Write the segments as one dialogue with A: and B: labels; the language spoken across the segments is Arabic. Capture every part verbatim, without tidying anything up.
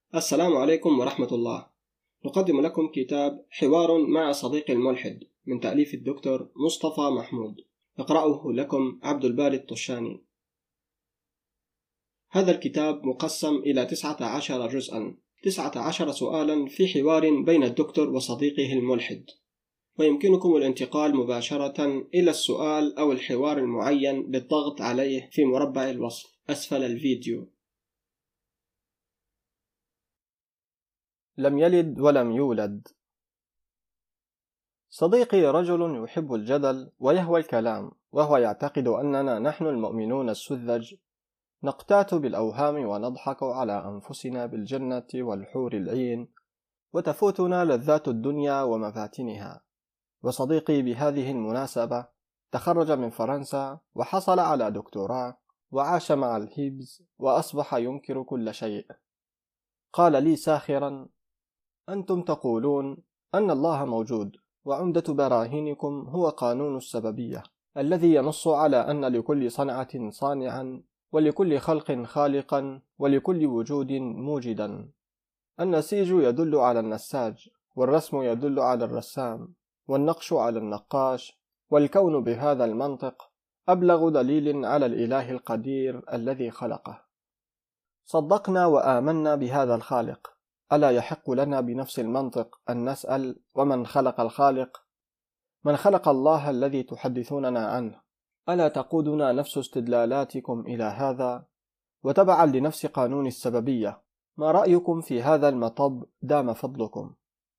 A: السلام عليكم ورحمة الله. نقدم لكم كتاب حوار مع صديقي الملحد من تأليف الدكتور مصطفى محمود، يقرأه لكم عبد الباري الطشاني. هذا الكتاب مقسم إلى تسعة عشر جزءا، تسعة عشر سؤالا في حوار بين الدكتور وصديقه الملحد، ويمكنكم الانتقال مباشرة إلى السؤال أو الحوار المعين بالضغط عليه في مربع الوصف أسفل الفيديو.
B: لم يلد ولم يولد. صديقي رجل يحب الجدل ويهوى الكلام، وهو يعتقد أننا نحن المؤمنون السذج نقتات بالأوهام ونضحك على أنفسنا بالجنة والحور العين، وتفوتنا لذات الدنيا ومفاتنها. وصديقي بهذه المناسبة تخرج من فرنسا وحصل على دكتوراه وعاش مع الهيبز وأصبح ينكر كل شيء. قال لي ساخرا: أنتم تقولون أن الله موجود، وعمدة براهينكم هو قانون السببية الذي ينص على أن لكل صنعة صانعا، ولكل خلق خالقا، ولكل وجود موجدا. النسيج يدل على النساج، والرسم يدل على الرسام، والنقش على النقاش، والكون بهذا المنطق أبلغ دليل على الإله القدير الذي خلقه. صدقنا وآمنا بهذا الخالق. ألا يحق لنا بنفس المنطق أن نسأل: ومن خلق الخالق؟ من خلق الله الذي تحدثوننا عنه؟ ألا تقودنا نفس استدلالاتكم إلى هذا؟ وتبعا لنفس قانون السببية، ما رأيكم في هذا المطب دام فضلكم؟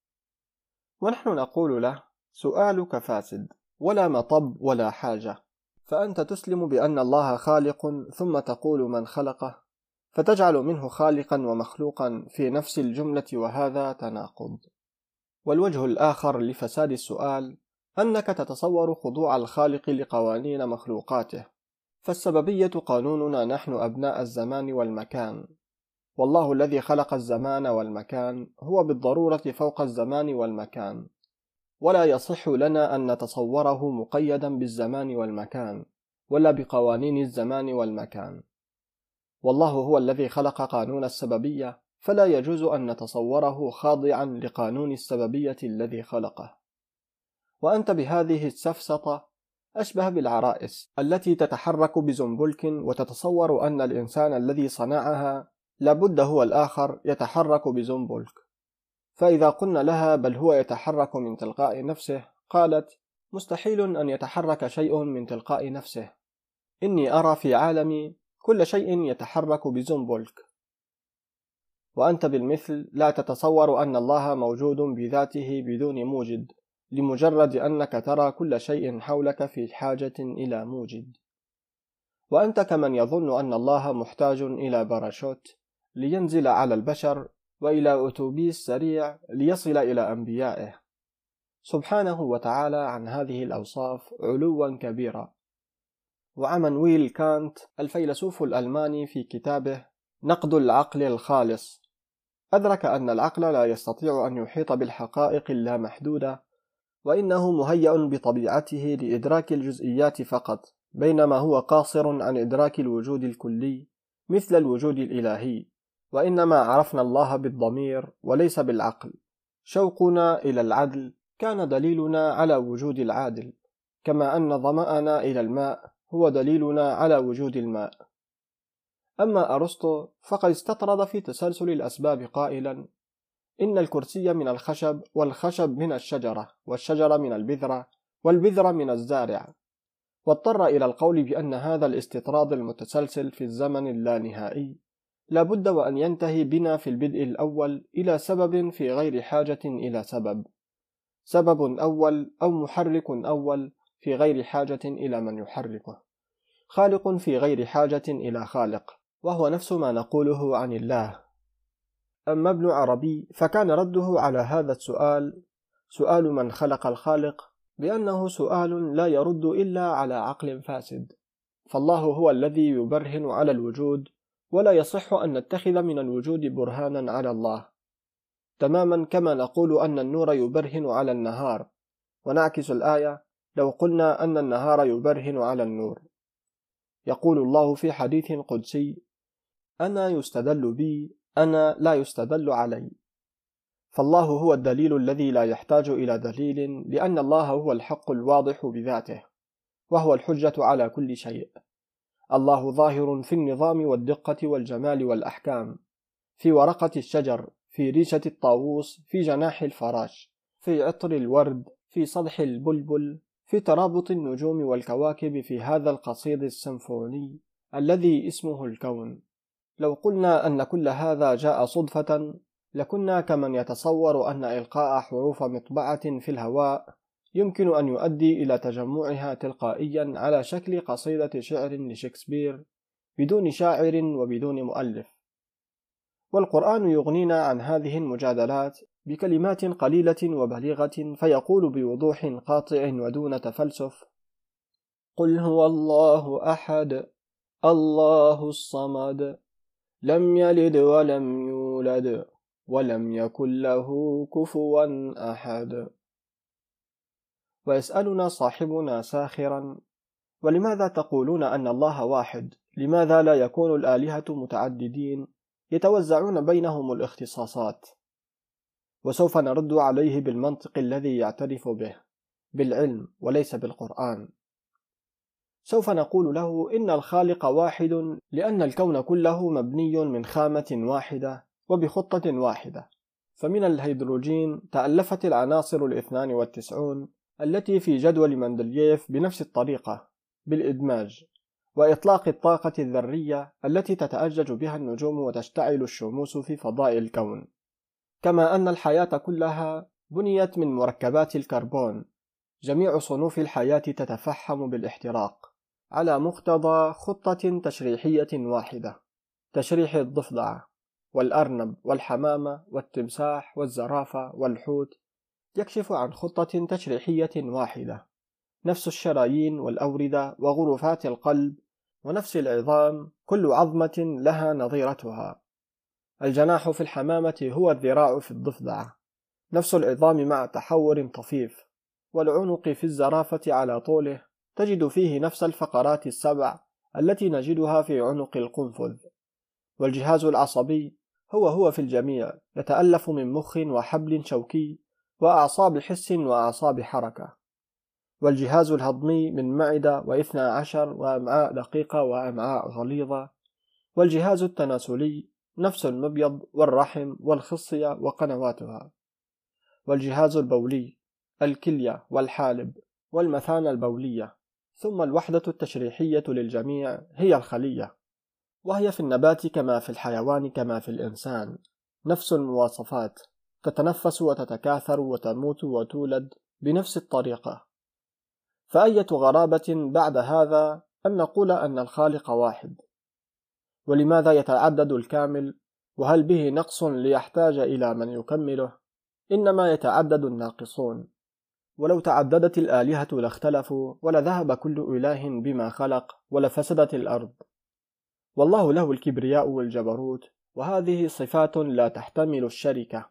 B: ونحن نقول له: سؤالك فاسد، ولا مطب ولا حاجة. فأنت تسلم بأن الله خالق، ثم تقول من خلقه، فتجعل منه خالقا ومخلوقا في نفس الجملة، وهذا تناقض. والوجه الآخر لفساد السؤال أنك تتصور خضوع الخالق لقوانين مخلوقاته، فالسببية قانوننا نحن أبناء الزمان والمكان، والله الذي خلق الزمان والمكان هو بالضرورة فوق الزمان والمكان، ولا يصح لنا أن نتصوره مقيدا بالزمان والمكان ولا بقوانين الزمان والمكان. والله هو الذي خلق قانون السببية، فلا يجوز أن نتصوره خاضعا لقانون السببية الذي خلقه. وأنت بهذه السفسطة أشبه بالعرائس التي تتحرك بزنبلك وتتصور أن الإنسان الذي صنعها لابد هو الآخر يتحرك بزنبلك. فإذا قلنا لها بل هو يتحرك من تلقاء نفسه، قالت: مستحيل أن يتحرك شيء من تلقاء نفسه، إني أرى في عالمي كل شيء يتحرك بزنبلك. وأنت بالمثل لا تتصور أن الله موجود بذاته بدون موجد، لمجرد أنك ترى كل شيء حولك في حاجة إلى موجد. وأنت كمن يظن أن الله محتاج إلى باراشوت لينزل على البشر، وإلى أتوبيس سريع ليصل إلى أنبيائه. سبحانه وتعالى عن هذه الأوصاف علوا كبيرا. وعمانويل كانت الفيلسوف الألماني في كتابه نقد العقل الخالص أدرك أن العقل لا يستطيع أن يحيط بالحقائق اللامحدودة، وإنه مهيأ بطبيعته لإدراك الجزئيات فقط، بينما هو قاصر عن إدراك الوجود الكلي مثل الوجود الإلهي. وإنما عرفنا الله بالضمير وليس بالعقل. شوقنا إلى العدل كان دليلنا على وجود العادل، كما أن ظمأنا إلى الماء هو دليلنا على وجود الماء. أما أرسطو فقد استطرد في تسلسل الأسباب قائلا: إن الكرسي من الخشب، والخشب من الشجرة، والشجرة من البذرة، والبذرة من الزارع، واضطر إلى القول بأن هذا الاستطراد المتسلسل في الزمن اللانهائي لابد وأن ينتهي بنا في البدء الأول إلى سبب في غير حاجة إلى سبب، سبب أول أو محرك أول في غير حاجة إلى من يحركه، خالق في غير حاجة إلى خالق، وهو نفس ما نقوله عن الله. أما ابن عربي فكان رده على هذا السؤال، سؤال من خلق الخالق، بأنه سؤال لا يرد إلا على عقل فاسد، فالله هو الذي يبرهن على الوجود، ولا يصح أن نتخذ من الوجود برهانا على الله، تماما كما نقول أن النور يبرهن على النهار، ونعكس الآية لو قلنا أن النهار يبرهن على النور. يقول الله في حديث قدسي: أنا يستدل بي أنا لا يستدل علي، فالله هو الدليل الذي لا يحتاج إلى دليل، لأن الله هو الحق الواضح بذاته، وهو الحجة على كل شيء. الله ظاهر في النظام والدقة والجمال والأحكام، في ورقة الشجر، في ريشة الطاووس، في جناح الفراش، في عطر الورد، في صدح البلبل، في ترابط النجوم والكواكب، في هذا القصيد السيمفوني الذي اسمه الكون. لو قلنا أن كل هذا جاء صدفة لكنا كمن يتصور أن إلقاء حروف مطبعة في الهواء يمكن أن يؤدي إلى تجمعها تلقائيا على شكل قصيدة شعر لشكسبير بدون شاعر وبدون مؤلف. والقرآن يغنينا عن هذه المجادلات بكلمات قليلة وبليغة، فيقول بوضوح قاطع ودون تفلسف: قل هو الله أحد الله الصمد لم يلد ولم يولد ولم يكن له كفوا أحد. ويسألنا صاحبنا ساخرا: ولماذا تقولون أن الله واحد؟ لماذا لا يكون الآلهة متعددين يتوزعون بينهم الاختصاصات؟ وسوف نرد عليه بالمنطق الذي يعترف به، بالعلم وليس بالقرآن. سوف نقول له إن الخالق واحد لأن الكون كله مبني من خامة واحدة وبخطة واحدة، فمن الهيدروجين تألفت العناصر الاثنان والتسعون التي في جدول مندلييف بنفس الطريقة بالإدماج وإطلاق الطاقة الذرية التي تتأجج بها النجوم وتشتعل الشموس في فضاء الكون، كما أن الحياة كلها بنيت من مركبات الكربون. جميع صنوف الحياة تتفحم بالاحتراق على مقتضى خطة تشريحية واحدة: تشريح الضفدع والأرنب والحمامة والتمساح والزرافة والحوت يكشف عن خطة تشريحية واحدة، نفس الشرايين والأوردة وغرفات القلب ونفس العظام، كل عظمة لها نظيرتها. الجناح في الحمامة هو الذراع في الضفدع، نفس العظام مع تحور طفيف، والعنق في الزرافة على طوله تجد فيه نفس الفقرات السبع التي نجدها في عنق القنفذ. والجهاز العصبي هو هو في الجميع، يتألف من مخ وحبل شوكي وأعصاب حس وأعصاب حركة. والجهاز الهضمي من معدة واثنى عشر وأمعاء دقيقة وأمعاء غليظة. والجهاز التناسلي نفس المبيض والرحم والخصية وقنواتها. والجهاز البولي الكلية والحالب والمثانة البولية. ثم الوحدة التشريحية للجميع هي الخلية، وهي في النبات كما في الحيوان كما في الإنسان نفس المواصفات، تتنفس وتتكاثر وتموت وتولد بنفس الطريقة. فأية غرابة بعد هذا أن نقول أن الخالق واحد؟ ولماذا يتعدد الكامل؟ وهل به نقص ليحتاج إلى من يكمله؟ إنما يتعدد الناقصون. ولو تعددت الآلهة لاختلفوا ولذهب كل إله بما خلق ولفسدت الأرض. والله له الكبرياء والجبروت، وهذه صفات لا تحتمل الشركة.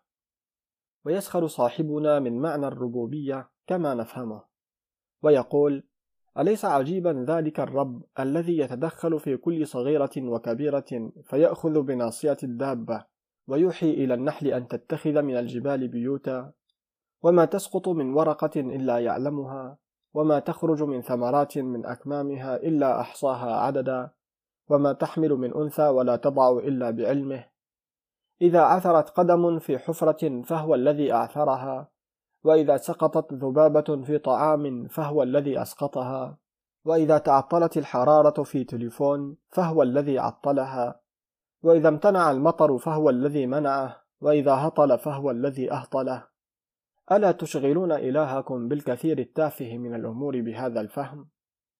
B: ويسخر صاحبنا من معنى الربوبية كما نفهمه، ويقول: أليس عجيبا ذلك الرب الذي يتدخل في كل صغيرة وكبيرة فيأخذ بناصية الدابة ويوحي إلى النحل أن تتخذ من الجبال بيوتا، وما تسقط من ورقة إلا يعلمها، وما تخرج من ثمرات من أكمامها إلا أحصاها عددا، وما تحمل من أنثى ولا تضع إلا بعلمه. إذا عثرت قدم في حفرة فهو الذي أعثرها، وإذا سقطت ذبابة في طعام فهو الذي أسقطها، وإذا تعطلت الحرارة في تليفون فهو الذي عطلها، وإذا امتنع المطر فهو الذي منعه، وإذا هطل فهو الذي أهطله. ألا تشغلون إلهكم بالكثير التافه من الأمور بهذا الفهم؟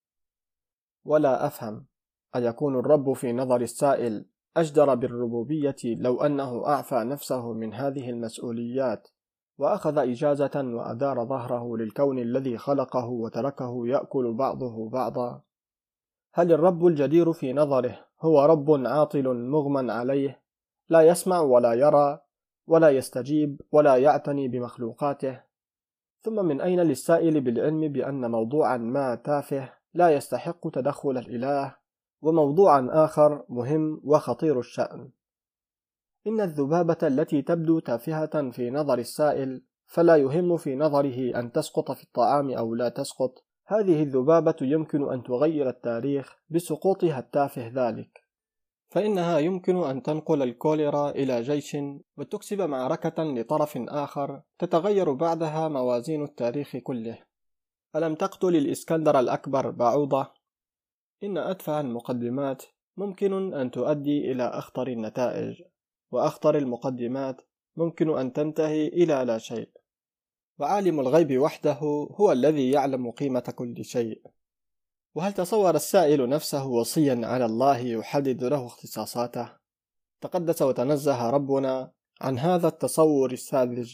B: ولا أفهم، أيكون الرب في نظر السائل أجدر بالربوبية لو أنه أعفى نفسه من هذه المسؤوليات وأخذ إجازة وأدار ظهره للكون الذي خلقه وتركه يأكل بعضه بعضا؟ هل الرب الجدير في نظره هو رب عاطل مغمى عليه، لا يسمع ولا يرى ولا يستجيب ولا يعتني بمخلوقاته؟ ثم من أين للسائل بالعلم بأن موضوعا ما تافه لا يستحق تدخل الإله، وموضوعا آخر مهم وخطير الشأن؟ إن الذبابة التي تبدو تافهة في نظر السائل فلا يهم في نظره أن تسقط في الطعام أو لا تسقط، هذه الذبابة يمكن أن تغير التاريخ بسقوطها التافه ذلك، فإنها يمكن أن تنقل الكوليرا إلى جيش وتكسب معركة لطرف آخر تتغير بعدها موازين التاريخ كله. ألم تقتل الإسكندر الأكبر بعوضة؟ إن أتفه المقدمات ممكن أن تؤدي إلى أخطر النتائج، وأخطر المقدمات ممكن أن تنتهي إلى لا شيء، وعالم الغيب وحده هو الذي يعلم قيمة كل شيء. وهل تصور السائل نفسه وصيا على الله يحدد له اختصاصاته؟ تقدس وتنزه ربنا عن هذا التصور الساذج.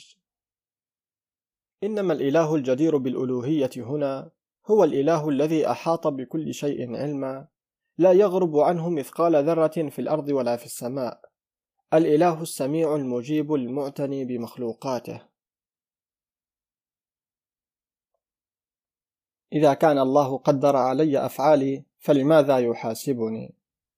B: إنما الإله الجدير بالألوهية هنا هو الإله الذي أحاط بكل شيء علما، لا يغرب عنه مثقال ذرة في الأرض ولا في السماء، الإله السميع المجيب المعتني بمخلوقاته. إذا كان الله قدر علي أفعالي فلماذا يحاسبني؟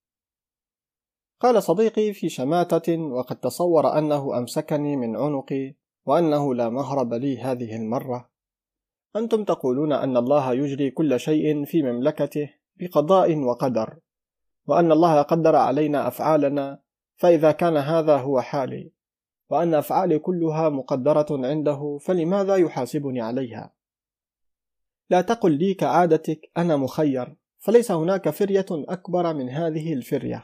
B: قال صديقي في شماتة وقد تصور أنه أمسكني من عنقي وأنه لا مهرب لي هذه المرة: أنتم تقولون أن الله يجري كل شيء في مملكته بقضاء وقدر، وأن الله قدر علينا أفعالنا، فإذا كان هذا هو حالي وأن أفعالي كلها مقدرة عنده فلماذا يحاسبني عليها؟ لا تقل لي كعادتك أنا مخير، فليس هناك فرية أكبر من هذه الفرية.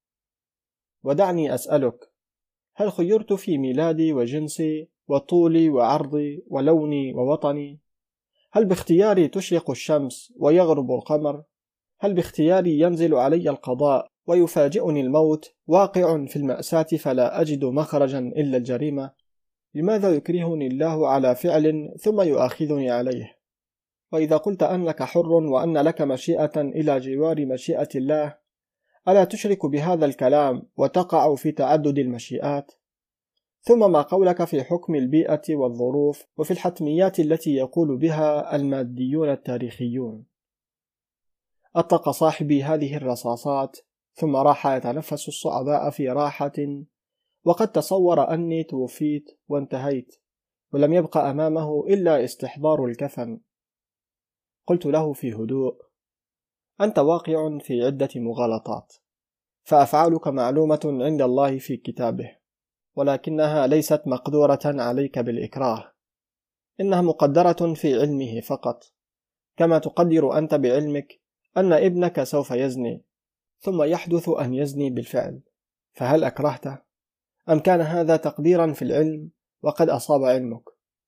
B: ودعني أسألك، هل خيرت في ميلادي وجنسي وطولي وعرضي ولوني ووطني؟ هل باختياري تشرق الشمس ويغرب القمر؟ هل باختياري ينزل علي القضاء ويفاجئني الموت واقع في المأساة فلا أجد مخرجا إلا الجريمة؟ لماذا يكرهني الله على فعل ثم يؤاخذني عليه؟ وإذا قلت أنك حر وأن لك مشيئة إلى جوار مشيئة الله، ألا تشرك بهذا الكلام وتقع في تعدد المشيئات؟ ثم ما قولك في حكم البيئة والظروف وفي الحتميات التي يقول بها الماديون التاريخيون؟ أطلق صاحبي هذه الرصاصات ثم راح يتنفس الصعداء في راحة، وقد تصور أني توفيت وانتهيت ولم يبق أمامه إلا استحضار الكفن. قلت له في هدوء: أنت واقع في عدة مغالطات، فأفعالك معلومة عند الله في كتابه، ولكنها ليست مقدورة عليك بالإكراه، إنها مقدرة في علمه فقط، كما تقدر أنت بعلمك أن ابنك سوف يزني ثم يحدث أن يزني بالفعل، فهل أكرهته؟ أم كان هذا تقديرا في العلم وقد أصاب علمك؟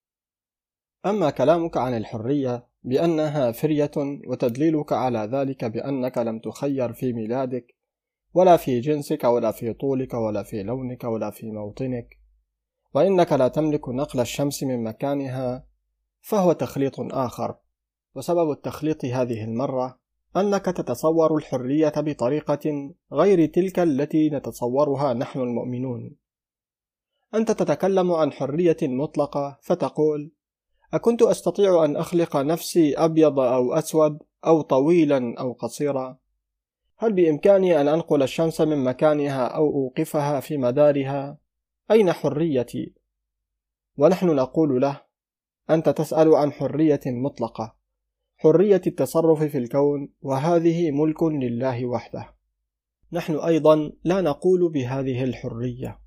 B: أما كلامك عن الحرية بأنها فرية وتدليلك على ذلك بأنك لم تخير في ميلادك ولا في جنسك ولا في طولك ولا في لونك ولا في موطنك، وإنك لا تملك نقل الشمس من مكانها، فهو تخليط آخر. وسبب التخليط هذه المرة أنك تتصور الحرية بطريقة غير تلك التي نتصورها نحن المؤمنون. أنت تتكلم عن حرية مطلقة فتقول: أكنت أستطيع أن أخلق نفسي أبيض أو أسود أو طويلا أو قصيرا؟ هل بإمكاني أن أنقل الشمس من مكانها أو أوقفها في مدارها؟ أين حريتي؟ ونحن نقول له: أنت تسأل عن حرية مطلقة، حرية التصرف في الكون، وهذه ملك لله وحده. نحن أيضا لا نقول بهذه الحرية.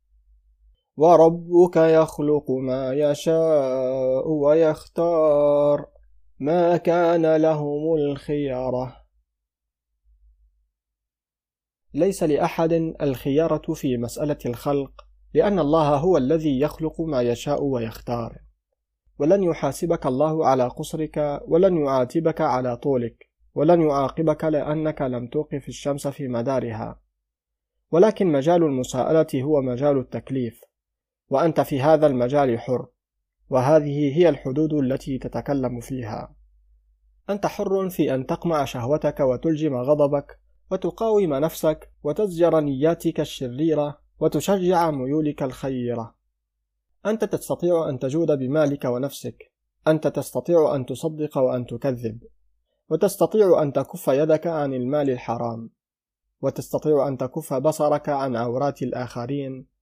B: وربك يخلق ما يشاء ويختار ما كان لهم الخيارة. ليس لأحد الخيارة في مسألة الخلق، لأن الله هو الذي يخلق ما يشاء ويختار، ولن يحاسبك الله على قصرك، ولن يعاتبك على طولك، ولن يعاقبك لأنك لم توقف الشمس في مدارها، ولكن مجال المساءلة هو مجال التكليف، وأنت في هذا المجال حر، وهذه هي الحدود التي تتكلم فيها. أنت حر في أن تقمع شهوتك وتلجم غضبك وتقاوم نفسك وتزجر نياتك الشريرة وتشجع ميولك الخيرة. أنت تستطيع أن تجود بمالك ونفسك، أنت تستطيع أن تصدق وأن تكذب، وتستطيع أن تكف يدك عن المال الحرام، وتستطيع أن تكف بصرك عن عورات الآخرين،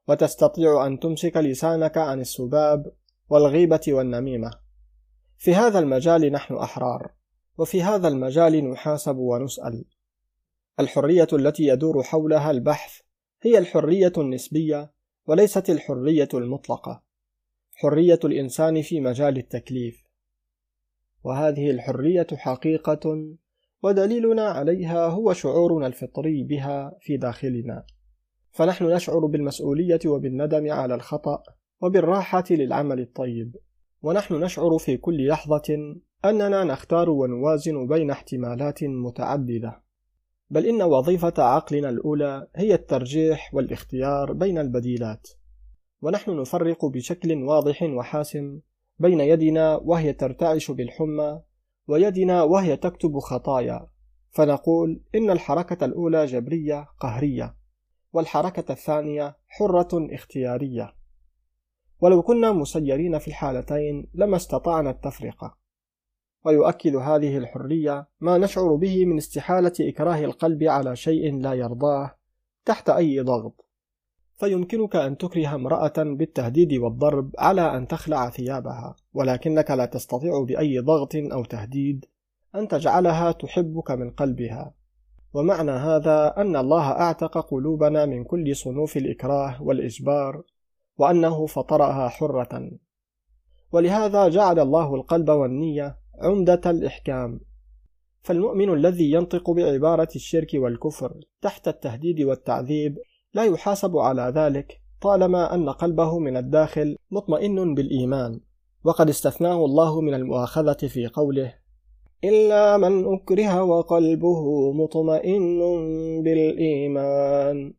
B: وتستطيع أن تمسك لسانك عن السباب والغيبة والنميمة. في هذا المجال نحن أحرار، وفي هذا المجال نحاسب ونسأل. الحرية التي يدور حولها البحث هي الحرية النسبية وليست الحرية المطلقة، حرية الإنسان في مجال التكليف، وهذه الحرية حقيقة ودليلنا عليها هو شعورنا الفطري بها في داخلنا، فنحن نشعر بالمسؤولية وبالندم على الخطأ وبالراحة للعمل الطيب، ونحن نشعر في كل لحظة أننا نختار ونوازن بين احتمالات متعددة، بل إن وظيفة عقلنا الأولى هي الترجيح والاختيار بين البديلات، ونحن نفرق بشكل واضح وحاسم بين يدنا وهي ترتعش بالحمى ويدنا وهي تكتب خطايا، فنقول إن الحركة الأولى جبرية قهرية والحركة الثانية حرة اختيارية، ولو كنا مسيرين في الحالتين لما استطعنا التفرقة. ويؤكد هذه الحرية ما نشعر به من استحالة إكراه القلب على شيء لا يرضاه تحت أي ضغط، فيمكنك أن تكره امرأة بالتهديد والضرب على أن تخلع ثيابها، ولكنك لا تستطيع بأي ضغط أو تهديد أن تجعلها تحبك من قلبها. ومعنى هذا أن الله أعتق قلوبنا من كل صنوف الإكراه والإجبار، وأنه فطرها حرة، ولهذا جعل الله القلب والنية عمدة الإحكام. فالمؤمن الذي ينطق بعبارة الشرك والكفر تحت التهديد والتعذيب لا يحاسب على ذلك طالما أن قلبه من الداخل مطمئن بالإيمان، وقد استثناه الله من المؤاخذة في قوله إلا من أكره وقلبه مطمئن بالإيمان.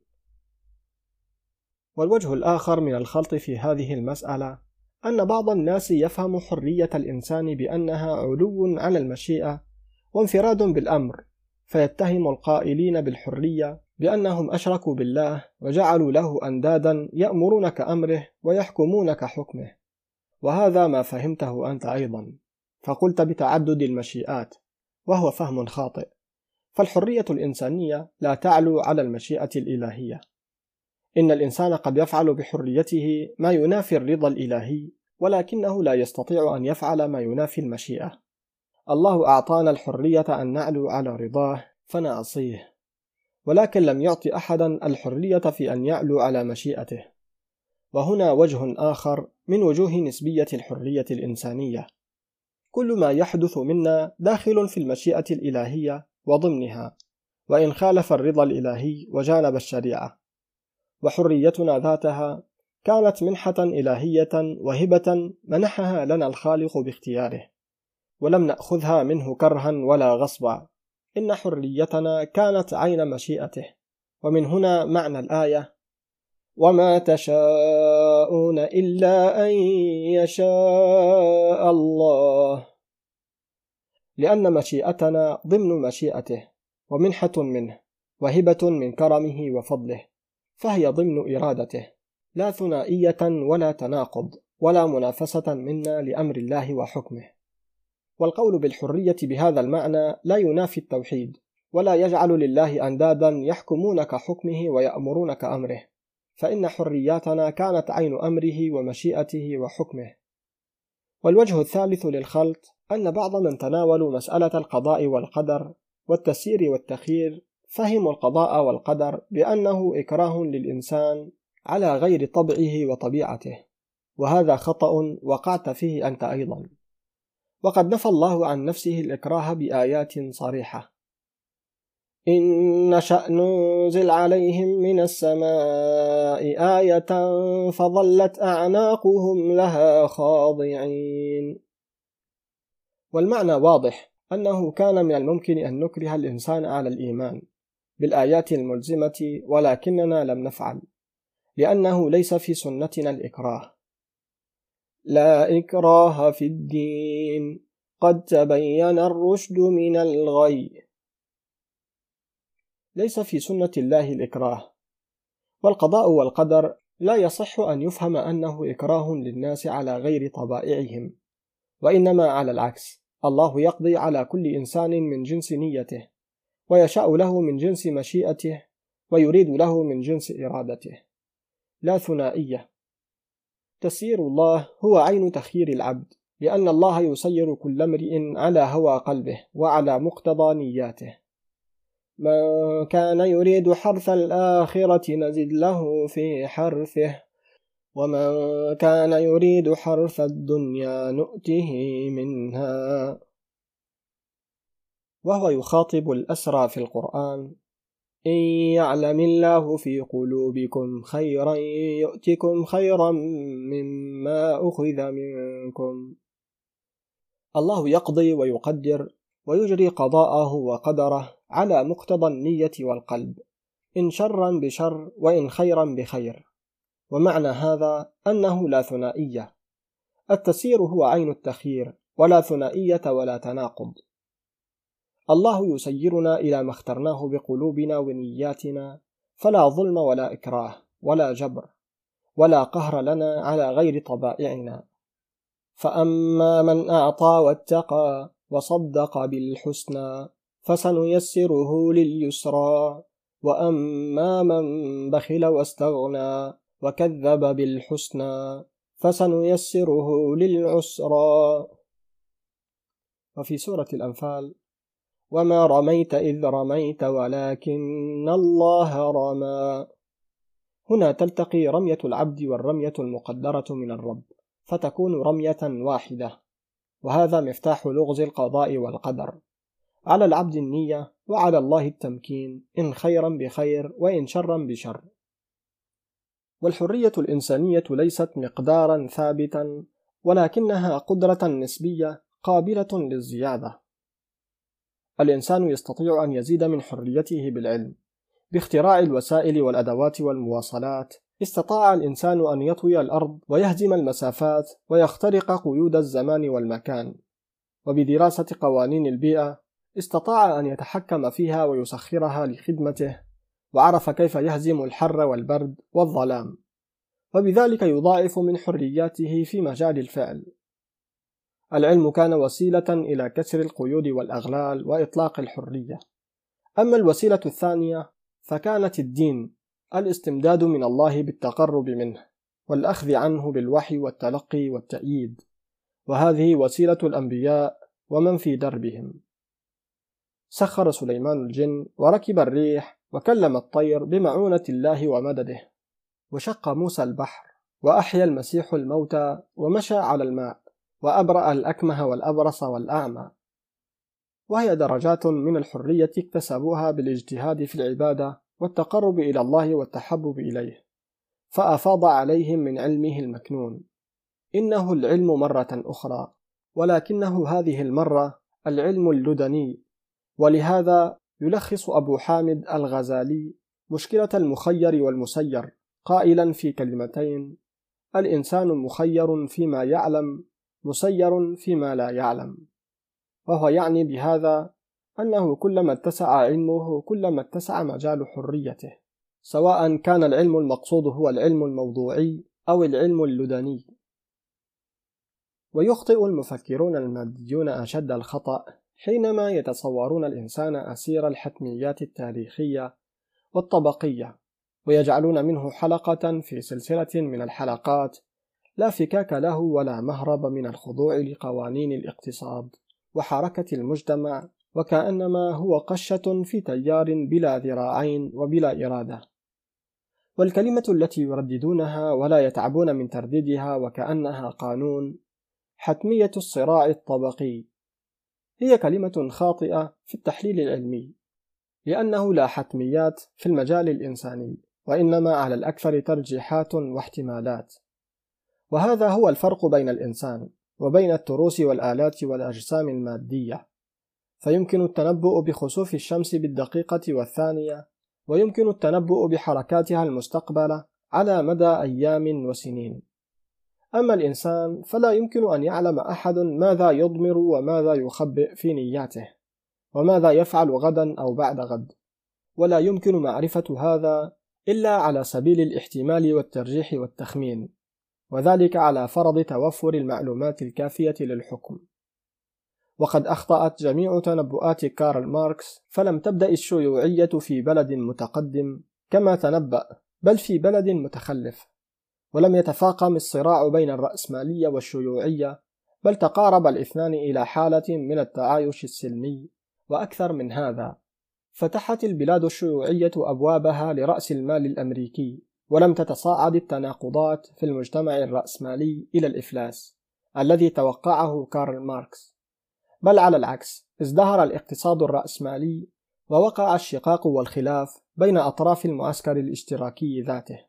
B: والوجه الآخر من الخلط في هذه المسألة أن بعض الناس يفهم حرية الإنسان بأنها علو على المشيئة وانفراد بالأمر، فيتهم القائلين بالحرية بأنهم أشركوا بالله وجعلوا له أندادا يأمرون كأمره ويحكمون كحكمه، وهذا ما فهمته أنت أيضا، فقلت بتعدد المشيئات، وهو فهم خاطئ، فالحرية الإنسانية لا تعلو على المشيئة الإلهية. إن الإنسان قد يفعل بحريته ما ينافي الرضا الإلهي، ولكنه لا يستطيع أن يفعل ما ينافي المشيئة. الله أعطانا الحرية أن نعلو على رضاه فنعصيه، ولكن لم يعطي أحدا الحرية في أن يعلو على مشيئته. وهنا وجه آخر من وجوه نسبية الحرية الإنسانية: كل ما يحدث منا داخل في المشيئة الإلهية وضمنها، وإن خالف الرضا الإلهي وجانب الشريعة. وحريتنا ذاتها كانت منحة إلهية وهبة منحها لنا الخالق باختياره، ولم نأخذها منه كرها ولا غصبا، إن حريتنا كانت عين مشيئته. ومن هنا معنى الآية: وما تشاءون إلا أن يشاء الله، لأن مشيئتنا ضمن مشيئته، ومنحة منه، وهبة من كرمه وفضله، فهي ضمن إرادته، لا ثنائية ولا تناقض ولا منافسة منا لأمر الله وحكمه. والقول بالحرية بهذا المعنى لا ينافي التوحيد، ولا يجعل لله أندادا يحكمون كحكمه ويأمرون كأمره، فإن حرياتنا كانت عين أمره ومشيئته وحكمه. والوجه الثالث للخلط أن بعض من تناولوا مسألة القضاء والقدر والتسيير والتخيير فهموا القضاء والقدر بأنه إكراه للإنسان على غير طبعه وطبيعته، وهذا خطأ وقعت فيه أنت أيضا. وقد نفى الله عن نفسه الإكراه بآيات صريحة: إن نشأ ننزل عليهم من السماء آية فظلت أعناقهم لها خاضعين. والمعنى واضح أنه كان من الممكن أن نكره الإنسان على الإيمان بالآيات الملزمة، ولكننا لم نفعل، لأنه ليس في سنتنا الإكراه. لا إكراه في الدين، قد تبين الرشد من الغي. ليس في سنة الله الإكراه. والقضاء والقدر لا يصح أن يفهم أنه إكراه للناس على غير طبائعهم، وإنما على العكس، الله يقضي على كل إنسان من جنس نيته، ويشاء له من جنس مشيئته، ويريد له من جنس إرادته. لا ثنائية. تسيير الله هو عين تخيير العبد، لأن الله يسير كل امرئ على هوى قلبه وعلى مقتضى نياته. من كان يريد حرث الآخرة نزد له في حرثه، ومن كان يريد حرث الدنيا نؤته منها. وهو يخاطب الأسرى في القرآن: إن يعلم الله في قلوبكم خيرا يؤتكم خيرا مما أخذ منكم. الله يقضي ويقدر ويجري قضاءه وقدره على مقتضى النية والقلب، إن شرا بشر وإن خيرا بخير. ومعنى هذا أنه لا ثنائية. التسيير هو عين التخيير، ولا ثنائية ولا تناقض. الله يسيرنا إلى ما اخترناه بقلوبنا ونياتنا، فلا ظلم ولا إكراه ولا جبر ولا قهر لنا على غير طبائعنا. فأما من أعطى واتقى وصدق بالحسنى فسنيسره لليسرى، وأما من بخل واستغنى وكذب بالحسنى فسنيسره للعسرى. وفي سورة الأنفال: وما رميت إذ رميت ولكن الله رمى. هنا تلتقي رمية العبد والرمية المقدرة من الرب، فتكون رمية واحدة، وهذا مفتاح لغز القضاء والقدر. على العبد النية، وعلى الله التمكين، إن خيرا بخير وإن شرا بشر. والحرية الإنسانية ليست مقدارا ثابتا، ولكنها قدرة نسبية قابلة للزيادة. الإنسان يستطيع أن يزيد من حريته بالعلم. باختراع الوسائل والأدوات والمواصلات استطاع الإنسان أن يطوي الأرض ويهزم المسافات ويخترق قيود الزمان والمكان. وبدراسة قوانين البيئة استطاع أن يتحكم فيها ويسخرها لخدمته، وعرف كيف يهزم الحر والبرد والظلام، وبذلك يضاعف من حرياته في مجال الفعل. العلم كان وسيلة إلى كسر القيود والأغلال وإطلاق الحرية. أما الوسيلة الثانية فكانت الدين، الاستمداد من الله بالتقرب منه والأخذ عنه بالوحي والتلقي والتأييد، وهذه وسيلة الأنبياء ومن في دربهم. سخر سليمان الجن وركب الريح وكلم الطير بمعونة الله ومدده، وشق موسى البحر، وأحيا المسيح الموتى ومشى على الماء، وأبرأ الأكمه والأبرص والأعمى. وهي درجات من الحرية اكتسبوها بالاجتهاد في العبادة والتقرب إلى الله والتحبب إليه، فأفاض عليهم من علمه المكنون. إنه العلم مرة أخرى، ولكنه هذه المرة العلم اللدني. ولهذا يلخص أبو حامد الغزالي مشكلة المخير والمسير قائلا في كلمتين: الإنسان مخير فيما يعلم، مسير فيما لا يعلم. وهو يعني بهذا أنه كلما اتسع علمه كلما اتسع مجال حريته، سواء كان العلم المقصود هو العلم الموضوعي أو العلم اللدني. ويخطئ المفكرون الماديون أشد الخطأ حينما يتصورون الإنسان أسير الحتميات التاريخية والطبقية، ويجعلون منه حلقة في سلسلة من الحلقات لا فكاك له ولا مهرب من الخضوع لقوانين الاقتصاد وحركة المجتمع، وكأنما هو قشة في تيار بلا ذراعين وبلا إرادة. والكلمة التي يرددونها ولا يتعبون من ترديدها وكأنها قانون: حتمية الصراع الطبقي، هي كلمة خاطئة في التحليل العلمي، لأنه لا حتميات في المجال الإنساني، وإنما على الأكثر ترجيحات واحتمالات. وهذا هو الفرق بين الإنسان وبين التروس والآلات والأجسام المادية. فيمكن التنبؤ بخسوف الشمس بالدقيقة والثانية، ويمكن التنبؤ بحركاتها المستقبلة على مدى أيام وسنين. أما الإنسان فلا يمكن أن يعلم أحد ماذا يضمر وماذا يخبئ في نياته، وماذا يفعل غدا أو بعد غد، ولا يمكن معرفة هذا إلا على سبيل الاحتمال والترجيح والتخمين، وذلك على فرض توفر المعلومات الكافية للحكم. وقد أخطأت جميع تنبؤات كارل ماركس، فلم تبدأ الشيوعية في بلد متقدم كما تنبأ بل في بلد متخلف. ولم يتفاقم الصراع بين الرأسمالية والشيوعية، بل تقارب الاثنان إلى حالة من التعايش السلمي. وأكثر من هذا، فتحت البلاد الشيوعية أبوابها لرأس المال الأمريكي، ولم تتصاعد التناقضات في المجتمع الرأسمالي إلى الإفلاس الذي توقعه كارل ماركس، بل على العكس ازدهر الاقتصاد الرأسمالي، ووقع الشقاق والخلاف بين أطراف المعسكر الاشتراكي ذاته.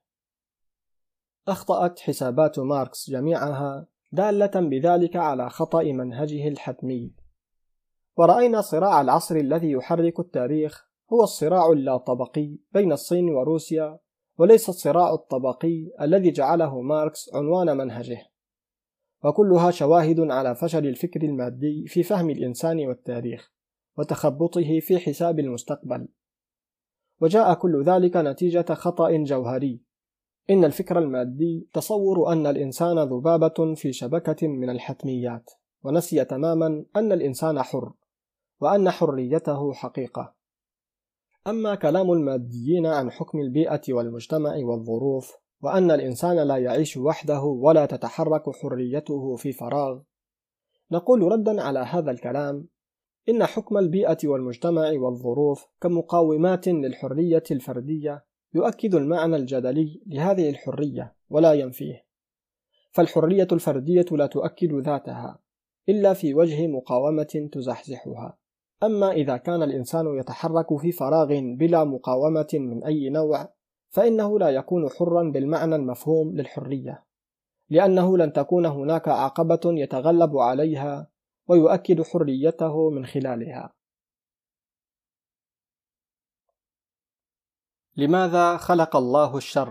B: أخطأت حسابات ماركس جميعها دالة بذلك على خطأ منهجه الحتمي. ورأينا صراع العصر الذي يحرك التاريخ هو الصراع اللاتطبقي بين الصين وروسيا، وليس الصراع الطبقي الذي جعله ماركس عنوان منهجه. وكلها شواهد على فشل الفكر المادي في فهم الإنسان والتاريخ، وتخبطه في حساب المستقبل. وجاء كل ذلك نتيجة خطأ جوهري. إن الفكر المادي تصور أن الإنسان ذبابة في شبكة من الحتميات، ونسي تماما أن الإنسان حر، وأن حريته حقيقة. أما كلام الماديين عن حكم البيئة والمجتمع والظروف، وأن الإنسان لا يعيش وحده ولا تتحرك حريته في فراغ، نقول ردا على هذا الكلام إن حكم البيئة والمجتمع والظروف كمقاومات للحرية الفردية يؤكد المعنى الجدلي لهذه الحرية ولا ينفيه. فالحرية الفردية لا تؤكد ذاتها إلا في وجه مقاومة تزحزحها. أما إذا كان الإنسان يتحرك في فراغ بلا مقاومة من أي نوع، فإنه لا يكون حرا بالمعنى المفهوم للحرية، لأنه لن تكون هناك عقبة يتغلب عليها ويؤكد حريته من خلالها. لماذا خلق الله الشر؟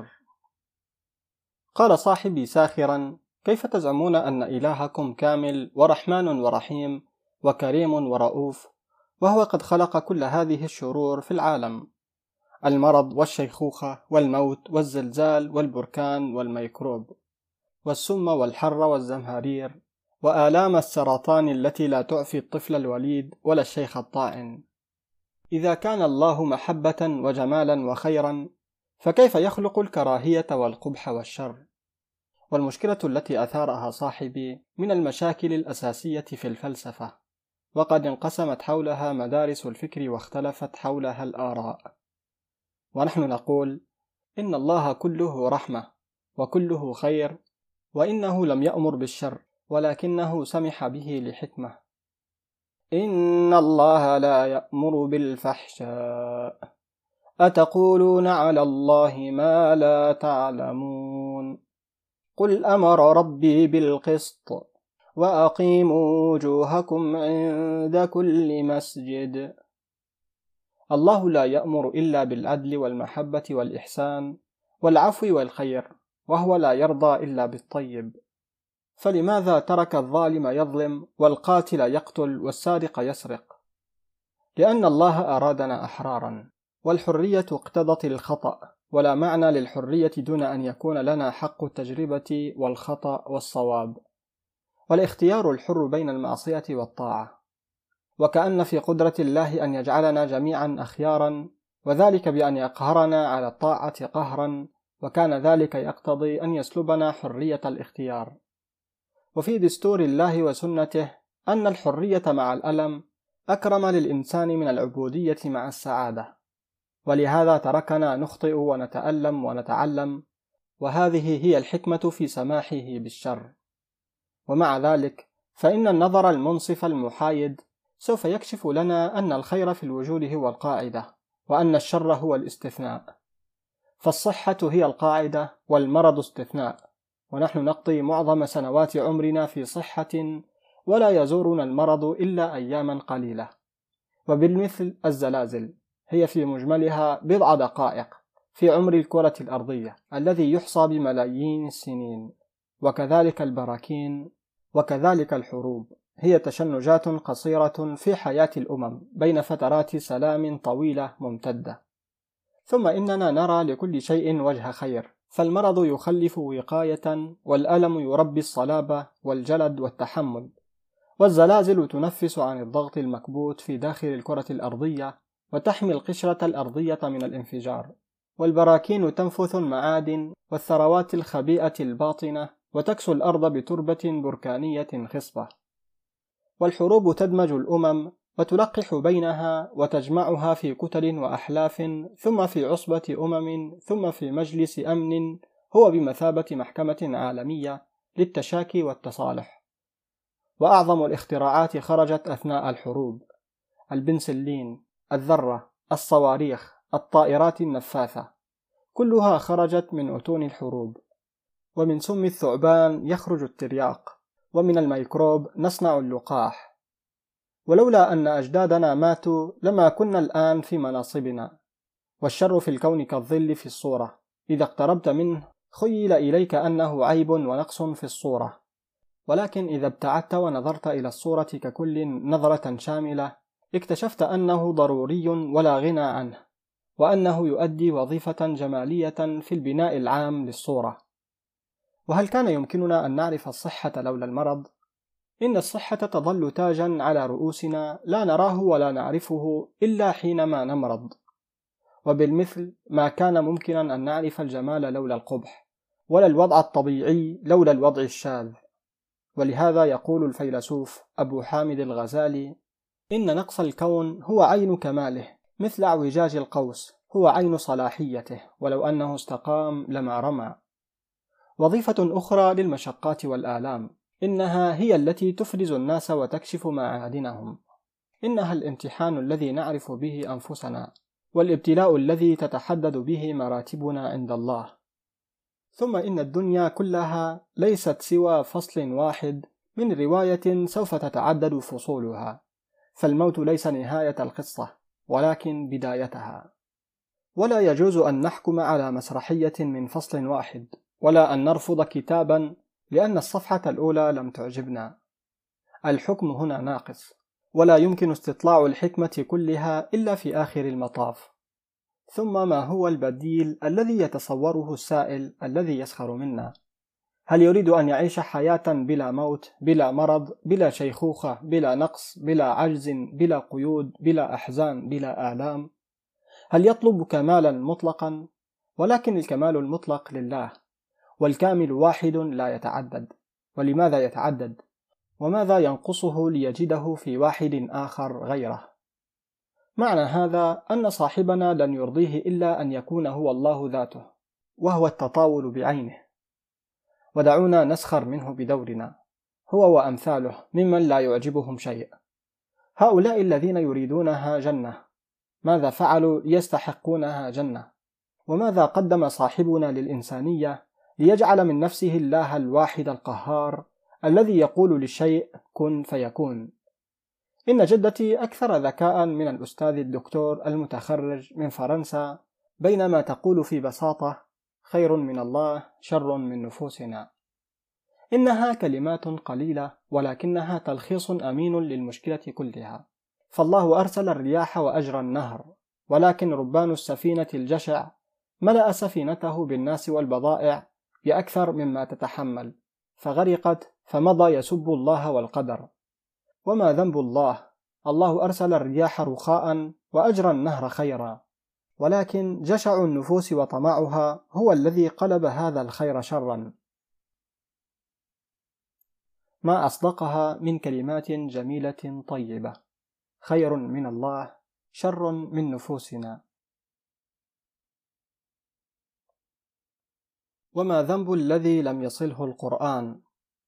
B: قال صاحبي ساخرا: كيف تزعمون أن إلهكم كامل ورحمن ورحيم وكريم ورؤوف، وهو قد خلق كل هذه الشرور في العالم، المرض والشيخوخة والموت والزلزال والبركان والميكروب والسم والحر والزمهرير وآلام السرطان التي لا تعفي الطفل الوليد ولا الشيخ الطاعن. إذا كان الله محبة وجمالا وخيرا، فكيف يخلق الكراهية والقبح والشر؟ والمشكلة التي أثارها صاحبي من المشاكل الأساسية في الفلسفة، وقد انقسمت حولها مدارس الفكر واختلفت حولها الآراء. ونحن نقول إن الله كله رحمة وكله خير، وإنه لم يأمر بالشر ولكنه سمح به لحكمة. إن الله لا يأمر بالفحشاء، أتقولون على الله ما لا تعلمون، قل أمر ربي بالقسط وأقيموا وجوهكم عند كل مسجد. الله لا يأمر إلا بالعدل والمحبة والإحسان والعفو والخير، وهو لا يرضى إلا بالطيب. فلماذا ترك الظالم يظلم والقاتل يقتل والسارق يسرق؟ لأن الله أرادنا أحرارا، والحرية اقتضت الخطأ، ولا معنى للحرية دون أن يكون لنا حق التجربة والخطأ والصواب، والاختيار الحر بين المعصية والطاعة. وكأن في قدرة الله أن يجعلنا جميعا أخيارا، وذلك بأن يقهرنا على الطاعة قهرا، وكان ذلك يقتضي أن يسلبنا حرية الاختيار. وفي دستور الله وسنته أن الحرية مع الألم أكرم للإنسان من العبودية مع السعادة، ولهذا تركنا نخطئ ونتألم ونتعلم، وهذه هي الحكمة في سماحه بالشر. ومع ذلك فإن النظر المنصف المحايد سوف يكشف لنا أن الخير في الوجود هو القاعدة، وأن الشر هو الاستثناء. فالصحة هي القاعدة والمرض استثناء، ونحن نقضي معظم سنوات عمرنا في صحة، ولا يزورنا المرض إلا أياما قليلة. وبالمثل الزلازل هي في مجملها بضع دقائق في عمر الكرة الأرضية الذي يحصى بملايين السنين، وكذلك البراكين، وكذلك الحروب هي تشنجات قصيرة في حياة الأمم بين فترات سلام طويلة ممتدة. ثم إننا نرى لكل شيء وجه خير، فالمرض يخلف وقاية، والألم يربي الصلابة والجلد والتحمل، والزلازل تنفس عن الضغط المكبوت في داخل الكرة الأرضية وتحمي القشرة الأرضية من الانفجار. والبراكين تنفث المعادن والثروات الخبيئة الباطنة وتكسو الأرض بتربة بركانية خصبة. والحروب تدمج الأمم وتلقح بينها وتجمعها في كتل وأحلاف، ثم في عصبة أمم، ثم في مجلس أمن هو بمثابة محكمة عالمية للتشاكي والتصالح. وأعظم الاختراعات خرجت أثناء الحروب: البنسلين، الذرة، الصواريخ، الطائرات النفاثة، كلها خرجت من أتون الحروب. ومن سم الثعبان يخرج الترياق، ومن الميكروب نصنع اللقاح. ولولا أن أجدادنا ماتوا لما كنا الآن في مناصبنا. والشر في الكون كالظل في الصورة، إذا اقتربت منه خيل إليك أنه عيب ونقص في الصورة، ولكن إذا ابتعدت ونظرت إلى الصورة ككل نظرة شاملة اكتشفت أنه ضروري ولا غنى عنه، وأنه يؤدي وظيفة جمالية في البناء العام للصورة. وهل كان يمكننا أن نعرف الصحة لولا المرض؟ إن الصحة تظل تاجا على رؤوسنا لا نراه ولا نعرفه إلا حينما نمرض. وبالمثل ما كان ممكنا أن نعرف الجمال لولا القبح، ولا الوضع الطبيعي لولا الوضع الشاذ. ولهذا يقول الفيلسوف أبو حامد الغزالي: إن نقص الكون هو عين كماله، مثل اعوجاج القوس هو عين صلاحيته، ولو أنه استقام لما رمى. وظيفة أخرى للمشقات والآلام، إنها هي التي تفرز الناس وتكشف معادنهم. إنها الامتحان الذي نعرف به أنفسنا، والابتلاء الذي تتحدد به مراتبنا عند الله. ثم إن الدنيا كلها ليست سوى فصل واحد من رواية سوف تتعدد فصولها، فالموت ليس نهاية القصة ولكن بدايتها. ولا يجوز أن نحكم على مسرحية من فصل واحد، ولا أن نرفض كتابا لأن الصفحة الأولى لم تعجبنا. الحكم هنا ناقص، ولا يمكن استطلاع الحكمة كلها إلا في آخر المطاف. ثم ما هو البديل الذي يتصوره السائل الذي يسخر منا؟ هل يريد أن يعيش حياة بلا موت، بلا مرض، بلا شيخوخة، بلا نقص، بلا عجز، بلا قيود، بلا أحزان، بلا آلام؟ هل يطلب كمالا مطلقا؟ ولكن الكمال المطلق لله، والكامل واحد لا يتعدد. ولماذا يتعدد؟ وماذا ينقصه ليجده في واحد آخر غيره؟ معنى هذا أن صاحبنا لن يرضيه إلا أن يكون هو الله ذاته، وهو التطاول بعينه. ودعونا نسخر منه بدورنا، هو وأمثاله ممن لا يعجبهم شيء. هؤلاء الذين يريدونها جنة، ماذا فعلوا ليستحقونها جنة؟ وماذا قدم صاحبنا للإنسانية ليجعل من نفسه الله الواحد القهار الذي يقول للشيء كن فيكون؟ إن جدتي أكثر ذكاء من الأستاذ الدكتور المتخرج من فرنسا، بينما تقول في بساطة: خير من الله، شر من نفوسنا. إنها كلمات قليلة، ولكنها تلخيص أمين للمشكلة كلها. فالله أرسل الرياح وأجرى النهر، ولكن ربان السفينة الجشع ملأ سفينته بالناس والبضائع بأكثر مما تتحمل، فغرقت، فمضى يسب الله والقدر. وما ذنب الله؟ الله أرسل الرياح رخاء وأجرى النهر خيرا، ولكن جشع النفوس وطمعها هو الذي قلب هذا الخير شرا. ما أصدقها من كلمات جميلة طيبة: خير من الله، شر من نفوسنا. وما ذنب الذي لم يصله القرآن؟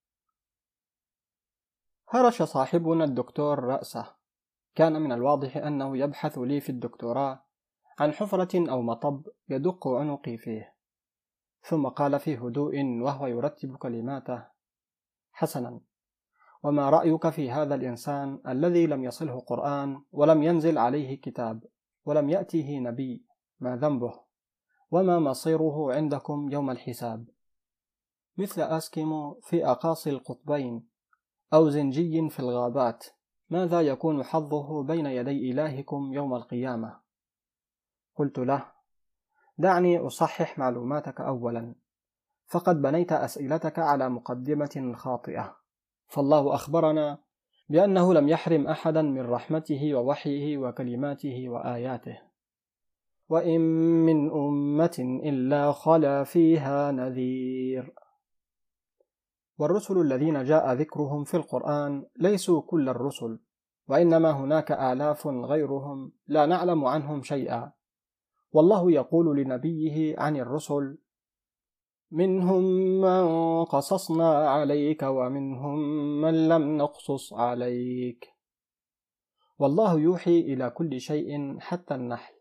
B: هرش صاحبنا الدكتور رأسه. كان من الواضح أنه يبحث لي في الدكتوراه عن حفرة أو مطب يدق عنقي فيه. ثم قال في هدوء وهو يرتب كلماته: حسنا، وما رأيك في هذا الإنسان الذي لم يصله قرآن ولم ينزل عليه كتاب ولم يأتيه نبي؟ ما ذنبه؟ وما مصيره عندكم يوم الحساب؟ مثل آسكيمو في أقاصي القطبين، أو زنجي في الغابات، ماذا يكون حظه بين يدي إلهكم يوم القيامة؟ قلت له: دعني أصحح معلوماتك أولا، فقد بنيت أسئلتك على مقدمة خاطئة. فالله أخبرنا بأنه لم يحرم أحدا من رحمته ووحيه وكلماته وآياته. وإن من أمة إلا خلا فيها نذير. والرسل الذين جاء ذكرهم في القرآن ليسوا كل الرسل، وإنما هناك آلاف غيرهم لا نعلم عنهم شيئا. والله يقول لنبيه عن الرسل: منهم من قصصنا عليك ومنهم من لم نقصص عليك، والله يوحي إلى كل شيء حتى النحل.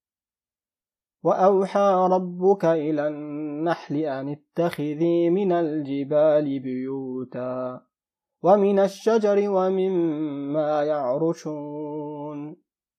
B: وأوحى ربك إلى النحل أن اتخذي من الجبال بيوتا ومن الشجر ومما يعرشون.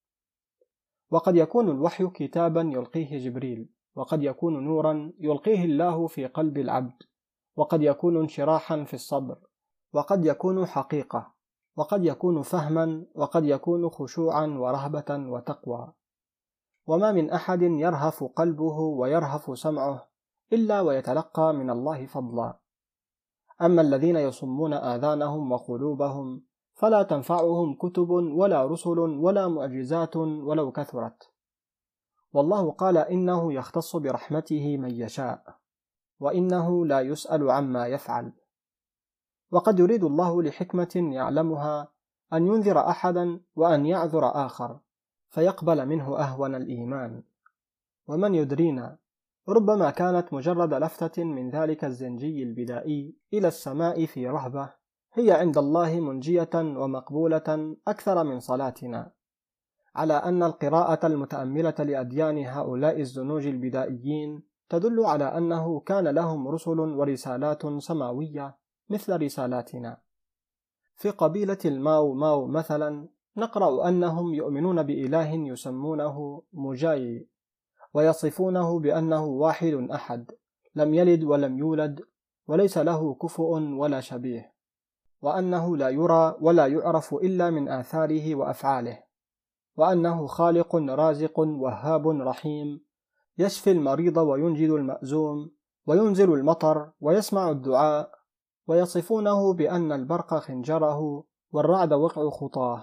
B: وقد يكون الوحي كتابا يلقيه جبريل، وقد يكون نورا يلقيه الله في قلب العبد، وقد يكون انشراحا في الصدر، وقد يكون حقيقة، وقد يكون فهما، وقد يكون خشوعا ورهبة وتقوى. وما من أحد يرهف قلبه ويرهف سمعه إلا ويتلقى من الله فضلا. أما الذين يصمون آذانهم وقلوبهم فلا تنفعهم كتب ولا رسل ولا معجزات ولو كثرت. والله قال إنه يختص برحمته من يشاء، وإنه لا يسأل عما يفعل. وقد يريد الله لحكمة يعلمها أن ينذر أحدا وأن يعذر آخر، فيقبل منه أهون الإيمان. ومن يدرينا، ربما كانت مجرد لفتة من ذلك الزنجي البدائي إلى السماء في رهبة هي عند الله منجية ومقبولة أكثر من صلاتنا، على أن القراءة المتأملة لأديان هؤلاء الزنوج البدائيين تدل على أنه كان لهم رسل ورسالات سماوية مثل رسالاتنا. في قبيلة الماو ماو مثلا نقرأ أنهم يؤمنون بإله يسمونه موجاي، ويصفونه بأنه واحد أحد، لم يلد ولم يولد، وليس له كفؤ ولا شبيه، وأنه لا يرى ولا يعرف إلا من آثاره وأفعاله، وأنه خالق رازق وهاب رحيم، يشفي المريض وينجد المأزوم وينزل المطر ويسمع الدعاء، ويصفونه بأن البرق خنجره والرعد وقع خطاه.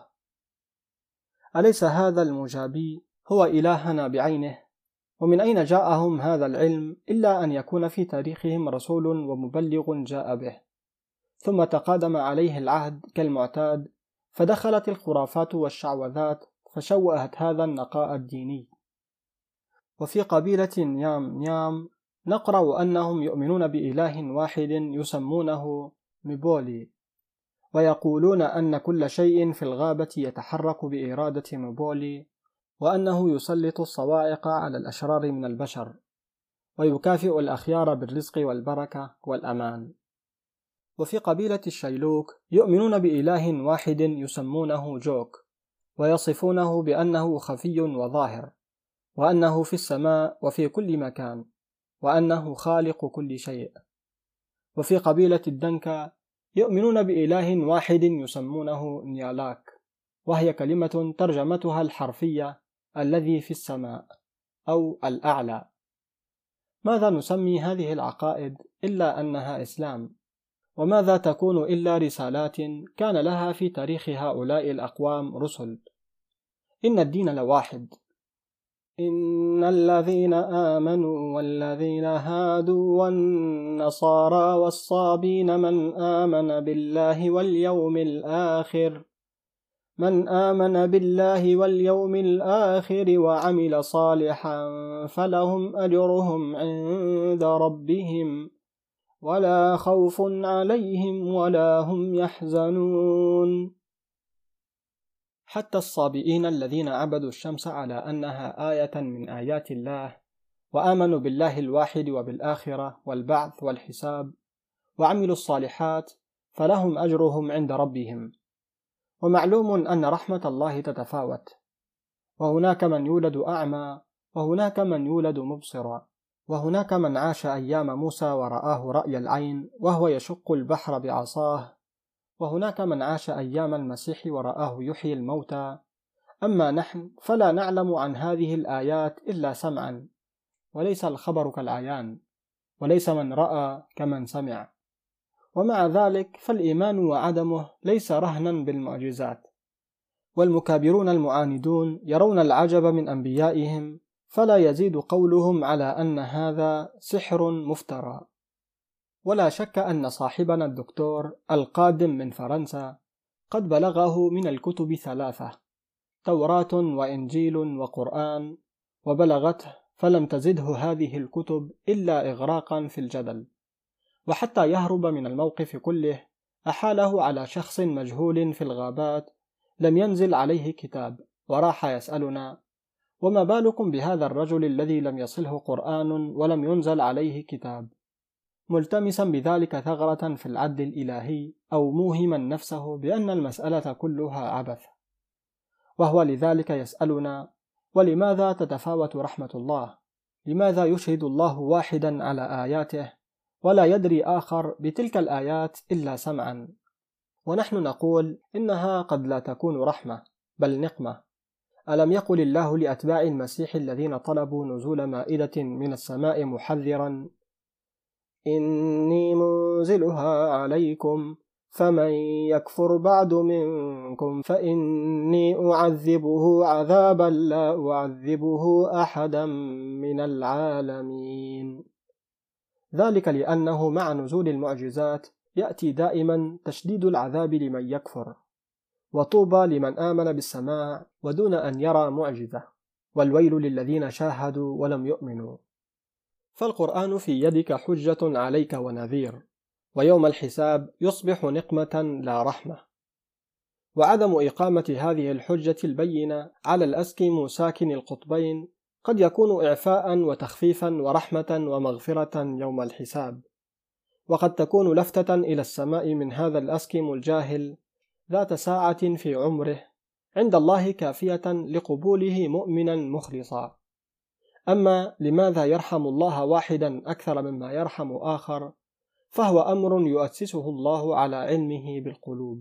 B: أليس هذا المجابي هو إلهنا بعينه؟ ومن أين جاءهم هذا العلم إلا أن يكون في تاريخهم رسول ومبلغ جاء به، ثم تقادم عليه العهد كالمعتاد، فدخلت الخرافات والشعوذات فشوهت هذا النقاء الديني. وفي قبيلة نيام نيام نقرأ أنهم يؤمنون بإله واحد يسمونه ميبولي، ويقولون أن كل شيء في الغابة يتحرك بإرادة ميبولي، وأنه يسلط الصواعق على الأشرار من البشر، ويكافئ الأخيار بالرزق والبركة والأمان. وفي قبيلة الشيلوك يؤمنون بإله واحد يسمونه جوك، ويصفونه بأنه خفي وظاهر، وأنه في السماء وفي كل مكان، وأنه خالق كل شيء. وفي قبيلة الدنكا يؤمنون بإله واحد يسمونه نيالاك، وهي كلمة ترجمتها الحرفية الذي في السماء أو الأعلى. ماذا نسمي هذه العقائد إلا أنها إسلام؟ وماذا تكون إلا رسالات كان لها في تاريخ هؤلاء الأقوام رسل؟ إن الدين لواحد. إن الذين آمنوا والذين هادوا والنصارى والصابين من آمن بالله واليوم الآخر من آمن بالله واليوم الآخر وعمل صالحا فلهم أجرهم عند ربهم ولا خوف عليهم ولا هم يحزنون. حتى الصابئين الذين عبدوا الشمس على أنها آية من آيات الله، وآمنوا بالله الواحد وبالآخرة والبعث والحساب، وعملوا الصالحات، فلهم أجرهم عند ربهم. ومعلوم أن رحمة الله تتفاوت، وهناك من يولد أعمى، وهناك من يولد مبصرا، وهناك من عاش أيام موسى ورآه رأي العين وهو يشق البحر بعصاه، وهناك من عاش أيام المسيح ورآه يحيي الموتى. أما نحن فلا نعلم عن هذه الآيات إلا سمعا، وليس الخبر كالعيان، وليس من رأى كمن سمع. ومع ذلك فالإيمان وعدمه ليس رهنا بالمعجزات. والمكابرون المعاندون يرون العجب من أنبيائهم فلا يزيد قولهم على أن هذا سحر مفترى. ولا شك أن صاحبنا الدكتور القادم من فرنسا قد بلغه من الكتب ثلاثة: توراة وإنجيل وقرآن، وبلغته فلم تزده هذه الكتب إلا إغراقا في الجدل. وحتى يهرب من الموقف كله أحاله على شخص مجهول في الغابات لم ينزل عليه كتاب، وراح يسألنا: وما بالكم بهذا الرجل الذي لم يصله قرآن ولم ينزل عليه كتاب؟ ملتمسا بذلك ثغرة في العدل الإلهي، أو موهما نفسه بأن المسألة كلها عبث. وهو لذلك يسألنا: ولماذا تتفاوت رحمة الله؟ لماذا يشهد الله واحدا على آياته ولا يدري آخر بتلك الآيات إلا سمعا؟ ونحن نقول إنها قد لا تكون رحمة بل نقمة. ألم يقل الله لأتباع المسيح الذين طلبوا نزول مائدة من السماء محذرا: إني منزلها عليكم فمن يكفر بعد منكم فإني أعذبه عذابا لا أعذبه أحدا من العالمين. ذلك لأنه مع نزول المعجزات يأتي دائما تشديد العذاب لمن يكفر، وطوبى لمن آمن بالسماع ودون أن يرى معجزة، والويل للذين شاهدوا ولم يؤمنوا. فالقرآن في يدك حجة عليك ونذير، ويوم الحساب يصبح نقمة لا رحمة. وعدم إقامة هذه الحجة البينة على الأسكيمو ساكن القطبين قد يكون إعفاء وتخفيفا ورحمة ومغفرة يوم الحساب، وقد تكون لفتة إلى السماء من هذا الأسكيمو الجاهل ذات ساعة في عمره عند الله كافية لقبوله مؤمنا مخلصا. أما لماذا يرحم الله واحدا أكثر مما يرحم آخر، فهو أمر يؤسسه الله على علمه بالقلوب.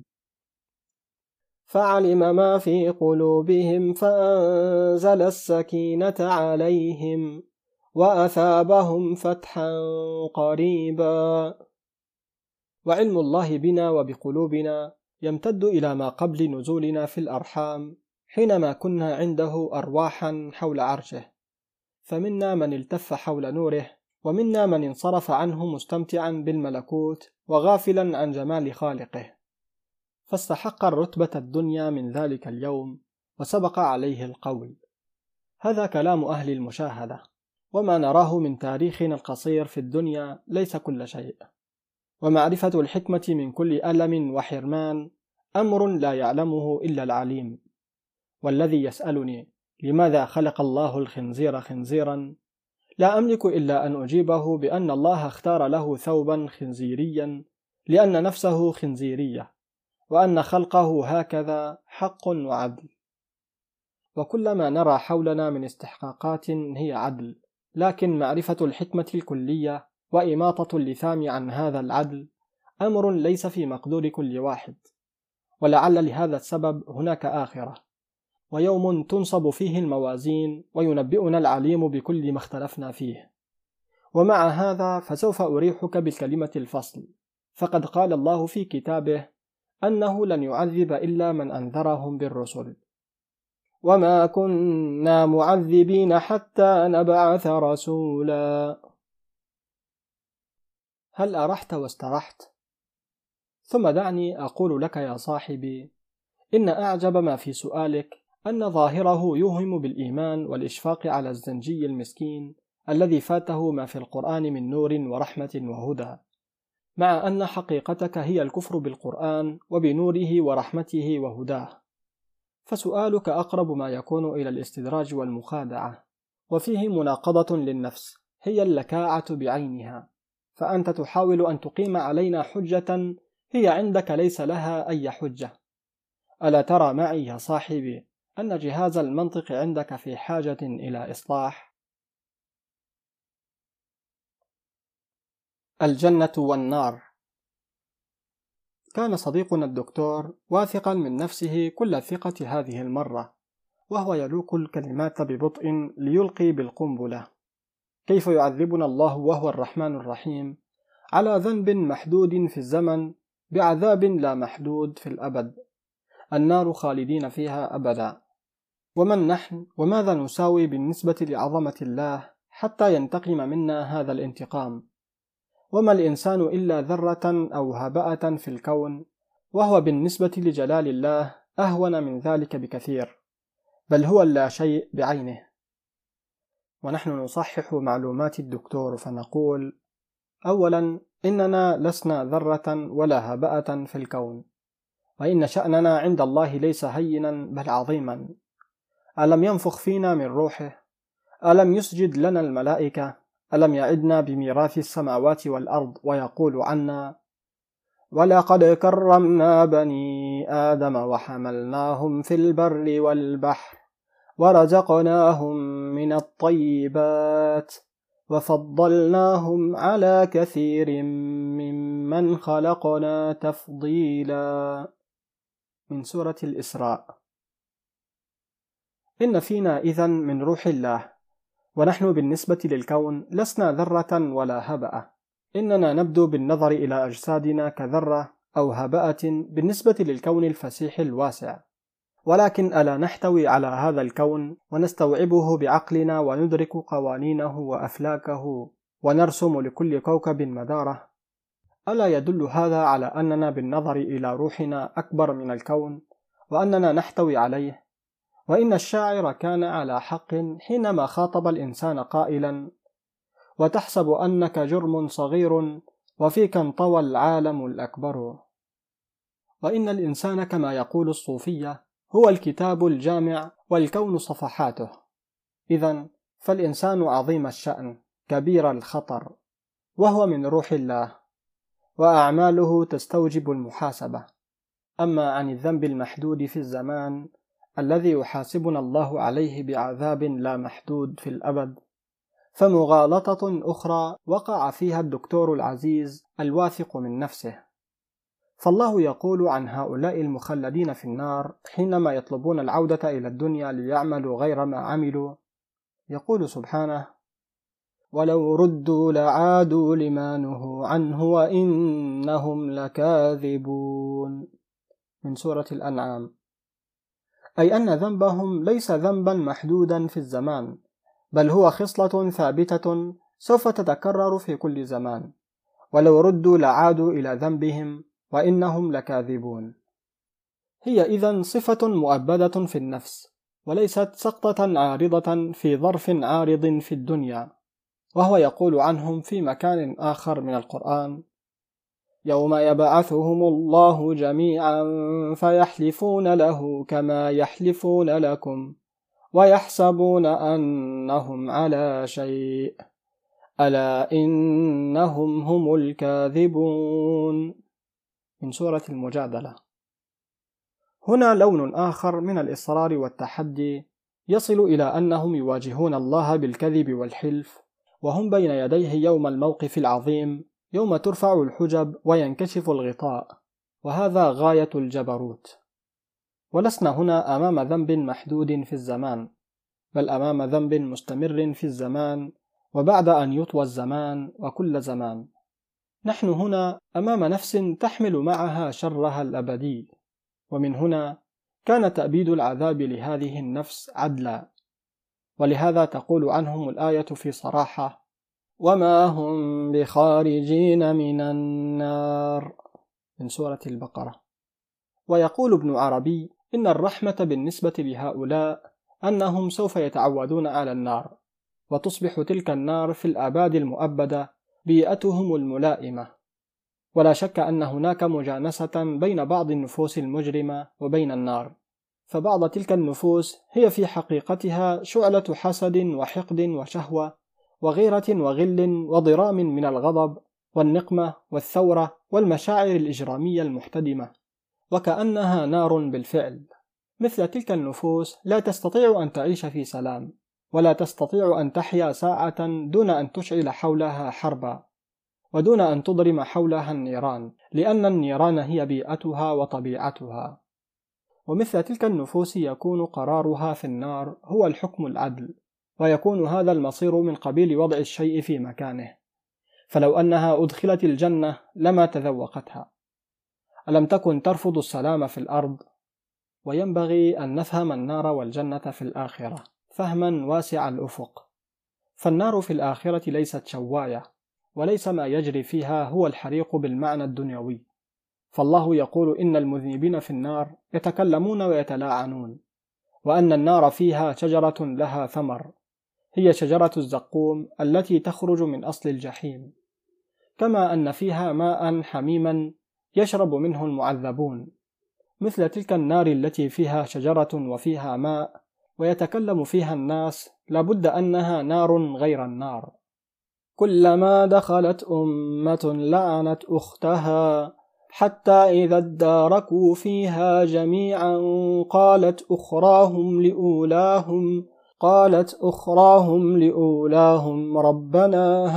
B: فعلم ما في قلوبهم فأنزل السكينة عليهم وأثابهم فتحا قريبا. وعلم الله بنا وبقلوبنا يمتد إلى ما قبل نزولنا في الأرحام، حينما كنا عنده أرواحا حول عرشه، فمنا من التف حول نوره، ومنا من انصرف عنه مستمتعا بالملكوت وغافلا عن جمال خالقه، فاستحق الرتبة الدنيا من ذلك اليوم وسبق عليه القول. هذا كلام أهل المشاهدة، وما نراه من تاريخنا القصير في الدنيا ليس كل شيء. ومعرفة الحكمة من كل ألم وحرمان أمر لا يعلمه إلا العليم. والذي يسألني لماذا خلق الله الخنزير خنزيرا، لا أملك إلا أن أجيبه بأن الله اختار له ثوبا خنزيريا لأن نفسه خنزيرية، وأن خلقه هكذا حق وعدل. وكل ما نرى حولنا من استحقاقات هي عدل، لكن معرفة الحكمة الكلية وإماطة اللثام عن هذا العدل أمر ليس في مقدور كل واحد. ولعل لهذا السبب هناك آخرة، ويوم تنصب فيه الموازين وينبئنا العليم بكل ما اختلفنا فيه. ومع هذا فسوف أريحك بالكلمة الفصل، فقد قال الله في كتابه أنه لن يعذب إلا من أنذرهم بالرسل، وما كنا معذبين حتى نبعث رسولا. هل أرحت واسترحت؟ ثم دعني أقول لك يا صاحبي إن أعجب ما في سؤالك أن ظاهره يوهم بالإيمان والإشفاق على الزنجي المسكين الذي فاته ما في القرآن من نور ورحمة وهدى، مع أن حقيقتك هي الكفر بالقرآن وبنوره ورحمته وهداه. فسؤالك أقرب ما يكون إلى الاستدراج والمخادعة، وفيه مناقضة للنفس هي اللكاعة بعينها. فأنت تحاول أن تقيم علينا حجة هي عندك ليس لها أي حجة. ألا ترى معي يا صاحبي أن جهاز المنطق عندك في حاجة إلى إصلاح؟ الجنة والنار. كان صديقنا الدكتور واثقا من نفسه كل الثقة هذه المرة، وهو يلوك الكلمات ببطء ليلقي بالقنبلة. كيف يعذبنا الله وهو الرحمن الرحيم على ذنب محدود في الزمن بعذاب لا محدود في الأبد، النار خالدين فيها أبدا. ومن نحن وماذا نساوي بالنسبة لعظمة الله حتى ينتقم منا هذا الانتقام؟ وما الإنسان إلا ذرة أو هباءة في الكون، وهو بالنسبة لجلال الله أهون من ذلك بكثير، بل هو اللا شيء بعينه. ونحن نصحح معلومات الدكتور فنقول: أولا، إننا لسنا ذرة ولا هباءة في الكون، وإن شأننا عند الله ليس هينا بل عظيما. ألم ينفخ فينا من روحه؟ ألم يسجد لنا الملائكة؟ ألم يعدنا بميراث السماوات والأرض ويقول عنا: ولقد كرمنا بني آدم وحملناهم في البر والبحر ورزقناهم من الطيبات وفضلناهم على كثير ممن خلقنا تفضيلا. من سورة الإسراء. إن فينا إذن من روح الله، ونحن بالنسبة للكون لسنا ذرة ولا هبأة. إننا نبدو بالنظر إلى أجسادنا كذرة أو هبأة بالنسبة للكون الفسيح الواسع، ولكن ألا نحتوي على هذا الكون ونستوعبه بعقلنا وندرك قوانينه وأفلاكه ونرسم لكل كوكب مداره؟ ألا يدل هذا على أننا بالنظر إلى روحنا أكبر من الكون وأننا نحتوي عليه؟ وإن الشاعر كان على حق حينما خاطب الإنسان قائلا: وتحسب أنك جرم صغير وفيك انطوى العالم الأكبر. وإن الإنسان كما يقول الصوفية هو الكتاب الجامع والكون صفحاته. إذن فالإنسان عظيم الشأن كبير الخطر، وهو من روح الله، وأعماله تستوجب المحاسبة. أما عن الذنب المحدود في الزمان الذي يحاسبنا الله عليه بعذاب لا محدود في الأبد، فمغالطة أخرى وقع فيها الدكتور العزيز الواثق من نفسه. فالله يقول عن هؤلاء المخلدين في النار حينما يطلبون العودة إلى الدنيا ليعملوا غير ما عملوا، يقول سبحانه: ولو ردوا لعادوا لما نهوا عنه وإنهم لكاذبون. من سورة الأنعام. أي أن ذنبهم ليس ذنبا محدودا في الزمان، بل هو خصلة ثابتة سوف تتكرر في كل زمان. ولو ردوا لعادوا إلى ذنبهم وإنهم لكاذبون. هي إذن صفة مؤبدة في النفس، وليست سقطة عارضة في ظرف عارض في الدنيا. وهو يقول عنهم في مكان آخر من القرآن: يوم يبعثهم الله جميعا فيحلفون له كما يحلفون لكم ويحسبون أنهم على شيء ألا إنهم هم الكاذبون. من سورة المجادلة. هنا لون آخر من الإصرار والتحدي يصل إلى أنهم يواجهون الله بالكذب والحلف، وهم بين يديه يوم الموقف العظيم، يوم ترفع الحجب وينكشف الغطاء، وهذا غاية الجبروت. ولسنا هنا أمام ذنب محدود في الزمان، بل أمام ذنب مستمر في الزمان وبعد أن يطوى الزمان وكل زمان. نحن هنا أمام نفس تحمل معها شرها الأبدي، ومن هنا كان تأبيد العذاب لهذه النفس عدلا. ولهذا تقول عنهم الآية في صراحة: وما هم بخارجين من النار. من سورة البقرة. ويقول ابن عربي: إن الرحمة بالنسبة لهؤلاء أنهم سوف يتعودون على النار، وتصبح تلك النار في الآباد المؤبدة بيئتهم الملائمة. ولا شك أن هناك مجانسة بين بعض النفوس المجرمة وبين النار، فبعض تلك النفوس هي في حقيقتها شعلة حسد وحقد وشهوة وغيرة وغل وضرام من الغضب والنقمة والثورة والمشاعر الإجرامية المحتدمة، وكأنها نار بالفعل. مثل تلك النفوس لا تستطيع أن تعيش في سلام، ولا تستطيع أن تحيا ساعة دون أن تشعل حولها حربا، ودون أن تضرم حولها النيران، لأن النيران هي بيئتها وطبيعتها. ومثل تلك النفوس يكون قرارها في النار هو الحكم العدل، ويكون هذا المصير من قبيل وضع الشيء في مكانه. فلو أنها أدخلت الجنة لما تذوقتها. ألم تكن ترفض السلام في الأرض؟ وينبغي أن نفهم النار والجنة في الآخرة فهما واسع الأفق. فالنار في الآخرة ليست شواية، وليس ما يجري فيها هو الحريق بالمعنى الدنيوي. فالله يقول إن المذنبين في النار يتكلمون ويتلاعنون، وأن النار فيها شجرة لها ثمر، هي شجرة الزقوم التي تخرج من أصل الجحيم، كما أن فيها ماء حميما يشرب منه المعذبون، مثل تلك النار التي فيها شجرة وفيها ماء ويتكلم فيها الناس، لابد أنها نار غير النار. كلما دخلت أمة لعنت أختها حتى إذا اداركوا فيها جميعا قالت أخراهم لأولاهم قالت أخراهم لأولاهم ربنا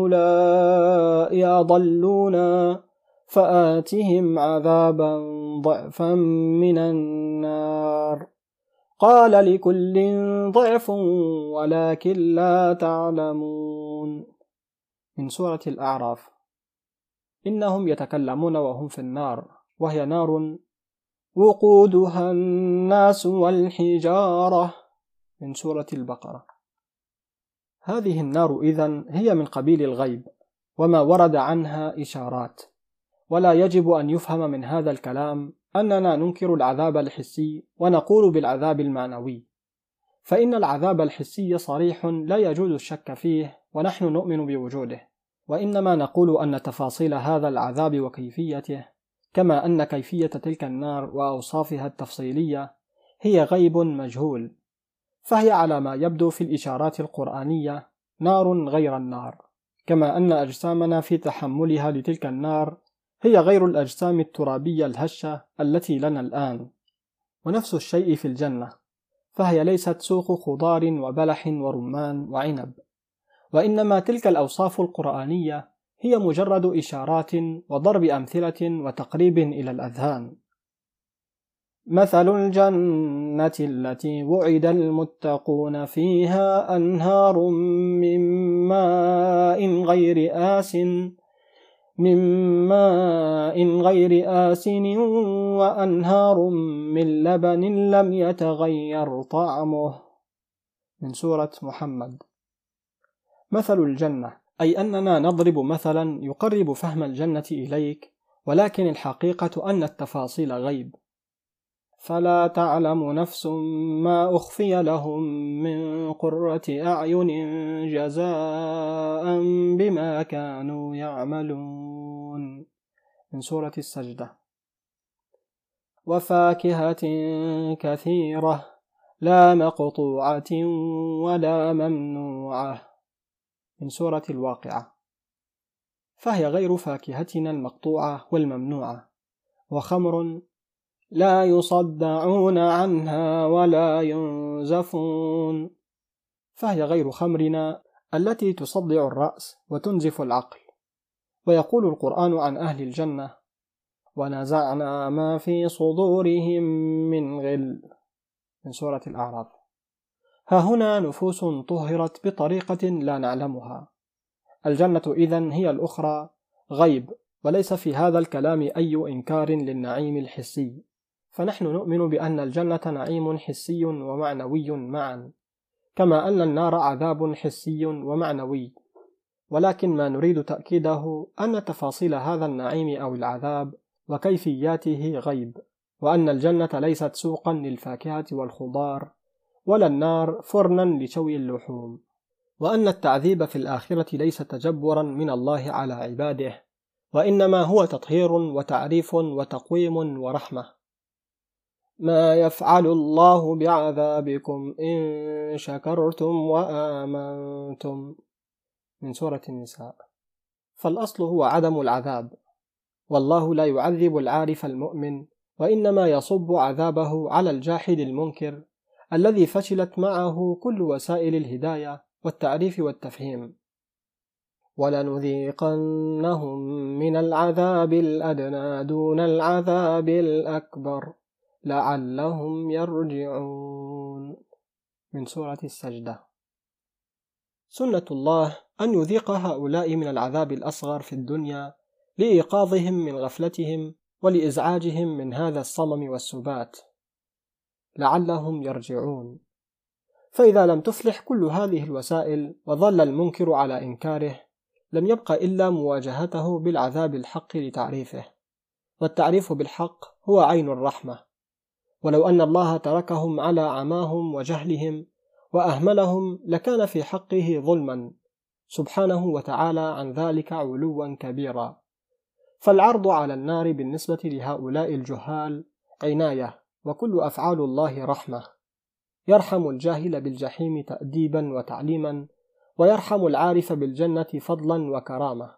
B: هؤلاء أضلونا فآتهم عذابا ضعفا من النار قال لكل ضعف ولكن لا تعلمون. من سورة الأعراف. إنهم يتكلمون وهم في النار، وهي نار وقودها الناس والحجارة. من سورة البقرة. هذه النار إذن هي من قبيل الغيب، وما ورد عنها إشارات، ولا يجب أن يفهم من هذا الكلام أننا ننكر العذاب الحسي ونقول بالعذاب المعنوي، فإن العذاب الحسي صريح لا يجوز الشك فيه ونحن نؤمن بوجوده، وإنما نقول أن تفاصيل هذا العذاب وكيفيته، كما أن كيفية تلك النار وأوصافها التفصيلية هي غيب مجهول، فهي على ما يبدو في الإشارات القرآنية نار غير النار، كما أن أجسامنا في تحملها لتلك النار هي غير الأجسام الترابية الهشة التي لنا الآن. ونفس الشيء في الجنة، فهي ليست سوق خضار وبلح ورمان وعنب، وإنما تلك الأوصاف القرآنية هي مجرد إشارات وضرب أمثلة وتقريب إلى الأذهان. مثل الجنة التي وعد المتقون فيها أنهار من ماء غير آسن من ماء غير آسن وأنهار من لبن لم يتغير طعمه. من سورة محمد. مثل الجنة، أي أننا نضرب مثلا يقرب فهم الجنة إليك، ولكن الحقيقة أن التفاصيل غيب. فلا تعلم نفس ما أخفي لهم من قرة أعين جزاء بما كانوا يعملون. من سورة السجدة. وفاكهة كثيرة لا مقطوعة ولا ممنوعة. من سورة الواقعة. فهي غير فاكهتنا المقطوعة والممنوعة. وخمر لا يصدعون عنها ولا ينزفون، فهي غير خمرنا التي تصدع الرأس وتنزف العقل. ويقول القرآن عن أهل الجنة: ونزعنا ما في صدورهم من غل. من سورة الأعراف. ها هنا نفوس طهرت بطريقة لا نعلمها. الجنة إذن هي الأخرى غيب، وليس في هذا الكلام أي إنكار للنعيم الحسي، فنحن نؤمن بأن الجنة نعيم حسي ومعنوي معا، كما أن النار عذاب حسي ومعنوي، ولكن ما نريد تأكيده أن تفاصيل هذا النعيم أو العذاب وكيفياته غيب، وأن الجنة ليست سوقا للفاكهة والخضار، ولا النار فرنا لشوي اللحوم، وأن التعذيب في الآخرة ليس تجبرا من الله على عباده، وإنما هو تطهير وتعريف وتقويم ورحمة. ما يفعل الله بعذابكم إن شكرتم وآمنتم. من سورة النساء. فالأصل هو عدم العذاب، والله لا يعذب العارف المؤمن، وإنما يصب عذابه على الجاحد المنكر الذي فشلت معه كل وسائل الهداية والتعريف والتفهيم. ولنذيقنهم من العذاب الأدنى دون العذاب الأكبر لعلهم يرجعون. من سورة السجدة. سنة الله أن يذيق هؤلاء من العذاب الأصغر في الدنيا لإيقاظهم من غفلتهم ولإزعاجهم من هذا الصمم والسبات،
C: لعلهم يرجعون. فإذا لم تفلح كل هذه الوسائل وظل المنكر على إنكاره، لم يبق إلا مواجهته بالعذاب الحق لتعريفه، والتعريف بالحق هو عين الرحمة. ولو أن الله تركهم على عماهم وجهلهم وأهملهم لكان في حقه ظلما سبحانه وتعالى عن ذلك علوا كبيرا. فالعرض على النار بالنسبة لهؤلاء الجهال عناية، وكل أفعال الله رحمة، يرحم الجاهل بالجحيم تأديبا وتعليما، ويرحم العارف بالجنة فضلا وكرامة.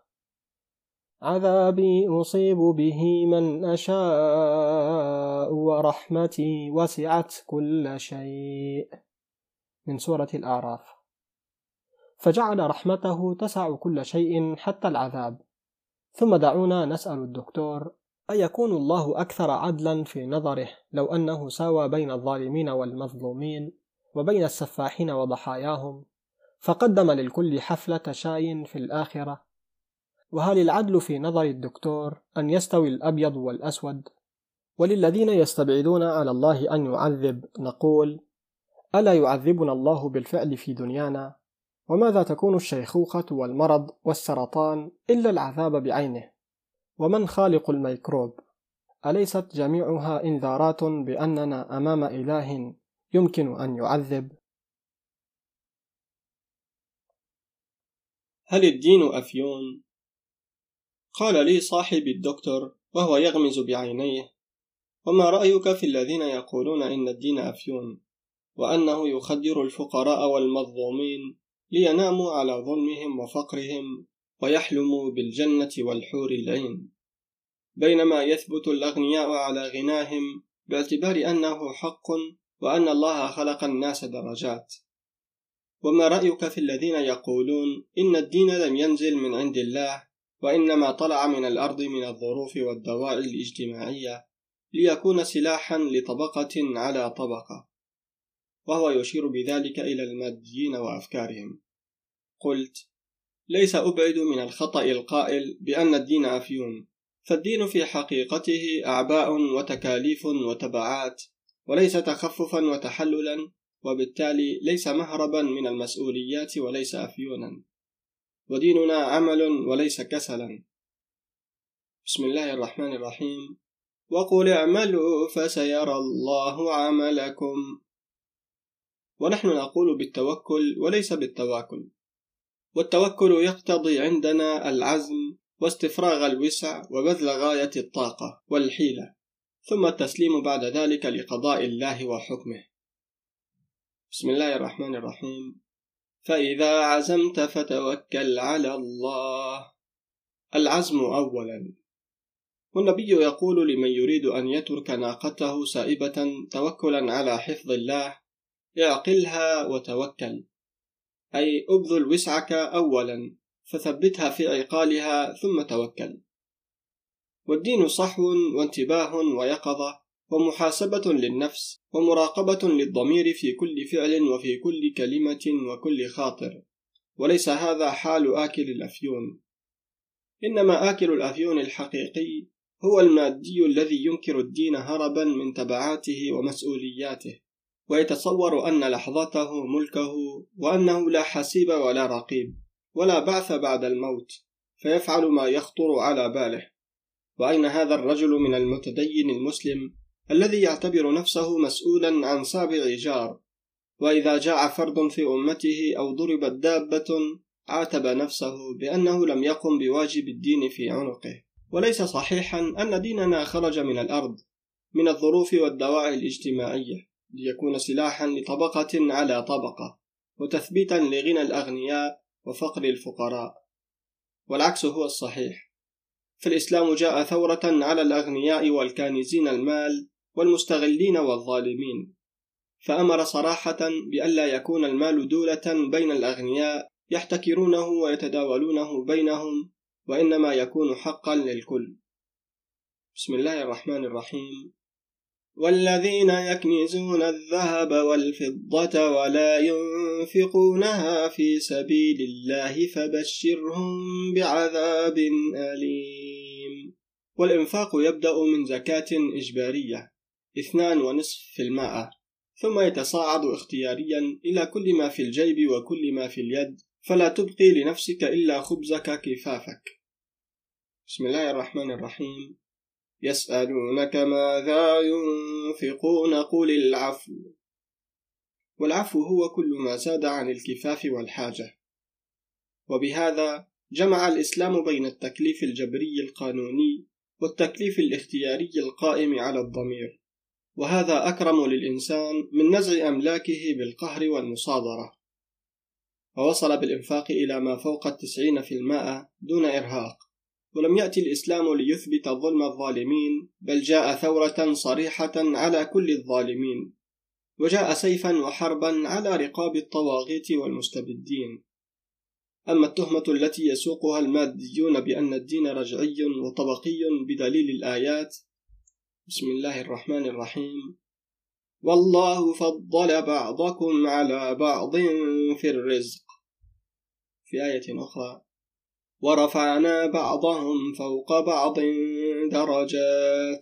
C: عذابي أصيب به من أشاء ورحمتي وسعت كل شيء، من سورة الأعراف. فجعل رحمته تسع كل شيء حتى العذاب. ثم دعونا نسأل الدكتور: أيكون الله أكثر عدلا في نظره لو أنه ساوى بين الظالمين والمظلومين وبين السفاحين وضحاياهم، فقدم للكل حفلة شاي في الآخرة؟ وهل العدل في نظر الدكتور أن يستوي الأبيض والأسود؟ وللذين يستبعدون على الله أن يعذب نقول: ألا يعذبنا الله بالفعل في دنيانا؟ وماذا تكون الشيخوخة والمرض والسرطان إلا العذاب بعينه؟ ومن خالق الميكروب؟ أليست جميعها إنذارات بأننا أمام إله يمكن أن يعذب؟
A: هل الدين أفيون؟ قال لي صاحبي الدكتور وهو يغمز بعينيه: وما رأيك في الذين يقولون إن الدين أفيون، وأنه يخدر الفقراء والمظلومين ليناموا على ظلمهم وفقرهم ويحلموا بالجنة والحور العين، بينما يثبت الأغنياء على غناهم باعتبار أنه حق وأن الله خلق الناس درجات؟ وما رأيك في الذين يقولون إن الدين لم ينزل من عند الله، وإنما طلع من الأرض من الظروف والدواعي الاجتماعية ليكون سلاحا لطبقة على طبقة، وهو يشير بذلك إلى الماديين وأفكارهم؟ قلت: ليس أبعد من الخطأ القائل بأن الدين أفيون، فالدين في حقيقته أعباء وتكاليف وتبعات، وليس تخففا وتحللا، وبالتالي ليس مهربا من المسؤوليات وليس أفيونا، وديننا عمل وليس كسلا. بسم الله الرحمن الرحيم: وقل اعملوا فسيرى الله عملكم. ونحن نقول بالتوكل وليس بالتواكل، والتوكل يقتضي عندنا العزم واستفراغ الوسع وبذل غاية الطاقة والحيلة، ثم التسليم بعد ذلك لقضاء الله وحكمه. بسم الله الرحمن الرحيم: فإذا عزمت فتوكل على الله. العزم أولا. والنبي يقول لمن يريد أن يترك ناقته سائبة توكلا على حفظ الله: اعقلها وتوكل، أي أبذل وسعك أولا فثبتها في عقالها ثم توكل. والدين صحو وانتباه ويقظة ومحاسبة للنفس ومراقبة للضمير في كل فعل وفي كل كلمة وكل خاطر، وليس هذا حال آكل الأفيون. إنما آكل الأفيون الحقيقي هو المادي الذي ينكر الدين هربا من تبعاته ومسؤولياته، ويتصور أن لحظته ملكه، وأنه لا حسيب ولا رقيب ولا بعث بعد الموت، فيفعل ما يخطر على باله. وأين هذا الرجل من المتدين المسلم الذي يعتبر نفسه مسؤولا عن سابع جار، وإذا جاع فرد في أمته أو ضربت دابة عاتب نفسه بأنه لم يقم بواجب الدين في عنقه؟ وليس صحيحا أن ديننا خرج من الأرض من الظروف والدواعي الاجتماعية ليكون سلاحا لطبقة على طبقة، وتثبيتا لغنى الأغنياء وفقر الفقراء، والعكس هو الصحيح. فالإسلام جاء ثورة على الأغنياء والكانزين المال والمستغلين والظالمين، فأمر صراحة بألا يكون المال دولة بين الأغنياء يحتكرونه ويتداولونه بينهم، وإنما يكون حقا للكل. بسم الله الرحمن الرحيم: والذين يكنزون الذهب والفضة ولا ينفقونها في سبيل الله فبشرهم بعذاب أليم. والإنفاق يبدأ من زكاة إجبارية اثنان ونصف في المائة ثم يتصاعد اختياريا إلى كل ما في الجيب وكل ما في اليد، فلا تبقي لنفسك إلا خبزك كفافك. بسم الله الرحمن الرحيم. يسألونك ماذا ينفقون قل العفو. والعفو هو كل ما زاد عن الكفاف والحاجة. وبهذا جمع الإسلام بين التكليف الجبري القانوني والتكليف الاختياري القائم على الضمير، وهذا أكرم للإنسان من نزع أملاكه بالقهر والمصادرة. ووصل بالإنفاق إلى ما فوق التسعين في المائة دون إرهاق. ولم يأتي الإسلام ليثبت ظلم الظالمين، بل جاء ثورة صريحة على كل الظالمين، وجاء سيفا وحربا على رقاب الطواغيت والمستبدين. أما التهمة التي يسوقها الماديون بأن الدين رجعي وطبقي بدليل الآيات: بسم الله الرحمن الرحيم. والله فضل بعضكم على بعض في الرزق. في آية أخرى: ورفعنا بعضهم فوق بعض درجات.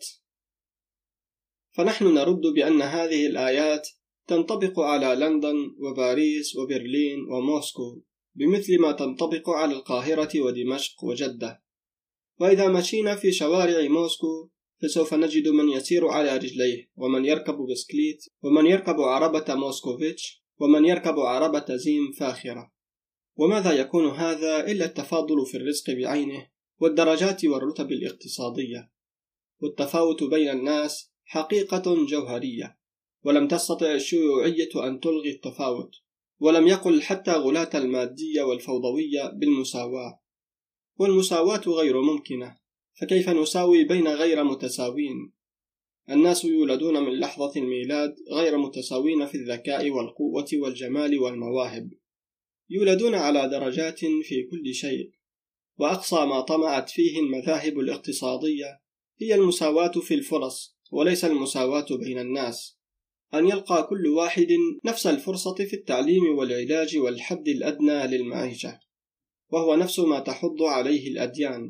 A: فنحن نرد بأن هذه الآيات تنطبق على لندن وباريس وبرلين وموسكو بمثل ما تنطبق على القاهرة ودمشق وجدة. وإذا مشينا في شوارع موسكو فسوف نجد من يسير على رجليه، ومن يركب بسكليت، ومن يركب عربة موسكوفيتش، ومن يركب عربة زيم فاخرة. وماذا يكون هذا إلا التفاضل في الرزق بعينه، والدرجات والرتب الاقتصادية. والتفاوت بين الناس حقيقة جوهرية، ولم تستطع الشيوعية أن تلغي التفاوت، ولم يقل حتى غلاة المادية والفوضوية بالمساواة. والمساواة غير ممكنة، فكيف نساوي بين غير متساوين؟ الناس يولدون من لحظة الميلاد غير متساوين في الذكاء والقوة والجمال والمواهب، يولدون على درجات في كل شيء. وأقصى ما طمعت فيه المذاهب الاقتصادية هي المساواة في الفرص، وليس المساواة بين الناس، أن يلقى كل واحد نفس الفرصة في التعليم والعلاج والحد الأدنى للمعيشة، وهو نفس ما تحض عليه الأديان.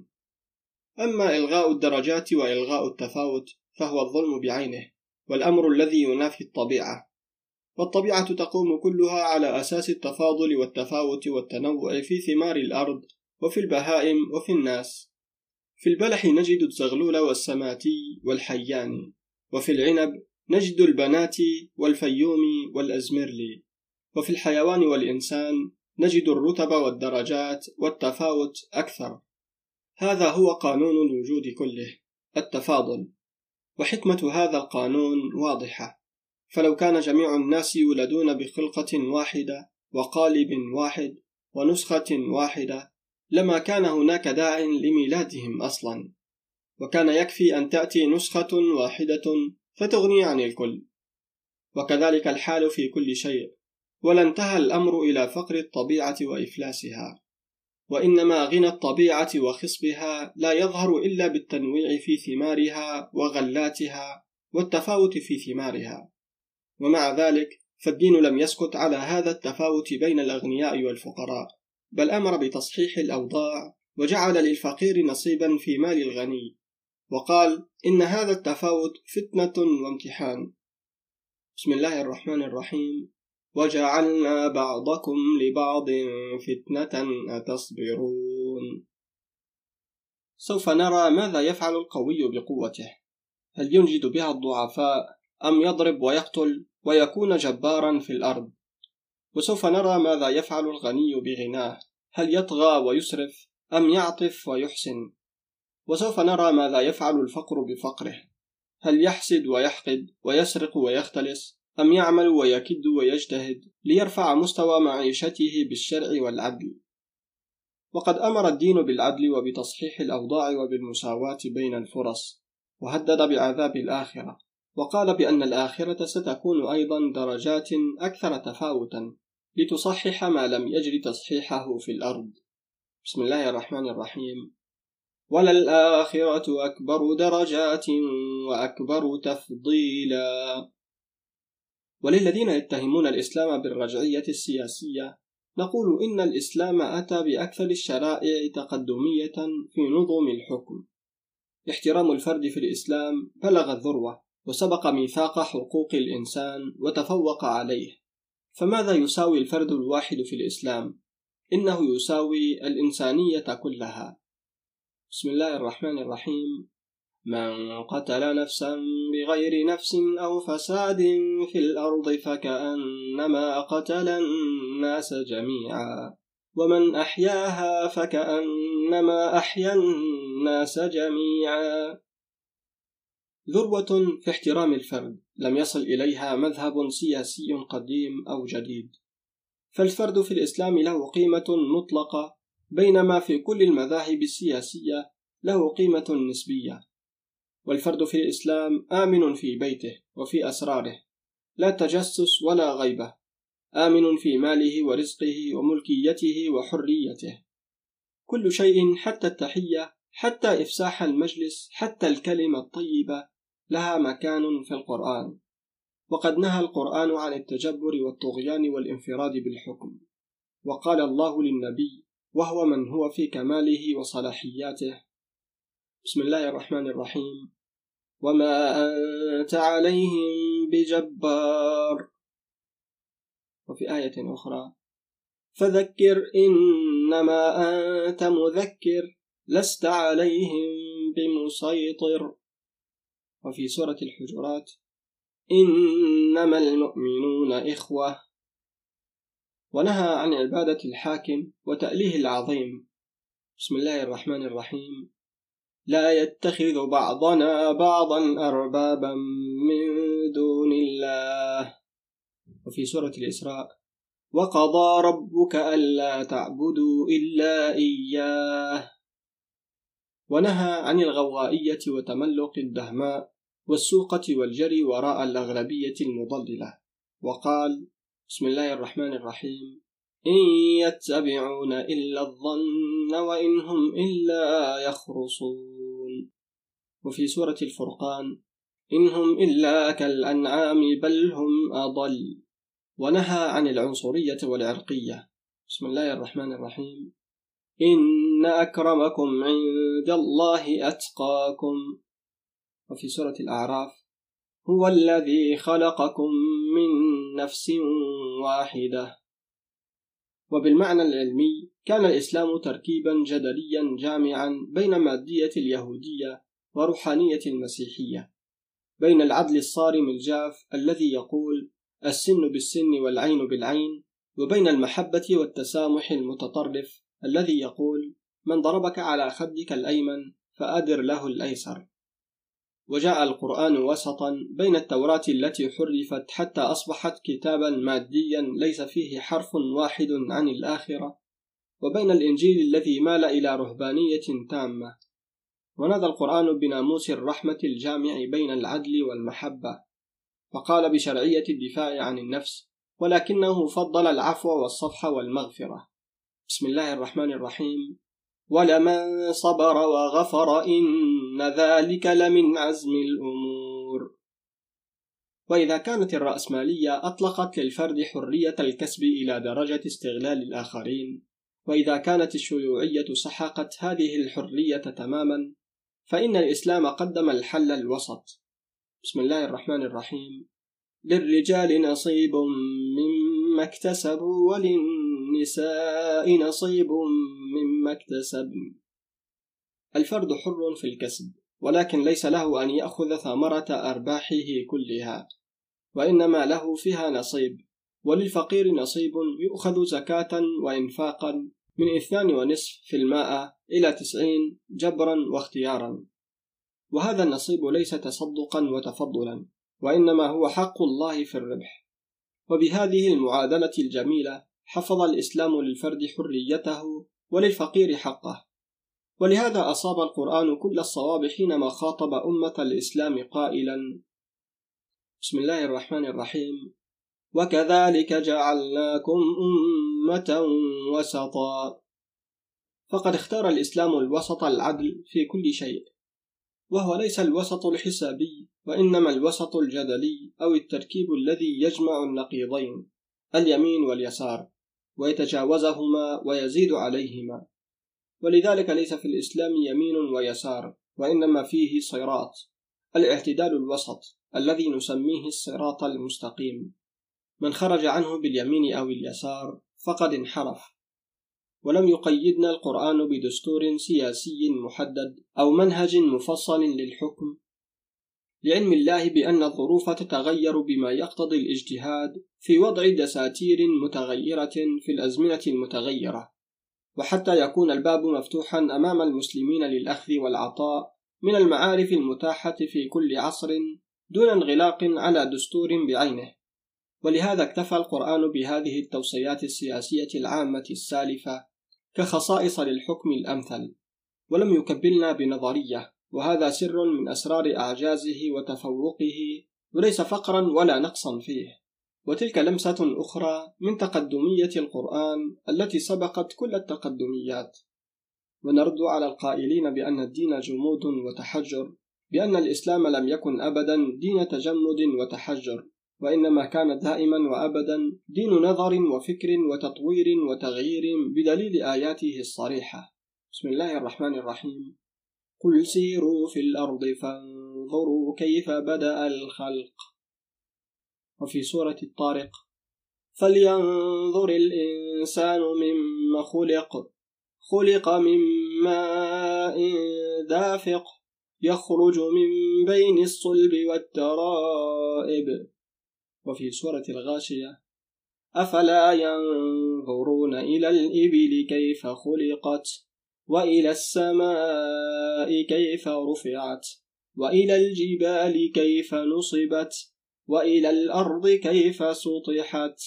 A: أما إلغاء الدرجات وإلغاء التفاوت فهو الظلم بعينه، والأمر الذي ينافي الطبيعة. والطبيعة تقوم كلها على أساس التفاضل والتفاوت والتنوع في ثمار الأرض وفي البهائم وفي الناس. في البلح نجد الزغلول والسماتي والحيان، وفي العنب نجد البناتي والفيوم والأزمرلي، وفي الحيوان والإنسان نجد الرتب والدرجات والتفاوت أكثر. هذا هو قانون الوجود كله، التفاضل. وحكمة هذا القانون واضحة، فلو كان جميع الناس يولدون بخلقة واحدة وقالب واحد ونسخة واحدة لما كان هناك داع لميلادهم أصلا، وكان يكفي أن تأتي نسخة واحدة فتغني عن الكل. وكذلك الحال في كل شيء، ولانتهى الأمر إلى فقر الطبيعة وإفلاسها. وإنما غنى الطبيعة وخصبها لا يظهر إلا بالتنويع في ثمارها وغلاتها والتفاوت في ثمارها. ومع ذلك فالدين لم يسكت على هذا التفاوت بين الأغنياء والفقراء، بل أمر بتصحيح الأوضاع وجعل للفقير نصيبا في مال الغني، وقال إن هذا التفاوت فتنة وامتحان. بسم الله الرحمن الرحيم. وجعلنا بعضكم لبعض فتنة أتصبرون. سوف نرى ماذا يفعل القوي بقوته، هل ينجد بها الضعفاء أم يضرب ويقتل ويكون جبارا في الأرض؟ وسوف نرى ماذا يفعل الغني بغناه، هل يطغى ويسرف أم يعطف ويحسن؟ وسوف نرى ماذا يفعل الفقر بفقره، هل يحسد ويحقد ويسرق ويختلس أم يعمل ويكد ويجتهد ليرفع مستوى معيشته بالشرع والعدل؟ وقد أمر الدين بالعدل وبتصحيح الأوضاع وبالمساواة بين الفرص، وهدد بعذاب الآخرة، وقال بأن الآخرة ستكون أيضا درجات أكثر تفاوتا لتصحح ما لم يجري تصحيحه في الأرض. بسم الله الرحمن الرحيم. وللآخرة أكبر درجات وأكبر تفضيلا. وللذين يتهمون الإسلام بالرجعية السياسية نقول إن الإسلام أتى بأكثر الشرائع تقدمية في نظم الحكم. احترام الفرد في الإسلام بلغ الذروة، وسبق ميثاق حقوق الإنسان وتفوق عليه. فماذا يساوي الفرد الواحد في الإسلام؟ إنه يساوي الإنسانية كلها. بسم الله الرحمن الرحيم. من قتل نفسا بغير نفس أو فساد في الأرض فكأنما قتل الناس جميعا ومن أحياها فكأنما أحيا الناس جميعا. ذروة في احترام الفرد لم يصل إليها مذهب سياسي قديم أو جديد، فالفرد في الإسلام له قيمة مطلقة، بينما في كل المذاهب السياسية له قيمة نسبية. والفرد في الإسلام آمن في بيته وفي أسراره، لا تجسس ولا غيبة، آمن في ماله ورزقه وملكيته وحريته. كل شيء حتى التحية، حتى إفساح المجلس، حتى الكلمة الطيبة لها مكان في القرآن. وقد نهى القرآن عن التجبر والطغيان والانفراد بالحكم. وقال الله للنبي وهو من هو في كماله وصلاحياته: بسم الله الرحمن الرحيم. وما أنت عليهم بجبار. وفي آية أخرى: فذكر إنما أنت مذكر لست عليهم بمسيطر. وفي سورة الحجرات: إنما المؤمنون إخوة. ونهى عن عبادة الحاكم وتأليه العظيم. بسم الله الرحمن الرحيم. لا يتخذ بعضنا بعضا أربابا من دون الله. وفي سورة الإسراء: وقضى ربك ألا تعبدوا إلا إياه. ونهى عن الغوغائية وتملق الدهماء والسوقة والجري وراء الأغلبية المضللة. وقال: بسم الله الرحمن الرحيم. إن يتبعون إلا الظن وإن هم إلا يخرصون. وفي سورة الفرقان: إن هم إلا كالأنعام بل هم أضل. ونهى عن العنصرية والعرقية. بسم الله الرحمن الرحيم. إن أكرمكم عند الله أتقاكم. وفي سورة الأعراف: هو الذي خلقكم من نفس واحدة. وبالمعنى العلمي كان الإسلام تركيبا جدليا جامعا بين مادية اليهودية وروحانية المسيحية، بين العدل الصارم الجاف الذي يقول السن بالسن والعين بالعين، وبين المحبة والتسامح المتطرف الذي يقول من ضربك على خدك الأيمن فأدر له الأيسر. وجاء القرآن وسطا بين التوراة التي حرفت حتى أصبحت كتابا ماديا ليس فيه حرف واحد عن الآخرة، وبين الإنجيل الذي مال إلى رهبانية تامة. ونادى القرآن بناموس الرحمة الجامع بين العدل والمحبة، فقال بشرعية الدفاع عن النفس، ولكنه فضل العفو والصفح والمغفرة. بسم الله الرحمن الرحيم. ولمن صبر وغفر إن ذلك لمن عزم الأمور. وإذا كانت الرأسمالية أطلقت للفرد حرية الكسب إلى درجة استغلال الآخرين، وإذا كانت الشيوعية سحقت هذه الحرية تماما، فإن الإسلام قدم الحل الوسط. بسم الله الرحمن الرحيم. للرجال نصيب مما اكتسبوا وللنساء نصيب مما اكتسبن. الفرد حر في الكسب، ولكن ليس له أن يأخذ ثمرة أرباحه كلها، وإنما له فيها نصيب. وللفقير نصيب يؤخذ زكاة وإنفاقا من اثنان ونصف في المائة إلى تسعين جبرا واختيارا. وهذا النصيب ليس تصدقا وتفضلا، وإنما هو حق الله في الربح. وبهذه المعادلة الجميلة حفظ الإسلام للفرد حريته وللفقير حقه. ولهذا أصاب القرآن كل الصواب حينما خاطب أمة الإسلام قائلا: بسم الله الرحمن الرحيم. وكذلك جعلناكم أمة وسطا. فقد اختار الإسلام الوسط العدل في كل شيء، وهو ليس الوسط الحسابي، وإنما الوسط الجدلي أو التركيب الذي يجمع النقيضين اليمين واليسار ويتجاوزهما ويزيد عليهما. ولذلك ليس في الإسلام يمين ويسار، وإنما فيه صراط، الاعتدال الوسط الذي نسميه الصراط المستقيم. من خرج عنه باليمين أو اليسار فقد انحرف. ولم يقيدنا القرآن بدستور سياسي محدد أو منهج مفصل للحكم، لعلم الله بأن الظروف تتغير بما يقتضي الاجتهاد في وضع دساتير متغيرة في الأزمنة المتغيرة، وحتى يكون الباب مفتوحا أمام المسلمين للأخذ والعطاء من المعارف المتاحة في كل عصر دون انغلاق على دستور بعينه. ولهذا اكتفى القرآن بهذه التوصيات السياسية العامة السالفة كخصائص للحكم الأمثل، ولم يكبلنا بنظرية، وهذا سر من أسرار أعجازه وتفوقه، وليس فقرا ولا نقصا فيه. وتلك لمسة أخرى من تقدمية القرآن التي سبقت كل التقدميات. ونرد على القائلين بأن الدين جمود وتحجر بأن الإسلام لم يكن أبدا دين تجمد وتحجر، وإنما كان دائما وأبدا دين نظر وفكر وتطوير وتغيير بدليل آياته الصريحة. بسم الله الرحمن الرحيم. قل سيروا في الأرض فانظروا كيف بدأ الخلق. وفي سورة الطارق: فلينظر الإنسان مما خلق خلق من ماء دافق يخرج من بين الصلب والترائب. وفي سورة الغاشية: أفلا ينظرون إلى الإبل كيف خلقت وإلى السماء كيف رفعت وإلى الجبال كيف نصبت وإلى الأرض كيف سطحت.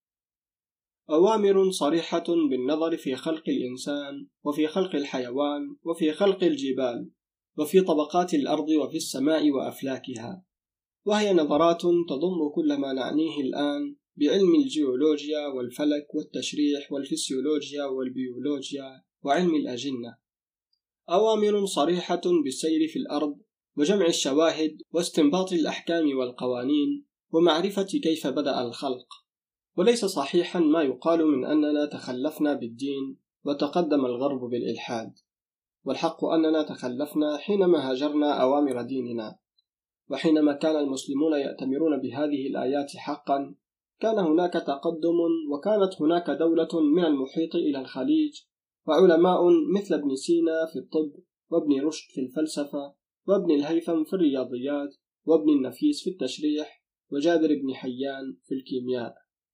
A: أوامر صريحة بالنظر في خلق الإنسان وفي خلق الحيوان وفي خلق الجبال وفي طبقات الأرض وفي السماء وأفلاكها، وهي نظرات تضم كل ما نعنيه الآن بعلم الجيولوجيا والفلك والتشريح والفسيولوجيا والبيولوجيا وعلم الأجنة. أوامر صريحة بالسير في الأرض وجمع الشواهد واستنباط الأحكام والقوانين ومعرفة كيف بدأ الخلق. وليس صحيحا ما يقال من أننا تخلفنا بالدين وتقدم الغرب بالإلحاد، والحق أننا تخلفنا حينما هاجرنا أوامر ديننا. وحينما كان المسلمون يأتمرون بهذه الآيات حقا كان هناك تقدم، وكانت هناك دولة من المحيط إلى الخليج، وعلماء مثل ابن سينا في الطب، وابن رشد في الفلسفة، وابن الهيثم في الرياضيات، وابن النفيس في التشريح، وجابر بن حيان في الكيمياء.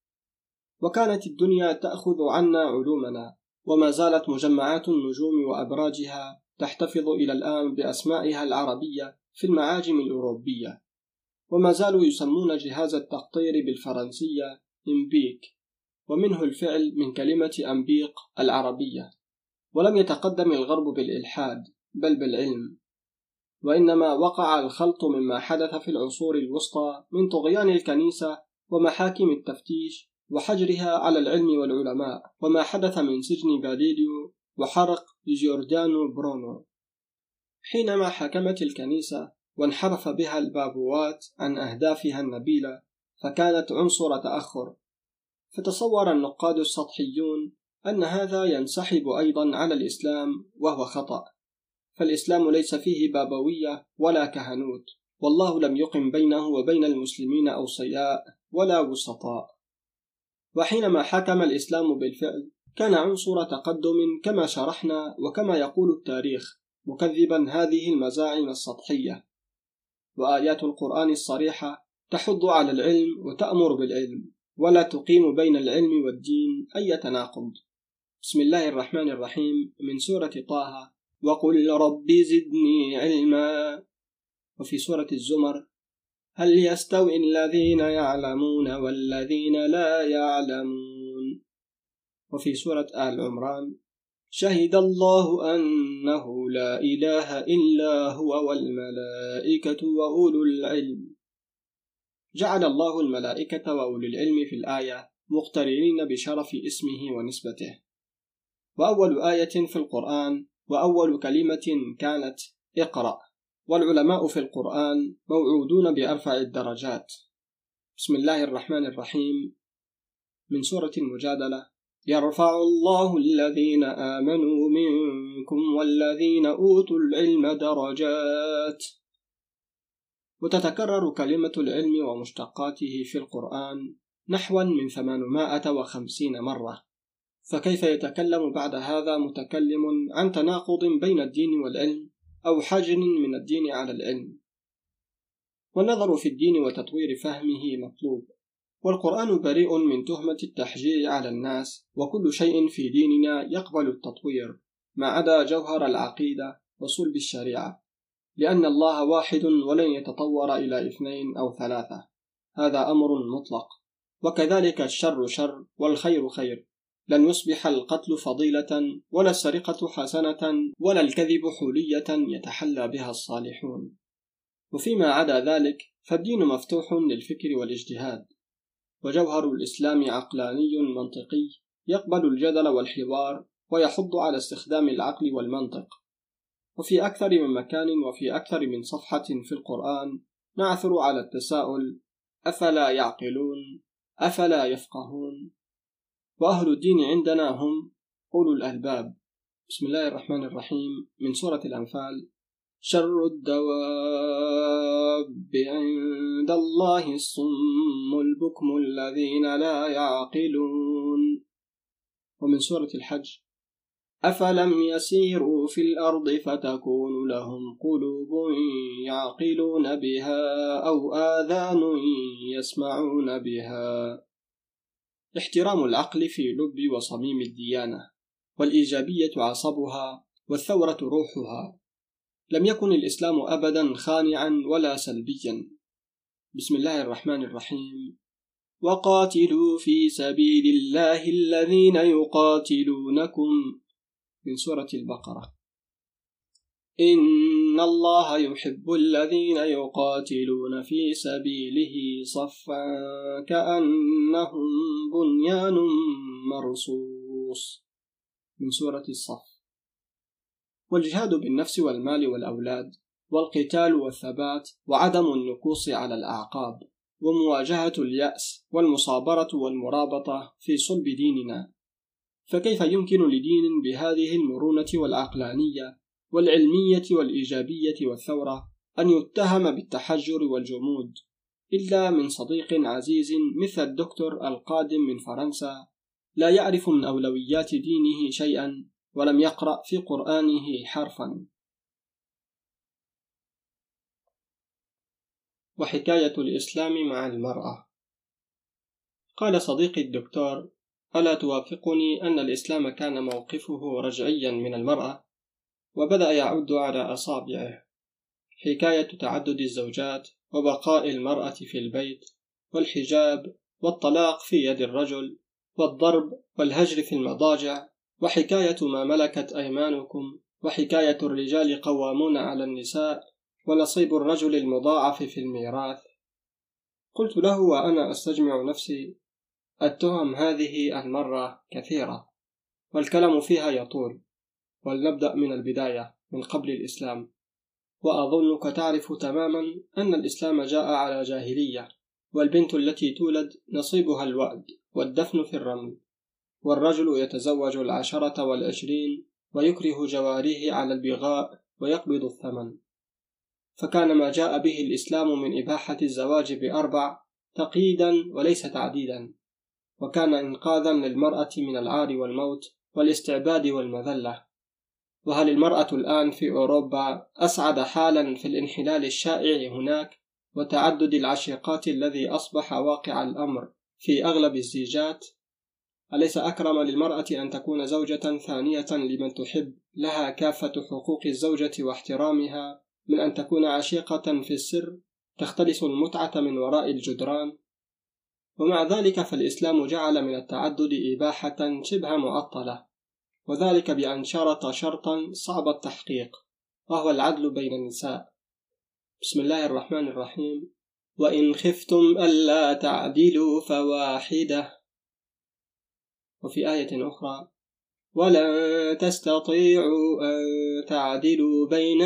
A: وكانت الدنيا تأخذ عنا علومنا، وما زالت مجمعات النجوم وأبراجها تحتفظ إلى الآن بأسمائها العربية في المعاجم الأوروبية، وما زالوا يسمون جهاز التقطير بالفرنسية إمبيك، ومنه الفعل من كلمة أمبيق العربية. ولم يتقدم الغرب بالإلحاد بل بالعلم، وإنما وقع الخلط مما حدث في العصور الوسطى من طغيان الكنيسة ومحاكم التفتيش وحجرها على العلم والعلماء، وما حدث من سجن غاليليو وحرق جيوردانو برونو حينما حكمت الكنيسة وانحرف بها البابوات عن أهدافها النبيلة، فكانت عنصر تأخر. فتصور النقاد السطحيون أن هذا ينسحب أيضا على الإسلام، وهو خطأ، فالإسلام ليس فيه بابوية ولا كهنوت، والله لم يقم بينه وبين المسلمين أوصياء ولا وسطاء. وحينما حكم الإسلام بالفعل كان عنصر تقدم كما شرحنا وكما يقول التاريخ، مكذبا هذه المزاعم السطحية. وآيات القرآن الصريحة تحض على العلم وتأمر بالعلم، ولا تقيم بين العلم والدين أي تناقض. بسم الله الرحمن الرحيم من سورة طه: وقل رب زدني علما. وفي سورة الزمر: هل يستوي الذين يعلمون والذين لا يعلمون. وفي سورة آل عمران: شهد الله أنه لا إله إلا هو والملائكة وأولو العلم. جعل الله الملائكة وأولو العلم في الآية مقترنين بشرف اسمه ونسبته. وأول آية في القرآن وأول كلمة كانت اقرأ، والعلماء في القرآن موعودون بأرفع الدرجات. بسم الله الرحمن الرحيم من سورة المجادلة: يرفع الله الذين آمنوا منكم والذين أوتوا العلم درجات. وتتكرر كلمة العلم ومشتقاته في القرآن نحو من ثمانمائة وخمسين مرة، فكيف يتكلم بعد هذا متكلم عن تناقض بين الدين والعلم أو حجر من الدين على العلم؟ والنظر في الدين وتطوير فهمه مطلوب، والقرآن بريء من تهمة التحجير على الناس، وكل شيء في ديننا يقبل التطوير ما عدا جوهر العقيدة وصلب الشريعة، لأن الله واحد ولن يتطور إلى اثنين أو ثلاثة، هذا أمر مطلق. وكذلك الشر شر والخير خير، لن يصبح القتل فضيلة ولا السرقة حسنة ولا الكذب حلية يتحلى بها الصالحون. وفيما عدا ذلك فالدين مفتوح للفكر والاجتهاد، وجوهر الإسلام عقلاني منطقي يقبل الجدل والحوار ويحض على استخدام العقل والمنطق. وفي أكثر من مكان وفي أكثر من صفحة في القرآن نعثر على التساؤل: أفلا يعقلون؟ أفلا يفقهون؟ وأهل الدين عندنا هم أولو الألباب. بسم الله الرحمن الرحيم، من سورة الأنفال: شر الدواب عند الله الصم البكم الذين لا يعقلون. ومن سورة الحج: أفلم يسيروا في الأرض فتكون لهم قلوب يعقلون بها أو آذان يسمعون بها. احترام العقل في لب وصميم الديانة، والإيجابية عصبها والثورة روحها. لم يكن الإسلام أبدا خانعا ولا سلبيا. بسم الله الرحمن الرحيم: وقاتلوا في سبيل الله الذين يقاتلونكم. من سورة البقرة: إن الله يحب الذين يقاتلون في سبيله صفا كأنهم بنيان مرصوص. من سورة الصف. والجهاد بالنفس والمال والأولاد، والقتال والثبات وعدم النكوص على الأعقاب، ومواجهة اليأس والمصابرة والمرابطة في صلب ديننا. فكيف يمكن لدين بهذه المرونة والعقلانية والعلمية والإيجابية والثورة أن يتهم بالتحجر والجمود إلا من صديق عزيز مثل الدكتور القادم من فرنسا لا يعرف من أولويات دينه شيئا ولم يقرأ في قرآنه حرفا؟ وحكاية الإسلام مع المرأة. قال صديقي الدكتور: ألا توافقني أن الإسلام كان موقفه رجعيا من المرأة؟ وبدأ يعد على أصابعه. حكاية تعدد الزوجات، وبقاء المرأة في البيت، والحجاب، والطلاق في يد الرجل، والضرب والهجر في المضاجع، وحكاية ما ملكت أيمانكم، وحكاية الرجال قوامون على النساء، ونصيب الرجل المضاعف في الميراث. قلت له وأنا أستجمع نفسي: التهم هذه المرة كثيرة والكلام فيها يطول، ولنبدأ من البداية من قبل الإسلام. وأظنك تعرف تماما أن الإسلام جاء على جاهلية، والبنت التي تولد نصيبها الوأد والدفن في الرمل، والرجل يتزوج العشرة والعشرين ويكره جواريه على البغاء ويقبض الثمن. فكان ما جاء به الإسلام من إباحة الزواج بأربع تقييدا وليس تعديدا، وكان إنقاذا للمرأة من العار والموت والاستعباد والمذلة. وهل المرأة الآن في أوروبا أسعد حالا في الانحلال الشائع هناك وتعدد العشيقات الذي أصبح واقع الأمر في أغلب الزيجات؟ أليس أكرم للمرأة أن تكون زوجة ثانية لمن تحب لها كافة حقوق الزوجة واحترامها من أن تكون عشيقة في السر تختلس المتعة من وراء الجدران؟ ومع ذلك فالإسلام جعل من التعدد إباحة شبه معطلة، وذلك بأن شرط شرطا صعب التحقيق، وهو العدل بين النساء. بسم الله الرحمن الرحيم: وإن خفتم ألا تعدلوا فواحدة. وفي آية أخرى: ولن تستطيعوا أن تعدلوا بين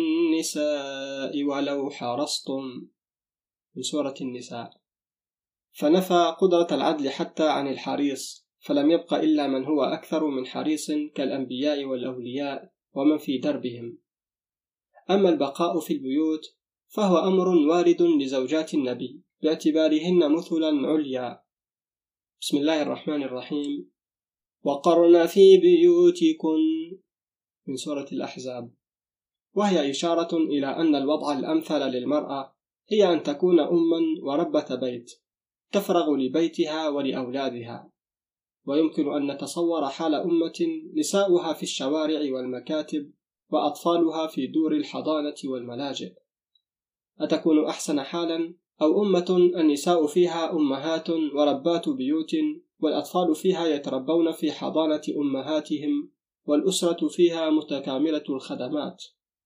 A: النساء ولو حرصتم. من سورة النساء. فنفى قدرة العدل حتى عن الحريص، فلم يبق إلا من هو أكثر من حريص كالأنبياء والأولياء ومن في دربهم. أما البقاء في البيوت فهو أمر وارد لزوجات النبي باعتبارهن مثلا عليا. بسم الله الرحمن الرحيم. وقرن في بيوتكن من سورة الأحزاب، وهي إشارة إلى أن الوضع الأمثل للمرأة هي أن تكون أما وربة بيت تفرغ لبيتها ولأولادها. ويمكن أن نتصور حال أمة نساؤها في الشوارع والمكاتب وأطفالها في دور الحضانة والملاجئ. أتكون أحسن حالا أو أمة النساء فيها أمهات وربات بيوت والأطفال فيها يتربون في حضانة أمهاتهم والأسرة فيها متكاملة الخدمات؟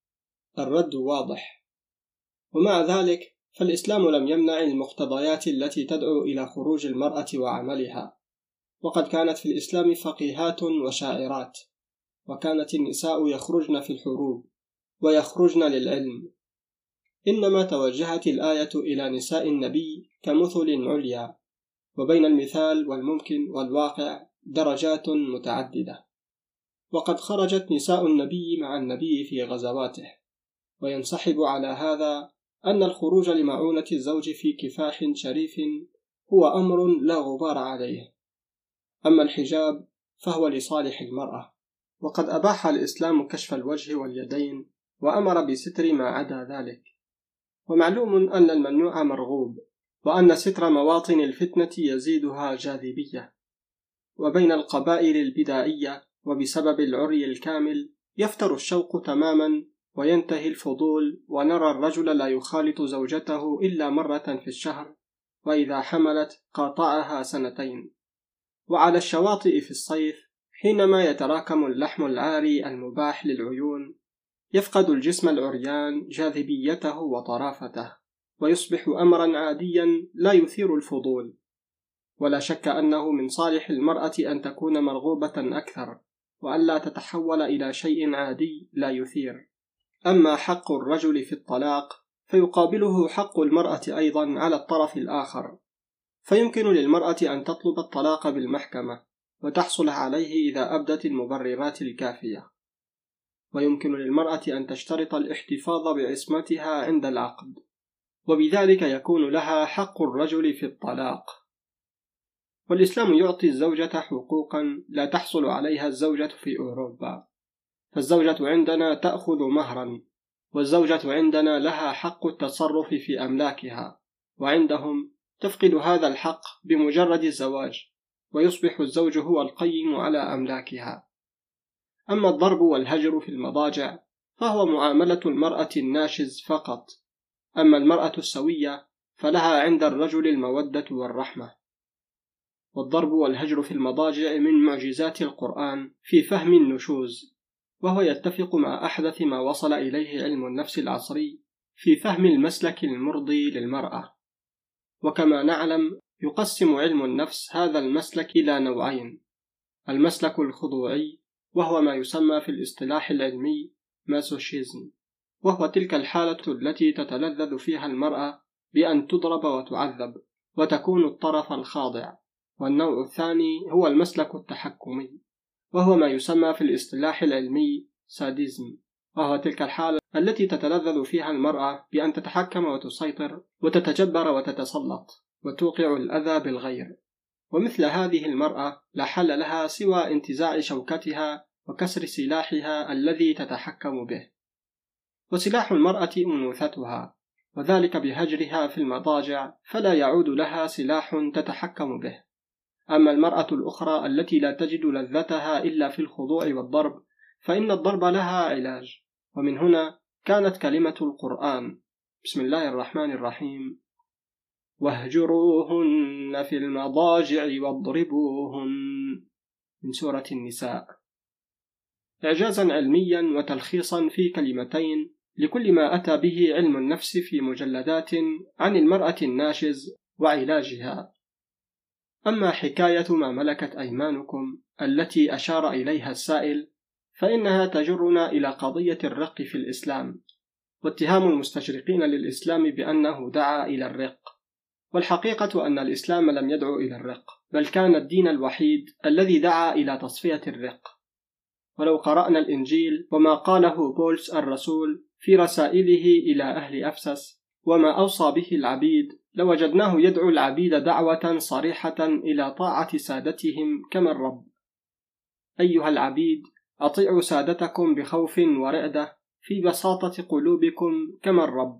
A: الرد واضح. ومع ذلك فالإسلام لم يمنع المقتضيات التي تدعو إلى خروج المرأة وعملها، وقد كانت في الإسلام فقيهات وشاعرات، وكانت النساء يخرجن في الحروب ويخرجن للعلم. إنما توجهت الآية إلى نساء النبي كمثل عليا، وبين المثال والممكن والواقع درجات متعددة. وقد خرجت نساء النبي مع النبي في غزواته، وينسحب على هذا أن الخروج لمعونة الزوج في كفاح شريف هو أمر لا غبار عليه. أما الحجاب فهو لصالح المرأة، وقد أباح الإسلام كشف الوجه واليدين وأمر بستر ما عدا ذلك. ومعلوم أن الممنوع مرغوب، وأن ستر مواطن الفتنة يزيدها جاذبية. وبين القبائل البدائية وبسبب العري الكامل يفتر الشوق تماما وينتهي الفضول، ونرى الرجل لا يخالط زوجته إلا مرة في الشهر، وإذا حملت قاطعها سنتين. وعلى الشواطئ في الصيف حينما يتراكم اللحم العاري المباح للعيون يفقد الجسم العريان جاذبيته وطرافته، ويصبح أمرا عاديا لا يثير الفضول. ولا شك أنه من صالح المرأة أن تكون مرغوبة أكثر، وألا تتحول إلى شيء عادي لا يثير. أما حق الرجل في الطلاق فيقابله حق المرأة أيضا على الطرف الآخر، فيمكن للمرأة أن تطلب الطلاق بالمحكمة وتحصل عليه إذا أبدت المبررات الكافية، ويمكن للمرأة أن تشترط الاحتفاظ بعصمتها عند العقد، وبذلك يكون لها حق الرجل في الطلاق. والإسلام يعطي الزوجة حقوقا لا تحصل عليها الزوجة في أوروبا، فالزوجة عندنا تأخذ مهرا، والزوجة عندنا لها حق التصرف في أملاكها، وعندهم تفقد هذا الحق بمجرد الزواج، ويصبح الزوج هو القيم على أملاكها. أما الضرب والهجر في المضاجع فهو معاملة المرأة الناشز فقط، أما المرأة السوية فلها عند الرجل المودة والرحمة. والضرب والهجر في المضاجع من معجزات القرآن في فهم النشوز، وهو يتفق مع أحدث ما وصل إليه علم النفس العصري في فهم المسلك المرضي للمرأة. وكما نعلم يقسم علم النفس هذا المسلك إلى نوعين: المسلك الخضوعي، وهو ما يسمى في الاصطلاح العلمي ماسوشيزم، وهو تلك الحالة التي تتلذذ فيها المرأة بأن تضرب وتعذب وتكون الطرف الخاضع. والنوع الثاني هو المسلك التحكمي، وهو ما يسمى في الاصطلاح العلمي ساديزم، وهو تلك الحالة التي تتلذذ فيها المرأة بأن تتحكم وتسيطر وتتجبر وتتسلط وتوقع الأذى بالغير. ومثل هذه المرأة لا حل لها سوى انتزاع شوكتها وكسر سلاحها الذي تتحكم به. وسلاح المرأة أنوثتها، وذلك بهجرها في المضاجع، فلا يعود لها سلاح تتحكم به. أما المرأة الأخرى التي لا تجد لذتها إلا في الخضوع والضرب، فإن الضرب لها علاج. ومن هنا كانت كلمة القرآن بسم الله الرحمن الرحيم: واهجروهن في المضاجع واضربوهن من سورة النساء، إعجازا علميا وتلخيصا في كلمتين لكل ما أتى به علم النفس في مجلدات عن المرأة الناشز وعلاجها. أما حكاية ما ملكت أيمانكم التي أشار إليها السائل فإنها تجرنا إلى قضية الرق في الإسلام، واتهام المستشرقين للإسلام بأنه دعا إلى الرق. والحقيقة أن الإسلام لم يدعو إلى الرق، بل كان الدين الوحيد الذي دعا إلى تصفية الرق. ولو قرأنا الإنجيل وما قاله بولس الرسول في رسائله إلى أهل أفسس: وما أوصى به العبيد لوجدناه يدعو العبيد دعوة صريحة إلى طاعة سادتهم كما الرب: أيها العبيد، أطيعوا سادتكم بخوف ورعدة في بساطة قلوبكم كما الرب.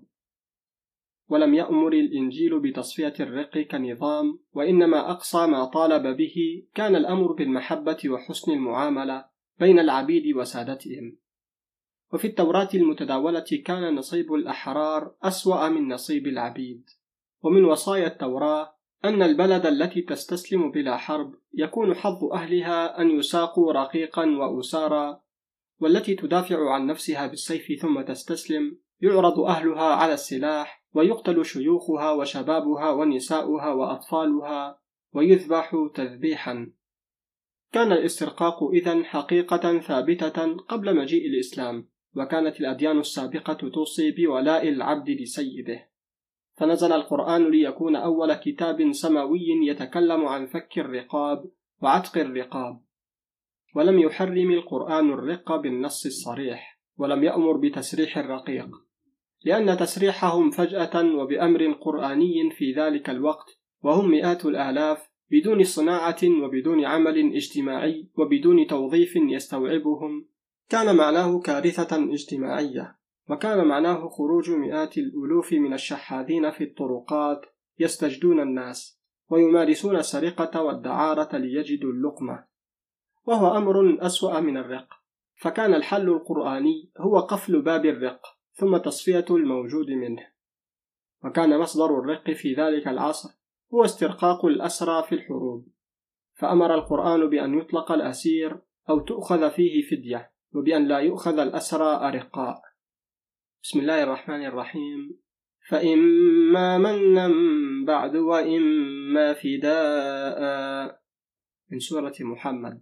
A: ولم يأمر الإنجيل بتصفية الرق كنظام، وإنما أقصى ما طالب به كان الأمر بالمحبة وحسن المعاملة بين العبيد وسادتهم. وفي التوراة المتداولة كان نصيب الأحرار أسوأ من نصيب العبيد. ومن وصايا التوراة أن البلد التي تستسلم بلا حرب يكون حظ أهلها أن يساقوا رقيقا وأسارا، والتي تدافع عن نفسها بالسيف ثم تستسلم يعرض أهلها على السلاح، ويقتل شيوخها وشبابها ونساؤها وأطفالها، ويذبح تذبيحا. كان الاسترقاق إذن حقيقة ثابتة قبل مجيء الإسلام، وكانت الأديان السابقة توصي بولاء العبد لسيده. فنزل القرآن ليكون أول كتاب سماوي يتكلم عن فك الرقاب وعتق الرقاب، ولم يحرم القرآن الرق بالنص الصريح، ولم يأمر بتسريح الرقيق، لأن تسريحهم فجأة وبأمر قرآني في ذلك الوقت وهم مئات الآلاف بدون صناعة وبدون عمل اجتماعي وبدون توظيف يستوعبهم، كان معناه كارثة اجتماعية، وكان معناه خروج مئات الألوف من الشحاذين في الطرقات يستجدون الناس ويمارسون السرقة والدعارة ليجدوا اللقمة، وهو أمر أسوأ من الرق. فكان الحل القرآني هو قفل باب الرق ثم تصفية الموجود منه. وكان مصدر الرق في ذلك العصر هو استرقاق الأسرى في الحروب، فأمر القرآن بأن يطلق الأسير أو تؤخذ فيه فدية، وبأن لا يؤخذ الأسرى أرقاء. بسم الله الرحمن الرحيم. فإما منا بعد وإما فداء، من سورة محمد.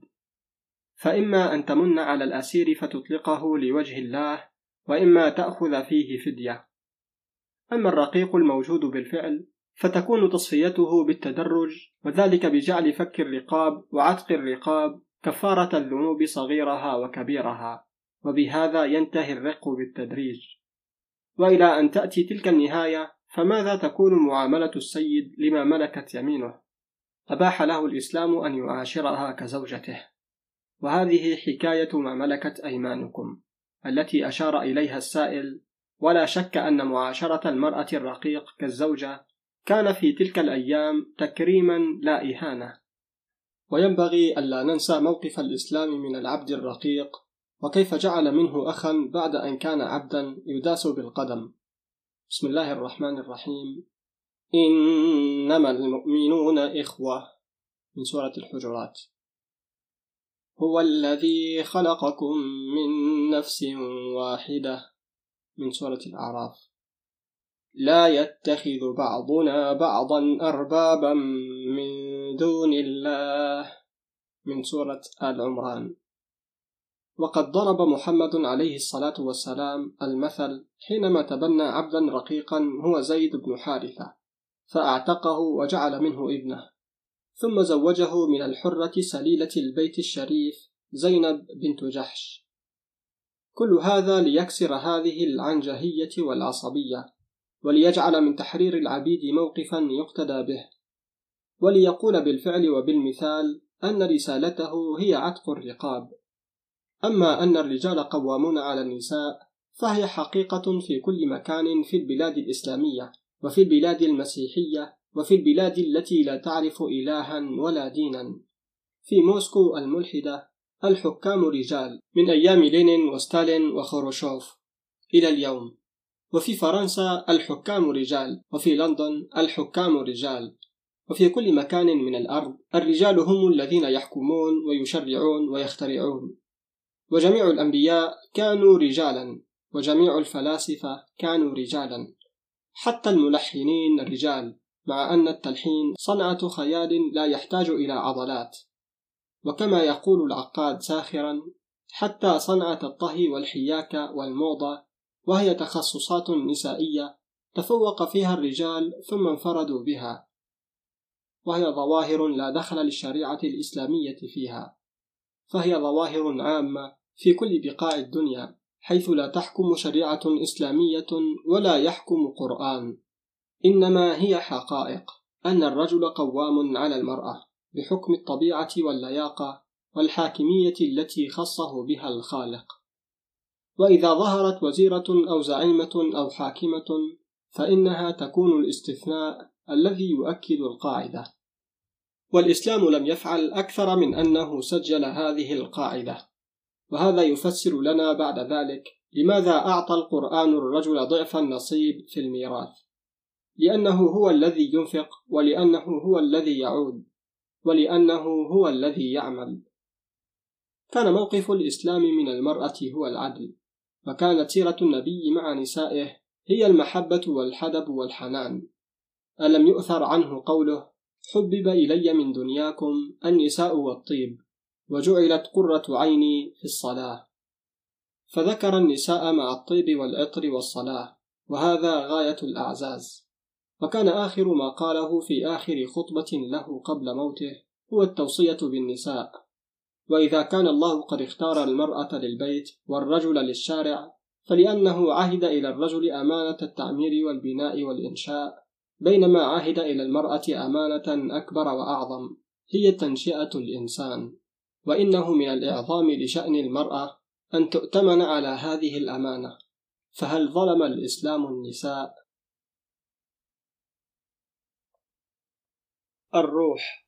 A: فإما أن تمن على الأسير فتطلقه لوجه الله، وإما تأخذ فيه فدية. أما الرقيق الموجود بالفعل فتكون تصفيته بالتدرج، وذلك بجعل فك الرقاب وعتق الرقاب كفارة الذنوب صغيرها وكبيرها، وبهذا ينتهي الرق بالتدريج. وإلى أن تأتي تلك النهاية فماذا تكون معاملة السيد لما ملكت يمينه؟ أباح له الإسلام أن يعاشرها كزوجته. وهذه حكاية ما ملكت أيمانكم التي أشار إليها السائل. ولا شك أن معاشرة المرأة الرقيق كالزوجة كان في تلك الأيام تكريما لا إهانة. وينبغي ألا ننسى موقف الإسلام من العبد الرقيق، وكيف جعل منه أخا بعد أن كان عبدا يداس بالقدم. بسم الله الرحمن الرحيم. إنما المؤمنون إخوة، من سورة الحجرات. هو الذي خلقكم من نفس واحدة، من سورة الأعراف. لا يتخذ بعضنا بعضا أربابا من دون الله، من سورة آل عمران. وقد ضرب محمد عليه الصلاة والسلام المثل حينما تبنى عبدا رقيقا هو زيد بن حارثة، فأعتقه وجعل منه ابنه، ثم زوجه من الحرة سليلة البيت الشريف زينب بنت جحش. كل هذا ليكسر هذه العنجهية والعصبية، وليجعل من تحرير العبيد موقفا يقتدى به، وليقول بالفعل وبالمثال أن رسالته هي عتق الرقاب. أما أن الرجال قوامون على النساء فهي حقيقة في كل مكان في البلاد الإسلامية، وفي البلاد المسيحية، وفي البلاد التي لا تعرف إلها ولا دينا. في موسكو الملحدة الحكام رجال من أيام لينين وستالين وخروشوف إلى اليوم، وفي فرنسا الحكام رجال، وفي لندن الحكام رجال، وفي كل مكان من الأرض الرجال هم الذين يحكمون ويشرعون ويخترعون. وجميع الأنبياء كانوا رجالا، وجميع الفلاسفة كانوا رجالا، حتى الملحنين رجال، مع أن التلحين صنعة خيال لا يحتاج إلى عضلات. وكما يقول العقاد ساخرا: حتى صنعة الطهي والحياكة والموضة، وهي تخصصات نسائية تفوق فيها الرجال ثم انفردوا بها، وهي ظواهر لا دخل للشريعة الإسلامية فيها، فهي ظواهر عامة في كل بقاع الدنيا، حيث لا تحكم شريعة إسلامية ولا يحكم قرآن، إنما هي حقائق أن الرجل قوام على المرأة بحكم الطبيعة واللياقة والحاكمية التي خصه بها الخالق. وإذا ظهرت وزيرة أو زعيمة أو حاكمة فإنها تكون الاستثناء الذي يؤكد القاعدة. والإسلام لم يفعل أكثر من أنه سجل هذه القاعدة. وهذا يفسر لنا بعد ذلك لماذا أعطى القرآن الرجل ضعف النصيب في الميراث، لأنه هو الذي ينفق، ولأنه هو الذي يعود، ولأنه هو الذي يعمل. كان موقف الإسلام من المرأة هو العدل، وكانت سيرة النبي مع نسائه هي المحبة والحدب والحنان. ألم يؤثر عنه قوله: حبب إلي من دنياكم النساء والطيب وجعلت قرة عيني في الصلاة. فذكر النساء مع الطيب والعطر والصلاة، وهذا غاية الأعزاز. وكان آخر ما قاله في آخر خطبة له قبل موته هو التوصية بالنساء. وإذا كان الله قد اختار المرأة للبيت والرجل للشارع، فلأنه عهد إلى الرجل أمانة التعمير والبناء والإنشاء، بينما عهد إلى المرأة أمانة أكبر وأعظم هي تنشئة الإنسان. وإنه من الإعظام لشأن المرأة أن تؤتمن على هذه الأمانة. فهل ظلم الإسلام النساء؟ الروح.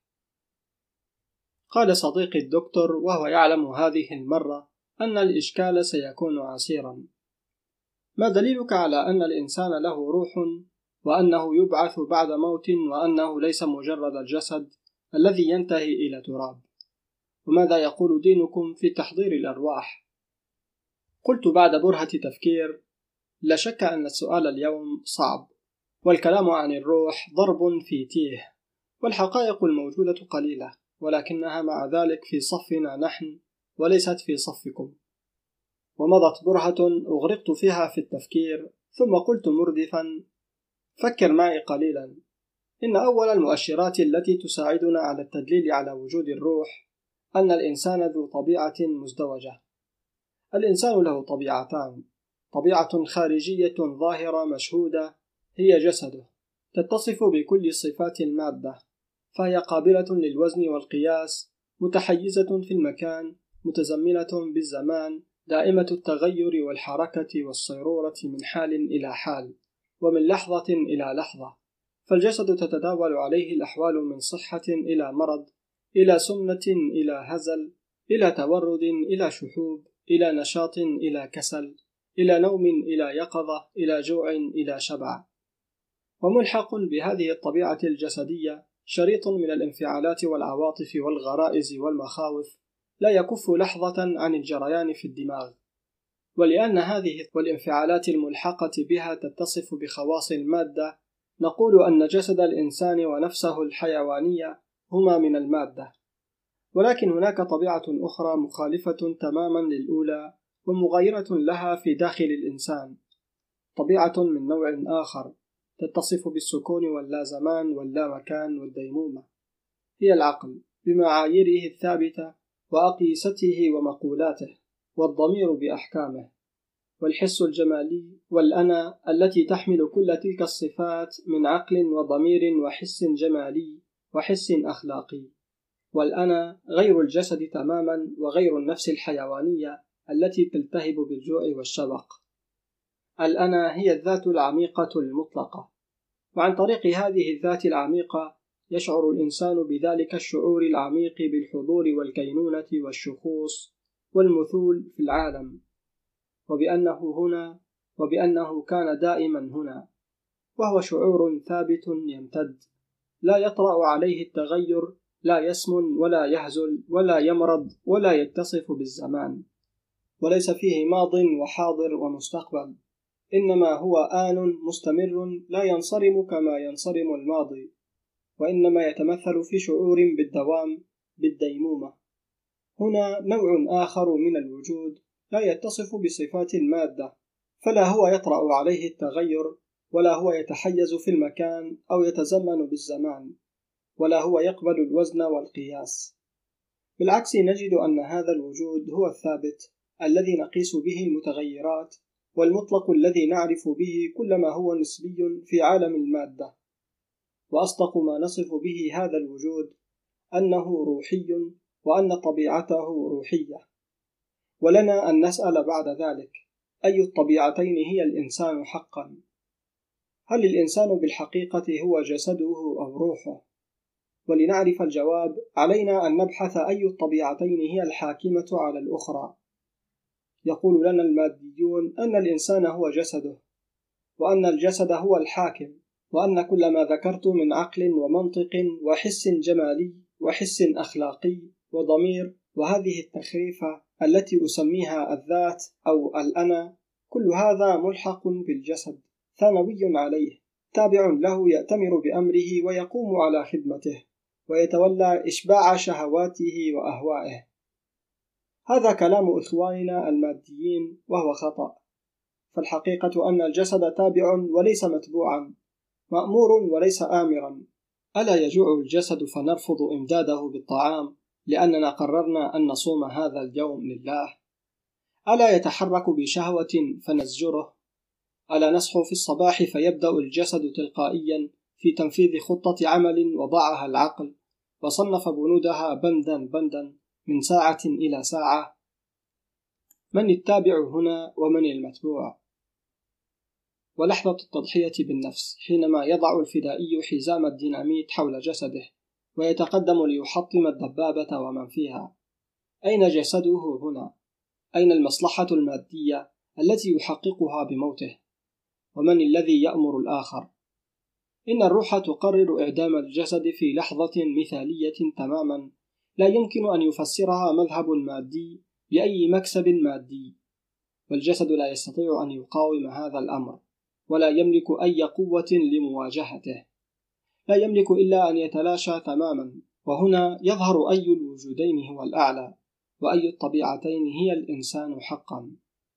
A: قال صديقي الدكتور وهو يعلم هذه المرة أن الإشكال سيكون عسيرا: ما دليلك على أن الإنسان له روح، وأنه يبعث بعد موت، وأنه ليس مجرد الجسد الذي ينتهي إلى تراب؟ وماذا يقول دينكم في تحضير الأرواح؟ قلت بعد برهة تفكير: لا شك أن السؤال اليوم صعب، والكلام عن الروح ضرب في تيه، والحقائق الموجودة قليلة، ولكنها مع ذلك في صفنا نحن وليست في صفكم. ومضت برهة أغرقت فيها في التفكير، ثم قلت مردفا: فكر معي قليلا. إن أول المؤشرات التي تساعدنا على التدليل على وجود الروح أن الإنسان ذو طبيعة مزدوجة. الإنسان له طبيعتان: طبيعة خارجية ظاهرة مشهودة هي جسده، تتصف بكل صفات المادة، فهي قابلة للوزن والقياس، متحيزة في المكان، متزمنة بالزمان، دائمة التغير والحركة والصيرورة من حال إلى حال، ومن لحظة إلى لحظة. فالجسد تتداول عليه الأحوال من صحة إلى مرض، إلى سمنة إلى هزل، إلى تورد إلى شحوب، إلى نشاط إلى كسل، إلى نوم إلى يقظة، إلى جوع إلى شبع. وملحق بهذه الطبيعة الجسدية شريط من الانفعالات والعواطف والغرائز والمخاوف لا يكف لحظة عن الجريان في الدماغ. ولأن هذه والانفعالات الملحقة بها تتصف بخواص المادة، نقول أن جسد الإنسان ونفسه الحيوانية هما من المادة. ولكن هناك طبيعة أخرى مخالفة تماما للأولى ومغايرة لها في داخل الإنسان، طبيعة من نوع آخر تتصف بالسكون واللازمان واللامكان والديمومة، هي العقل بمعاييره الثابتة وأقيسته ومقولاته، والضمير بأحكامه، والحس الجمالي، والأنا التي تحمل كل تلك الصفات من عقل وضمير وحس جمالي وحس أخلاقي. والأنا غير الجسد تماما وغير النفس الحيوانية التي تلتهب بالجوع والشبق. الأنا هي الذات العميقة المطلقة، وعن طريق هذه الذات العميقة يشعر الإنسان بذلك الشعور العميق بالحضور والكينونة والشخوص والمثول في العالم، وبأنه هنا، وبأنه كان دائما هنا، وهو شعور ثابت يمتد، لا يطرأ عليه التغير، لا يسمن ولا يهزل ولا يمرض ولا يتصف بالزمان، وليس فيه ماض وحاضر ومستقبل، إنما هو آن مستمر لا ينصرم كما ينصرم الماضي، وإنما يتمثل في شعور بالدوام، بالديمومة. هنا نوع آخر من الوجود لا يتصف بصفات المادة، فلا هو يطرأ عليه التغير، ولا هو يتحيز في المكان أو يتزمن بالزمان، ولا هو يقبل الوزن والقياس. بالعكس نجد أن هذا الوجود هو الثابت، الذي نقيس به المتغيرات، والمطلق الذي نعرف به كل ما هو نسبي في عالم المادة. وأصدق ما نصف به هذا الوجود أنه روحي، وأن طبيعته روحية. ولنا أن نسأل بعد ذلك: أي الطبيعتين هي الإنسان حقا؟ هل الإنسان بالحقيقة هو جسده أو روحه؟ ولنعرف الجواب علينا أن نبحث أي الطبيعتين هي الحاكمة على الأخرى. يقول لنا الماديون أن الإنسان هو جسده، وأن الجسد هو الحاكم، وأن كل ما ذكرت من عقل ومنطق وحس جمالي وحس أخلاقي وضمير، وهذه التخريفة التي أسميها الذات أو الأنا، كل هذا ملحق بالجسد، ثانوي عليه، تابع له، يأتمر بأمره ويقوم على خدمته، ويتولى إشباع شهواته وأهوائه. هذا كلام إخواننا الماديين، وهو خطأ. فالحقيقة أن الجسد تابع وليس متبوعا، مأمور وليس آمرا. ألا يجوع الجسد فنرفض إمداده بالطعام لأننا قررنا أن نصوم هذا اليوم لله؟ ألا يتحرك بشهوة فنزجره؟ ألا نصحو في الصباح فيبدأ الجسد تلقائيا في تنفيذ خطة عمل وضعها العقل وصنف بنودها بندا بندا من ساعة إلى ساعة؟ من التابع هنا ومن المتبوع؟ ولحظة التضحية بالنفس حينما يضع الفدائي حزام الديناميت حول جسده ويتقدم ليحطم الدبابة ومن فيها، أين جسده هنا؟ أين المصلحة المادية التي يحققها بموته؟ ومن الذي يأمر الآخر؟ إن الروح تقرر إعدام الجسد في لحظة مثالية تماما، لا يمكن أن يفسرها مذهب مادي بأي مكسب مادي، والجسد لا يستطيع أن يقاوم هذا الأمر، ولا يملك أي قوة لمواجهته، لا يملك إلا أن يتلاشى تماما. وهنا يظهر أي الوجودين هو الأعلى، وأي الطبيعتين هي الإنسان حقا.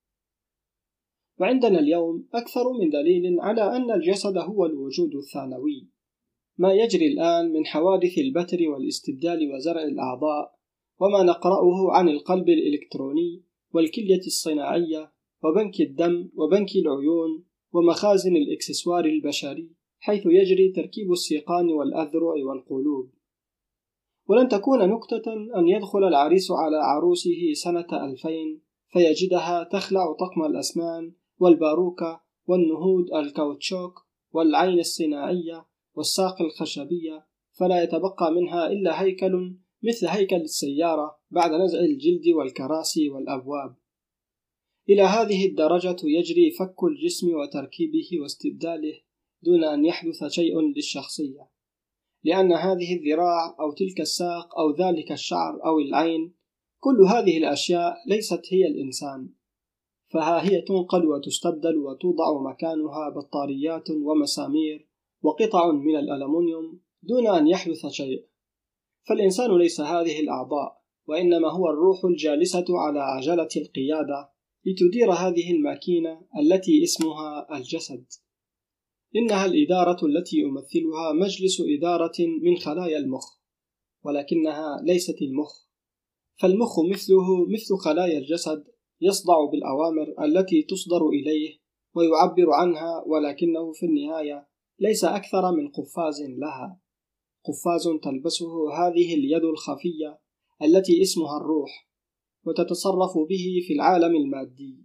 A: وعندنا اليوم أكثر من دليل على أن الجسد هو الوجود الثانوي. ما يجري الآن من حوادث البتر والاستبدال وزرع الأعضاء، وما نقرأه عن القلب الإلكتروني والكلية الصناعية وبنك الدم وبنك العيون ومخازن الإكسسوار البشري، حيث يجري تركيب السيقان والأذرع والقلوب. ولن تكون نكتة أن يدخل العريس على عروسه سنة ألفين فيجدها تخلع طقم الأسنان والباروكة والنهود الكاوتشوك والعين الصناعية والساق الخشبية، فلا يتبقى منها إلا هيكل مثل هيكل السيارة بعد نزع الجلد والكراسي والأبواب. إلى هذه الدرجة يجري فك الجسم وتركيبه واستبداله دون أن يحدث شيء للشخصية، لأن هذه الذراع أو تلك الساق أو ذلك الشعر أو العين، كل هذه الأشياء ليست هي الإنسان، فها هي تنقل وتستبدل وتوضع مكانها بطاريات ومسامير وقطع من الألمنيوم دون أن يحدث شيء. فالإنسان ليس هذه الأعضاء، وإنما هو الروح الجالسة على عجلة القيادة لتدير هذه الماكينة التي اسمها الجسد. إنها الإدارة التي يمثلها مجلس إدارة من خلايا المخ، ولكنها ليست المخ، فالمخ مثله مثل خلايا الجسد يصدع بالأوامر التي تصدر إليه ويعبر عنها، ولكنه في النهاية ليس أكثر من قفاز لها، قفاز تلبسه هذه اليد الخفية التي اسمها الروح وتتصرف به في العالم المادي.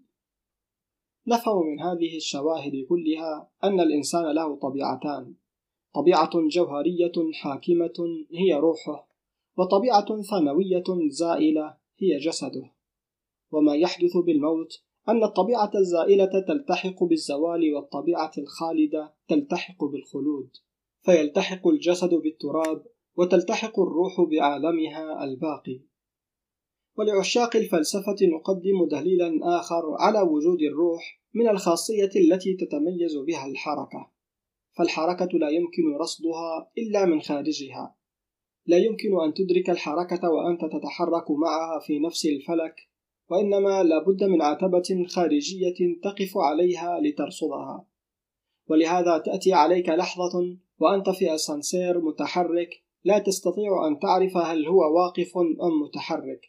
A: نفهم من هذه الشواهد كلها أن الإنسان له طبيعتان: طبيعة جوهرية حاكمة هي روحه، وطبيعة ثانوية زائلة هي جسده. وما يحدث بالموت أن الطبيعة الزائلة تلتحق بالزوال، والطبيعة الخالدة تلتحق بالخلود، فيلتحق الجسد بالتراب وتلتحق الروح بعالمها الباقي. ولعشاق الفلسفة نقدم دليلا آخر على وجود الروح من الخاصية التي تتميز بها الحركة، فالحركة لا يمكن رصدها إلا من خارجها. لا يمكن أن تدرك الحركة وأنت تتحرك معها في نفس الفلك، وإنما لا بد من عتبة خارجية تقف عليها لترصدها. ولهذا تأتي عليك لحظة وأنت في أسانسير متحرك لا تستطيع أن تعرف هل هو واقف أم متحرك،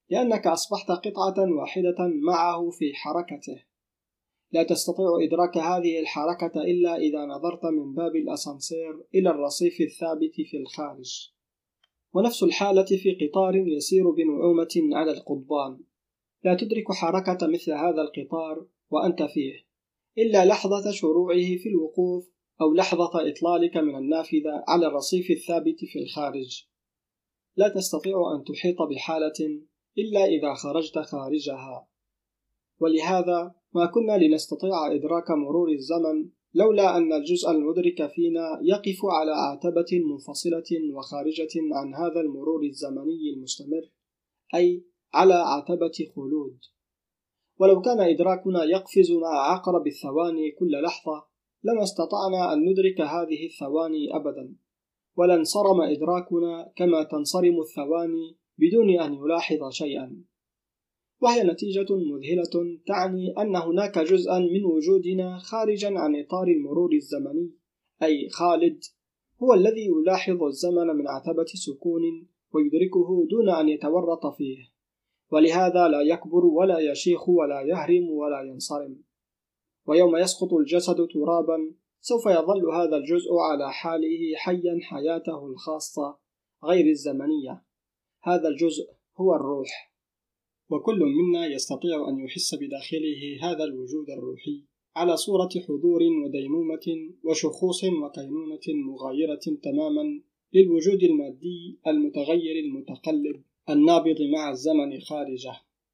A: لأنك أصبحت قطعة واحدة معه في حركته. لا تستطيع إدراك هذه الحركة إلا إذا نظرت من باب الأسانسير إلى الرصيف الثابت في الخارج. ونفس الحالة في قطار يسير بنعومة على القضبان. لا تدرك حركة مثل هذا القطار وأنت فيه إلا لحظة شروعه في الوقوف أو لحظة إطلالك من النافذة على الرصيف الثابت في الخارج. لا تستطيع أن تحيط بحالة إلا إذا خرجت خارجها. ولهذا ما كنا لنستطيع إدراك مرور الزمن لولا أن الجزء المدرك فينا يقف على عتبة منفصلة وخارجة عن هذا المرور الزمني المستمر، أي على عتبة خلود. ولو كان إدراكنا يقفز مع عقرب الثواني كل لحظة لما استطعنا أن ندرك هذه الثواني أبدا، ولا انصرم إدراكنا كما تنصرم الثواني بدون أن يلاحظ شيئا. وهي نتيجة مذهلة تعني أن هناك جزءا من وجودنا خارجا عن إطار المرور الزمني، أي خالد، هو الذي يلاحظ الزمن من عتبة سكون ويدركه دون أن يتورط فيه، ولهذا لا يكبر ولا يشيخ ولا يهرم ولا ينصرم. ويوم يسقط الجسد ترابا سوف يظل هذا الجزء على حاله حيا حياته الخاصة غير الزمنية. هذا الجزء هو الروح، وكل منا يستطيع أن يحس بداخله هذا الوجود الروحي على صورة حضور وديمومة وشخوص وكينونة مغايرة تماما للوجود المادي المتغير المتقلب النابض مع الزمن خارجه.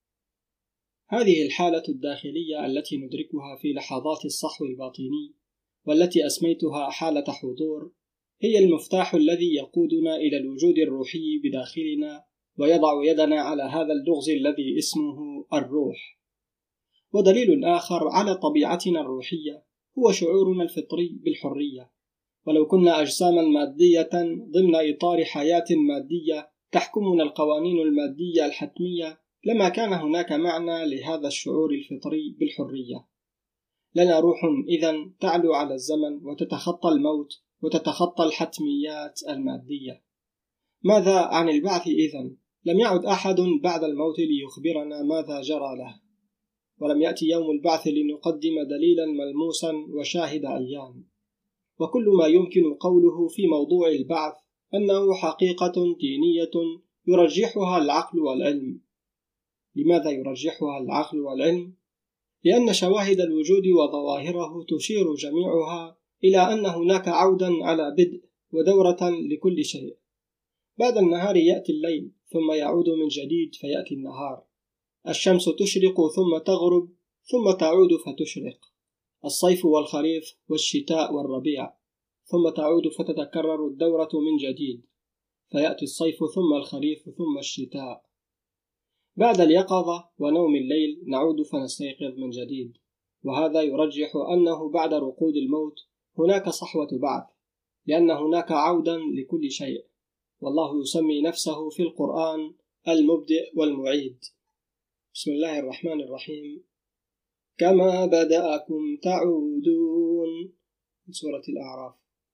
A: هذه الحالة الداخلية التي ندركها في لحظات الصحو الباطني والتي أسميتها حالة حضور هي المفتاح الذي يقودنا إلى الوجود الروحي بداخلنا ويضع يدنا على هذا اللغز الذي اسمه الروح. ودليل آخر على طبيعتنا الروحية هو شعورنا الفطري بالحرية. ولو كنا أجساما مادية ضمن إطار حياة مادية تحكمنا القوانين المادية الحتمية لما كان هناك معنى لهذا الشعور الفطري بالحرية. لنا روح إذن تعلو على الزمن وتتخطى الموت وتتخطى الحتميات المادية. ماذا عن البعث إذن؟ لم يعد أحد بعد الموت ليخبرنا ماذا جرى له، ولم يأتي يوم البعث لنقدم دليلا ملموسا وشاهد أيام. وكل ما يمكن قوله في موضوع البعث أنه حقيقة دينية يرجحها العقل والعلم. لماذا يرجحها العقل والعلم؟ لأن شواهد الوجود وظواهره تشير جميعها إلى أن هناك عودا على بدء ودورة لكل شيء. بعد النهار يأتي الليل ثم يعود من جديد فيأتي النهار. الشمس تشرق ثم تغرب ثم تعود فتشرق. الصيف والخريف والشتاء والربيع، ثم تعود فتتكرر الدورة من جديد، فيأتي الصيف ثم الخريف ثم الشتاء. بعد اليقظة ونوم الليل نعود فنستيقظ من جديد. وهذا يرجح أنه بعد رقود الموت هناك صحوة بعث، لأن هناك عودا لكل شيء. والله يسمي نفسه في القرآن المبدئ والمعيد. بسم الله الرحمن الرحيم. كما بدأكم تعودون، سورة الأعراف.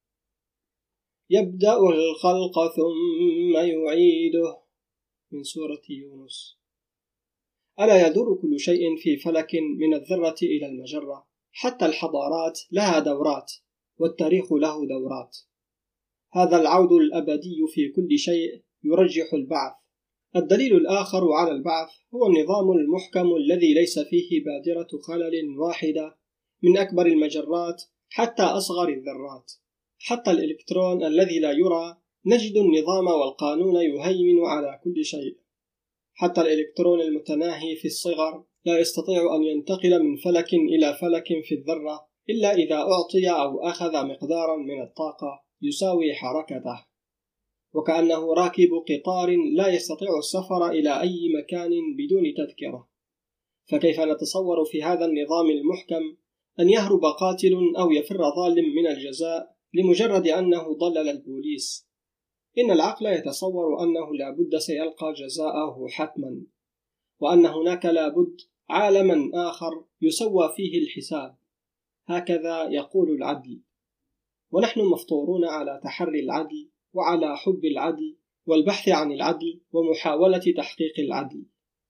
A: يبدأ الخلق ثم يعيده، من سورة يونس. ألا يدور كل شيء في فلك من الذرة إلى المجرة؟ حتى الحضارات لها دورات، والتاريخ له دورات. هذا العود الأبدي في كل شيء يرجح البعث. الدليل الآخر على البعث هو النظام المحكم الذي ليس فيه بادرة خلل واحدة، من أكبر المجرات حتى أصغر الذرات. حتى الإلكترون الذي لا يرى نجد النظام والقانون يهيمن على كل شيء. حتى الإلكترون المتناهي في الصغر لا يستطيع أن ينتقل من فلك إلى فلك في الذرة إلا إذا أعطي أو أخذ مقدارا من الطاقة يساوي حركته، وكأنه راكب قطار لا يستطيع السفر إلى أي مكان بدون تذكرة. فكيف نتصور في هذا النظام المحكم أن يهرب قاتل أو يفر ظالم من الجزاء لمجرد أنه ضلل البوليس؟ إن العقل يتصور أنه لا بد سيلقى جزاءه حتما، وأن هناك لا بد عالما آخر يسوى فيه الحساب. هكذا يقول العدل، ونحن مفطورون على تحري العدل وعلى حب العدل والبحث عن العدل ومحاولة تحقيق العدل.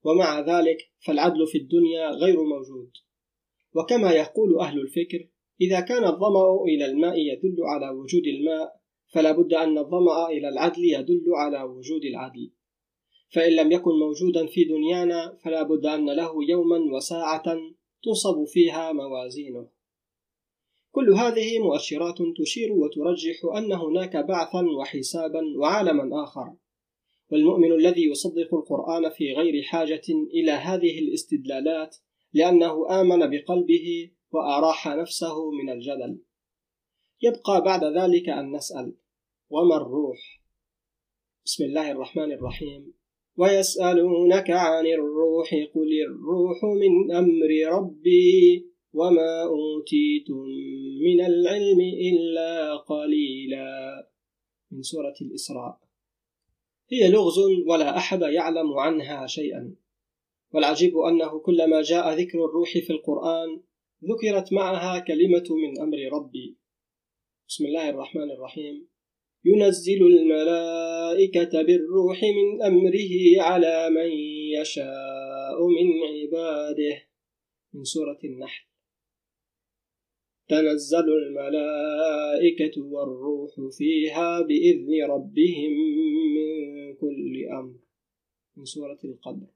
A: ومع ذلك فالعدل في الدنيا غير موجود. وكما يقول أهل الفكر: إذا كان الظمأ إلى الماء يدل على وجود الماء، فلا بد أن الظمأ إلى العدل يدل على وجود العدل. فإن لم يكن موجودا في دنيانا فلا بد أن له يوما وساعة تنصب فيها موازينه. كل هذه مؤشرات تشير وترجح أن هناك بعثا وحسابا وعالما آخر، والمؤمن الذي يصدق القرآن في غير حاجة إلى هذه الاستدلالات لأنه آمن بقلبه وأراح نفسه من الجدل. يبقى بعد ذلك أن نسأل: وما الروح؟ بسم الله الرحمن الرحيم. ويسألونك عن الروح قل الروح من أمر ربي وما أوتيتم من العلم إلا قليلا، من سورة الإسراء. هي لغز ولا أحد يعلم عنها شيئا، والعجيب أنه كلما جاء ذكر الروح في القرآن ذكرت معها كلمة من أمر ربي. بسم الله الرحمن الرحيم. ينزل الملائكة بالروح من أمره على من يشاء من عباده، من سورة النحل. تنزل الملائكة والروح فيها بإذن ربهم من كل أمر، من سورة القدر.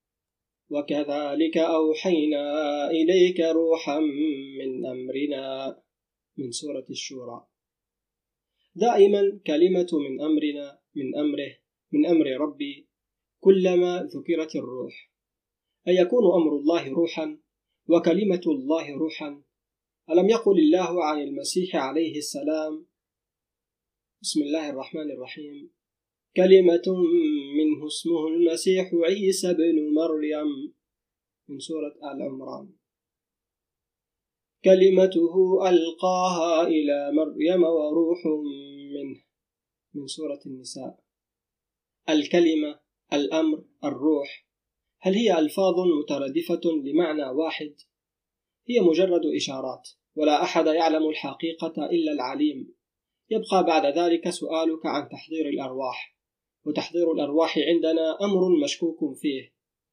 A: وكذلك أوحينا إليك روحا من أمرنا، من سورة الشورى. دائما كلمة من أمرنا، من أمره، من أمر ربي كلما ذكرت الروح، أي يكون أمر الله روحا وكلمة الله روحا. ألم يقل الله عن المسيح عليه السلام: بسم الله الرحمن الرحيم. كلمة منه اسمه المسيح عيسى بن مريم، من سورة آل عمران. كلمته ألقاها إلى مريم وروح منه، من سورة النساء. الكلمة، الأمر، الروح، هل هي ألفاظ مترادفة لمعنى واحد؟ هي مجرد إشارات، ولا أحد يعلم الحقيقة إلا العليم. يبقى بعد ذلك سؤالك عن تحضير الأرواح، وتحضير الأرواح عندنا أمر مشكوك فيه.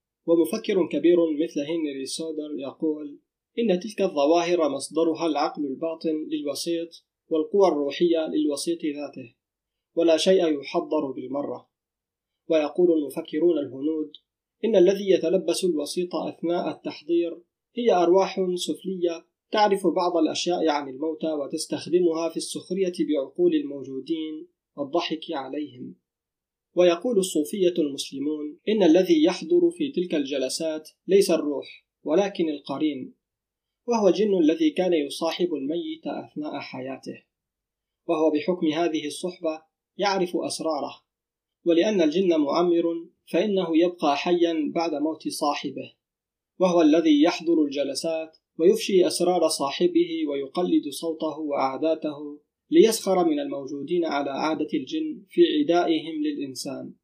A: ومفكر كبير مثل هنري سودر يقول إن تلك الظواهر مصدرها العقل الباطن للوسيط والقوى الروحية للوسيط ذاته، ولا شيء يحضر بالمرة. ويقول المفكرون الهنود إن الذي يتلبس الوسيط أثناء التحضير هي أرواح سفلية تعرف بعض الأشياء عن الموتى وتستخدمها في السخرية بعقول الموجودين والضحك عليهم. ويقول الصوفية المسلمون إن الذي يحضر في تلك الجلسات ليس الروح ولكن القرين، وهو الجن الذي كان يصاحب الميت أثناء حياته، وهو بحكم هذه الصحبة يعرف أسراره. ولأن الجن معمر فإنه يبقى حيا بعد موت صاحبه، وهو الذي يحضر الجلسات ويفشي أسرار صاحبه ويقلد صوته وعاداته ليسخر من الموجودين على عادة الجن في عدائهم للإنسان.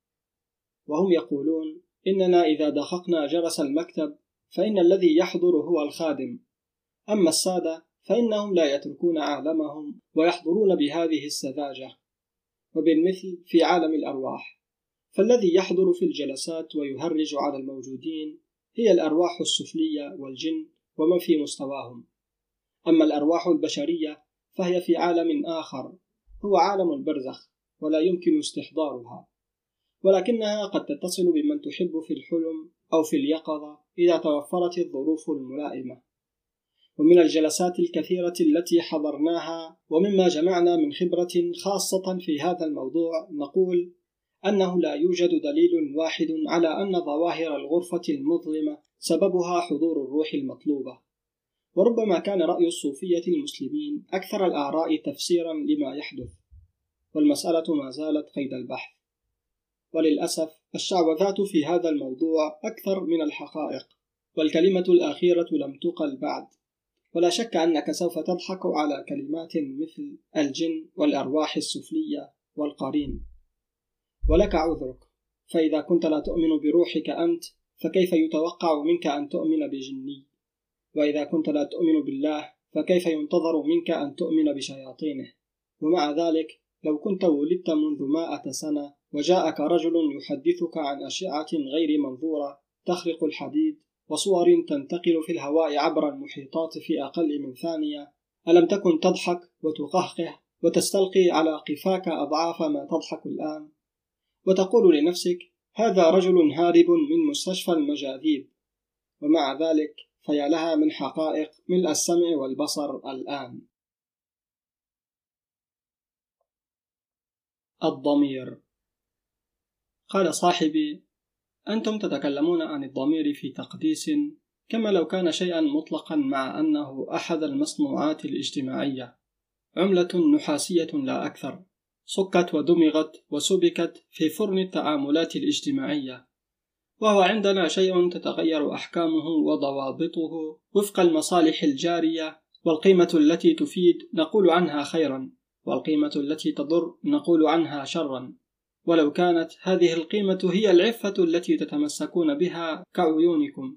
A: وهم يقولون إننا إذا دققنا جرس المكتب فإن الذي يحضر هو الخادم، أما السادة فإنهم لا يتركون عالمهم ويحضرون بهذه السذاجة. وبالمثل في عالم الأرواح، فالذي يحضر في الجلسات ويهرج على الموجودين هي الأرواح السفلية والجن ومن في مستواهم. أما الأرواح البشرية فهي في عالم آخر هو عالم البرزخ، ولا يمكن استحضارها، ولكنها قد تتصل بمن تحب في الحلم أو في اليقظة إذا توفرت الظروف الملائمة. ومن الجلسات الكثيرة التي حضرناها ومما جمعنا من خبرة خاصة في هذا الموضوع نقول أنه لا يوجد دليل واحد على أن ظواهر الغرفة المظلمة سببها حضور الروح المطلوبة. وربما كان رأي الصوفية المسلمين أكثر الآراء تفسيرا لما يحدث، والمسألة ما زالت قيد البحث. وللأسف الشعوذات في هذا الموضوع أكثر من الحقائق، والكلمة الأخيرة لم تقل بعد. ولا شك أنك سوف تضحك على كلمات مثل الجن والأرواح السفلية والقرين، ولك عذرك، فإذا كنت لا تؤمن بروحك أنت فكيف يتوقع منك أن تؤمن بجني؟ وإذا كنت لا تؤمن بالله فكيف ينتظر منك أن تؤمن بشياطينه؟ ومع ذلك لو كنت ولدت منذ مائة سنة وجاءك رجل يحدثك عن أشعة غير منظورة تخرق الحديد، وصور تنتقل في الهواء عبر المحيطات في أقل من ثانية، ألم تكن تضحك وتقهقه وتستلقي على قفاك أضعاف ما تضحك الآن، وتقول لنفسك هذا رجل هارب من مستشفى المجاذيب، ومع ذلك فيا لها من حقائق ملء السمع والبصر الآن. الضمير. قال صاحبي: أنتم تتكلمون عن الضمير في تقديس كما لو كان شيئا مطلقا، مع أنه أحد المصنوعات الاجتماعية، عملة نحاسية لا أكثر، صكت ودمغت وسبكت في فرن التعاملات الاجتماعية، وهو عندنا شيء تتغير أحكامه وضوابطه وفق المصالح الجارية، والقيمة التي تفيد نقول عنها خيرا، والقيمة التي تضر نقول عنها شرا، ولو كانت هذه القيمة هي العفة التي تتمسكون بها كعيونكم.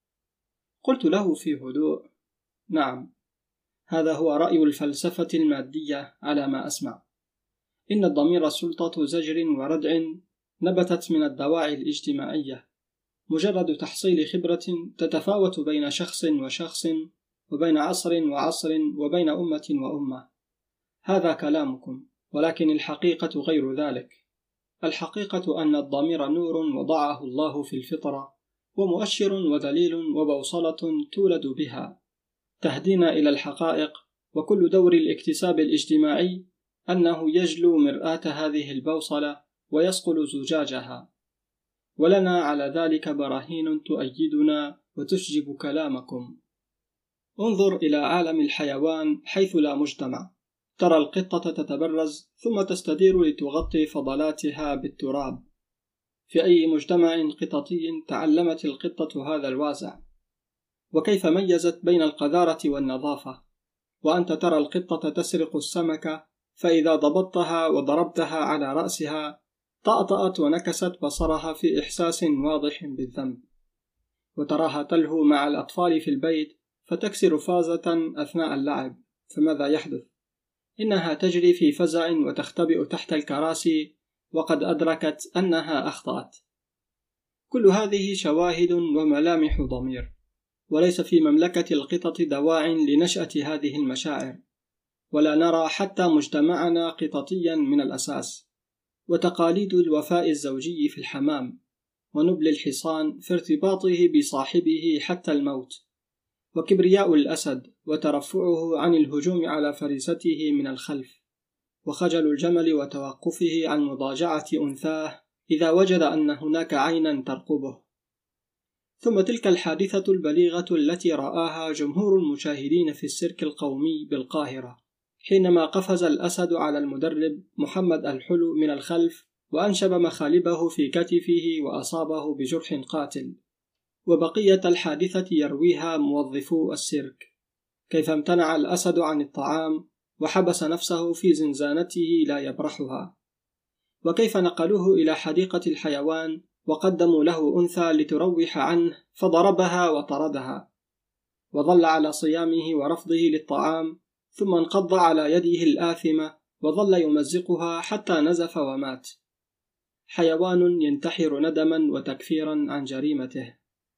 A: قلت له في هدوء: نعم، هذا هو رأي الفلسفة المادية على ما أسمع. إن الضمير سلطة زجر وردع نبتت من الدواعي الاجتماعية، مجرد تحصيل خبرة تتفاوت بين شخص وشخص، وبين عصر وعصر، وبين أمة وأمة. هذا كلامكم، ولكن الحقيقة غير ذلك. الحقيقة أن الضمير نور وضعه الله في الفطرة، ومؤشر ودليل وبوصلة تولد بها، تهدينا إلى الحقائق، وكل دور الاكتساب الاجتماعي أنه يجلو مرآة هذه البوصلة ويصقل زجاجها، ولنا على ذلك براهين تؤيدنا وتشجب كلامكم. انظر إلى عالم الحيوان حيث لا مجتمع، ترى القطة تتبرز ثم تستدير لتغطي فضلاتها بالتراب. في أي مجتمع قططي تعلمت القطة هذا الوازع؟ وكيف ميزت بين القذارة والنظافة؟ وأنت ترى القطة تسرق السمكة، فإذا ضبطتها وضربتها على رأسها طأطأت ونكست بصرها في إحساس واضح بالذنب. وتراها تلهو مع الأطفال في البيت فتكسر فازة أثناء اللعب، فماذا يحدث؟ إنها تجري في فزع وتختبئ تحت الكراسي وقد أدركت أنها أخطأت. كل هذه شواهد وملامح ضمير، وليس في مملكة القطط دواع لنشأة هذه المشاعر، ولا نرى حتى مجتمعنا قططيا من الأساس، وتقاليد الوفاء الزوجي في الحمام، ونبل الحصان في ارتباطه بصاحبه حتى الموت، وكبرياء الأسد وترفعه عن الهجوم على فريسته من الخلف، وخجل الجمل وتوقفه عن مضاجعة أنثاه إذا وجد أن هناك عينا ترقبه. ثم تلك الحادثة البليغة التي رآها جمهور المشاهدين في السيرك القومي بالقاهرة، حينما قفز الأسد على المدرب محمد الحلو من الخلف وأنشب مخالبه في كتفه وأصابه بجرح قاتل. وبقية الحادثة يرويها موظفو السيرك، كيف امتنع الأسد عن الطعام وحبس نفسه في زنزانته لا يبرحها، وكيف نقلوه إلى حديقة الحيوان وقدموا له أنثى لتروح عنه فضربها وطردها، وظل على صيامه ورفضه للطعام، ثم انقض على يده الآثمة وظل يمزقها حتى نزف ومات. حيوان ينتحر ندما وتكفيرا عن جريمته.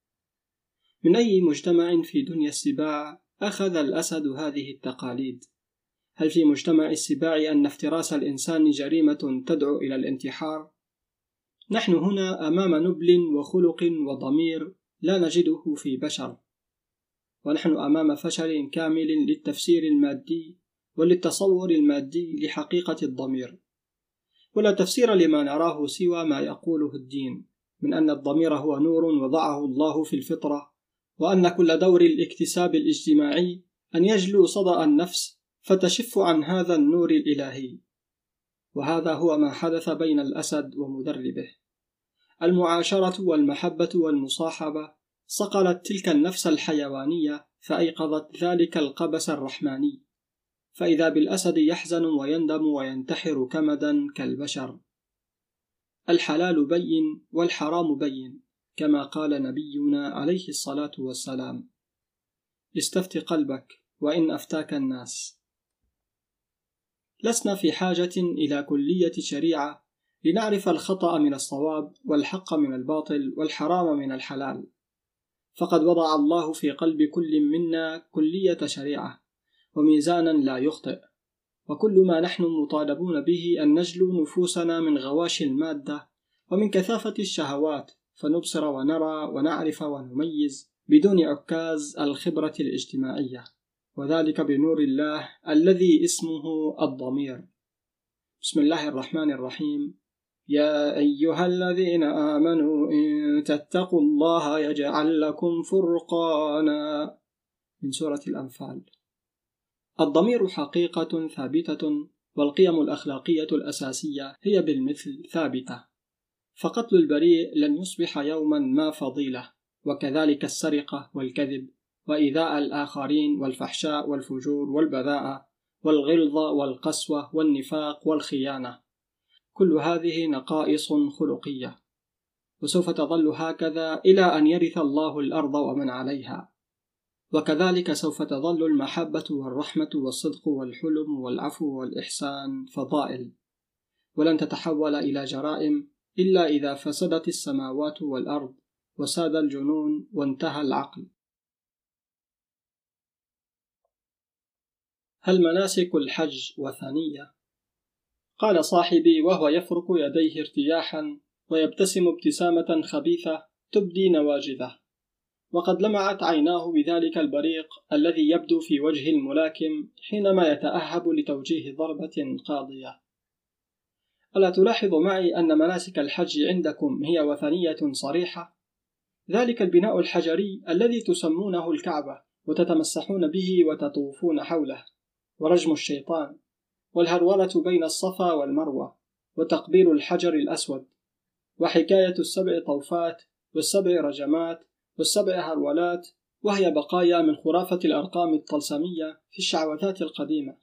A: من أي مجتمع في دنيا السباع أخذ الأسد هذه التقاليد؟ هل في مجتمع السباع أن افتراس الإنسان جريمة تدعو إلى الانتحار؟ نحن هنا أمام نبل وخلق وضمير لا نجده في بشر، ونحن أمام فشل كامل للتفسير المادي وللتصور المادي لحقيقة الضمير، ولا تفسير لما نراه سوى ما يقوله الدين من أن الضمير هو نور وضعه الله في الفطرة، وأن كل دور الاكتساب الاجتماعي أن يجلو صدأ النفس فتشف عن هذا النور الإلهي. وهذا هو ما حدث بين الأسد ومدربه. المعاشرة والمحبة والمصاحبة صقلت تلك النفس الحيوانية فأيقظت ذلك القبس الرحماني، فإذا بالأسد يحزن ويندم وينتحر كمدا كالبشر. الحلال بين والحرام بين، كما قال نبينا عليه الصلاة والسلام: استفت قلبك وإن أفتاك الناس. لسنا في حاجة إلى كلية شريعة لنعرف الخطأ من الصواب والحق من الباطل والحرام من الحلال. فقد وضع الله في قلب كل منا كلية شريعة وميزانا لا يخطئ، وكل ما نحن مطالبون به أن نجلو نفوسنا من غواش المادة ومن كثافة الشهوات، فنبصر ونرى ونعرف ونميز بدون عكاز الخبرة الاجتماعية، وذلك بنور الله الذي اسمه الضمير. بسم الله الرحمن الرحيم. يا أيها الذين آمنوا إن تتقوا الله يجعل لكم فرقانا، من سورة الأنفال. الضمير حقيقة ثابتة، والقيم الأخلاقية الأساسية هي بالمثل ثابتة، فقتل البريء لن يصبح يوما ما فضيلة، وكذلك السرقة والكذب وإيذاء الآخرين والفحشاء والفجور والبذاءة والغلظة والقسوة والنفاق والخيانة، كل هذه نقائص خلقية، وسوف تظل هكذا إلى أن يرث الله الأرض ومن عليها. وكذلك سوف تظل المحبة والرحمة والصدق والحلم والعفو والإحسان فضائل، ولن تتحول إلى جرائم إلا إذا فسدت السماوات والأرض وساد الجنون وانتهى العقل. هل مناسك الحج وثنية؟ قال صاحبي وهو يفرك يديه ارتياحا ويبتسم ابتسامة خبيثة تبدي نواجذه، وقد لمعت عيناه بذلك البريق الذي يبدو في وجه الملاكم حينما يتأهب لتوجيه ضربة قاضية. ألا تلاحظ معي أن مناسك الحج عندكم هي وثنية صريحة؟ ذلك البناء الحجري الذي تسمونه الكعبة وتتمسحون به وتطوفون حوله، ورجم الشيطان، والهرولة بين الصفا والمروة، وتقبيل الحجر الأسود، وحكاية السبع طوفات والسبع رجمات والسبع هرولات، وهي بقايا من خرافة الأرقام الطلسمية في الشعوذات القديمة،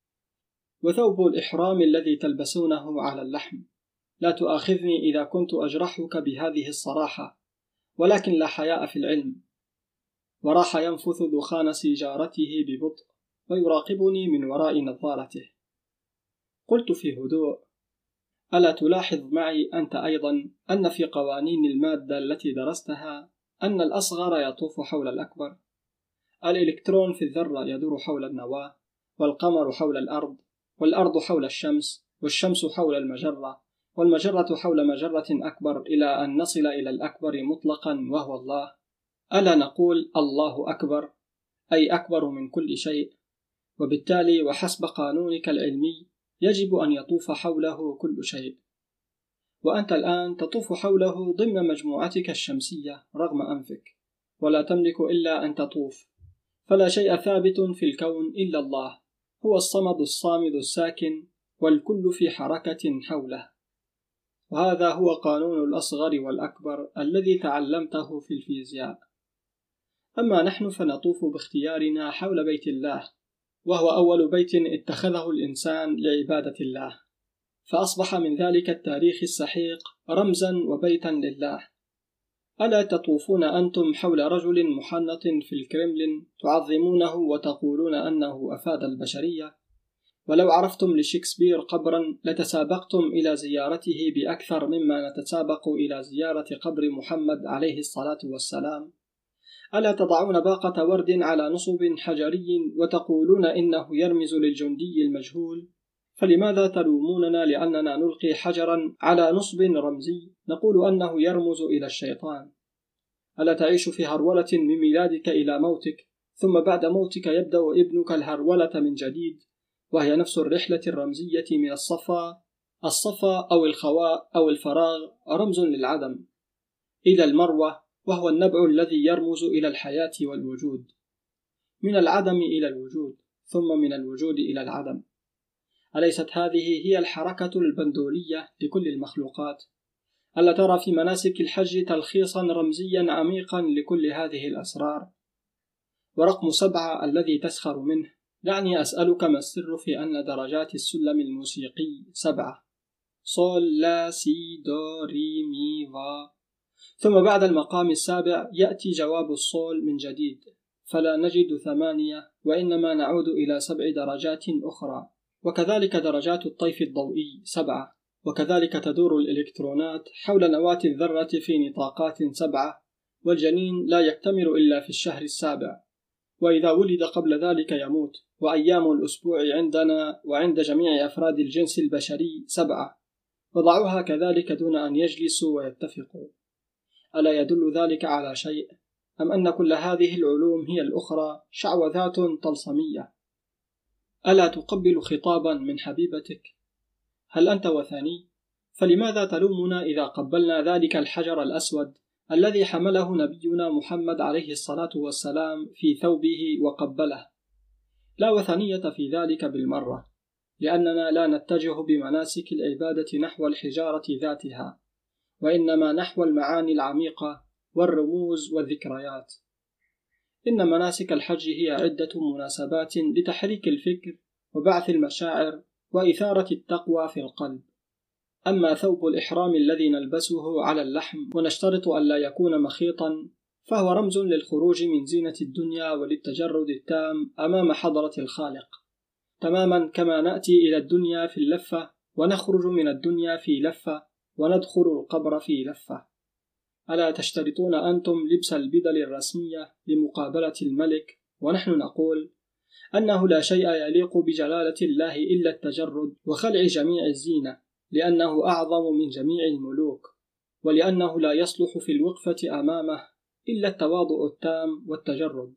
A: وثوب الإحرام الذي تلبسونه على اللحم. لا تؤاخذني إذا كنت أجرحك بهذه الصراحة، ولكن لا حياء في العلم. وراح ينفث دخان سيجارته ببطء ويراقبني من وراء نظارته. قلت في هدوء: ألا تلاحظ معي أنت أيضا أن في قوانين المادة التي درستها أن الأصغر يطوف حول الأكبر؟ الإلكترون في الذرة يدور حول النواة، والقمر حول الأرض، والأرض حول الشمس، والشمس حول المجرة، والمجرة حول مجرة أكبر، إلى أن نصل إلى الأكبر مطلقا وهو الله. ألا نقول الله أكبر، أي أكبر من كل شيء، وبالتالي وحسب قانونك العلمي يجب أن يطوف حوله كل شيء، وأنت الآن تطوف حوله ضمن مجموعتك الشمسية رغم أنفك، ولا تملك إلا أن تطوف، فلا شيء ثابت في الكون إلا الله، هو الصمد الصامد الساكن، والكل في حركة حوله. وهذا هو قانون الأصغر والأكبر الذي تعلمته في الفيزياء. أما نحن فنطوف باختيارنا حول بيت الله، وهو أول بيت اتخذه الإنسان لعبادة الله، فأصبح من ذلك التاريخ السحيق رمزا وبيتا لله. ألا تطوفون أنتم حول رجل محنط في الكرملين تعظمونه وتقولون أنه أفاد البشرية؟ ولو عرفتم لشكسبير قبرا لتسابقتم إلى زيارته بأكثر مما نتسابق إلى زيارة قبر محمد عليه الصلاة والسلام. ألا تضعون باقة ورد على نصب حجري وتقولون إنه يرمز للجندي المجهول؟ فلماذا تلوموننا لأننا نلقي حجرا على نصب رمزي نقول أنه يرمز إلى الشيطان؟ ألا تعيش في هرولة من ميلادك إلى موتك، ثم بعد موتك يبدأ ابنك الهرولة من جديد، وهي نفس الرحلة الرمزية من الصفا الصفا أو الخواء أو الفراغ رمز للعدم إلى المروة، وهو النبع الذي يرمز إلى الحياة والوجود، من العدم إلى الوجود، ثم من الوجود إلى العدم. أليست هذه هي الحركة البندولية لكل المخلوقات؟ ألا ترى في مناسك الحج تلخيصا رمزيا عميقا لكل هذه الأسرار؟ ورقم سبعة الذي تسخر منه، دعني أسألك ما السر في أن درجات السلم الموسيقي سبعة: صول لا سي دو ري مي فا، ثم بعد المقام السابع يأتي جواب الصول من جديد، فلا نجد ثمانية وإنما نعود إلى سبع درجات أخرى. وكذلك درجات الطيف الضوئي سبعة، وكذلك تدور الإلكترونات حول نواة الذرة في نطاقات سبعة، والجنين لا يكتمل إلا في الشهر السابع، وإذا ولد قبل ذلك يموت. وأيام الأسبوع عندنا وعند جميع أفراد الجنس البشري سبعة، وضعوها كذلك دون أن يجلسوا ويتفقوا. ألا يدل ذلك على شيء؟ أم أن كل هذه العلوم هي الأخرى شعوذات طلسمية؟ ألا تقبل خطابا من حبيبتك؟ هل أنت وثني؟ فلماذا تلومنا إذا قبلنا ذلك الحجر الأسود الذي حمله نبينا محمد عليه الصلاة والسلام في ثوبه وقبله؟ لا وثنية في ذلك بالمرة، لأننا لا نتجه بمناسك العبادة نحو الحجارة ذاتها، وإنما نحو المعاني العميقة والرموز والذكريات. إن مناسك الحج هي عدة مناسبات لتحريك الفكر وبعث المشاعر وإثارة التقوى في القلب. أما ثوب الإحرام الذي نلبسه على اللحم ونشترط أن لا يكون مخيطا، فهو رمز للخروج من زينة الدنيا وللتجرد التام أمام حضرة الخالق، تماما كما نأتي إلى الدنيا في اللفة ونخرج من الدنيا في لفة وندخل القبر في لفة. ألا تشترطون أنتم لبس البدل الرسمية لمقابلة الملك، ونحن نقول أنه لا شيء يليق بجلالة الله إلا التجرد وخلع جميع الزينة، لأنه أعظم من جميع الملوك، ولأنه لا يصلح في الوقفة أمامه إلا التواضع التام والتجرد،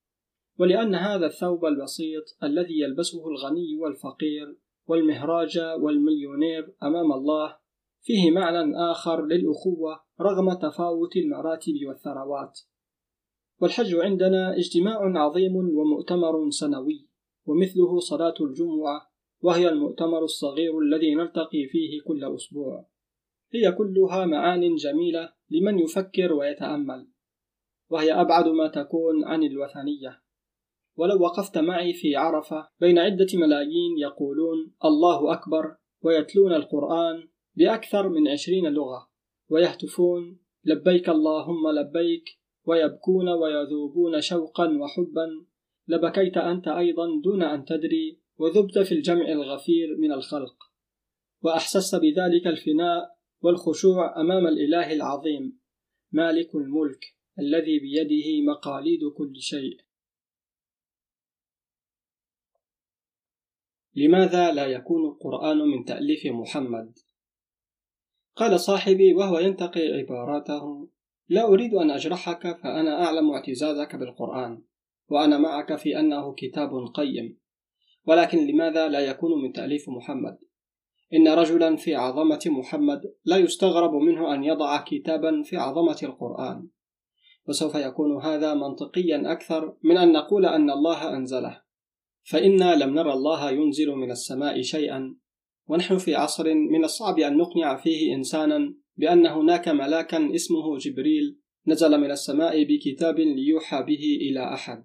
A: ولأن هذا الثوب البسيط الذي يلبسه الغني والفقير والمهراج والمليونير أمام الله فيه معنى آخر للأخوة رغم تفاوت المراتب والثروات. والحج عندنا اجتماع عظيم ومؤتمر سنوي، ومثله صلاة الجمعة، وهي المؤتمر الصغير الذي نلتقي فيه كل أسبوع. هي كلها معان جميلة لمن يفكر ويتأمل، وهي أبعد ما تكون عن الوثنية. ولو وقفت معي في عرفة بين عدة ملايين يقولون الله أكبر ويتلون القرآن بأكثر من عشرين لغة، ويهتفون لبيك اللهم لبيك، ويبكون ويذوبون شوقا وحبا، لبكيت أنت أيضا دون أن تدري، وذبت في الجمع الغفير من الخلق، وأحسست بذلك الفناء والخشوع أمام الإله العظيم مالك الملك الذي بيده مقاليد كل شيء. لماذا لا يكون القرآن من تأليف محمد؟ قال صاحبي وهو ينتقي عباراته: لا أريد أن أجرحك، فأنا أعلم اعتزازك بالقرآن، وأنا معك في أنه كتاب قيم، ولكن لماذا لا يكون من تأليف محمد؟ إن رجلا في عظمة محمد لا يستغرب منه أن يضع كتابا في عظمة القرآن، وسوف يكون هذا منطقيا أكثر من أن نقول أن الله أنزله، فإنا لم نرى الله ينزل من السماء شيئا، ونحن في عصر من الصعب أن نقنع فيه إنسانا بأن هناك ملاكا اسمه جبريل نزل من السماء بكتاب ليوحى به إلى أحد.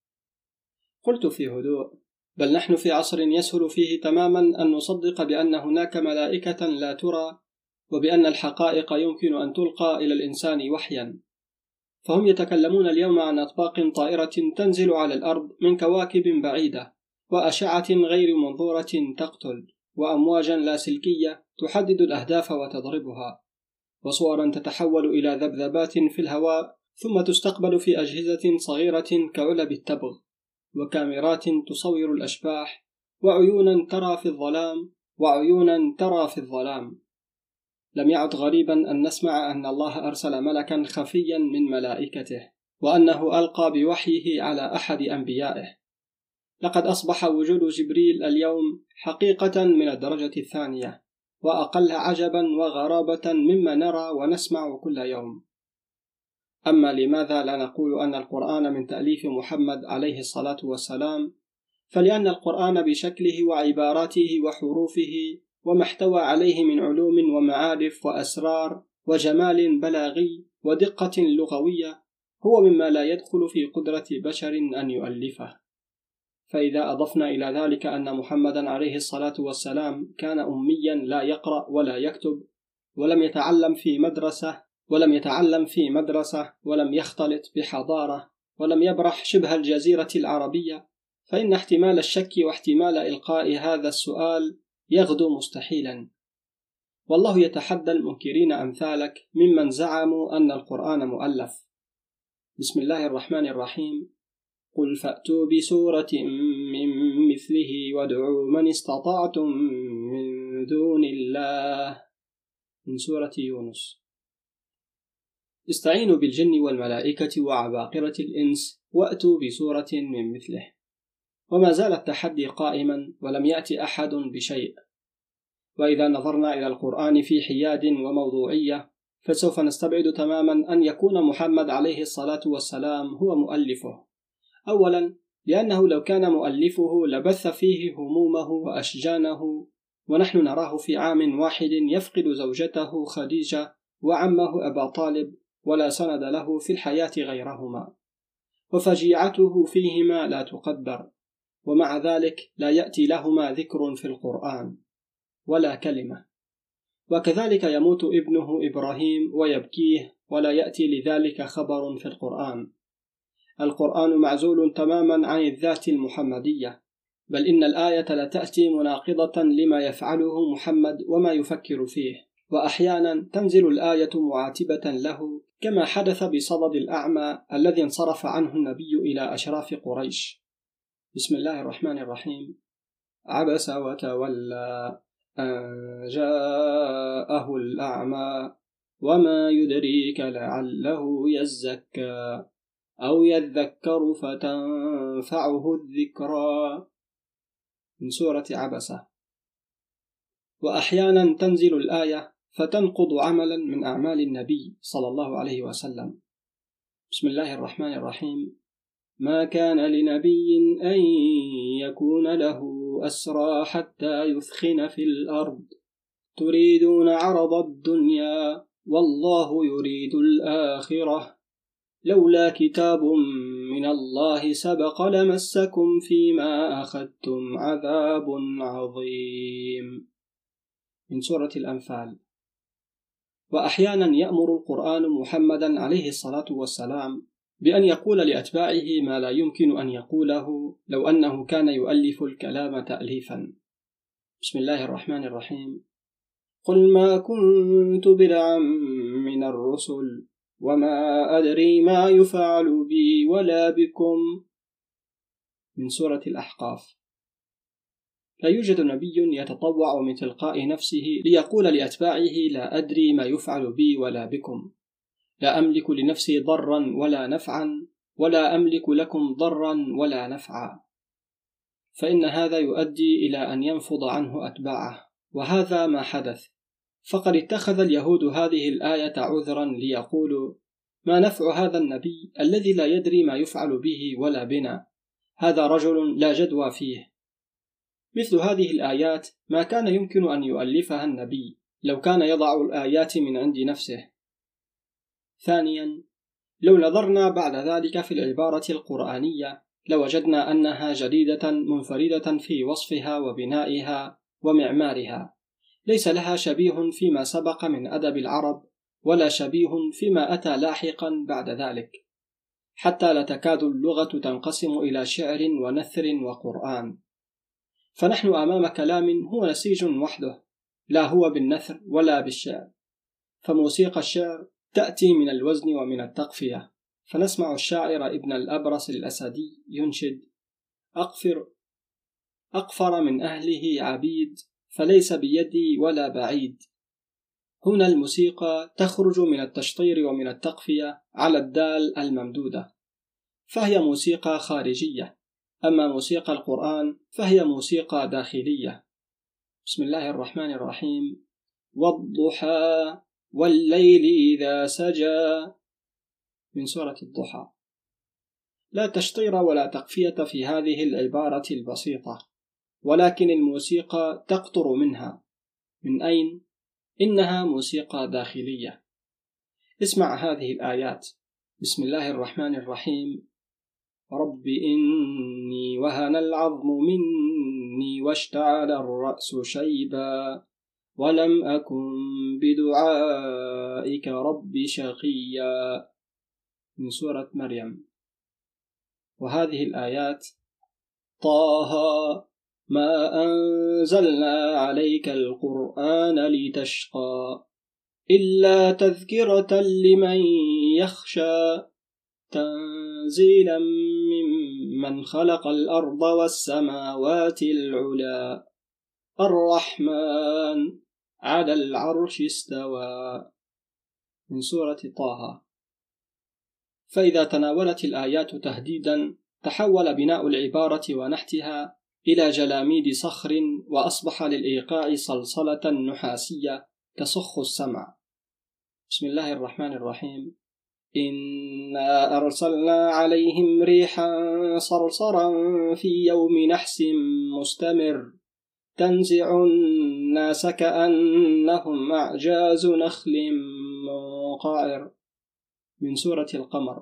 A: قلت في هدوء: بل نحن في عصر يسهل فيه تماما أن نصدق بأن هناك ملائكة لا ترى، وبأن الحقائق يمكن أن تلقى إلى الإنسان وحيا. فهم يتكلمون اليوم عن أطباق طائرة تنزل على الأرض من كواكب بعيدة، وأشعة غير منظورة تقتل، وأمواجا لاسلكية تحدد الأهداف وتضربها، وصورا تتحول إلى ذبذبات في الهواء ثم تستقبل في أجهزة صغيرة كعلب التبغ، وكاميرات تصور الأشباح، وعيونا ترى في الظلام وعيونا ترى في الظلام. لم يعد غريبا أن نسمع أن الله أرسل ملكا خفيا من ملائكته، وأنه ألقى بوحيه على أحد أنبيائه. لقد أصبح وجود جبريل اليوم حقيقة من الدرجة الثانية، وأقل عجبا وغرابة مما نرى ونسمع كل يوم. أما لماذا لا نقول أن القرآن من تأليف محمد عليه الصلاة والسلام؟ فلأن القرآن بشكله وعباراته وحروفه وما احتوى عليه من علوم ومعارف وأسرار وجمال بلاغي ودقة لغوية هو مما لا يدخل في قدرة بشر أن يؤلفه. فإذا أضفنا إلى ذلك أن محمدا عليه الصلاة والسلام كان أميا لا يقرأ ولا يكتب، ولم يتعلم في مدرسة ولم يتعلم في مدرسة ولم يختلط بحضارة ولم يبرح شبه الجزيرة العربية، فإن احتمال الشك واحتمال إلقاء هذا السؤال يغدو مستحيلا. والله يتحدى المنكرين أمثالك ممن زعموا أن القرآن مؤلف. بسم الله الرحمن الرحيم. قل فأتوا بسورة من مثله وادعوا من استطعتم من دون الله. من سورة يونس. استعينوا بالجن والملائكة وعباقرة الإنس وأتوا بسورة من مثله. وما زال التحدي قائما ولم يأتي أحد بشيء. وإذا نظرنا إلى القرآن في حياد وموضوعية فسوف نستبعد تماما أن يكون محمد عليه الصلاة والسلام هو مؤلفه. أولا لأنه لو كان مؤلفه لبث فيه همومه وأشجانه، ونحن نراه في عام واحد يفقد زوجته خديجة وعمه أبا طالب ولا سند له في الحياة غيرهما، وفجيعته فيهما لا تقدر، ومع ذلك لا يأتي لهما ذكر في القرآن ولا كلمة. وكذلك يموت ابنه إبراهيم ويبكيه ولا يأتي لذلك خبر في القرآن. القرآن معزول تماما عن الذات المحمدية، بل إن الآية لتأتي مناقضة لما يفعله محمد وما يفكر فيه، وأحيانا تنزل الآية معاتبة له كما حدث بصدد الأعمى الذي انصرف عنه النبي إلى أشراف قريش. بسم الله الرحمن الرحيم. عبس وتولى أن جاءه الأعمى وما يدريك لعله يزكى أو يذكر فتنفعه الذكرى. من سورة عبسة. وأحيانا تنزل الآية فتنقض عملا من أعمال النبي صلى الله عليه وسلم. بسم الله الرحمن الرحيم. ما كان لنبي أن يكون له أسرى حتى يثخن في الأرض تريدون عرض الدنيا والله يريد الآخرة لولا كتاب من الله سبق لمسكم فيما أخذتم عذاب عظيم. من سورة الأنفال. وأحيانا يأمر القرآن محمدا عليه الصلاة والسلام بأن يقول لأتباعه ما لا يمكن أن يقوله لو أنه كان يؤلف الكلام تأليفا. بسم الله الرحمن الرحيم. قل ما كنت بدعا من الرسل وما أدري ما يفعل بي ولا بكم. من سورة الأحقاف. لا يوجد نبي يتطوع من تلقاء نفسه ليقول لأتباعه لا أدري ما يفعل بي ولا بكم، لا أملك لنفسي ضرا ولا نفعا ولا أملك لكم ضرا ولا نفعا، فإن هذا يؤدي إلى أن ينفض عنه أتباعه، وهذا ما حدث. فقد اتخذ اليهود هذه الآية عذرا ليقولوا ما نفع هذا النبي الذي لا يدري ما يفعل به ولا بنا، هذا رجل لا جدوى فيه. مثل هذه الآيات ما كان يمكن أن يؤلفها النبي لو كان يضع الآيات من عند نفسه. ثانيا، لو نظرنا بعد ذلك في العبارة القرآنية لوجدنا أنها جديدة منفردة في وصفها وبنائها ومعمارها، ليس لها شبيه فيما سبق من أدب العرب ولا شبيه فيما أتى لاحقا بعد ذلك، حتى لا تكاد اللغة تنقسم إلى شعر ونثر وقرآن. فنحن أمام كلام هو نسيج وحده، لا هو بالنثر ولا بالشعر. فموسيقى الشعر تأتي من الوزن ومن التقفية، فنسمع الشاعر ابن الأبرص الأسدي ينشد: أقفر أقفر من أهله عبيد فليس بيدي ولا بعيد. هنا الموسيقى تخرج من التشطير ومن التقفية على الدال الممدودة، فهي موسيقى خارجية. أما موسيقى القرآن فهي موسيقى داخلية. بسم الله الرحمن الرحيم. والضحى والليل إذا سجى. من سورة الضحى. لا تشطير ولا تقفية في هذه العبارة البسيطة، ولكن الموسيقى تقطر منها. من أين؟ إنها موسيقى داخلية. اسمع هذه الآيات. بسم الله الرحمن الرحيم. رب إني وهن العظم مني واشتعل الرأس شيبا ولم أكن بدعائك رب شقيا. من سورة مريم. وهذه الآيات: طه ما أنزلنا عليك القرآن لتشقى إلا تذكرة لمن يخشى تنزيلا ممن خلق الأرض والسماوات العلى الرحمن على العرش استوى. من سورة طه. فإذا تناولت الآيات تهديدا تحول بناء العبارة ونحتها إلى جلاميد صخر وأصبح للإيقاع صلصلة نحاسية تصخ السمع. بسم الله الرحمن الرحيم. إنا أرسلنا عليهم ريحا صرصرا في يوم نحس مستمر تنزع الناس كأنهم أعجاز نخل منقعر. من سورة القمر.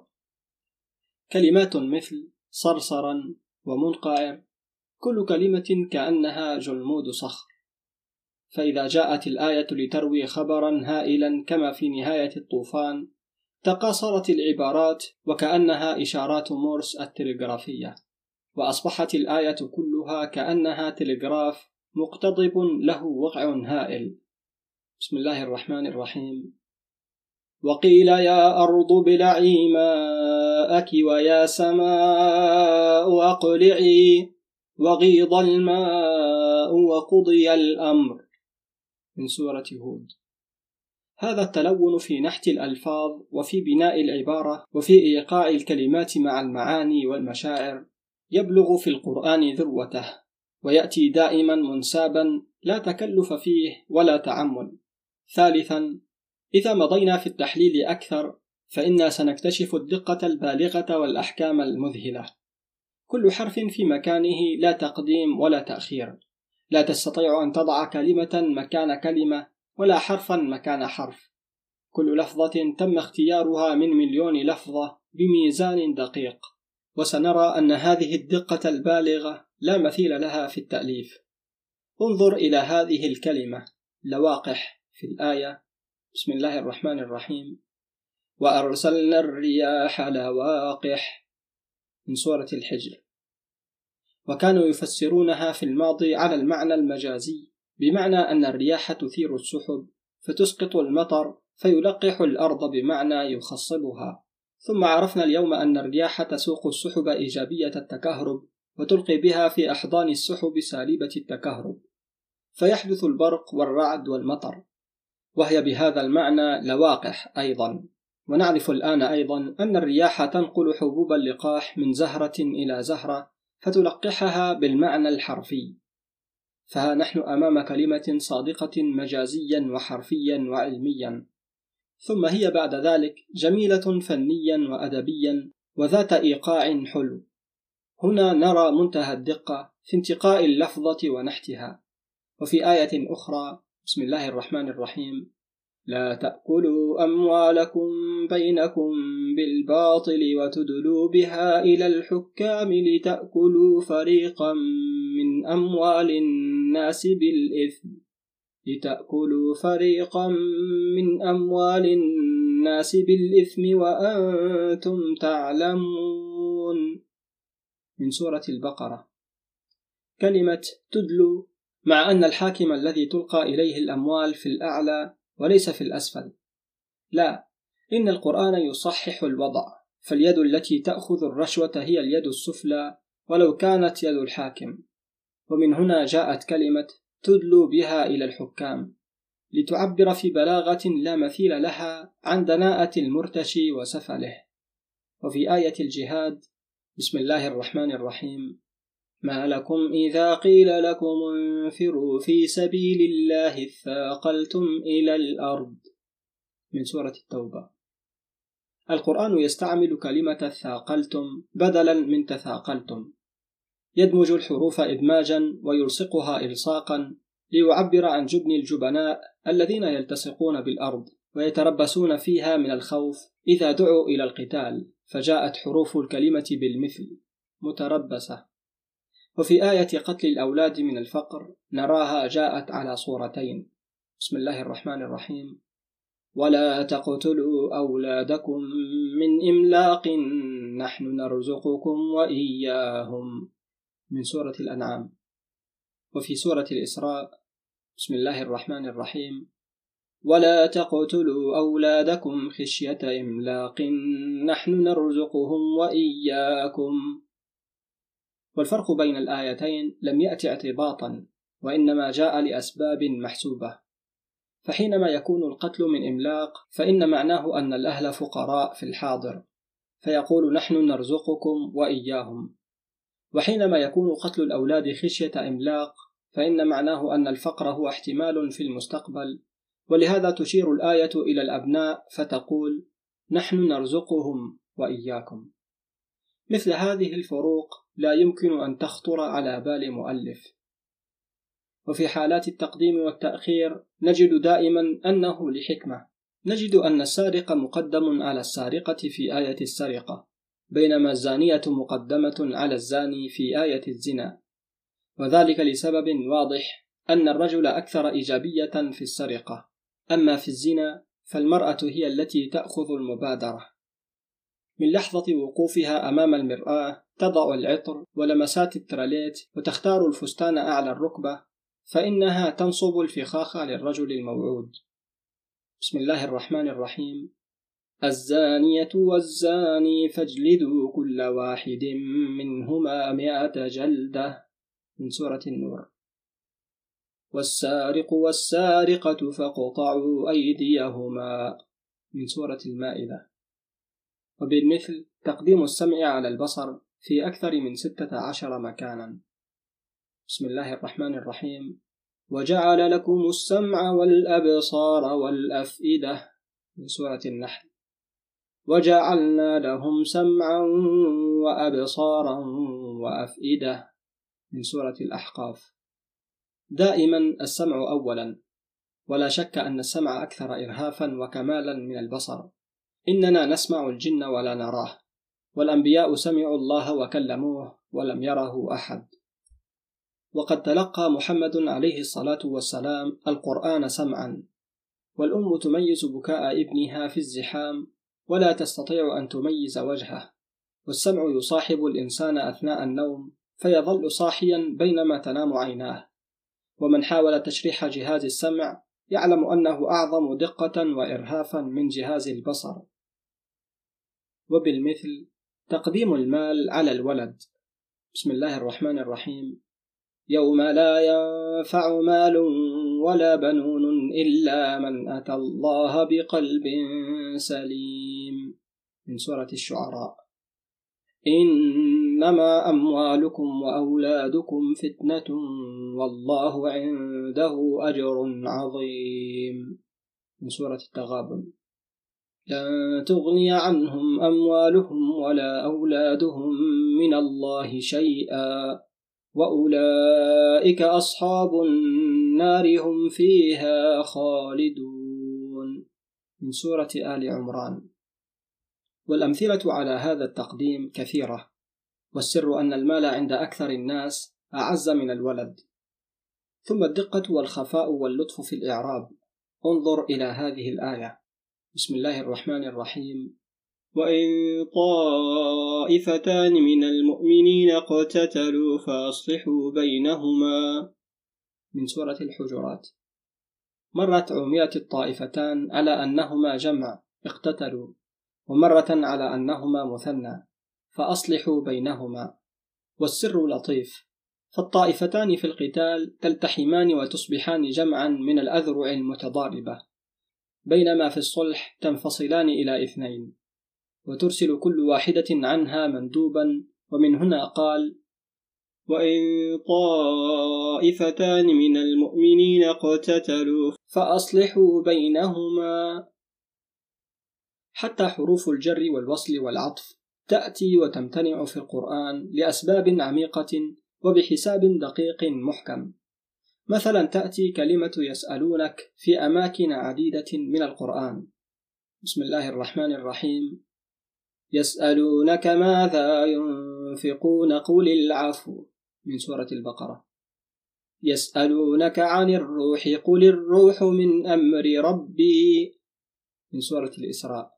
A: كلمات مثل صرصرا ومنقعر كل كلمة كأنها جلمود صخر. فإذا جاءت الآية لتروي خبرا هائلا كما في نهاية الطوفان تقاصرت العبارات وكأنها إشارات مورس التلغرافية، وأصبحت الآية كلها كأنها تلغراف مقتضب له وقع هائل. بسم الله الرحمن الرحيم. وقيل يا أرض ابلعي ماءك ويا سماء أقلعي وغيض الماء وقضي الأمر. من سورة هود. هذا التلون في نحت الألفاظ وفي بناء العبارة وفي إيقاع الكلمات مع المعاني والمشاعر يبلغ في القرآن ذروته، ويأتي دائما منسابا لا تكلف فيه ولا تعمل. ثالثا، إذا مضينا في التحليل أكثر فإنا سنكتشف الدقة البالغة والأحكام المذهلة. كل حرف في مكانه لا تقديم ولا تأخير، لا تستطيع أن تضع كلمة مكان كلمة ولا حرفا مكان حرف. كل لفظة تم اختيارها من مليون لفظة بميزان دقيق، وسنرى أن هذه الدقة البالغة لا مثيل لها في التأليف. انظر إلى هذه الكلمة لواقح في الآية. بسم الله الرحمن الرحيم. وأرسلنا الرياح لواقح. من سورة الحجر. وكانوا يفسرونها في الماضي على المعنى المجازي، بمعنى أن الرياح تثير السحب فتسقط المطر فيلقح الأرض بمعنى يخصبها. ثم عرفنا اليوم أن الرياح تسوق السحب إيجابية التكهرب وتلقي بها في أحضان السحب سالبة التكهرب، فيحدث البرق والرعد والمطر، وهي بهذا المعنى لواقح أيضا. ونعرف الآن أيضا أن الرياح تنقل حبوب اللقاح من زهرة إلى زهرة فتلقحها بالمعنى الحرفي. فها نحن أمام كلمة صادقة مجازيا وحرفيا وعلميا، ثم هي بعد ذلك جميلة فنيا وأدبيا وذات إيقاع حلو. هنا نرى منتهى الدقة في انتقاء اللفظة ونحتها. وفي آية أخرى. بسم الله الرحمن الرحيم. لا تأكلوا أموالكم بينكم بالباطل وتدلوا بها إلى الحكام لتأكلوا فريقا من أموال الناس بالإثم لتأكلوا فريقا من أموال الناس بالإثم وأنتم تعلمون. من سورة البقرة. كلمة تدلوا مع أن الحاكم الذي تلقى إليه الأموال في الأعلى وليس في الأسفل. لا، إن القرآن يصحح الوضع، فاليد التي تأخذ الرشوة هي اليد السفلى ولو كانت يد الحاكم. ومن هنا جاءت كلمة تدلوا بها إلى الحكام لتعبر في بلاغة لا مثيل لها عن دناءة المرتشي وسفله. وفي آية الجهاد. بسم الله الرحمن الرحيم. ما لكم إذا قيل لكم انفروا في سبيل الله اثاقلتم إلى الأرض. من سورة التوبة. القرآن يستعمل كلمة اثاقلتم بدلا من تثاقلتم، يدمج الحروف إدماجا ويلصقها إلصاقا ليعبر عن جبن الجبناء الذين يلتصقون بالأرض ويتربصون فيها من الخوف إذا دعوا إلى القتال، فجاءت حروف الكلمة بالمثل متربصة. وفي آية قتل الأولاد من الفقر نراها جاءت على صورتين. بسم الله الرحمن الرحيم. ولا تقتلوا أولادكم من إملاق نحن نرزقكم وإياهم. من سورة الأنعام. وفي سورة الإسراء: بسم الله الرحمن الرحيم: ولا تقتلوا أولادكم خشية إملاق نحن نرزقهم وإياكم. والفرق بين الآيتين لم يأتي اعتباطا، وإنما جاء لأسباب محسوبة. فحينما يكون القتل من إملاق فإن معناه أن الأهل فقراء في الحاضر، فيقول نحن نرزقكم وإياهم. وحينما يكون قتل الأولاد خشية إملاق فإن معناه أن الفقر هو احتمال في المستقبل، ولهذا تشير الآية إلى الأبناء فتقول نحن نرزقهم وإياكم. مثل هذه الفروق لا يمكن أن تخطر على بال مؤلف. وفي حالات التقديم والتأخير نجد دائما أنه لحكمة. نجد أن السارق مقدم على السارقة في آية السرقة، بينما الزانية مقدمة على الزاني في آية الزنا، وذلك لسبب واضح: أن الرجل أكثر إيجابية في السرقة، أما في الزنا فالمرأة هي التي تأخذ المبادرة. من لحظة وقوفها أمام المرآة تضع العطر ولمسات التراليت وتختار الفستان أعلى الركبة، فإنها تنصب الفخاخ للرجل الموعود. بسم الله الرحمن الرحيم: الزانية والزاني فاجلدوا كل واحد منهما مئة جلدة، من سورة النور. والسارق والسارقة فاقطعوا أيديهما، من سورة المائدة. وبالمثل تقديم السمع على البصر في أكثر من ستة عشر مكانا. بسم الله الرحمن الرحيم: وجعل لكم السمع والأبصار والأفئدة، من سورة النحل. وجعلنا لهم سمعا وأبصارا وأفئدة، من سورة الأحقاف. دائما السمع أولا، ولا شك أن السمع أكثر إرهافا وكمالا من البصر. إننا نسمع الجن ولا نراه، والأنبياء سمعوا الله وكلموه ولم يره أحد. وقد تلقى محمد عليه الصلاة والسلام القرآن سمعا، والأم تميز بكاء ابنها في الزحام ولا تستطيع أن تميز وجهه، والسمع يصاحب الإنسان أثناء النوم فيظل صاحيا بينما تنام عيناه. ومن حاول تشريح جهاز السمع يعلم أنه أعظم دقة وإرهافا من جهاز البصر. وبالمثل تقديم المال على الولد. بسم الله الرحمن الرحيم: يوم لا ينفع مال ولا بنون إلا من أتى الله بقلب سليم، من سورة الشعراء. إنما أموالكم وأولادكم فتنة والله عنده أجر عظيم، من سورة التغابن. لن تغني عنهم أموالهم ولا أولادهم من الله شيئا وأولئك أصحاب النار هم فيها خالدون، من سورة آل عمران. والأمثلة على هذا التقديم كثيرة، والسر أن المال عند أكثر الناس أعز من الولد. ثم الدقة والخفاء واللطف في الإعراب. انظر إلى هذه الآية: بسم الله الرحمن الرحيم: وإن طائفتان من المؤمنين اقتتلوا فأصلحوا بينهما، من سورة الحجرات. مرت عميت الطائفتان على أنهما جمع اقتتلوا، ومرة على أنهما مثنى فأصلحوا بينهما. والسر لطيف، فالطائفتان في القتال تلتحمان وتصبحان جمعا من الأذرع المتضاربة، بينما في الصلح تنفصلان إلى اثنين، وترسل كل واحدة عنها مندوبا. ومن هنا قال: وإن طائفتان من المؤمنين اقتتلوا فأصلحوا بينهما. حتى حروف الجر والوصل والعطف تأتي وتمتنع في القرآن لأسباب عميقة وبحساب دقيق محكم. مثلا تأتي كلمة يسألونك في أماكن عديدة من القرآن. بسم الله الرحمن الرحيم: يسألونك ماذا ينفقون قل العفو، من سورة البقرة. يسألونك عن الروح قل الروح من أمر ربي، من سورة الإسراء.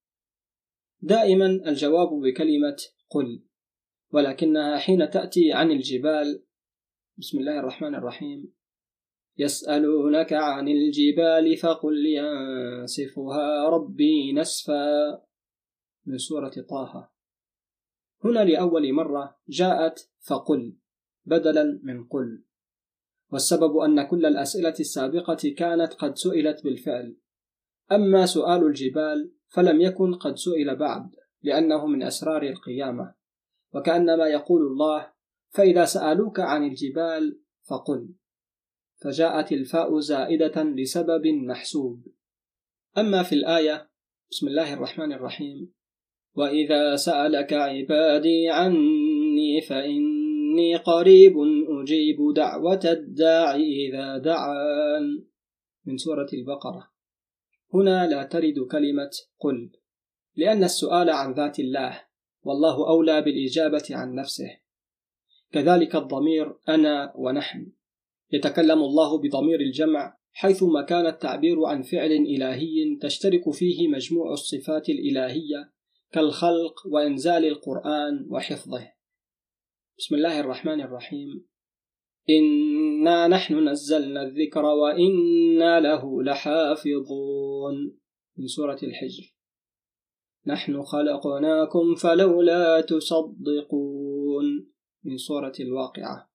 A: دائما الجواب بكلمة قل، ولكنها حين تأتي عن الجبال بسم الله الرحمن الرحيم. يسألونك عن الجبال فقل ينسفها ربي نسفا، من سورة طه. هنا لأول مرة جاءت فقل بدلا من قل، والسبب أن كل الأسئلة السابقة كانت قد سئلت بالفعل، أما سؤال الجبال فلم يكن قد سئل بعد، لأنه من أسرار القيامة، وكأنما يقول الله: فإذا سألوك عن الجبال فقل، فجاءت الفاء زائدة لسبب محسوب. أما في الآية بسم الله الرحمن الرحيم: وإذا سألك عبادي عني فإني قريب أجيب دعوة الداع إذا دعان، من سورة البقرة. هنا لا ترد كلمة قل، لأن السؤال عن ذات الله، والله أولى بالإجابة عن نفسه. كذلك الضمير أنا ونحن، يتكلم الله بضمير الجمع حيثما كان التعبير عن فعل إلهي تشترك فيه مجموع الصفات الإلهية كالخلق وإنزال القرآن وحفظه. بسم الله الرحمن الرحيم: إنا نحن نزلنا الذكر وإنا له لحافظون، من سورة الحجر. نحن خلقناكم فلولا تصدقون، من سورة الواقعة.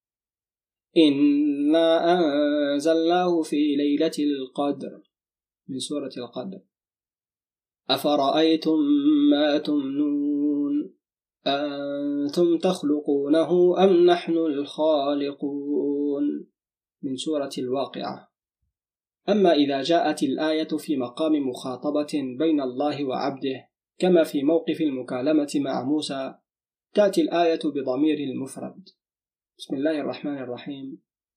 A: إنا أنزلناه في ليلة القدر، من سورة القدر. أفرأيتم ما تمنون أنتم تخلقونه أم نحن الخالقون، من سورة الواقعة. أما إذا جاءت الآية في مقام مخاطبة بين الله وعبده كما في موقف المكالمة مع موسى، تأتي الآية بضمير المفرد. بسم الله الرحمن الرحيم: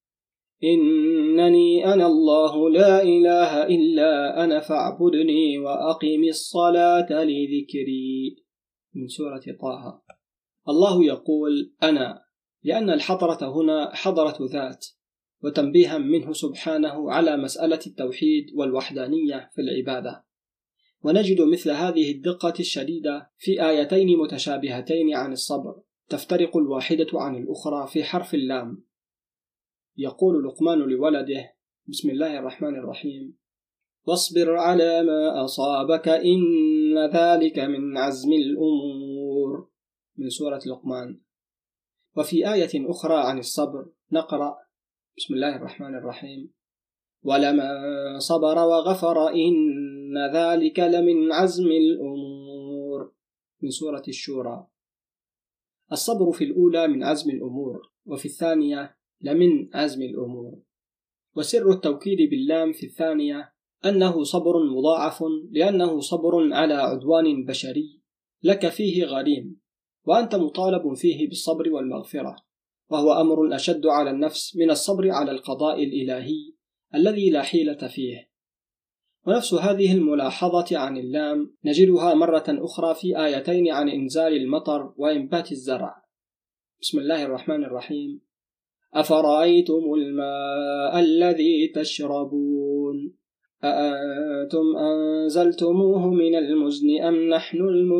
A: إنني أنا الله لا إله إلا أنا فاعبدني وأقم الصلاة لذكري، من سورة طه. الله يقول أنا، لأن الحضرة هنا حضرة ذات، وتنبيها منه سبحانه على مسألة التوحيد والوحدانية في العبادة. ونجد مثل هذه الدقة الشديدة في آيتين متشابهتين عن الصبر، تفترق الواحدة عن الأخرى في حرف اللام. يقول لقمان لولده بسم الله الرحمن الرحيم: واصبر على ما أصابك إن ذلك من عزم الأمور، من سورة لقمان. وفي آية أخرى عن الصبر نقرأ بسم الله الرحمن الرحيم: ولما صبر وغفر إن ذلك لمن عزم الأمور، من سورة الشورى. الصبر في الأولى من عزم الأمور، وفي الثانية لمن عزم الأمور. وسر التوكيد باللام في الثانية أنه صبر مضاعف، لأنه صبر على عدوان بشري لك فيه غريم، وأنت مطالب فيه بالصبر والمغفرة، وهو أمر أشد على النفس من الصبر على القضاء الإلهي الذي لا حيلة فيه. ونفس هذه الملاحظة عن اللام نجدها مرة أخرى في آيتين عن إنزال المطر وإنبات الزرع. بسم الله الرحمن الرحيم: أفرأيتم الماء الذي تشربون أأنتم أنزلتموه من المزن أم نحن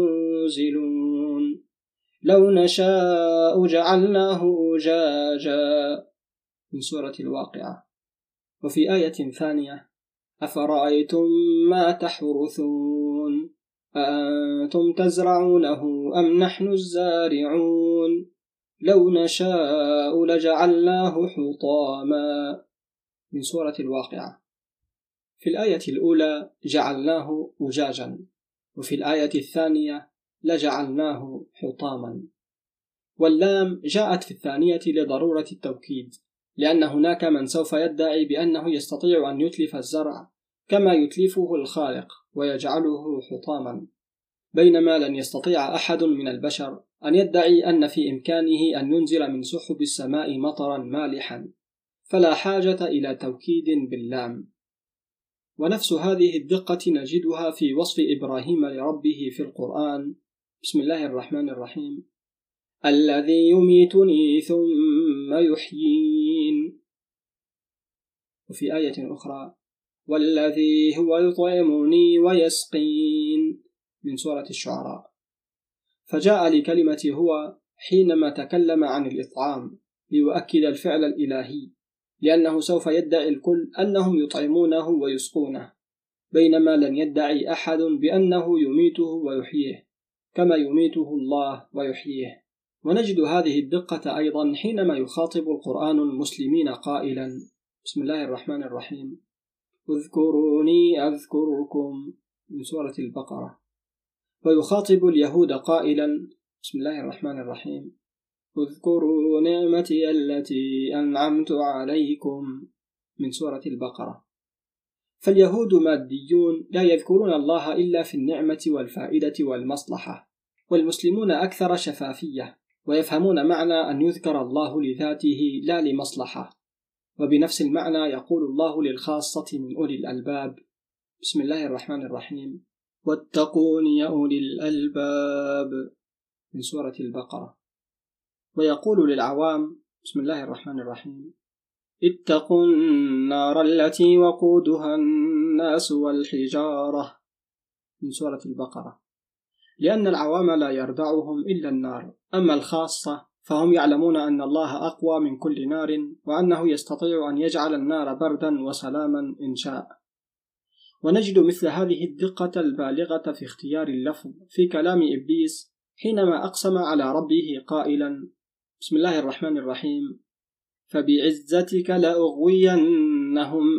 A: المنزلون لو نشاء جعلناه أجاجا، من سورة الواقعة. وفي آية ثانية: أفرأيتم ما تحرثون أأنتم تزرعونه أم نحن الزارعون لو نشاء لجعلناه حطاما، من سورة الواقعة. في الآية الأولى جعلناه أجاجا، وفي الآية الثانية لجعلناه حطاما. واللام جاءت في الثانية لضرورة التوكيد، لأن هناك من سوف يدعي بأنه يستطيع أن يتلف الزرع كما يتلفه الخالق ويجعله حطاما، بينما لن يستطيع أحد من البشر أن يدعي أن في إمكانه أن ينزل من سحب السماء مطرا مالحا، فلا حاجة إلى توكيد باللام. ونفس هذه الدقة نجدها في وصف إبراهيم لربه في القرآن. بسم الله الرحمن الرحيم: الذي يميتني ثم يحيين. وفي آية أخرى: والذي هو يطعمني ويسقين، من سورة الشعراء. فجاء لكلمة هو حينما تكلم عن الإطعام، ليؤكد الفعل الإلهي، لأنه سوف يدعي الكل أنهم يطعمونه ويسقونه، بينما لن يدعي أحد بأنه يميته ويحييه كما يميته الله ويحييه. ونجد هذه الدقة أيضا حينما يخاطب القرآن المسلمين قائلا: بسم الله الرحمن الرحيم: اذكروني أذكركم، من سورة البقرة. ويخاطب اليهود قائلا: بسم الله الرحمن الرحيم: اذكروا نعمتي التي أنعمت عليكم، من سورة البقرة. فاليهود ماديون لا يذكرون الله إلا في النعمة والفائدة والمصلحة، والمسلمون أكثر شفافية ويفهمون معنى أن يذكر الله لذاته لا لمصلحة. وبنفس المعنى يقول الله للخاصة من أولي الألباب: بسم الله الرحمن الرحيم: واتقون يا أولي الألباب، من سورة البقرة. ويقول للعوام: بسم الله الرحمن الرحيم: اتقوا النار التي وقودها الناس والحجارة، من سورة البقرة، لأن العوام لا يردعهم إلا النار. أما الخاصة فهم يعلمون أن الله أقوى من كل نار، وأنه يستطيع أن يجعل النار بردا وسلاما إن شاء. ونجد مثل هذه الدقة البالغة في اختيار اللفظ في كلام إبليس حينما أقسم على ربه قائلا: بسم الله الرحمن الرحيم: فبعزتك لأغوينهم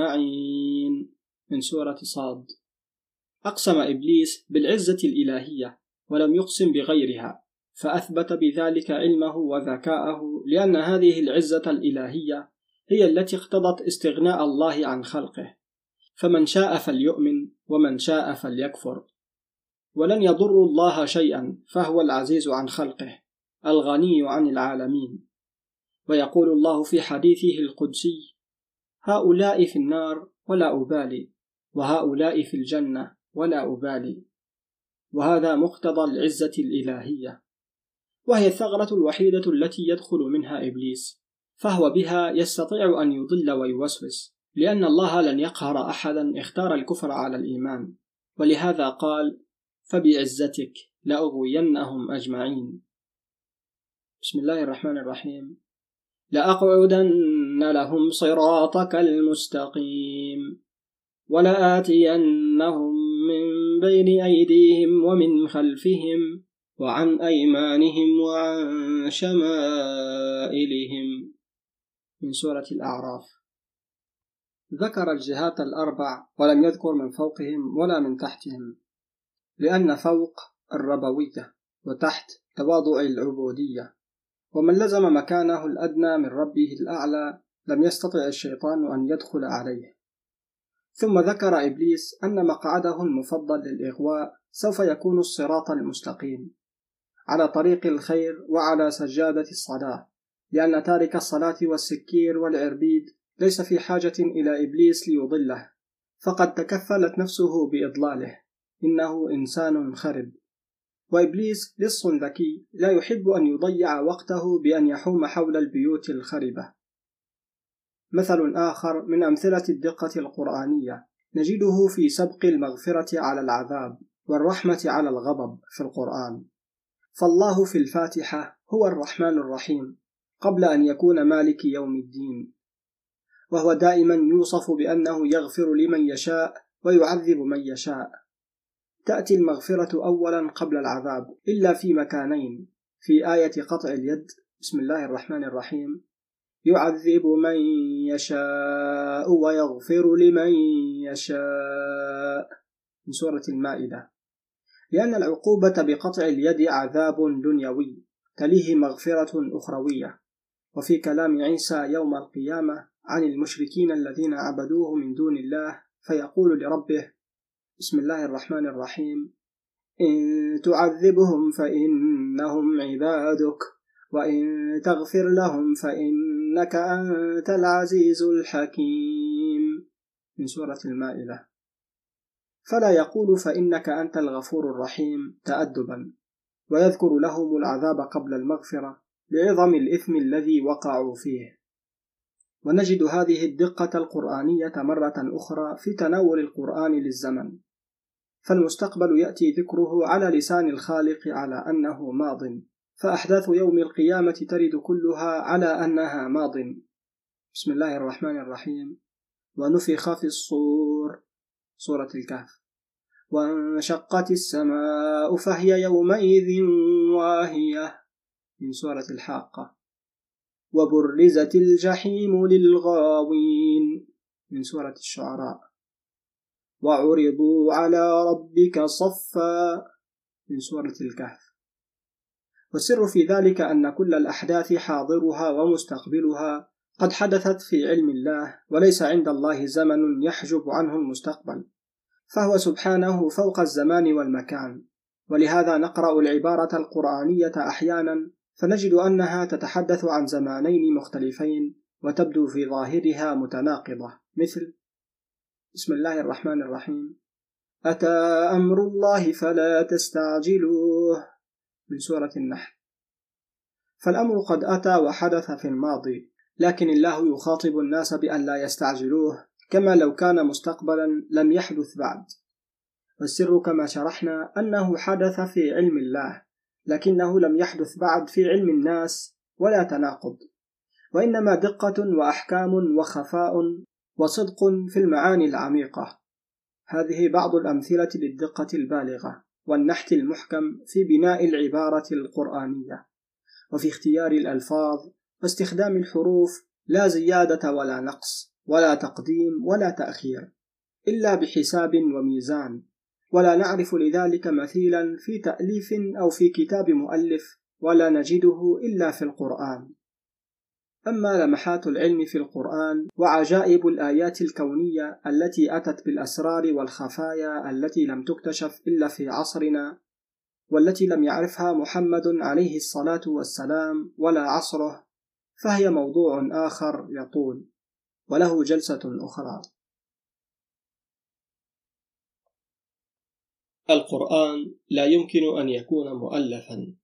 A: أجمعين، من سورة صاد. أقسم إبليس بالعزة الإلهية ولم يقسم بغيرها، فأثبت بذلك علمه وذكاءه، لأن هذه العزة الإلهية هي التي اقتضت استغناء الله عن خلقه، فمن شاء فليؤمن ومن شاء فليكفر، ولن يضروا الله شيئا، فهو العزيز عن خلقه الغني عن العالمين. ويقول الله في حديثه القدسي: هؤلاء في النار ولا أبالي، وهؤلاء في الجنة ولا أبالي. وهذا مقتضى العزة الإلهية، وهي الثغرة الوحيدة التي يدخل منها إبليس، فهو بها يستطيع أن يضل ويوسوس، لأن الله لن يقهر أحدا اختار الكفر على الإيمان، ولهذا قال: فبعزتك لأغوينهم أجمعين. بسم الله الرحمن الرحيم: لأقعدن لهم صراطك المستقيم ولآتينهم من بين أيديهم ومن خلفهم وعن أيمانهم وعن شمائلهم، من سورة الأعراف. ذكر الجهات الأربع ولم يذكر من فوقهم ولا من تحتهم، لأن فوق الربوية وتحت تواضع العبودية، ومن لزم مكانه الأدنى من ربه الأعلى لم يستطع الشيطان أن يدخل عليه. ثم ذكر إبليس أن مقعده المفضل للإغواء سوف يكون الصراط المستقيم على طريق الخير وعلى سجادة الصلاة، لأن تارك الصلاة والسكير والعربيد ليس في حاجة إلى إبليس ليضله، فقد تكفلت نفسه بإضلاله، إنه إنسان خرب. وإبليس لص ذكي لا يحب أن يضيع وقته بأن يحوم حول البيوت الخربة. مثل آخر من أمثلة الدقة القرآنية نجده في سبق المغفرة على العذاب والرحمة على الغضب في القرآن. فالله في الفاتحة هو الرحمن الرحيم قبل أن يكون مالك يوم الدين، وهو دائما يوصف بأنه يغفر لمن يشاء ويعذب من يشاء. تأتي المغفرة أولا قبل العذاب إلا في مكانين: في آية قطع اليد بسم الله الرحمن الرحيم: يعذب من يشاء ويغفر لمن يشاء، من سورة المائدة، لأن العقوبة بقطع اليد عذاب دنيوي تليه مغفرة أخروية. وفي كلام عيسى يوم القيامة عن المشركين الذين عبدوه من دون الله فيقول لربه: بسم الله الرحمن الرحيم: إن تعذبهم فإنهم عبادك وإن تغفر لهم فإنك أنت العزيز الحكيم، من سورة المائدة. فلا يقول فإنك أنت الغفور الرحيم تأدبا، ويذكر لهم العذاب قبل المغفرة لعظم الإثم الذي وقعوا فيه. ونجد هذه الدقة القرآنية مرة أخرى في تناول القرآن للزمن، فالمستقبل يأتي ذكره على لسان الخالق على أنه ماض، فأحداث يوم القيامة ترد كلها على أنها ماض. بسم الله الرحمن الرحيم. ونفخ في الصور، سورة الكهف. وانشقت السماء فهي يومئذ واهية، من سورة الحاقة. وبرزت الجحيم للغاوين، من سورة الشعراء. وعرضوا على ربك صفا، من سورة الكهف. والسر في ذلك أن كل الأحداث حاضرها ومستقبلها قد حدثت في علم الله، وليس عند الله زمن يحجب عنه المستقبل، فهو سبحانه فوق الزمان والمكان. ولهذا نقرأ العبارة القرآنية أحيانا فنجد أنها تتحدث عن زمانين مختلفين وتبدو في ظاهرها متناقضة، مثل بسم الله الرحمن الرحيم. أتى أمر الله فلا تستعجلوه، من سورة النحل. فالأمر قد أتى وحدث في الماضي، لكن الله يخاطب الناس بأن لا يستعجلوه، كما لو كان مستقبلا لم يحدث بعد. والسر كما شرحنا أنه حدث في علم الله، لكنه لم يحدث بعد في علم الناس، ولا تناقض، وإنما دقة وأحكام وخفاء وصدق في المعاني العميقة. هذه بعض الأمثلة للدقة البالغة والنحت المحكم في بناء العبارة القرآنية، وفي اختيار الألفاظ واستخدام الحروف، لا زيادة ولا نقص ولا تقديم ولا تأخير، إلا بحساب وميزان، ولا نعرف لذلك مثيلا في تأليف أو في كتاب مؤلف، ولا نجده إلا في القرآن. أما لمحات العلم في القرآن وعجائب الآيات الكونية التي أتت بالأسرار والخفايا التي لم تكتشف إلا في عصرنا، والتي لم يعرفها محمد عليه الصلاة والسلام ولا عصره، فهي موضوع آخر يطول وله جلسة أخرى.
B: القرآن لا يمكن أن يكون مؤلفا.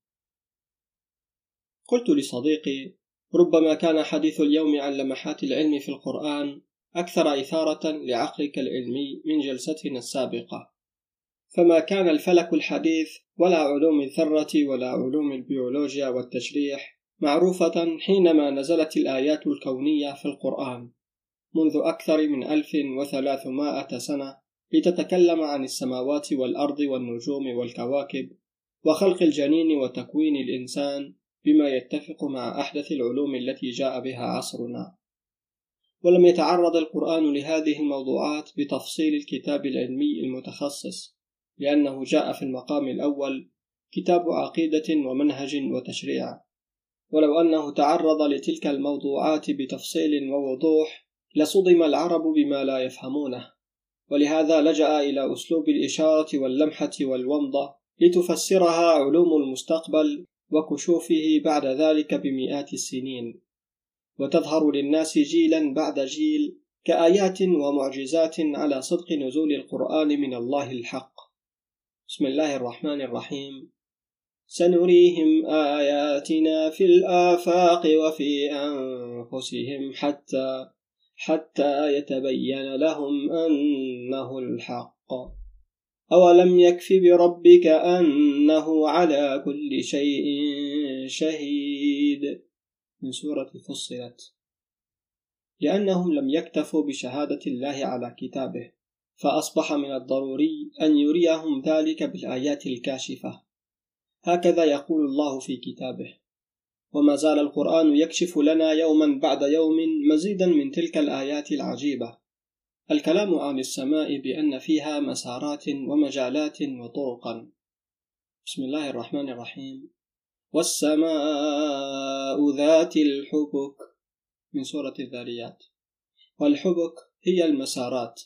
B: قلت لصديقي: ربما كان حديث اليوم عن لمحات العلم في القرآن أكثر إثارة لعقلك العلمي من جلستنا السابقة، فما كان الفلك الحديث ولا علوم الذرة ولا علوم البيولوجيا والتشريح معروفة حينما نزلت الآيات الكونية في القرآن منذ أكثر من ألف وثلاثمائة سنة، لتتكلم عن السماوات والأرض والنجوم والكواكب وخلق الجنين وتكوين الإنسان بما يتفق مع أحدث العلوم التي جاء بها عصرنا. ولم يتعرض القرآن لهذه الموضوعات بتفصيل الكتاب العلمي المتخصص، لأنه جاء في المقام الأول كتاب عقيدة ومنهج وتشريع. ولو أنه تعرض لتلك الموضوعات بتفصيل ووضوح لصدم العرب بما لا يفهمونه، ولهذا لجأ إلى أسلوب الإشارة واللمحة والومضة لتفسرها علوم المستقبل وكشوفه بعد ذلك بمئات السنين، وتظهر للناس جيلا بعد جيل كآيات ومعجزات على صدق نزول القرآن من الله الحق. بسم الله الرحمن الرحيم. سنريهم آياتنا في الآفاق وفي أنفسهم حتى حتى يتبين لهم أنه الحق. أولم يكف بربك أنه على كل شيء شهيد، من سورة فصلت. لأنهم لم يكتفوا بشهادة الله على كتابه، فأصبح من الضروري أن يريهم ذلك بالآيات الكاشفة. هكذا يقول الله في كتابه: وما زال القرآن يكشف لنا يوما بعد يوم مزيدا من تلك الآيات العجيبة. الكلام عن السماء بأن فيها مسارات ومجالات وطرقا. بسم الله الرحمن الرحيم. والسماء ذات الحبك، من سورة الذاريات. والحبك هي المسارات.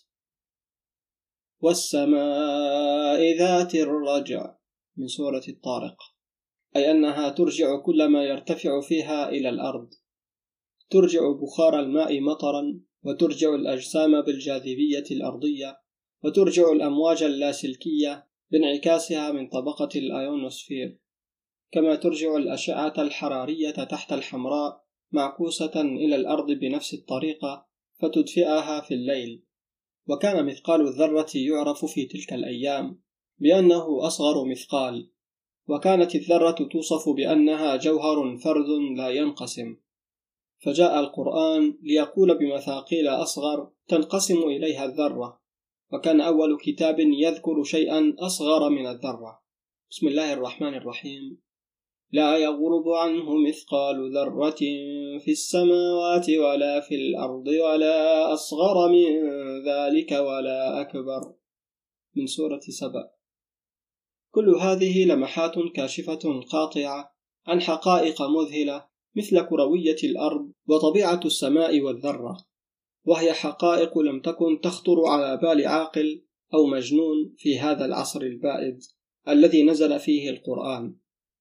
B: والسماء ذات الرجع، من سورة الطارق، أي أنها ترجع كل ما يرتفع فيها إلى الأرض، ترجع بخار الماء مطرا، وترجع الأجسام بالجاذبية الأرضية، وترجع الأمواج اللاسلكية بانعكاسها من طبقة الأيونوسفير، كما ترجع الأشعة الحرارية تحت الحمراء معكوسة إلى الأرض بنفس الطريقة فتدفئها في الليل. وكان مثقال الذرة يعرف في تلك الأيام بأنه أصغر مثقال،
A: وكانت الذرة توصف بأنها جوهر فرد لا ينقسم، فجاء القرآن ليقول بمثاقيل أصغر تنقسم إليها الذرة، وكان أول كتاب يذكر شيئا أصغر من الذرة. بسم الله الرحمن الرحيم. لا يغرب عنه مثقال ذرة في السماوات ولا في الأرض ولا أصغر من ذلك ولا أكبر، من سورة سبأ. كل هذه لمحات كاشفة قاطعة عن حقائق مذهلة مثل كروية الأرض وطبيعة السماء والذرة، وهي حقائق لم تكن تخطر على بال عاقل أو مجنون في هذا العصر البائد الذي نزل فيه القرآن.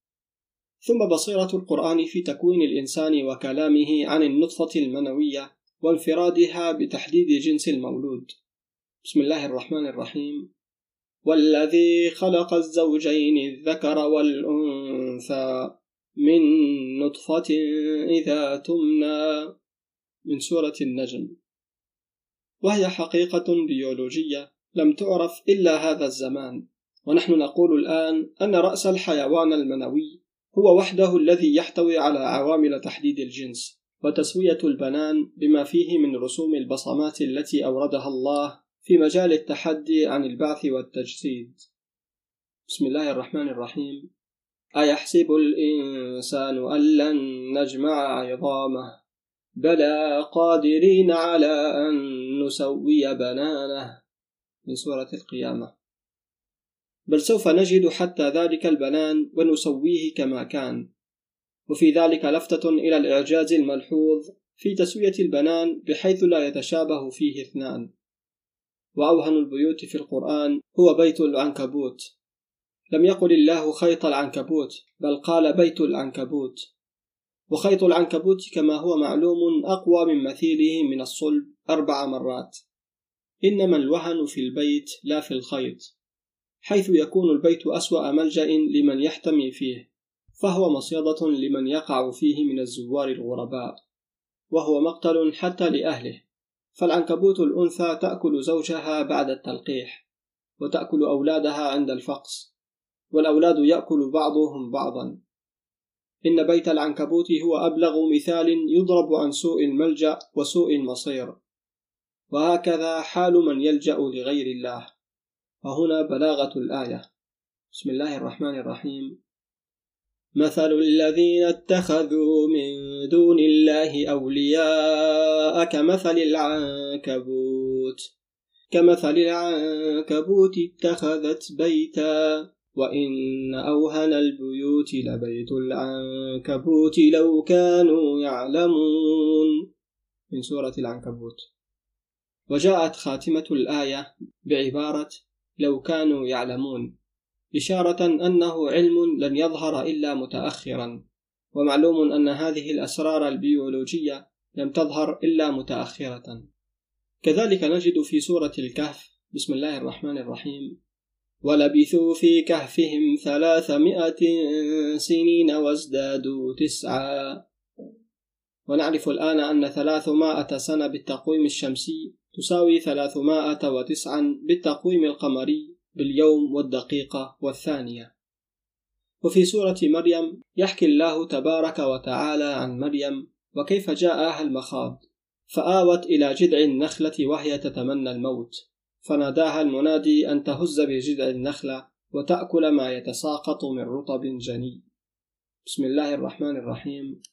A: ثم بصيرة القرآن في تكوين الإنسان وكلامه عن النطفة المنوية وانفرادها بتحديد جنس المولود. بسم الله الرحمن الرحيم. والذي خلق الزوجين الذكر والأنثى من نطفة إذا تمنى، من سورة النجم. وهي حقيقة بيولوجية لم تعرف إلا هذا الزمان، ونحن نقول الآن أن رأس الحيوان المنوي هو وحده الذي يحتوي على عوامل تحديد الجنس وتسوية البنان بما فيه من رسوم البصمات التي أوردها الله في مجال التحدي عن البعث والتجسيد. بسم الله الرحمن الرحيم. أيحسب الإنسان أن لن نجمع عظامه بلى قادرين على أن نسوي بنانه، من سورة القيامة. بل سوف نجد حتى ذلك البنان ونسويه كما كان. وفي ذلك لفتة إلى الإعجاز الملحوظ في تسوية البنان بحيث لا يتشابه فيه اثنان. وأوهن البيوت في القرآن هو بيت العنكبوت. لم يقل الله خيط العنكبوت، بل قال بيت العنكبوت. وخيط العنكبوت كما هو معلوم أقوى من مثيله من الصلب أربع مرات. إنما الوهن في البيت لا في الخيط، حيث يكون البيت أسوأ ملجأ لمن يحتمي فيه، فهو مصيدة لمن يقع فيه من الزوار الغرباء، وهو مقتل حتى لأهله. فالعنكبوت الأنثى تأكل زوجها بعد التلقيح، وتأكل أولادها عند الفقس، والأولاد يأكل بعضهم بعضا. إن بيت العنكبوت هو أبلغ مثال يضرب عن سوء الملجأ وسوء المصير، وهكذا حال من يلجأ لغير الله. وهنا بلاغة الآية. بسم الله الرحمن الرحيم. مثل الذين اتخذوا من دون الله أولياء كمثل العنكبوت كمثل العنكبوت اتخذت بيتا وإن أوهن البيوت لبيت العنكبوت لو كانوا يعلمون، من سورة العنكبوت. وجاءت خاتمة الآية بعبارة لو كانوا يعلمون، إشارة أنه علم لن يظهر إلا متأخرا، ومعلوم أن هذه الأسرار البيولوجية لم تظهر إلا متأخرة. كذلك نجد في سورة الكهف. بسم الله الرحمن الرحيم. ولبثوا في كهفهم ثلاثمائة سنين وازدادوا تسعا. ونعرف الآن أن ثلاثمائة سنة بالتقويم الشمسي تساوي ثلاثمائة وتسعا بالتقويم القمري باليوم والدقيقة والثانية. وفي سورة مريم يحكي الله تبارك وتعالى عن مريم وكيف جاءها المخاض، فآوت إلى جذع النخلة وهي تتمنى الموت، فناداها المنادي أن تهز بجذع النخلة وتأكل ما يتساقط من رطب جني. بسم الله الرحمن الرحيم.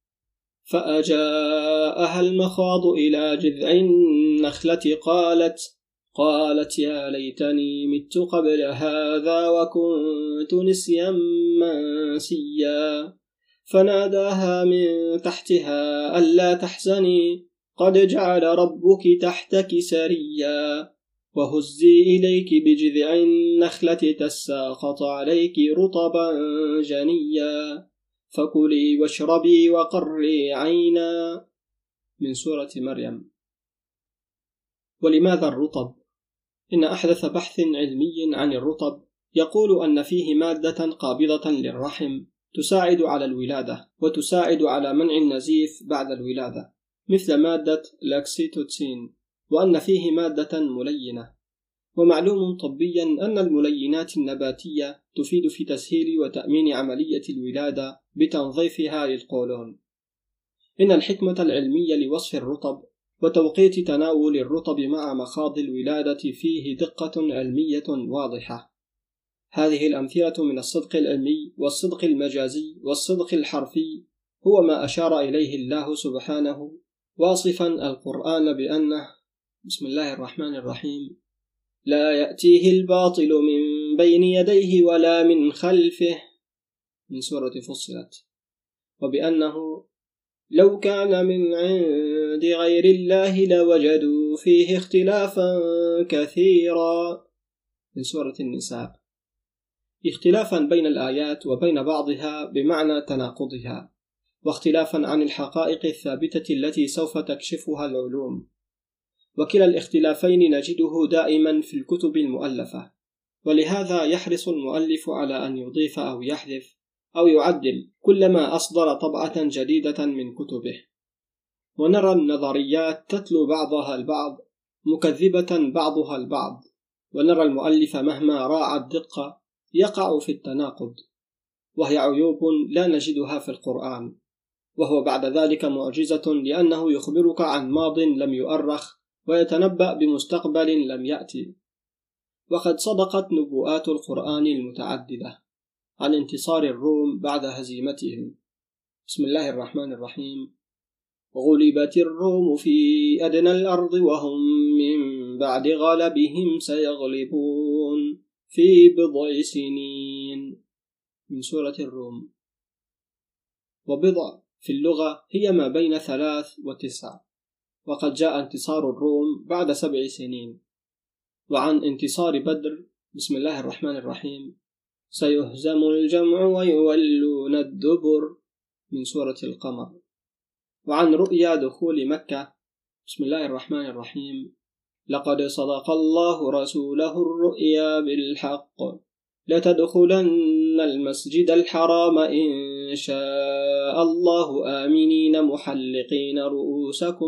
A: فأجاءها المخاض إلى جذع النخلة قالت قالت يا ليتني مت قبل هذا وكنت نسيا منسيا، فناداها من تحتها ألا تحزني قد جعل ربك تحتك سريا، وهزي إليك بجذع النخلة تساقط عليك رطبا جنيا، فكلي واشربي وقري عينا، من سورة مريم. ولماذا الرطب؟ إن أحدث بحث علمي عن الرطب يقول أن فيه مادة قابضة للرحم تساعد على الولادة وتساعد على منع النزيف بعد الولادة، مثل مادة الأكسيتوسين، وأن فيه مادة ملينة. ومعلوم طبيا أن الملينات النباتية تفيد في تسهيل وتأمين عملية الولادة بتنظيفها للقولون. إن الحكمة العلمية لوصف الرطب وتوقيت تناول الرطب مع مخاض الولادة فيه دقة علمية واضحة. هذه الأمثلة من الصدق العلمي والصدق المجازي والصدق الحرفي هو ما أشار إليه الله سبحانه واصفا القرآن بأنه بسم الله الرحمن الرحيم لا يأتيه الباطل من بين يديه ولا من خلفه من سورة فصلت، وبأنه لو كان من عند غير الله لوجدوا فيه اختلافا كثيرا من سورة النساء، اختلافا بين الآيات وبين بعضها بمعنى تناقضها، واختلافا عن الحقائق الثابتة التي سوف تكشفها العلوم. وكلا الاختلافين نجده دائما في الكتب المؤلفة، ولهذا يحرص المؤلف على أن يضيف أو يحذف أو يعدل كلما أصدر طبعة جديدة من كتبه. ونرى النظريات تتلو بعضها البعض مكذبة بعضها البعض، ونرى المؤلف مهما راعى الدقة يقع في التناقض، وهي عيوب لا نجدها في القرآن، وهو بعد ذلك معجزة لأنه يخبرك عن ماض لم يؤرخ ويتنبأ بمستقبل لم يأتي. وقد صدقت نبوءات القرآن المتعددة عن انتصار الروم بعد هزيمتهم. بسم الله الرحمن الرحيم غلبت الروم في أدنى الأرض وهم من بعد غلبهم سيغلبون في بضع سنين من سورة الروم. وبضع في اللغة هي ما بين ثلاث وتسع، وقد جاء انتصار الروم بعد سبع سنين. وعن انتصار بدر بسم الله الرحمن الرحيم سيهزم الجمع ويولون الدبر من سورة القمر. وعن رؤيا دخول مكة بسم الله الرحمن الرحيم لقد صدق الله رسوله الرؤيا بالحق لتدخلن المسجد الحرام إن شاء الله آمنين محلقين رؤوسكم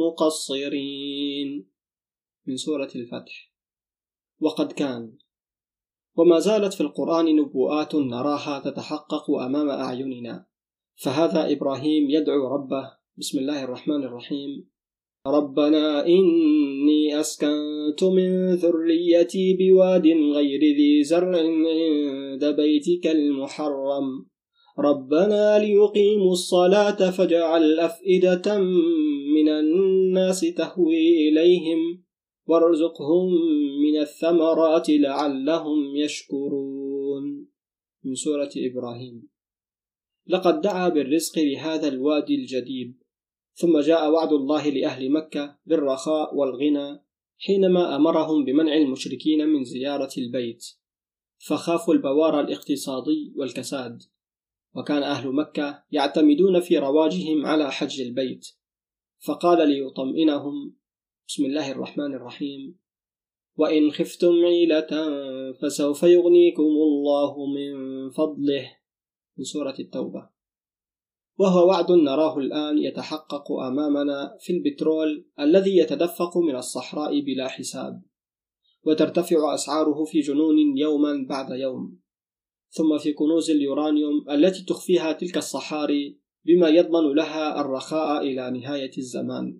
A: ومقصرين من سورة الفتح. وقد كان وما زالت في القرآن نبوءات نراها تتحقق أمام أعيننا. فهذا إبراهيم يدعو ربه بسم الله الرحمن الرحيم ربنا إني أسكنت من ذريتي بواد غير ذي زرع عند بيتك المحرم ربنا ليقيموا الصلاة فاجعل أفئدة من الناس تهوي إليهم وارزقهم من الثمرات لعلهم يشكرون من سورة إبراهيم. لقد دعا بالرزق لهذا الوادي الجديد، ثم جاء وعد الله لأهل مكة بالرخاء والغنى حينما أمرهم بمنع المشركين من زيارة البيت، فخافوا البوار الاقتصادي والكساد، وكان أهل مكة يعتمدون في رواجهم على حج البيت، فقال ليطمئنهم بسم الله الرحمن الرحيم وإن خفتم عيلة فسوف يغنيكم الله من فضله من سورة التوبة. وهو وعد نراه الآن يتحقق أمامنا في البترول الذي يتدفق من الصحراء بلا حساب، وترتفع أسعاره في جنون يوما بعد يوم، ثم في كنوز اليورانيوم التي تخفيها تلك الصحاري بما يضمن لها الرخاء إلى نهاية الزمان.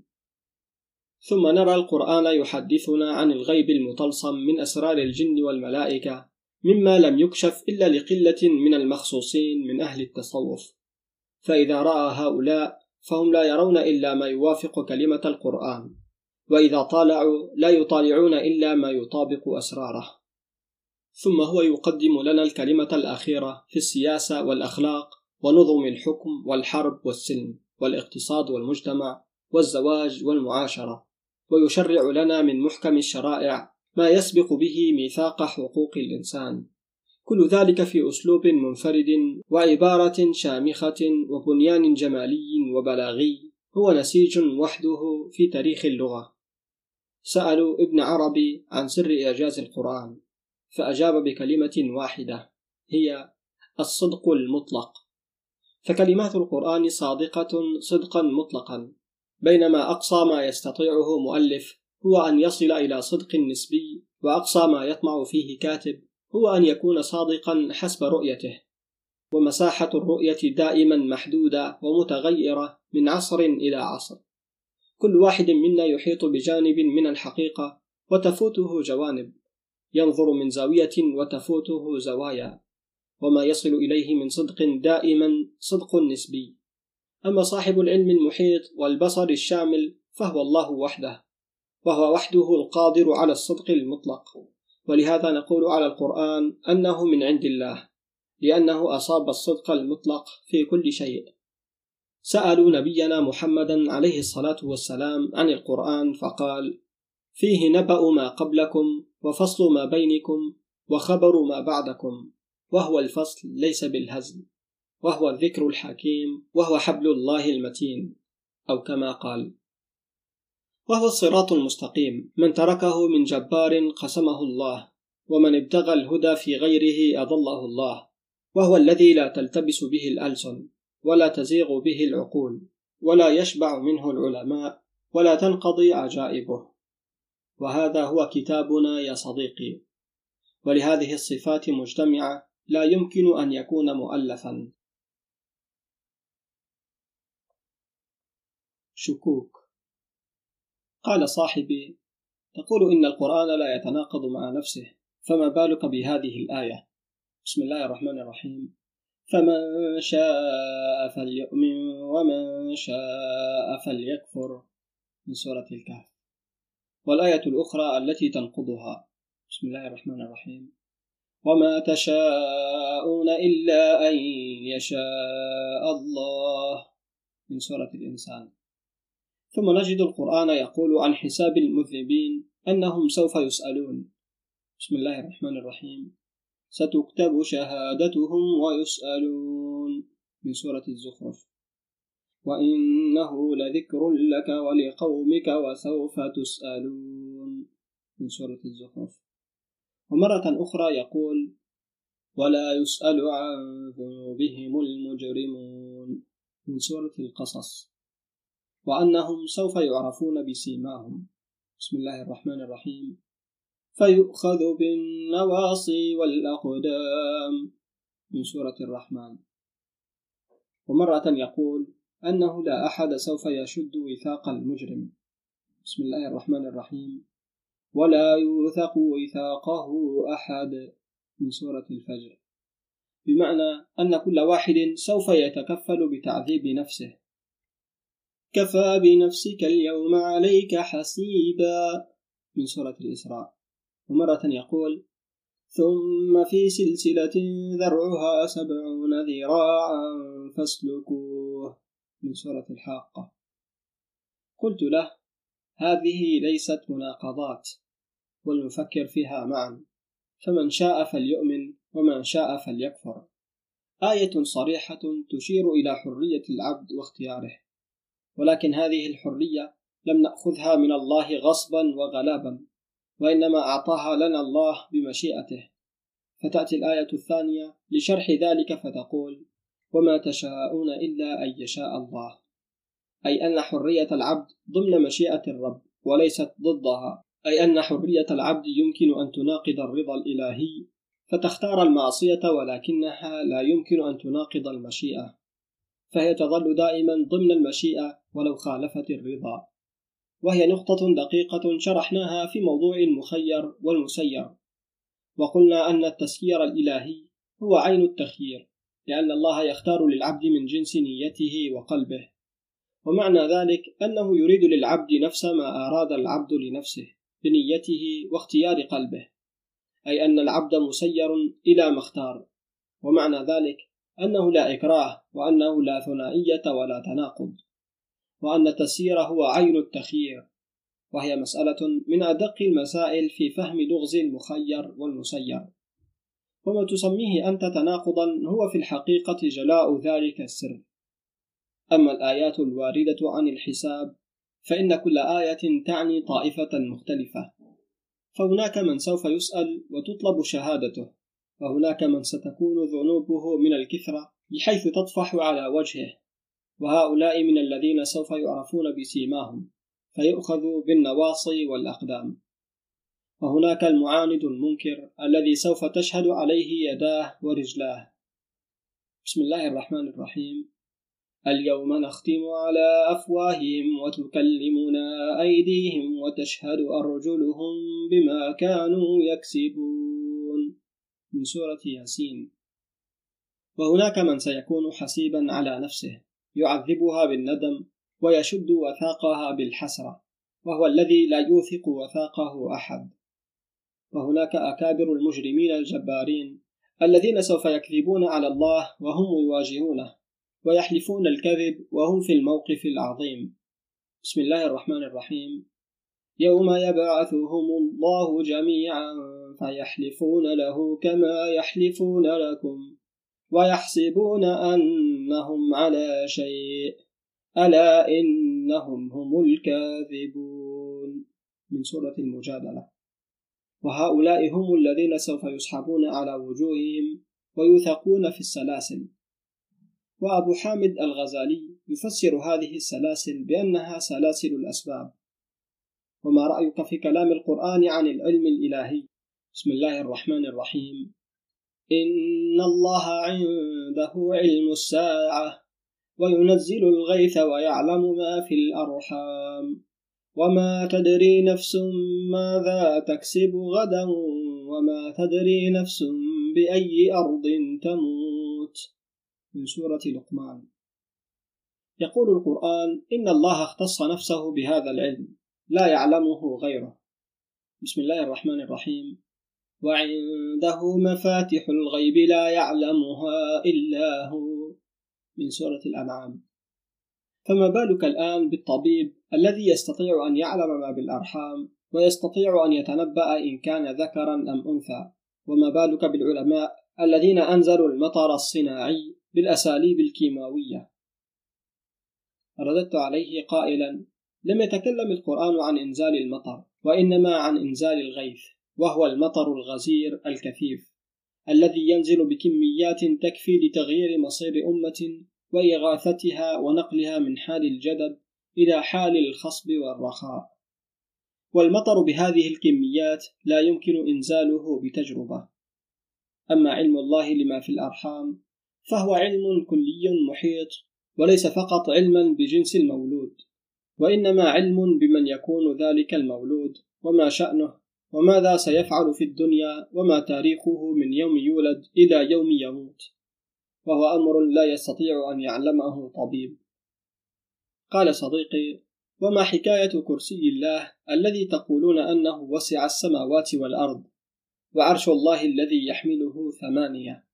A: ثم نرى القرآن يحدثنا عن الغيب المطلسم من أسرار الجن والملائكة مما لم يكشف إلا لقلة من المخصوصين من أهل التصوف، فإذا رأى هؤلاء فهم لا يرون إلا ما يوافق كلمة القرآن، وإذا طالعوا لا يطالعون إلا ما يطابق أسراره. ثم هو يقدم لنا الكلمة الأخيرة في السياسة والأخلاق ونظم الحكم والحرب والسلم والاقتصاد والمجتمع والزواج والمعاشرة، ويشرع لنا من محكم الشرائع ما يسبق به ميثاق حقوق الإنسان، كل ذلك في أسلوب منفرد وعبارة شامخة وبنيان جمالي وبلاغي هو نسيج وحده في تاريخ اللغة. سألوا ابن عربي عن سر إعجاز القرآن، فأجاب بكلمة واحدة هي الصدق المطلق. فكلمات القرآن صادقة صدقا مطلقا، بينما أقصى ما يستطيعه مؤلف هو أن يصل إلى صدق نسبي وأقصى ما يطمع فيه كاتب هو أن يكون صادقا حسب رؤيته، ومساحة الرؤية دائما محدودة ومتغيرة من عصر إلى عصر. كل واحد منا يحيط بجانب من الحقيقة وتفوته جوانب، ينظر من زاوية وتفوته زوايا، وما يصل إليه من صدق دائما صدق نسبي. أما صاحب العلم المحيط والبصر الشامل فهو الله وحده، وهو وحده القادر على الصدق المطلق. ولهذا نقول على القرآن أنه من عند الله، لأنه أصاب الصدق المطلق في كل شيء. سألوا نبينا محمدا عليه الصلاة والسلام عن القرآن فقال: فيه نبأ ما قبلكم وفصل ما بينكم وخبر ما بعدكم، وهو الفصل ليس بالهزل، وهو الذكر الحكيم، وهو حبل الله المتين، أو كما قال. وهو الصراط المستقيم، من تركه من جبار قسمه الله، ومن ابتغى الهدى في غيره أضله الله. وهو الذي لا تلتبس به الألسن، ولا تزيغ به العقول، ولا يشبع منه العلماء، ولا تنقضي عجائبه. وهذا هو كتابنا يا صديقي، ولهذه الصفات مجتمعة لا يمكن أن يكون مؤلفا. شكوك. قال صاحبي: تقول إن القرآن لا يتناقض مع نفسه، فما بالك بهذه الآية؟ بسم الله الرحمن الرحيم: فمن شاء فليؤمن ومن شاء فليكفر، من سورة الكهف. والآية الأخرى التي تنقضها: بسم الله الرحمن الرحيم: وما تشاءون إلا أن يشاء الله، من سورة الإنسان. ثم نجد القرآن يقول عن حساب المذنبين أنهم سوف يسألون. بسم الله الرحمن الرحيم: ستكتب شهادتهم ويسألون، من سورة الزخرف. وإنه لذكر لك ولقومك وسوف تسألون، من سورة الزخرف. ومرة أخرى يقول: ولا يسأل عن ذنوبهم المجرمون، من سورة القصص. وأنهم سوف يعرفون بسيماهم. بسم الله الرحمن الرحيم: فيؤخذ بالنواصي والأقدام، من سورة الرحمن. ومرة يقول أنه لا أحد سوف يشد وثاق المجرم. بسم الله الرحمن الرحيم: ولا يوثق وثاقه أحد، من سورة الفجر. بمعنى أن كل واحد سوف يتكفل بتعذيب نفسه. كفى بنفسك اليوم عليك حسيبا، من سورة الإسراء. ومرة يقول: ثم في سلسلة ذرعها سبعون ذراعا فاسلكوه، من سورة الحاقة. قلت له: هذه ليست مناقضات، ولنفكر فيها معا، فمن شاء فليؤمن ومن شاء فليكفر. آية صريحة تشير إلى حرية العبد واختياره، ولكن هذه الحرية لم نأخذها من الله غصبا وغلابا، وإنما أعطاها لنا الله بمشيئته. فتأتي الآية الثانية لشرح ذلك فتقول: وما تشاءون إلا أن يشاء الله، أي أن حرية العبد ضمن مشيئة الرب وليست ضدها، أي أن حرية العبد يمكن أن تناقض الرضا الإلهي فتختار المعصية، ولكنها لا يمكن أن تناقض المشيئة، فهي تظل دائما ضمن المشيئة ولو خالفت الرضا. وهي نقطة دقيقة شرحناها في موضوع المخير والمسير، وقلنا أن التسيير الإلهي هو عين التخيير، لأن الله يختار للعبد من جنس نيته وقلبه. ومعنى ذلك أنه يريد للعبد نفس ما أراد العبد لنفسه بنيته واختيار قلبه، أي أن العبد مسير إلى ما اختار. ومعنى ذلك أنه لا إكراه، وأنه لا ثنائية ولا تناقض، وأن التسيير هو عين التخيير، وهي مسألة من أدق المسائل في فهم لغز المخير والمسير. وما تسميه أنت تناقضا هو في الحقيقة جلاء ذلك السر. أما الآيات الواردة عن الحساب فإن كل آية تعني طائفة مختلفة، فهناك من سوف يسأل وتطلب شهادته، وهناك من ستكون ذنوبه من الكثرة بحيث تطفح على وجهه، وهؤلاء من الذين سوف يعرفون بسيماهم فيؤخذ بالنواصي والأقدام. وهناك المعاند المنكر الذي سوف تشهد عليه يداه ورجلاه. بسم الله الرحمن الرحيم. اليوم نختم على أفواههم وتكلمنا أيديهم وتشهد أرجلهم بما كانوا يكسبون، من سورة ياسين. وهناك من سيكون حسيبا على نفسه يعذبها بالندم ويشد وثاقها بالحسرة، وهو الذي لا يوثق وثاقه أحد. وهناك أكابر المجرمين الجبارين الذين سوف يكذبون على الله وهم يواجهونه، ويحلفون الكذب وهم في الموقف العظيم. بسم الله الرحمن الرحيم. يوم يبعثهم الله جميعا فيحلفون له كما يحلفون لكم ويحسبون أنهم على شيء ألا إنهم هم الكاذبون، من سورة المجادلة. وهؤلاء هم الذين سوف يسحبون على وجوههم ويوثقون في السلاسل. وأبو حامد الغزالي يفسر هذه السلاسل بأنها سلاسل الأسباب. وما رأيك في كلام القرآن عن العلم الإلهي؟ بسم الله الرحمن الرحيم. إن الله عنده علم الساعة وينزل الغيث ويعلم ما في الأرحام وما تدري نفس ماذا تكسب غدا وما تدري نفس بأي أرض تموت، من سورة لقمان. يقول القرآن إن الله اختص نفسه بهذا العلم لا يعلمه غيره. بسم الله الرحمن الرحيم. وعنده مفاتح الغيب لا يعلمها إلا هو، من سورة الأنعام. فما بالك الآن بالطبيب الذي يستطيع أن يعلم ما بالأرحام ويستطيع أن يتنبأ إن كان ذكرا أم أنثى؟ وما بالك بالعلماء الذين أنزلوا المطر الصناعي بالأساليب الكيماوية؟ رددت عليه قائلا: لم يتكلم القرآن عن إنزال المطر، وإنما عن إنزال الغيث، وهو المطر الغزير الكثيف الذي ينزل بكميات تكفي لتغيير مصير أمة وإغاثتها ونقلها من حال الجدب إلى حال الخصب والرخاء. والمطر بهذه الكميات لا يمكن إنزاله بتجربة. أما علم الله لما في الأرحام فهو علم كلي محيط، وليس فقط علما بجنس المولود، وإنما علم بمن يكون ذلك المولود وما شأنه وماذا سيفعل في الدنيا وما تاريخه من يوم يولد إلى يوم يموت، وهو أمر لا يستطيع أن يعلمه طبيب. قال صديقي: وما حكاية كرسي الله الذي تقولون أنه وسع السماوات والأرض وعرش الله الذي يحمله ثمانية؟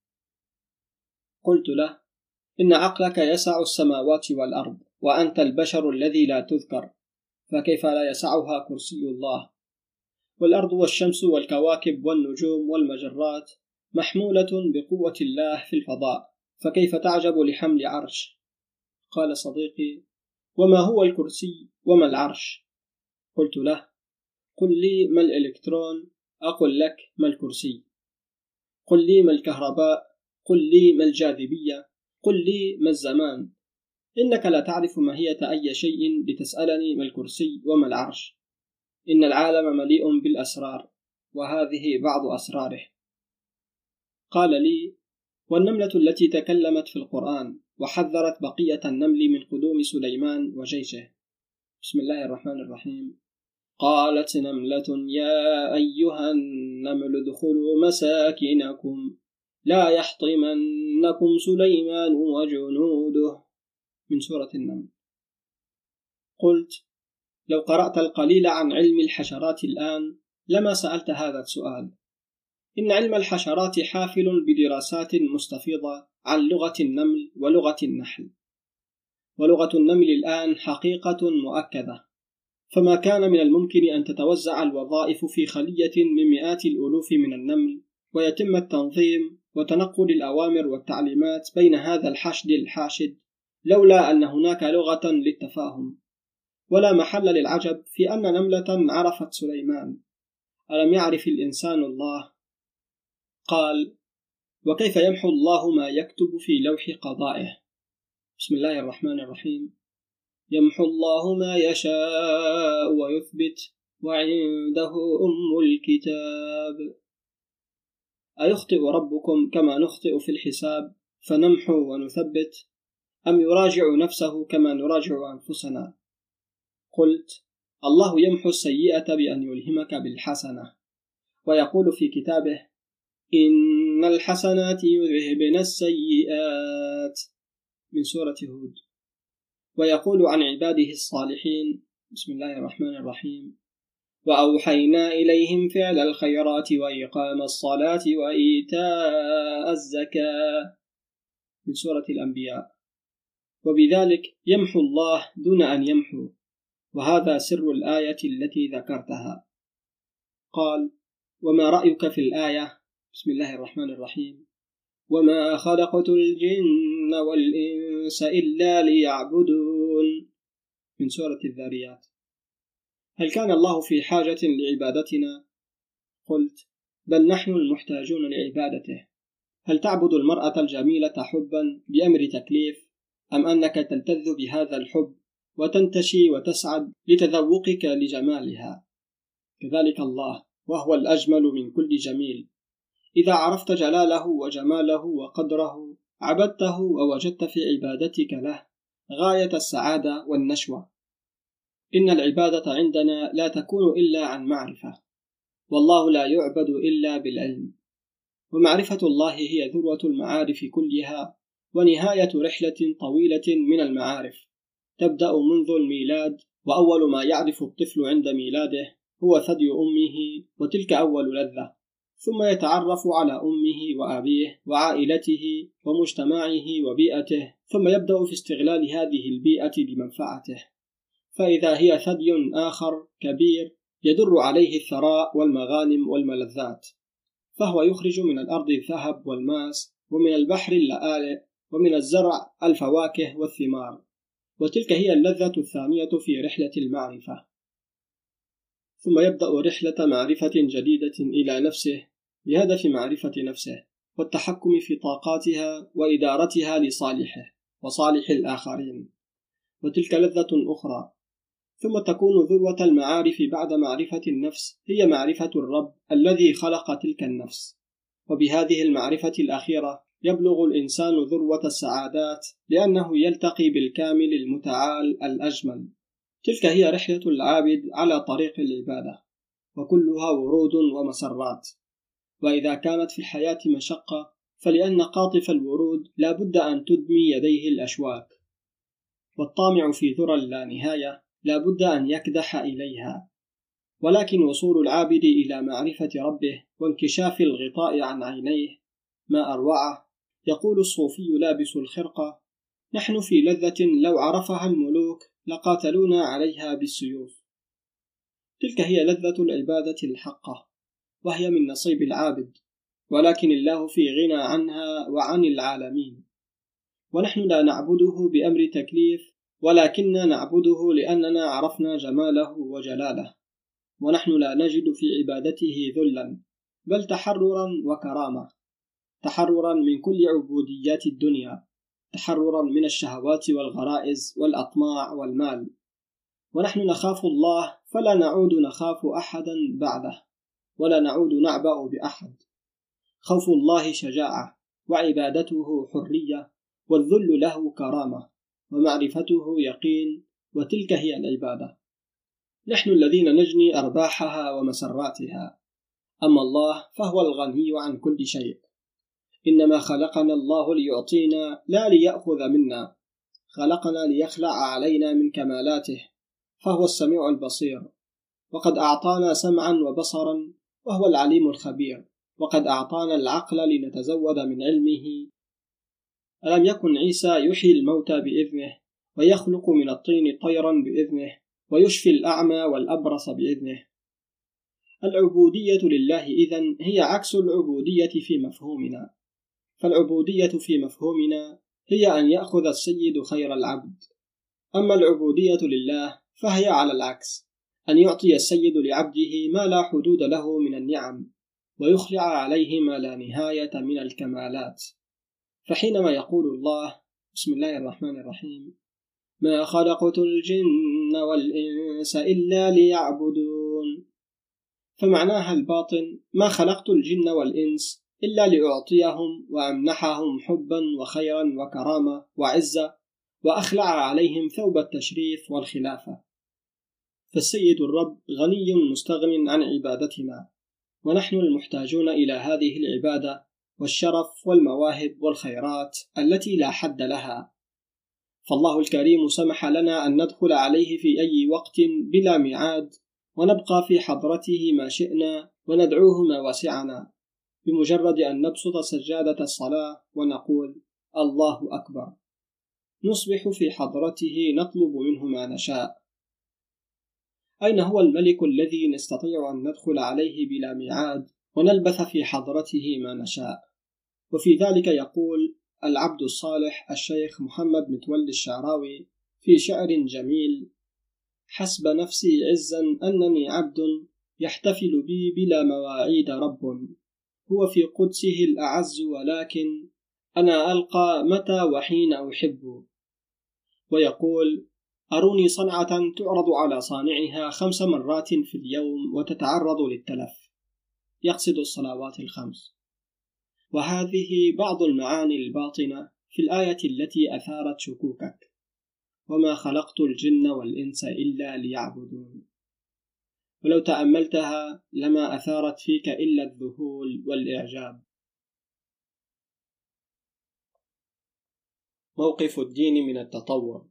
A: قلت له: إن عقلك يسع السماوات والأرض وأنت البشر الذي لا تذكر، فكيف لا يسعها كرسي الله؟ والأرض والشمس والكواكب والنجوم والمجرات محمولة بقوة الله في الفضاء، فكيف تعجب لحمل عرش؟ قال صديقي: وما هو الكرسي وما العرش؟ قلت له: قل لي ما الإلكترون أقول لك ما الكرسي، قل لي ما الكهرباء، قل لي ما الجاذبية، قل لي ما الزمان. إنك لا تعرف ماهية أي شيء لتسألني ما الكرسي وما العرش. إن العالم مليء بالأسرار، وهذه بعض أسراره. قال لي: والنملة التي تكلمت في القرآن وحذرت بقية النمل من قدوم سليمان وجيشه. بسم الله الرحمن الرحيم. قالت نملة يا أيها النمل ادخلوا مساكنكم لا يحطمنكم سليمان وجنوده، من سورة النمل. قلت: لو قرأت القليل عن علم الحشرات الآن لما سألت هذا السؤال. إن علم الحشرات حافل بدراسات مستفيضة عن لغة النمل ولغة النحل، ولغة النمل الآن حقيقة مؤكدة، فما كان من الممكن أن تتوزع الوظائف في خلية من مئات الألوف من النمل ويتم التنظيم وتنقل الأوامر والتعليمات بين هذا الحشد الحاشد لولا أن هناك لغة للتفاهم. ولا محل للعجب في أن نملة عرفت سليمان. ألم يعرف الإنسان الله؟ قال: وكيف يمحو الله ما يكتب في لوح قضائه؟ بسم الله الرحمن الرحيم. يمحو الله ما يشاء ويثبت وعنده أم الكتاب. أيخطئ ربكم كما نخطئ في الحساب فنمحو ونثبت، أم يراجع نفسه كما نراجع أنفسنا؟ قلت: الله يمحو السيئة بأن يلهمك بالحسنة، ويقول في كتابه: إن الحسنات يذهبن السيئات من سورة هود. ويقول عن عباده الصالحين: بسم الله الرحمن الرحيم: وأوحينا إليهم فعل الخيرات وإقام الصلاة وإيتاء الزكاة من سورة الأنبياء. وبذلك يمحو الله دون أن يمحو، وهذا سر الآية التي ذكرتها. قال: وما رأيك في الآية؟ بسم الله الرحمن الرحيم: وما خلقت الجن والإنس إلا ليعبدون من سورة الذاريات. هل كان الله في حاجة لعبادتنا؟ قلت: بل نحن المحتاجون لعبادته. هل تعبد المرأة الجميلة حبا بأمر تكليف، أم أنك تلتذ بهذا الحب وتنتشي وتسعد لتذوقك لجمالها؟ كذلك الله، وهو الأجمل من كل جميل. إذا عرفت جلاله وجماله وقدره عبدته ووجدت في عبادتك له غاية السعادة والنشوة. إن العبادة عندنا لا تكون إلا عن معرفة، والله لا يعبد إلا بالعلم. ومعرفة الله هي ذروة المعارف كلها، ونهاية رحلة طويلة من المعارف تبدأ منذ الميلاد. وأول ما يعرف الطفل عند ميلاده هو ثدي أمه، وتلك أول لذة، ثم يتعرف على أمه وأبيه وعائلته ومجتمعه وبيئته، ثم يبدأ في استغلال هذه البيئة بمنفعته، فإذا هي ثدي آخر كبير يدر عليه الثراء والمغانم والملذات، فهو يخرج من الأرض الذهب والماس، ومن البحر اللآلئ، ومن الزرع الفواكه والثمار. وتلك هي اللذة الثانية في رحلة المعرفة. ثم يبدأ رحلة معرفة جديدة إلى نفسه بهدف معرفة نفسه والتحكم في طاقاتها وإدارتها لصالحه وصالح الآخرين، وتلك لذة أخرى. ثم تكون ذروة المعارف بعد معرفة النفس هي معرفة الرب الذي خلق تلك النفس، وبهذه المعرفة الأخيرة يبلغ الإنسان ذروة السعادات، لأنه يلتقي بالكامل المتعال الأجمل. تلك هي رحلة العابد على طريق العبادة، وكلها ورود ومسرات. وإذا كانت في الحياة مشقة فلأن قاطف الورود لا بد أن تدمي يديه الأشواك، والطامع في ذرى لا نهاية لا بد أن يكدح إليها. ولكن وصول العابد إلى معرفة ربه وانكشاف الغطاء عن عينيه ما أروعه. يقول الصوفي لابس الخرقة: نحن في لذة لو عرفها الملوك لقاتلونا عليها بالسيوف. تلك هي لذة العبادة الحقة، وهي من نصيب العابد، ولكن الله في غنى عنها وعن العالمين. ونحن لا نعبده بأمر تكليف، ولكننا نعبده لأننا عرفنا جماله وجلاله. ونحن لا نجد في عبادته ذلا، بل تحررا وكرامة، تحررا من كل عبوديات الدنيا، تحررا من الشهوات والغرائز والأطماع والمال. ونحن نخاف الله فلا نعود نخاف أحدا بعده، ولا نعود نعبأ بأحد. خوف الله شجاعة، وعبادته حرية، والذل له كرامة، ومعرفته يقين، وتلك هي العبادة. نحن الذين نجني أرباحها ومسراتها، أما الله فهو الغني عن كل شيء. إنما خلقنا الله ليعطينا لا ليأخذ منا، خلقنا ليخلع علينا من كمالاته، فهو السميع البصير. وقد أعطانا سمعا وبصرا، وهو العليم الخبير. وقد أعطانا العقل لنتزود من علمه. ألم يكن عيسى يحيي الموتى بإذنه، ويخلق من الطين طيرا بإذنه، ويشفي الأعمى والأبرص بإذنه؟ العبودية لله إذن هي عكس العبودية في مفهومنا. فالعبودية في مفهومنا هي أن يأخذ السيد خير العبد، أما العبودية لله فهي على العكس، أن يعطي السيد لعبده ما لا حدود له من النعم، ويخلع عليه ما لا نهاية من الكمالات. فحينما يقول الله: بسم الله الرحمن الرحيم: ما خلقت الجن والإنس إلا ليعبدون، فمعناها الباطن: ما خلقت الجن والإنس إلا لأعطيهم وأمنحهم حبا وخيرا وكرامة وعزة، وأخلع عليهم ثوب التشريف والخلافة. فالسيد الرب غني مستغن عن عبادتنا، ونحن المحتاجون إلى هذه العبادة والشرف والمواهب والخيرات التي لا حد لها. فالله الكريم سمح لنا أن ندخل عليه في أي وقت بلا ميعاد، ونبقى في حضرته ما شئنا، وندعوه ما وسعنا، بمجرد أن نبسط سجادة الصلاة ونقول: الله أكبر. نصبح في حضرته نطلب منه ما نشاء. أين هو الملك الذي نستطيع أن ندخل عليه بلا ميعاد ونلبث في حضرته ما نشاء؟ وفي ذلك يقول العبد الصالح الشيخ محمد متولي الشعراوي في شعر جميل: حسب نفسي عزا أنني عبد، يحتفل بي بلا مواعيد رب، هو في قدسه الأعز، ولكن أنا ألقى متى وحين أحب. ويقول: أروني صنعة تعرض على صانعها خمس مرات في اليوم وتتعرض للتلف، يقصد الصلوات الخمس. وهذه بعض المعاني الباطنة في الآية التي أثارت شكوكك: وما خلقت الجن والإنس إلا ليعبدون. ولو تأملتها لما أثارت فيك إلا الذهول والإعجاب. موقف الدين من التطور.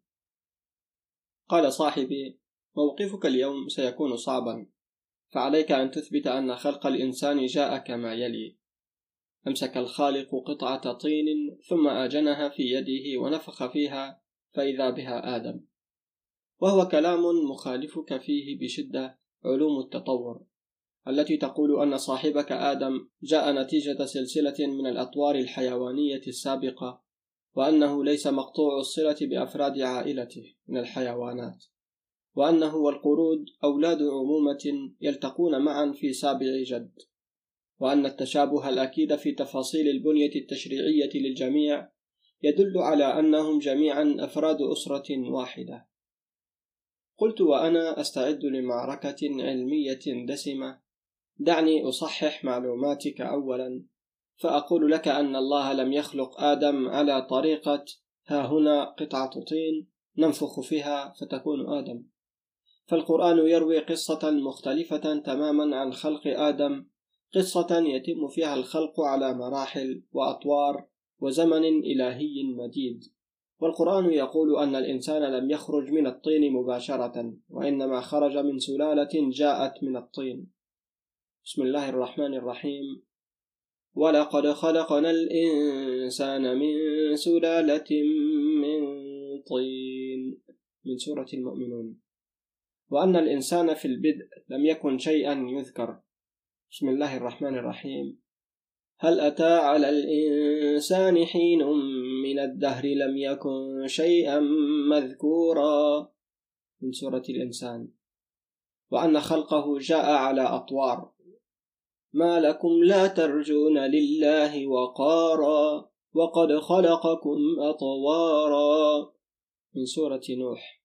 A: قال صاحبي: موقفك اليوم سيكون صعبا، فعليك أن تثبت أن خلق الإنسان جاء كما يلي: أمسك الخالق قطعة طين ثم آجنها في يده ونفخ فيها فإذا بها آدم. وهو كلام مخالفك فيه بشدة علوم التطور، التي تقول أن صاحبك آدم جاء نتيجة سلسلة من الأطوار الحيوانية السابقة، وأنه ليس مقطوع الصلة بأفراد عائلته من الحيوانات، وأنه والقرود أولاد عمومة يلتقون معا في سابع جد، وأن التشابه الأكيد في تفاصيل البنية التشريعية للجميع يدل على أنهم جميعا أفراد أسرة واحدة. قلت وأنا أستعد لمعركة علمية دسمة: دعني أصحح معلوماتك أولا، فأقول لك أن الله لم يخلق آدم على طريقة ها هنا قطعة طين ننفخ فيها فتكون آدم. فالقرآن يروي قصة مختلفة تماما عن خلق آدم، قصة يتم فيها الخلق على مراحل وأطوار وزمن إلهي مديد. والقرآن يقول أن الإنسان لم يخرج من الطين مباشرة، وإنما خرج من سلالة جاءت من الطين. بسم الله الرحمن الرحيم: ولقد خلقنا الإنسان من سلالة من طين، من سورة المؤمنون. وأن الإنسان في البدء لم يكن شيئا يذكر. بسم الله الرحمن الرحيم: هل أتى على الإنسان حين من الدهر لم يكن شيئا مذكورا، من سورة الإنسان. وأن خلقه جاء على أطوار: ما لكم لا ترجون لله وقارا، وقد خلقكم أطوارا، من سورة نوح.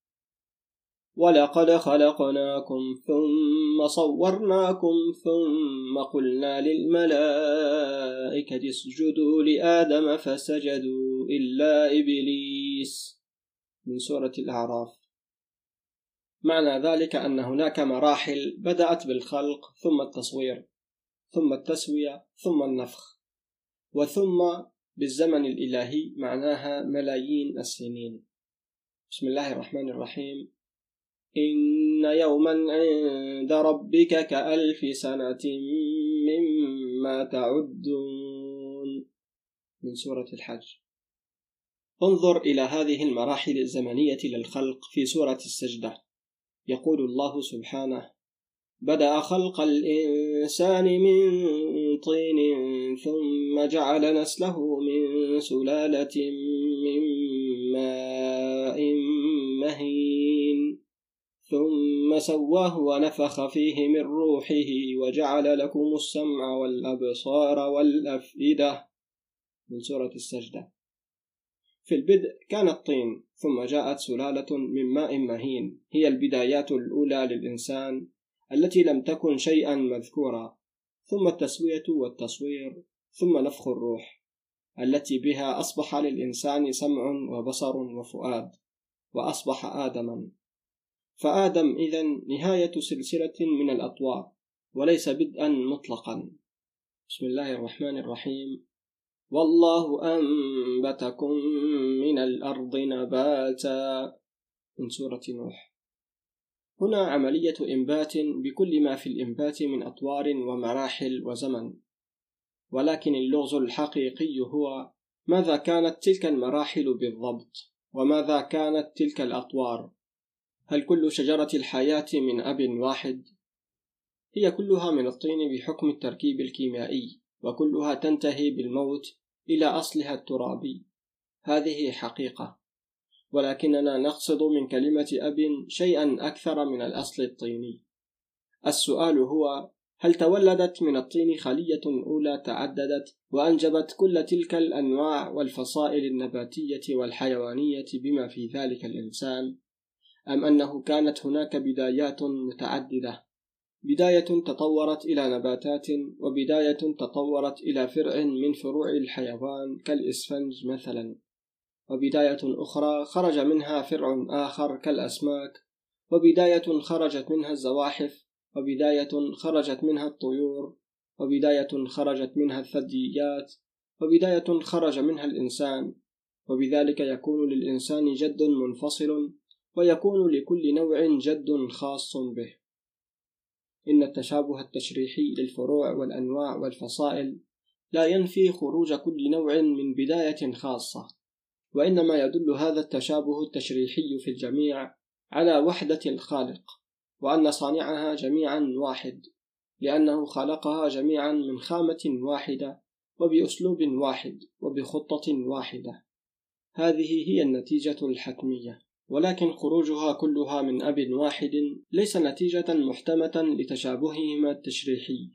A: ولقد خلقناكم ثم صورناكم ثم قلنا للملائكة اسجدوا لآدم فسجدوا إلا إبليس، من سورة الأعراف. معنى ذلك أن هناك مراحل بدأت بالخلق ثم التصوير ثم التسوية ثم النفخ، وثم بالزمن الإلهي معناها ملايين السنين. بسم الله الرحمن الرحيم: إن يوما عند ربك كألف سنة مما تعدون، من سورة الحج. انظر إلى هذه المراحل الزمنية للخلق في سورة السجدة. يقول الله سبحانه: بدأ خلق الإنسان من طين ثم جعل نسله من سلالة من ماء مهين ثم سواه ونفخ فيه من روحه وجعل لكم السمع والأبصار والأفئدة، من سورة السجدة. في البدء كان الطين، ثم جاءت سلالة من ماء مهين، هي البدايات الأولى للإنسان التي لم تكن شيئا مذكورا، ثم التسوية والتصوير، ثم نفخ الروح التي بها أصبح للإنسان سمع وبصر وفؤاد، وأصبح آدما. فآدم إذن نهاية سلسلة من الأطوار وليس بدءا مطلقا. بسم الله الرحمن الرحيم. والله أنبتكم من الأرض نباتا، من سورة نوح. هنا عملية إنبات بكل ما في الإنبات من أطوار ومراحل وزمن، ولكن اللغز الحقيقي هو ماذا كانت تلك المراحل بالضبط، وماذا كانت تلك الأطوار؟ هل كل شجرة الحياة من أب واحد؟ هي كلها من الطين بحكم التركيب الكيميائي، وكلها تنتهي بالموت إلى أصلها الترابي. هذه حقيقة، ولكننا نقصد من كلمة أب شيئا أكثر من الأصل الطيني. السؤال هو: هل تولدت من الطين خلية أولى تعددت وأنجبت كل تلك الأنواع والفصائل النباتية والحيوانية بما في ذلك الإنسان، أم أنه كانت هناك بدايات متعددة، بداية تطورت إلى نباتات، وبداية تطورت إلى فرع من فروع الحيوان كالإسفنج مثلا، وبداية أخرى خرج منها فرع آخر كالأسماك، وبداية خرجت منها الزواحف، وبداية خرجت منها الطيور، وبداية خرجت منها الثدييات، وبداية خرج منها الإنسان، وبذلك يكون للإنسان جد منفصل، ويكون لكل نوع جد خاص به. إن التشابه التشريحي للفروع والأنواع والفصائل لا ينفي خروج كل نوع من بداية خاصة، وإنما يدل هذا التشابه التشريحي في الجميع على وحدة الخالق، وأن صانعها جميعا واحد، لأنه خلقها جميعا من خامة واحدة وبأسلوب واحد وبخطة واحدة. هذه هي النتيجة الحتمية، ولكن خروجها كلها من أب واحد ليس نتيجة محتمة لتشابههما التشريحي،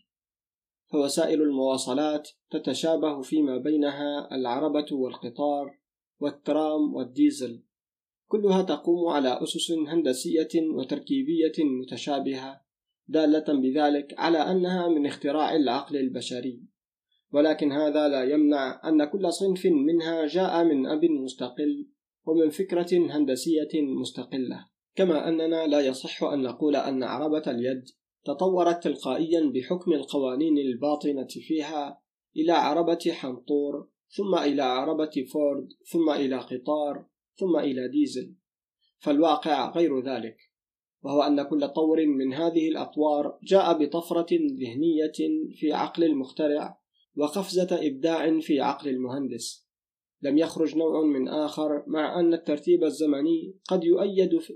A: فوسائل المواصلات تتشابه فيما بينها العربة والقطار والترام والديزل، كلها تقوم على أسس هندسية وتركيبية متشابهة دالة بذلك على أنها من اختراع العقل البشري، ولكن هذا لا يمنع أن كل صنف منها جاء من أب مستقل ومن فكرة هندسية مستقلة، كما أننا لا يصح أن نقول أن عربة اليد تطورت تلقائيا بحكم القوانين الباطنة فيها إلى عربة حنطور، ثم إلى عربة فورد، ثم إلى قطار، ثم إلى ديزل. فالواقع غير ذلك، وهو أن كل طور من هذه الأطوار جاء بطفرة ذهنية في عقل المخترع وقفزة إبداع في عقل المهندس. لم يخرج نوع من آخر، مع أن الترتيب الزمني قد يؤيد ف...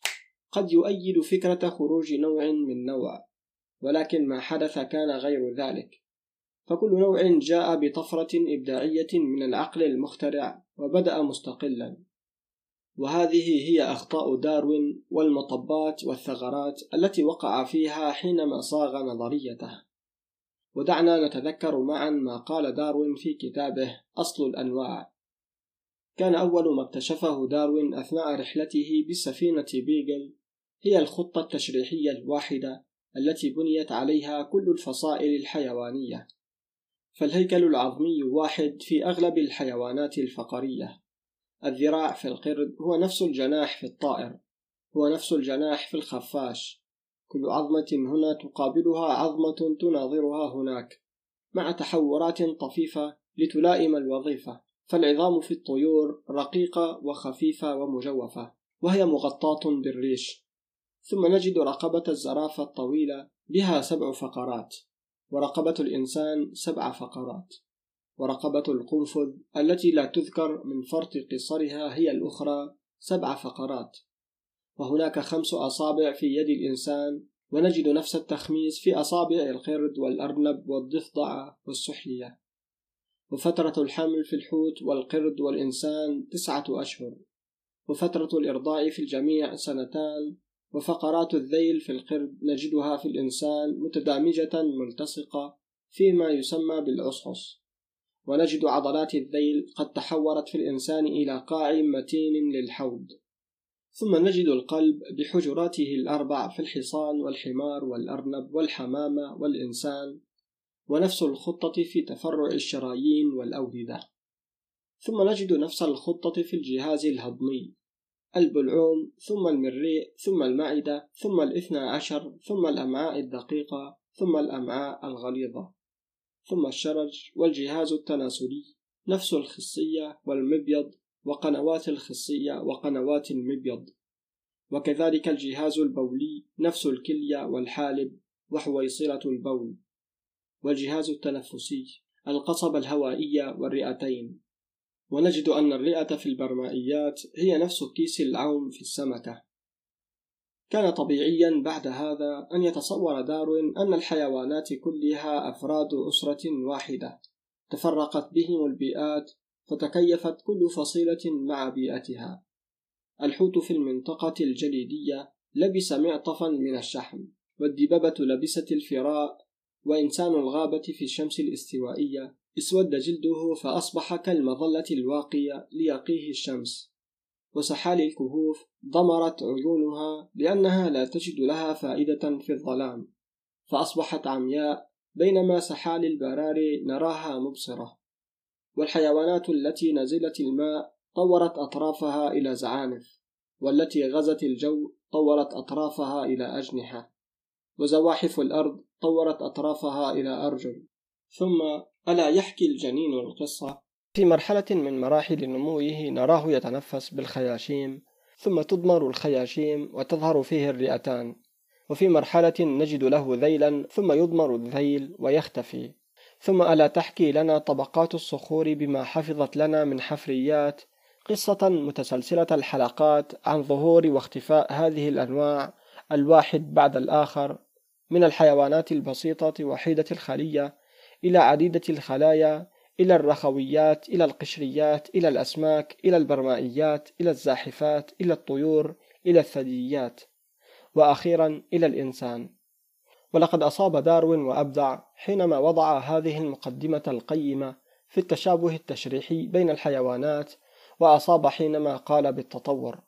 A: قد يؤيد فكرة خروج نوع من نوع، ولكن ما حدث كان غير ذلك، فكل نوع جاء بطفرة إبداعية من العقل المخترع وبدأ مستقلا. وهذه هي أخطاء داروين والمطبات والثغرات التي وقع فيها حينما صاغ نظريته. ودعنا نتذكر معا ما قال داروين في كتابه أصل الأنواع. كان أول ما اكتشفه داروين أثناء رحلته بسفينة بيغل هي الخطة التشريحية الواحدة التي بنيت عليها كل الفصائل الحيوانية. فالهيكل العظمي واحد في أغلب الحيوانات الفقرية. الذراع في القرد هو نفس الجناح في الطائر، هو نفس الجناح في الخفاش. كل عظمة هنا تقابلها عظمة تناظرها هناك، مع تحورات طفيفة لتلائم الوظيفة. فالعظام في الطيور رقيقة وخفيفة ومجوفة، وهي مغطاة بالريش. ثم نجد رقبة الزرافة الطويلة بها سبع فقرات، ورقبة الإنسان سبع فقرات، ورقبة القنفذ التي لا تذكر من فرط قصرها هي الأخرى سبع فقرات. وهناك خمس أصابع في يد الإنسان، ونجد نفس التخميس في أصابع القرد والأرنب والضفدع والسحلية. وفترة الحمل في الحوت والقرد والإنسان تسعة أشهر، وفترة الإرضاع في الجميع سنتان. وفقرات الذيل في القرد نجدها في الإنسان متدامجة ملتصقة فيما يسمى بالعصعص. ونجد عضلات الذيل قد تحورت في الإنسان إلى قاع متين للحوض. ثم نجد القلب بحجراته الأربع في الحصان والحمار والأرنب والحمامة والإنسان، ونفس الخطة في تفرع الشرايين والأوردة. ثم نجد نفس الخطة في الجهاز الهضمي، البلعوم ثم المريء ثم المعدة ثم الاثنى عشر ثم الأمعاء الدقيقة ثم الأمعاء الغليظة ثم الشرج والجهاز التناسلي، نفس الخصية والمبيض وقنوات الخصية وقنوات المبيض، وكذلك الجهاز البولي نفس الكلية والحالب وحويصلة البول، والجهاز التنفسي القصبة الهوائية والرئتين. ونجد أن الرئة في البرمائيات هي نفس كيس العوم في السمكة. كان طبيعيا بعد هذا أن يتصور داروين أن الحيوانات كلها أفراد أسرة واحدة تفرقت بهم البيئات، فتكيفت كل فصيلة مع بيئتها. الحوت في المنطقة الجليدية لبس معطفا من الشحم، والدببة لبست الفراء، وإنسان الغابة في الشمس الاستوائية اسود جلده فأصبح كالمظلة الواقية ليقيه الشمس، وسحالي الكهوف ضمرت عيونها لأنها لا تجد لها فائدة في الظلام فأصبحت عمياء، بينما سحالي البراري نراها مبصرة. والحيوانات التي نزلت الماء طورت أطرافها إلى زعانف، والتي غزت الجو طورت أطرافها إلى أجنحة، وزواحف الأرض طورت أطرافها إلى أرجل. ثم ألا يحكي الجنين القصة؟ في مرحلة من مراحل نموه نراه يتنفس بالخياشيم، ثم تضمر الخياشيم وتظهر فيه الرئتان، وفي مرحلة نجد له ذيلا ثم يضمر الذيل ويختفي. ثم ألا تحكي لنا طبقات الصخور بما حفظت لنا من حفريات قصة متسلسلة الحلقات عن ظهور واختفاء هذه الأنواع الواحد بعد الآخر، من الحيوانات البسيطة وحيدة الخلية إلى عديدة الخلايا، إلى الرخويات، إلى القشريات، إلى الأسماك، إلى البرمائيات، إلى الزاحفات، إلى الطيور، إلى الثدييات، وأخيرا إلى الإنسان. ولقد أصاب داروين وأبدع حينما وضع هذه المقدمة القيمة في التشابه التشريحي بين الحيوانات، وأصاب حينما قال بالتطور،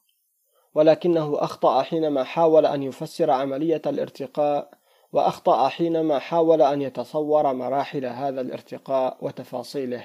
A: ولكنه أخطأ حينما حاول أن يفسر عملية الارتقاء، وأخطأ حينما حاول أن يتصور مراحل هذا الارتقاء وتفاصيله.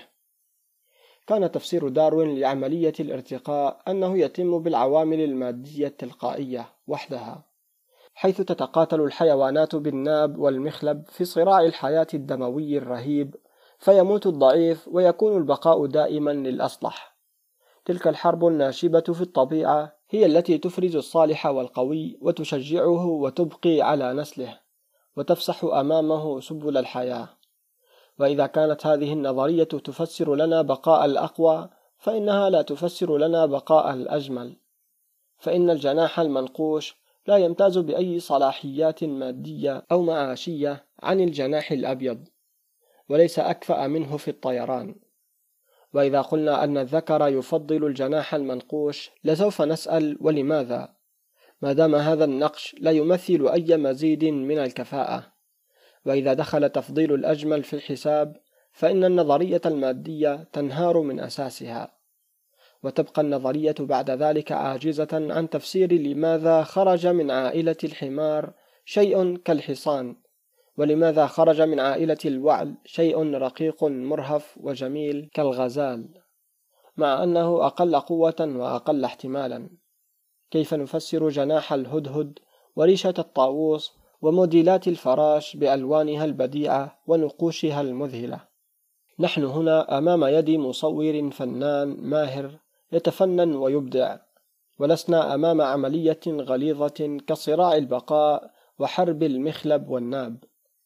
A: كان تفسير داروين لعملية الارتقاء أنه يتم بالعوامل المادية التلقائية وحدها، حيث تتقاتل الحيوانات بالناب والمخلب في صراع الحياة الدموي الرهيب، فيموت الضعيف ويكون البقاء دائما للأصلح. تلك الحرب الناشبة في الطبيعة هي التي تفرز الصالح والقوي وتشجعه وتبقي على نسله، وتفسح أمامه سبل الحياة. وإذا كانت هذه النظرية تفسر لنا بقاء الأقوى، فإنها لا تفسر لنا بقاء الأجمل، فإن الجناح المنقوش لا يمتاز بأي صلاحيات مادية أو معاشية عن الجناح الأبيض، وليس أكفأ منه في الطيران. وإذا قلنا أن الذكر يفضل الجناح المنقوش لسوف نسأل ولماذا، ما دام هذا النقش لا يمثل أي مزيد من الكفاءة. وإذا دخل تفضيل الأجمل في الحساب، فإن النظرية المادية تنهار من أساسها، وتبقى النظرية بعد ذلك عاجزة عن تفسير لماذا خرج من عائلة الحمار شيء كالحصان، ولماذا خرج من عائلة الوعل شيء رقيق مرهف وجميل كالغزال، مع أنه أقل قوة وأقل احتمالا. كيف نفسر جناح الهدهد وريشة الطاووس وموديلات الفراش بألوانها البديعة ونقوشها المذهلة؟ نحن هنا أمام يد مصور فنان ماهر يتفنن ويبدع، ولسنا أمام عملية غليظة كصراع البقاء وحرب المخلب والناب.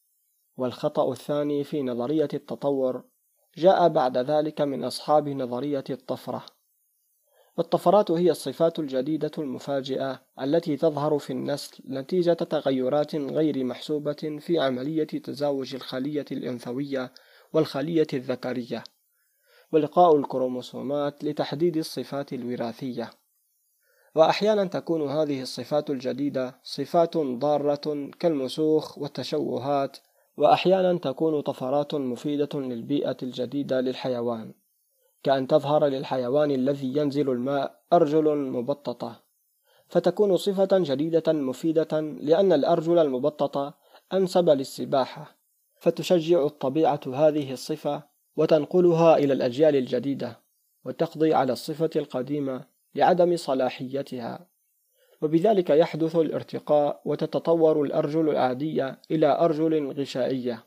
A: والخطأ الثاني في نظرية التطور جاء بعد ذلك من أصحاب نظرية الطفرة. والطفرات هي الصفات الجديدة المفاجئة التي تظهر في النسل نتيجة تغيرات غير محسوبة في عملية تزاوج الخلية الأنثوية والخلية الذكرية، ولقاء الكروموسومات لتحديد الصفات الوراثية. وأحيانا تكون هذه الصفات الجديدة صفات ضارة كالمسوخ والتشوهات، وأحيانا تكون طفرات مفيدة للبيئة الجديدة للحيوان، كأن تظهر للحيوان الذي ينزل الماء أرجل مبططة،
C: فتكون صفة جديدة مفيدة، لأن الأرجل المبططة أنسب للسباحة، فتشجع الطبيعة هذه الصفة وتنقلها إلى الأجيال الجديدة، وتقضي على الصفة القديمة لعدم صلاحيتها، وبذلك يحدث الارتقاء وتتطور الأرجل العادية إلى أرجل غشائية.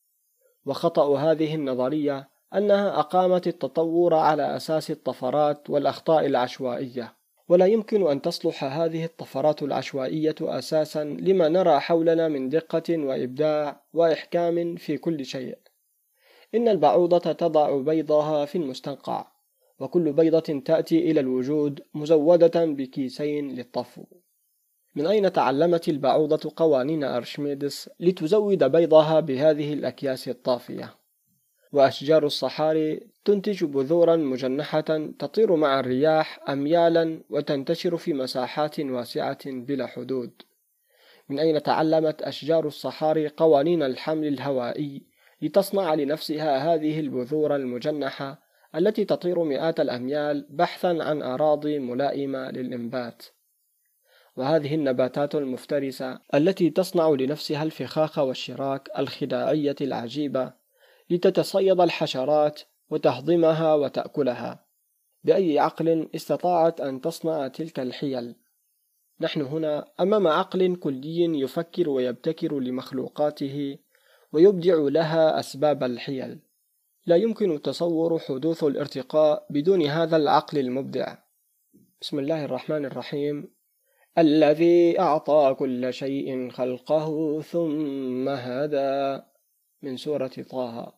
C: وخطأ هذه النظرية أنها أقامت التطور على أساس الطفرات والأخطاء العشوائية، ولا يمكن أن تصلح هذه الطفرات العشوائية أساسا لما نرى حولنا من دقة وإبداع وإحكام في كل شيء. إن البعوضة تضع بيضها في المستنقع، وكل بيضة تأتي إلى الوجود مزودة بكيسين للطفو. من أين تعلمت البعوضة قوانين أرشميدس لتزود بيضها بهذه الأكياس الطافية؟ وأشجار الصحاري تنتج بذورا مجنحة تطير مع الرياح أميالا وتنتشر في مساحات واسعة بلا حدود. من أين تعلمت أشجار الصحاري قوانين الحمل الهوائي لتصنع لنفسها هذه البذور المجنحة التي تطير مئات الأميال بحثا عن أراضي ملائمة للإنبات؟ وهذه النباتات المفترسة التي تصنع لنفسها الفخاخ والشراك الخداعية العجيبة لتتصيد الحشرات وتهضمها وتأكلها، بأي عقل استطاعت أن تصنع تلك الحيل؟ نحن هنا أمام عقل كلي يفكر ويبتكر لمخلوقاته ويبدع لها أسباب الحيل. لا يمكن تصور حدوث الارتقاء بدون هذا العقل المبدع. بسم الله الرحمن الرحيم. الذي أعطى كل شيء خلقه ثم هدى، من سورة طه.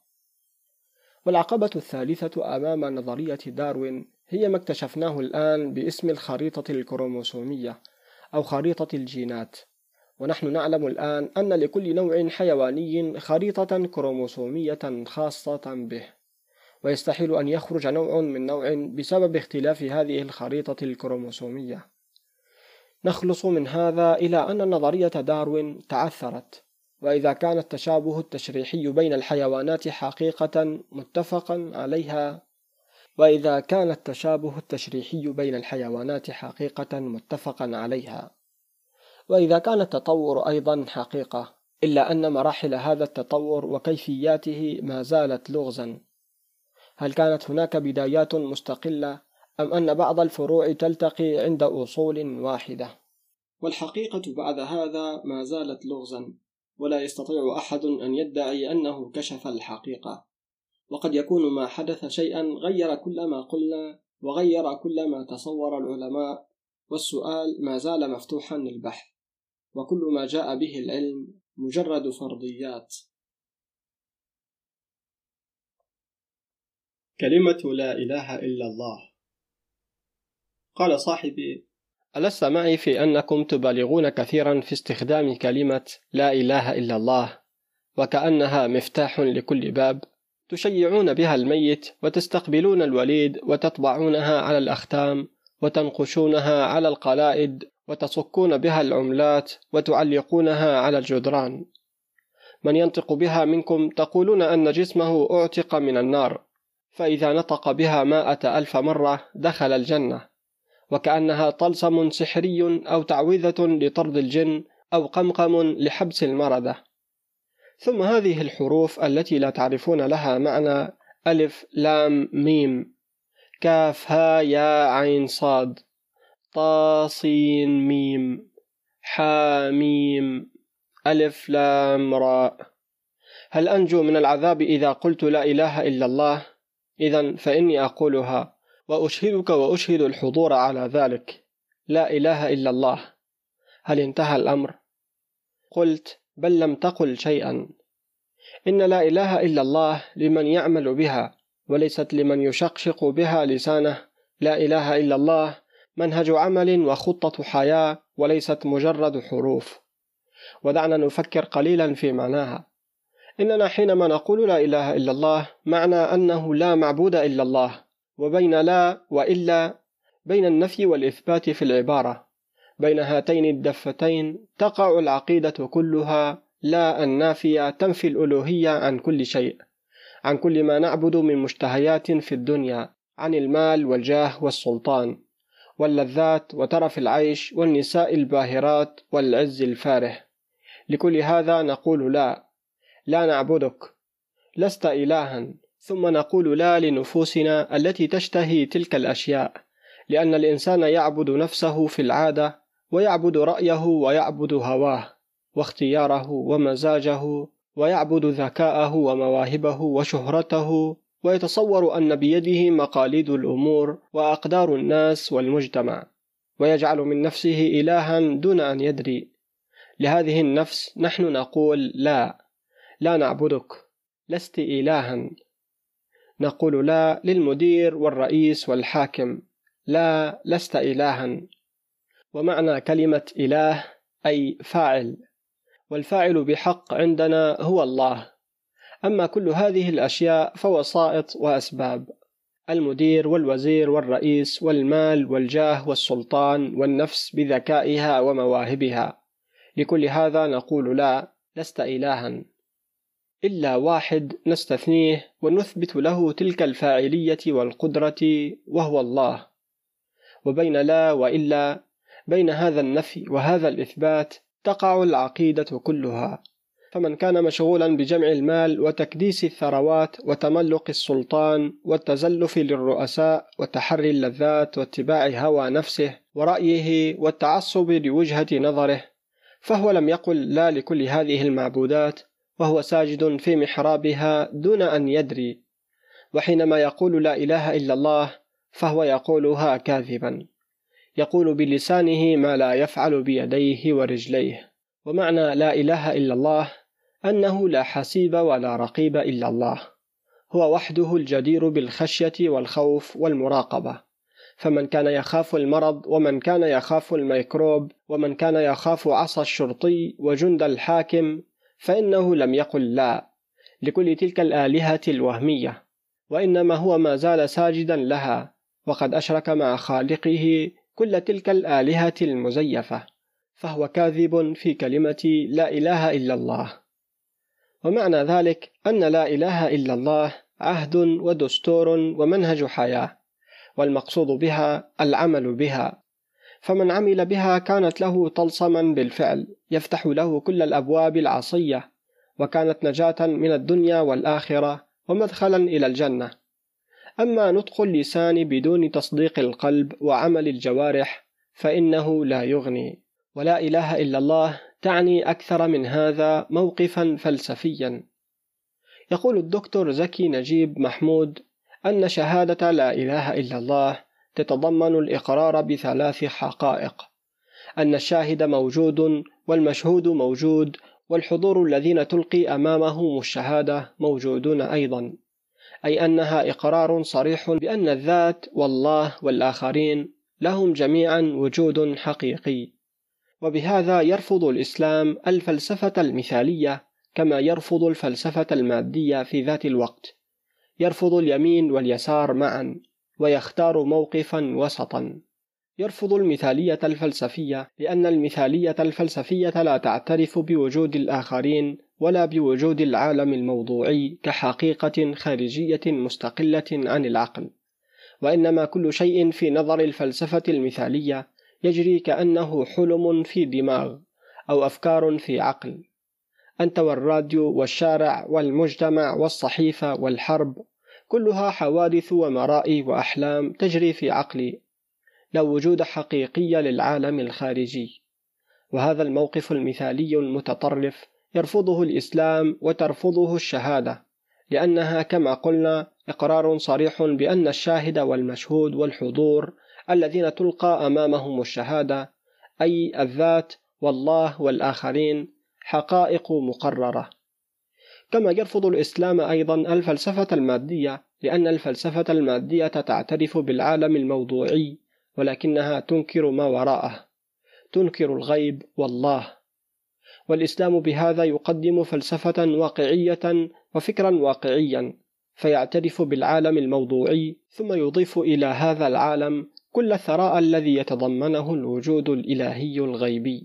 C: والعقبة الثالثة أمام نظرية داروين هي ما اكتشفناه الآن باسم الخريطة الكروموسومية أو خريطة الجينات. ونحن نعلم الآن أن لكل نوع حيواني خريطة كروموسومية خاصة به، ويستحيل أن يخرج نوع من نوع بسبب اختلاف هذه الخريطة الكروموسومية. نخلص من هذا إلى أن نظرية داروين تعثرت، وإذا كان التشابه التشريحي بين الحيوانات حقيقة متفقا عليها وإذا كان التشابه التشريحي بين الحيوانات حقيقة متفقا عليها وإذا كان التطور أيضا حقيقة، إلا أن مراحل هذا التطور وكيفياته ما زالت لغزا. هل كانت هناك بدايات مستقلة أم أن بعض الفروع تلتقي عند أصول واحدة؟
A: والحقيقة بعد هذا ما زالت لغزا، ولا يستطيع أحد أن يدعي أنه كشف الحقيقة. وقد يكون ما حدث شيئا غير كل ما قلنا وغير كل ما تصور العلماء، والسؤال ما زال مفتوحا للبحث، وكل ما جاء به العلم مجرد فرضيات. كلمة لا إله إلا الله. قال صاحبي:
C: ألست معي في أنكم تبالغون كثيرا في استخدام كلمة لا إله إلا الله، وكأنها مفتاح لكل باب، تشيعون بها الميت وتستقبلون الوليد وتطبعونها على الأختام وتنقشونها على القلائد وتصكون بها العملات وتعلقونها على الجدران. من ينطق بها منكم تقولون أن جسمه أعتق من النار، فإذا نطق بها مائة ألف مرة دخل الجنة، وكأنها طلسم سحري أو تعويذة لطرد الجن أو قمقم لحبس المردة. ثم هذه الحروف التي لا تعرفون لها معنى: ألف لام ميم كاف ها يا عين صاد طا صين ميم حا ميم ألف لام راء. هل أنجو من العذاب إذا قلت لا إله إلا الله؟ إذن فإني أقولها، وأشهدك وأشهد الحضور على ذلك: لا إله إلا الله. هل انتهى الأمر؟ قلت: بل لم تقل شيئا. إن لا إله إلا الله لمن يعمل بها، وليست لمن يشقشق بها لسانه. لا إله إلا الله منهج عمل وخطة حياة، وليست مجرد حروف. ودعنا نفكر قليلا في معناها. إننا حينما نقول لا إله إلا الله معنى أنه لا معبود إلا الله، وبين لا وإلا، بين النفي والإثبات في العبارة، بين هاتين الدفتين تقع العقيدة كلها. لا النافية تنفي الألوهية عن كل شيء، عن كل ما نعبد من مشتهيات في الدنيا، عن المال والجاه والسلطان.
A: واللذات وترف العيش والنساء الباهرات والعز الفاره. لكل هذا نقول لا، لا نعبدك، لست إلها. ثم نقول لا لنفوسنا التي تشتهي تلك الأشياء، لأن الإنسان يعبد نفسه في العادة، ويعبد رأيه ويعبد هواه واختياره ومزاجه، ويعبد ذكاءه ومواهبه وشهرته، ويتصور أن بيده مقاليد الأمور وأقدار الناس والمجتمع، ويجعل من نفسه إلها دون أن يدري. لهذه النفس نحن نقول لا، لا نعبدك، لست إلها. نقول لا للمدير والرئيس والحاكم، لا، لست إلها. ومعنى كلمة إله أي فاعل، والفاعل بحق عندنا هو الله. أما كل هذه الأشياء فوسائط وأسباب، المدير والوزير والرئيس والمال والجاه والسلطان والنفس بذكائها ومواهبها. لكل هذا نقول لا، لست إلها. إلا واحد نستثنيه ونثبت له تلك الفاعلية والقدرة، وهو الله. وبين لا وإلا، بين هذا النفي وهذا الإثبات، تقع العقيدة كلها. فمن كان مشغولا بجمع المال وتكديس الثروات وتملق السلطان والتزلف للرؤساء وتحري اللذات واتباع هوى نفسه ورأيه والتعصب لوجهة نظره، فهو لم يقل لا لكل هذه المعبودات، وهو ساجد في محرابها دون أن يدري. وحينما يقول لا إله إلا الله فهو يقولها كاذبا، يقول بلسانه ما لا يفعل بيديه ورجليه. ومعنى لا إله إلا الله أنه لا حسيب ولا رقيب إلا الله، هو وحده الجدير بالخشية والخوف والمراقبة. فمن كان يخاف المرض، ومن كان يخاف الميكروب، ومن كان يخاف عصا الشرطي وجند الحاكم، فإنه لم يقل لا لكل تلك الآلهة الوهمية، وإنما هو ما زال ساجدا لها، وقد أشرك مع خالقه كل تلك الآلهة المزيفة، فهو كاذب في كلمة لا إله إلا الله. ومعنى ذلك أن لا إله إلا الله عهد ودستور ومنهج حياة، والمقصود بها العمل بها. فمن عمل بها كانت له طلسما بالفعل يفتح له كل الأبواب العصية، وكانت نجاة من الدنيا والآخرة ومدخلا إلى الجنة. أما نطق اللسان بدون تصديق القلب وعمل الجوارح فإنه لا يغني. ولا إله إلا الله تعني أكثر من هذا موقفا فلسفيا. يقول الدكتور زكي نجيب محمود أن شهادة لا إله إلا الله تتضمن الإقرار بثلاث حقائق: أن الشاهد موجود، والمشهود موجود، والحضور الذين تلقي أمامهم الشهادة موجودون أيضا، أي أنها إقرار صريح بأن الذات والله والآخرين لهم جميعا وجود حقيقي. وبهذا يرفض الإسلام الفلسفة المثالية كما يرفض الفلسفة المادية في ذات الوقت، يرفض اليمين واليسار معا، ويختار موقفا وسطا. يرفض المثالية الفلسفية لأن المثالية الفلسفية لا تعترف بوجود الآخرين ولا بوجود العالم الموضوعي كحقيقة خارجية مستقلة عن العقل، وإنما كل شيء في نظر الفلسفة المثالية يجري كأنه حلم في دماغ أو أفكار في عقل. أنت والراديو والشارع والمجتمع والصحيفة والحرب كلها حوادث ومرائي وأحلام تجري في عقلي، لا وجود حقيقي للعالم الخارجي. وهذا الموقف المثالي المتطرف يرفضه الإسلام وترفضه الشهادة، لأنها كما قلنا إقرار صريح بأن الشاهد والمشهود والحضور الذين تلقى أمامهم الشهادة، أي الذات والله والآخرين، حقائق مقررة. كما يرفض الإسلام أيضا الفلسفة المادية، لأن الفلسفة المادية تعترف بالعالم الموضوعي ولكنها تنكر ما وراءه، تنكر الغيب والله. والإسلام بهذا يقدم فلسفة واقعية وفكرا واقعيا، فيعترف بالعالم الموضوعي ثم يضيف إلى هذا العالم كل الثراء الذي يتضمنه الوجود الإلهي الغيبي،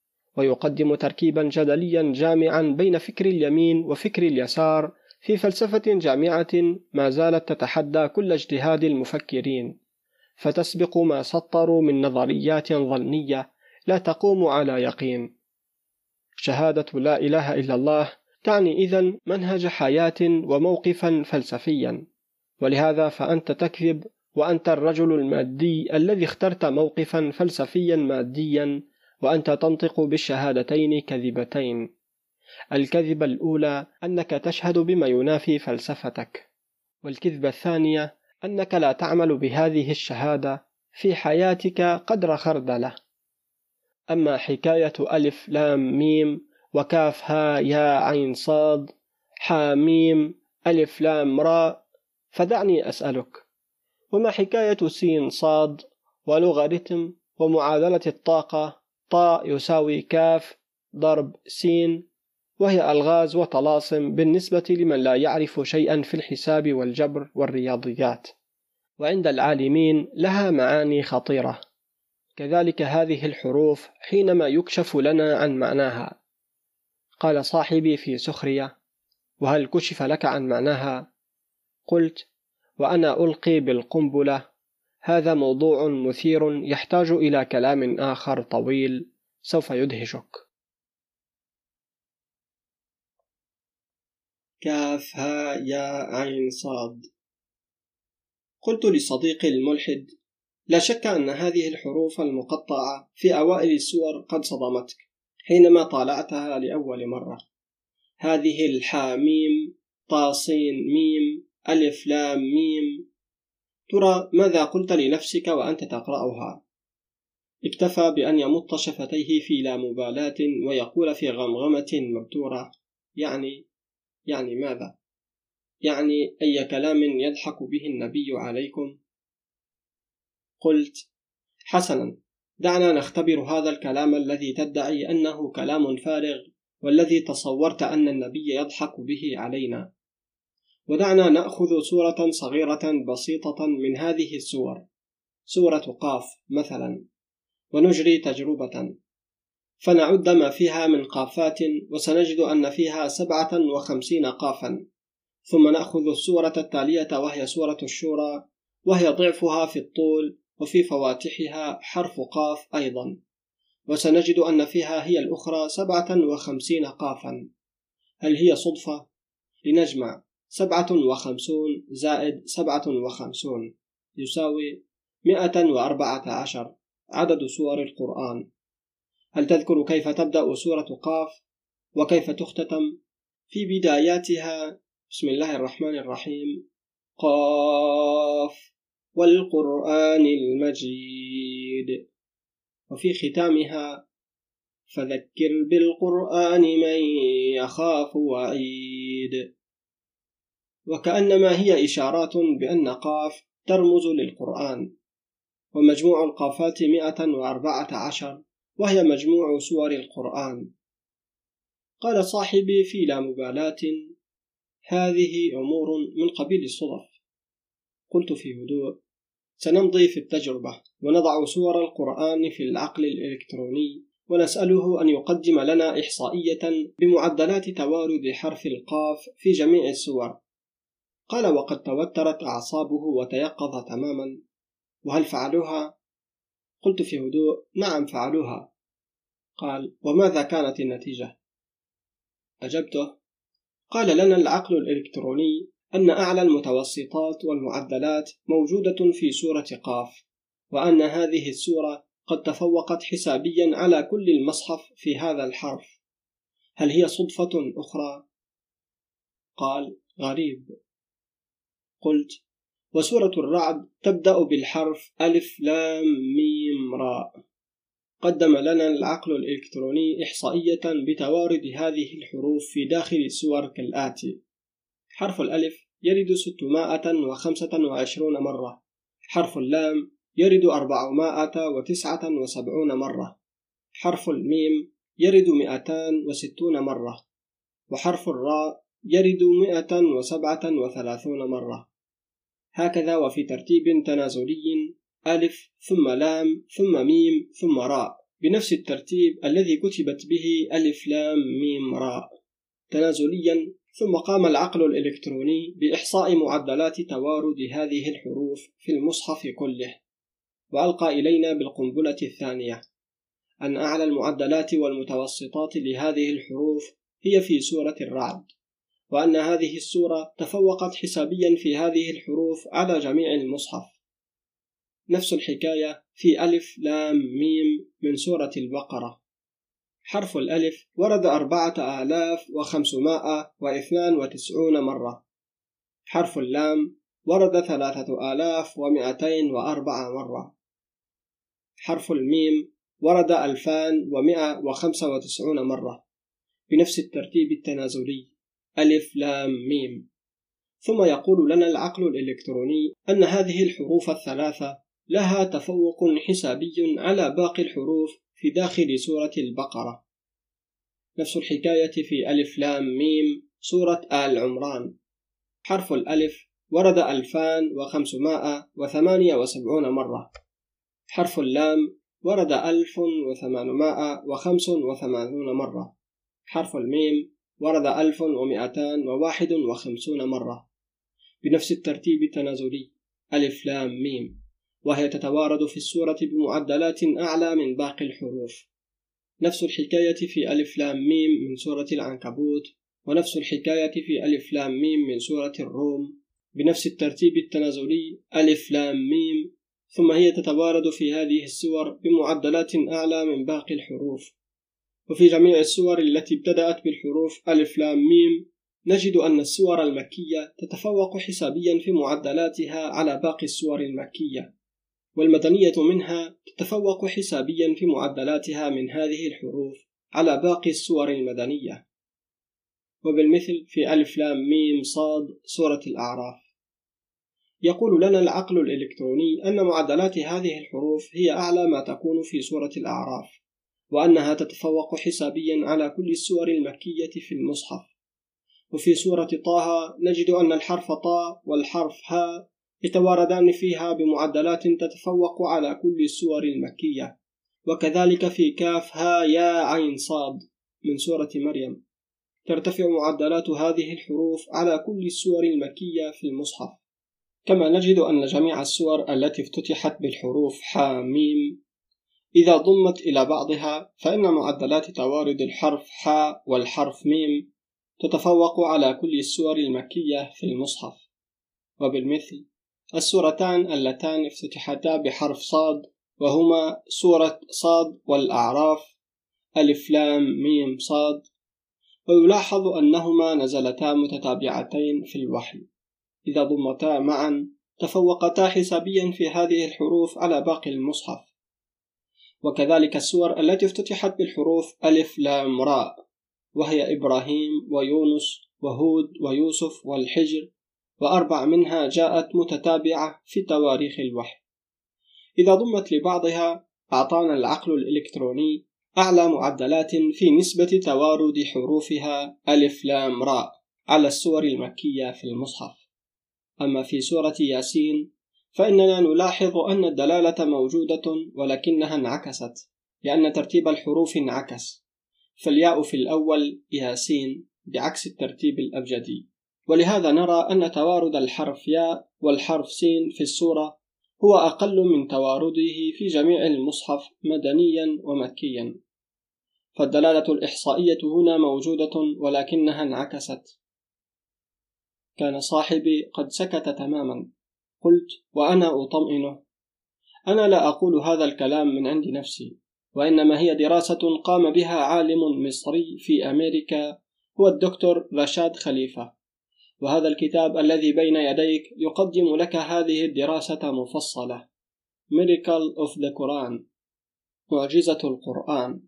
A: ويقدم تركيبا جدليا جامعا بين فكر اليمين وفكر اليسار في فلسفة جامعة ما زالت تتحدى كل اجتهاد المفكرين. فتسبق ما سطروا من نظريات ظنية لا تقوم على يقين. شهادة لا إله إلا الله تعني إذن منهج حياة وموقفا فلسفيا، ولهذا فأنت تكذب وأنت الرجل المادي الذي اخترت موقفا فلسفيا ماديا، وأنت تنطق بالشهادتين كذبتين. الكذبة الأولى أنك تشهد بما ينافي فلسفتك، والكذبة الثانية أنك لا تعمل بهذه الشهادة في حياتك قدر خردلة. أما حكاية ألف لام ميم وكاف ها يا عين صاد حاميم ألف لام راء، فدعني أسألك، وما حكاية سين صاد ولوغاريتم ومعادلة الطاقة طاء يساوي كاف ضرب سين، وهي ألغاز وطلاسم بالنسبة لمن لا يعرف شيئا في الحساب والجبر والرياضيات، وعند العالمين لها معاني خطيرة. كذلك هذه الحروف حينما يكشف لنا عن معناها. قال صاحبي في سخرية: وهل كشف لك عن معناها؟ قلت: وأنا ألقي بالقنبلة، هذا موضوع مثير يحتاج إلى كلام آخر طويل سوف يدهشك.
C: كاف ها يا عين صاد. قلت لصديقي الملحد: لا شك أن هذه الحروف المقطعة في أوائل السور قد صدمتك حينما طالعتها لأول مرة. هذه الحاميم طاسين ميم ألف لام ميم، ترى ماذا قلت لنفسك وأنت تقرأها؟ اكتفى بأن يمط شفتيه في لا مبالاة ويقول في غمغمة مبتورة: يعني يعني ماذا؟ يعني أي كلام يضحك به النبي عليكم؟ قلت: حسنا، دعنا نختبر هذا الكلام الذي تدعي أنه كلام فارغ والذي تصورت أن النبي يضحك به علينا، ودعنا نأخذ سورة صغيرة بسيطة من هذه السور، سورة قاف مثلا، ونجري تجربة، فنعد ما فيها من قافات وسنجد أن فيها سبعة وخمسين قافا، ثم نأخذ السورة التالية وهي سورة الشورى، وهي ضعفها في الطول وفي فواتحها حرف قاف أيضا، وسنجد أن فيها هي الأخرى سبعة وخمسين قافا. هل هي صدفة؟ لنجمع: سبعة وخمسون زائد سبعة وخمسون يساوي مئة وأربعة عشر، عدد سور القرآن. هل تذكر كيف تبدأ سورة قاف وكيف تختتم؟ في بداياتها: بسم الله الرحمن الرحيم، قاف والقرآن المجيد، وفي ختامها: فذكر بالقرآن من يخاف وعيد. وكأنما هي إشارات بأن قاف ترمز للقرآن. ومجموع القافات مئة وأربعة عشر، وهي مجموع سور القرآن. قال صاحبي في لا مبالاة: هذه أمور من قبيل الصدف. قلت في هدوء: سنمضي في التجربة ونضع سور القرآن في العقل الإلكتروني ونسأله أن يقدم لنا إحصائية بمعدلات توارد حرف القاف في جميع السور. قال: وقد توترت أعصابه وتيقظ تماما. وهل فعلوها؟ قلت في هدوء: نعم فعلوها. قال: وماذا كانت النتيجة؟ أجبته: قال لنا العقل الإلكتروني أن أعلى المتوسطات والمعدلات موجودة في سورة قاف، وأن هذه السورة قد تفوقت حسابيا على كل المصحف في هذا الحرف. هل هي صدفة أخرى؟ قال: غريب. قلت: وسورة الرعد تبدأ بالحرف ألف لام ميم راء. قدم لنا العقل الإلكتروني إحصائية بتوارد هذه الحروف في داخل السور كالآتي: حرف الألف يرد ستمائة وخمسة وعشرون مرة، حرف اللام يرد أربعمائة وتسعة وسبعون مرة، حرف الميم يرد مئتان وستون مرة، وحرف الراء يرد مئة وسبعة وثلاثون مرة. هكذا وفي ترتيب تنازلي: ألف ثم لام ثم ميم ثم راء، بنفس الترتيب الذي كتبت به ألف لام ميم راء تنازليا. ثم قام العقل الإلكتروني بإحصاء معدلات توارد هذه الحروف في المصحف كله،
A: وألقى إلينا بالقنبلة الثانية أن أعلى المعدلات والمتوسطات لهذه الحروف هي في سورة الرعد، وأن هذه السورة تفوقت حسابيا في هذه الحروف على جميع المصحف. نفس الحكاية في ألف لام ميم من سورة البقرة. حرف الألف ورد أربعة آلاف وخمسمائة واثنان وتسعون مرة. حرف اللام ورد ثلاثة آلاف ومئتين وأربعة مرة. حرف الميم ورد ألفان ومئة وخمسة وتسعون مرة بنفس الترتيب التنازلي ألف لام ميم. ثم يقول لنا العقل الإلكتروني أن هذه الحروف الثلاثة لها تفوق حسابي على باقي الحروف في داخل سورة البقرة. نفس الحكاية في ألف لام ميم سورة آل عمران. حرف الألف ورد ألفان وخمسمائة وثمانية وسبعون مرة. حرف اللام ورد ألف وثمانمائة وخمس وثمانون مرة. حرف الميم ورد ألف ومئتان وواحد وخمسون مرة بنفس الترتيب التنازلي ألف لام ميم، وهي تتوارد في السورة بمعدلات أعلى من باقي الحروف. نفس الحكاية في ألف لام ميم من سورة العنكبوت، ونفس الحكاية في ألف لام ميم من سورة الروم بنفس الترتيب التنازلي ألف لام ميم، ثم هي تتوارد في هذه السور بمعدلات أعلى من باقي الحروف. وفي جميع السور التي ابتدأت بالحروف ألف لام ميم نجد أن السور المكية تتفوق حسابيا في معدلاتها على باقي السور المكية، والمدنية منها تتفوق حسابيا في معدلاتها من هذه الحروف على باقي السور المدنية. وبالمثل في ألف لام ميم صاد سورة الأعراف. يقول لنا العقل الإلكتروني أن معدلات هذه الحروف هي أعلى ما تكون في سورة الأعراف، وأنها تتفوق حسابيا على كل السور المكية في المصحف. وفي سورة طه نجد أن الحرف طا والحرف ها يتواردان فيها بمعدلات تتفوق على كل السور المكية، وكذلك في كاف ها يا عين صاد من سورة مريم ترتفع معدلات هذه الحروف على كل السور المكية في المصحف. كما نجد أن جميع السور التي افتتحت بالحروف حا ميم إذا ضمت إلى بعضها فإن معدلات توارد الحرف حا والحرف ميم تتفوق على كل السور المكية في المصحف. وبالمثل السورتان اللتان افتتحتا بحرف صاد وهما سورة صاد والأعراف ألف لام ميم صاد، ويلاحظ أنهما نزلتا متتابعتين في الوحي، إذا ضمتا معا تفوقتا حسابيا في هذه الحروف على باقي المصحف. وكذلك السور التي افتتحت بالحروف ألف لام راء، وهي إبراهيم ويونس وهود ويوسف والحجر، وأربع منها جاءت متتابعة في تواريخ الوحي. إذا ضمت لبعضها أعطانا العقل الإلكتروني أعلى معدلات في نسبة توارد حروفها ألف لام راء على السور المكية في المصحف. أما في سورة ياسين فإننا نلاحظ أن الدلالة موجودة ولكنها انعكست، لأن ترتيب الحروف انعكس، فالياء في الأول ياسين بعكس الترتيب الأبجدي، ولهذا نرى أن توارد الحرف ياء والحرف سين في السورة هو أقل من توارده في جميع المصحف مدنيا ومكيا. فالدلالة الإحصائية هنا موجودة ولكنها انعكست. كان صاحبي قد سكت تماما. قلت وأنا أطمئنه: أنا لا أقول هذا الكلام من عند نفسي، وإنما هي دراسة قام بها عالم مصري في أمريكا هو الدكتور رشاد خليفة، وهذا الكتاب الذي بين يديك يقدم لك هذه الدراسة مفصلة. Miracle of the Quran، معجزة القرآن.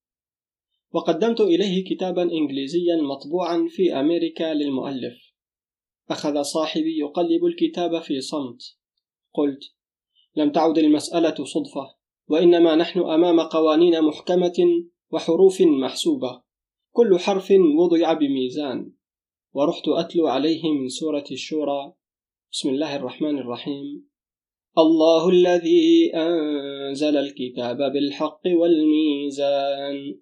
A: وقدمت إليه كتابا إنجليزيا مطبوعا في أمريكا للمؤلف. أخذ صاحبي يقلب الكتاب في صمت. قلت: لم تعد المسألة صدفة، وإنما نحن أمام قوانين محكمة وحروف محسوبة، كل حرف وضع بميزان. ورحت أتلو عليه من سورة الشورى: بسم الله الرحمن الرحيم، الله الذي أنزل الكتاب بالحق والميزان.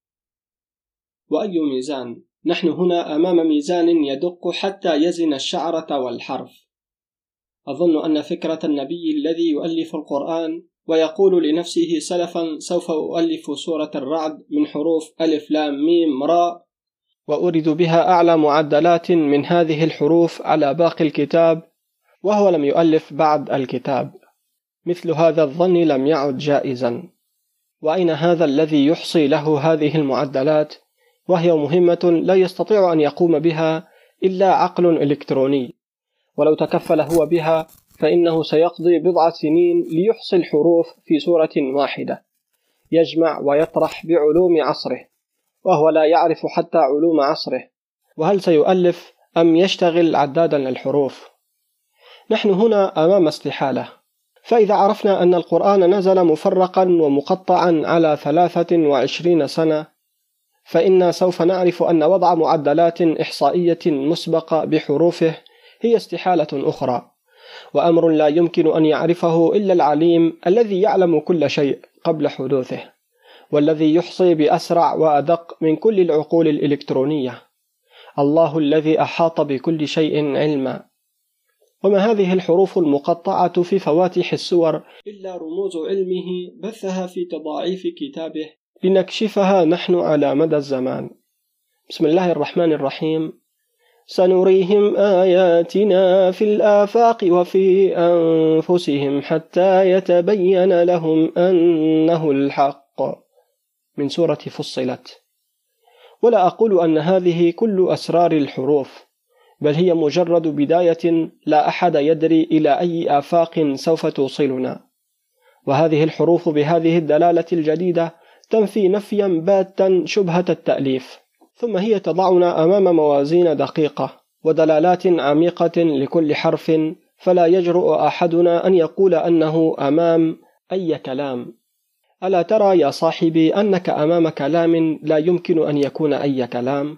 A: وأي ميزان؟ نحن هنا أمام ميزان يدق حتى يزن الشعرة والحرف. أظن أن فكرة النبي الذي يؤلف القرآن ويقول لنفسه سلفا سوف أؤلف سورة الرعد من حروف ألف لام ميم راء، وأريد بها أعلى معدلات من هذه الحروف على باقي الكتاب، وهو لم يؤلف بعد الكتاب. مثل هذا الظن لم يعد جائزا. وأين هذا الذي يحصي له هذه المعدلات وهي مهمة لا يستطيع أن يقوم بها إلا عقل إلكتروني، ولو تكفل هو بها فإنه سيقضي بضع سنين ليحصي الحروف في سورة واحدة، يجمع ويطرح بعلوم عصره وهو لا يعرف حتى علوم عصره، وهل سيؤلف أم يشتغل عدادا للحروف؟ نحن هنا أمام استحالة. فإذا عرفنا أن القرآن نزل مفرقا ومقطعا على ثلاثة وعشرين سنة، فإنا سوف نعرف أن وضع معدلات إحصائية مسبقة بحروفه هي استحالة أخرى، وأمر لا يمكن أن يعرفه إلا العليم الذي يعلم كل شيء قبل حدوثه، والذي يحصي بأسرع وأدق من كل العقول الإلكترونية، الله الذي أحاط بكل شيء علما. وما هذه الحروف المقطعة في فواتح السور إلا رموز علمه بثها في تضاعيف كتابه لنكشفها نحن على مدى الزمان. بسم الله الرحمن الرحيم. سنريهم آياتنا في الآفاق وفي أنفسهم حتى يتبين لهم أنه الحق، من سورة فصلت. ولا أقول أن هذه كل أسرار الحروف، بل هي مجرد بداية لا أحد يدري إلى أي آفاق سوف توصلنا. وهذه الحروف بهذه الدلالة الجديدة تنفي نفيا باتا شبهة التأليف، ثم هي تضعنا أمام موازين دقيقة ودلالات عميقة لكل حرف، فلا يجرؤ أحدنا أن يقول أنه أمام أي كلام. ألا ترى يا صاحبي أنك أمام كلام لا يمكن أن يكون أي كلام؟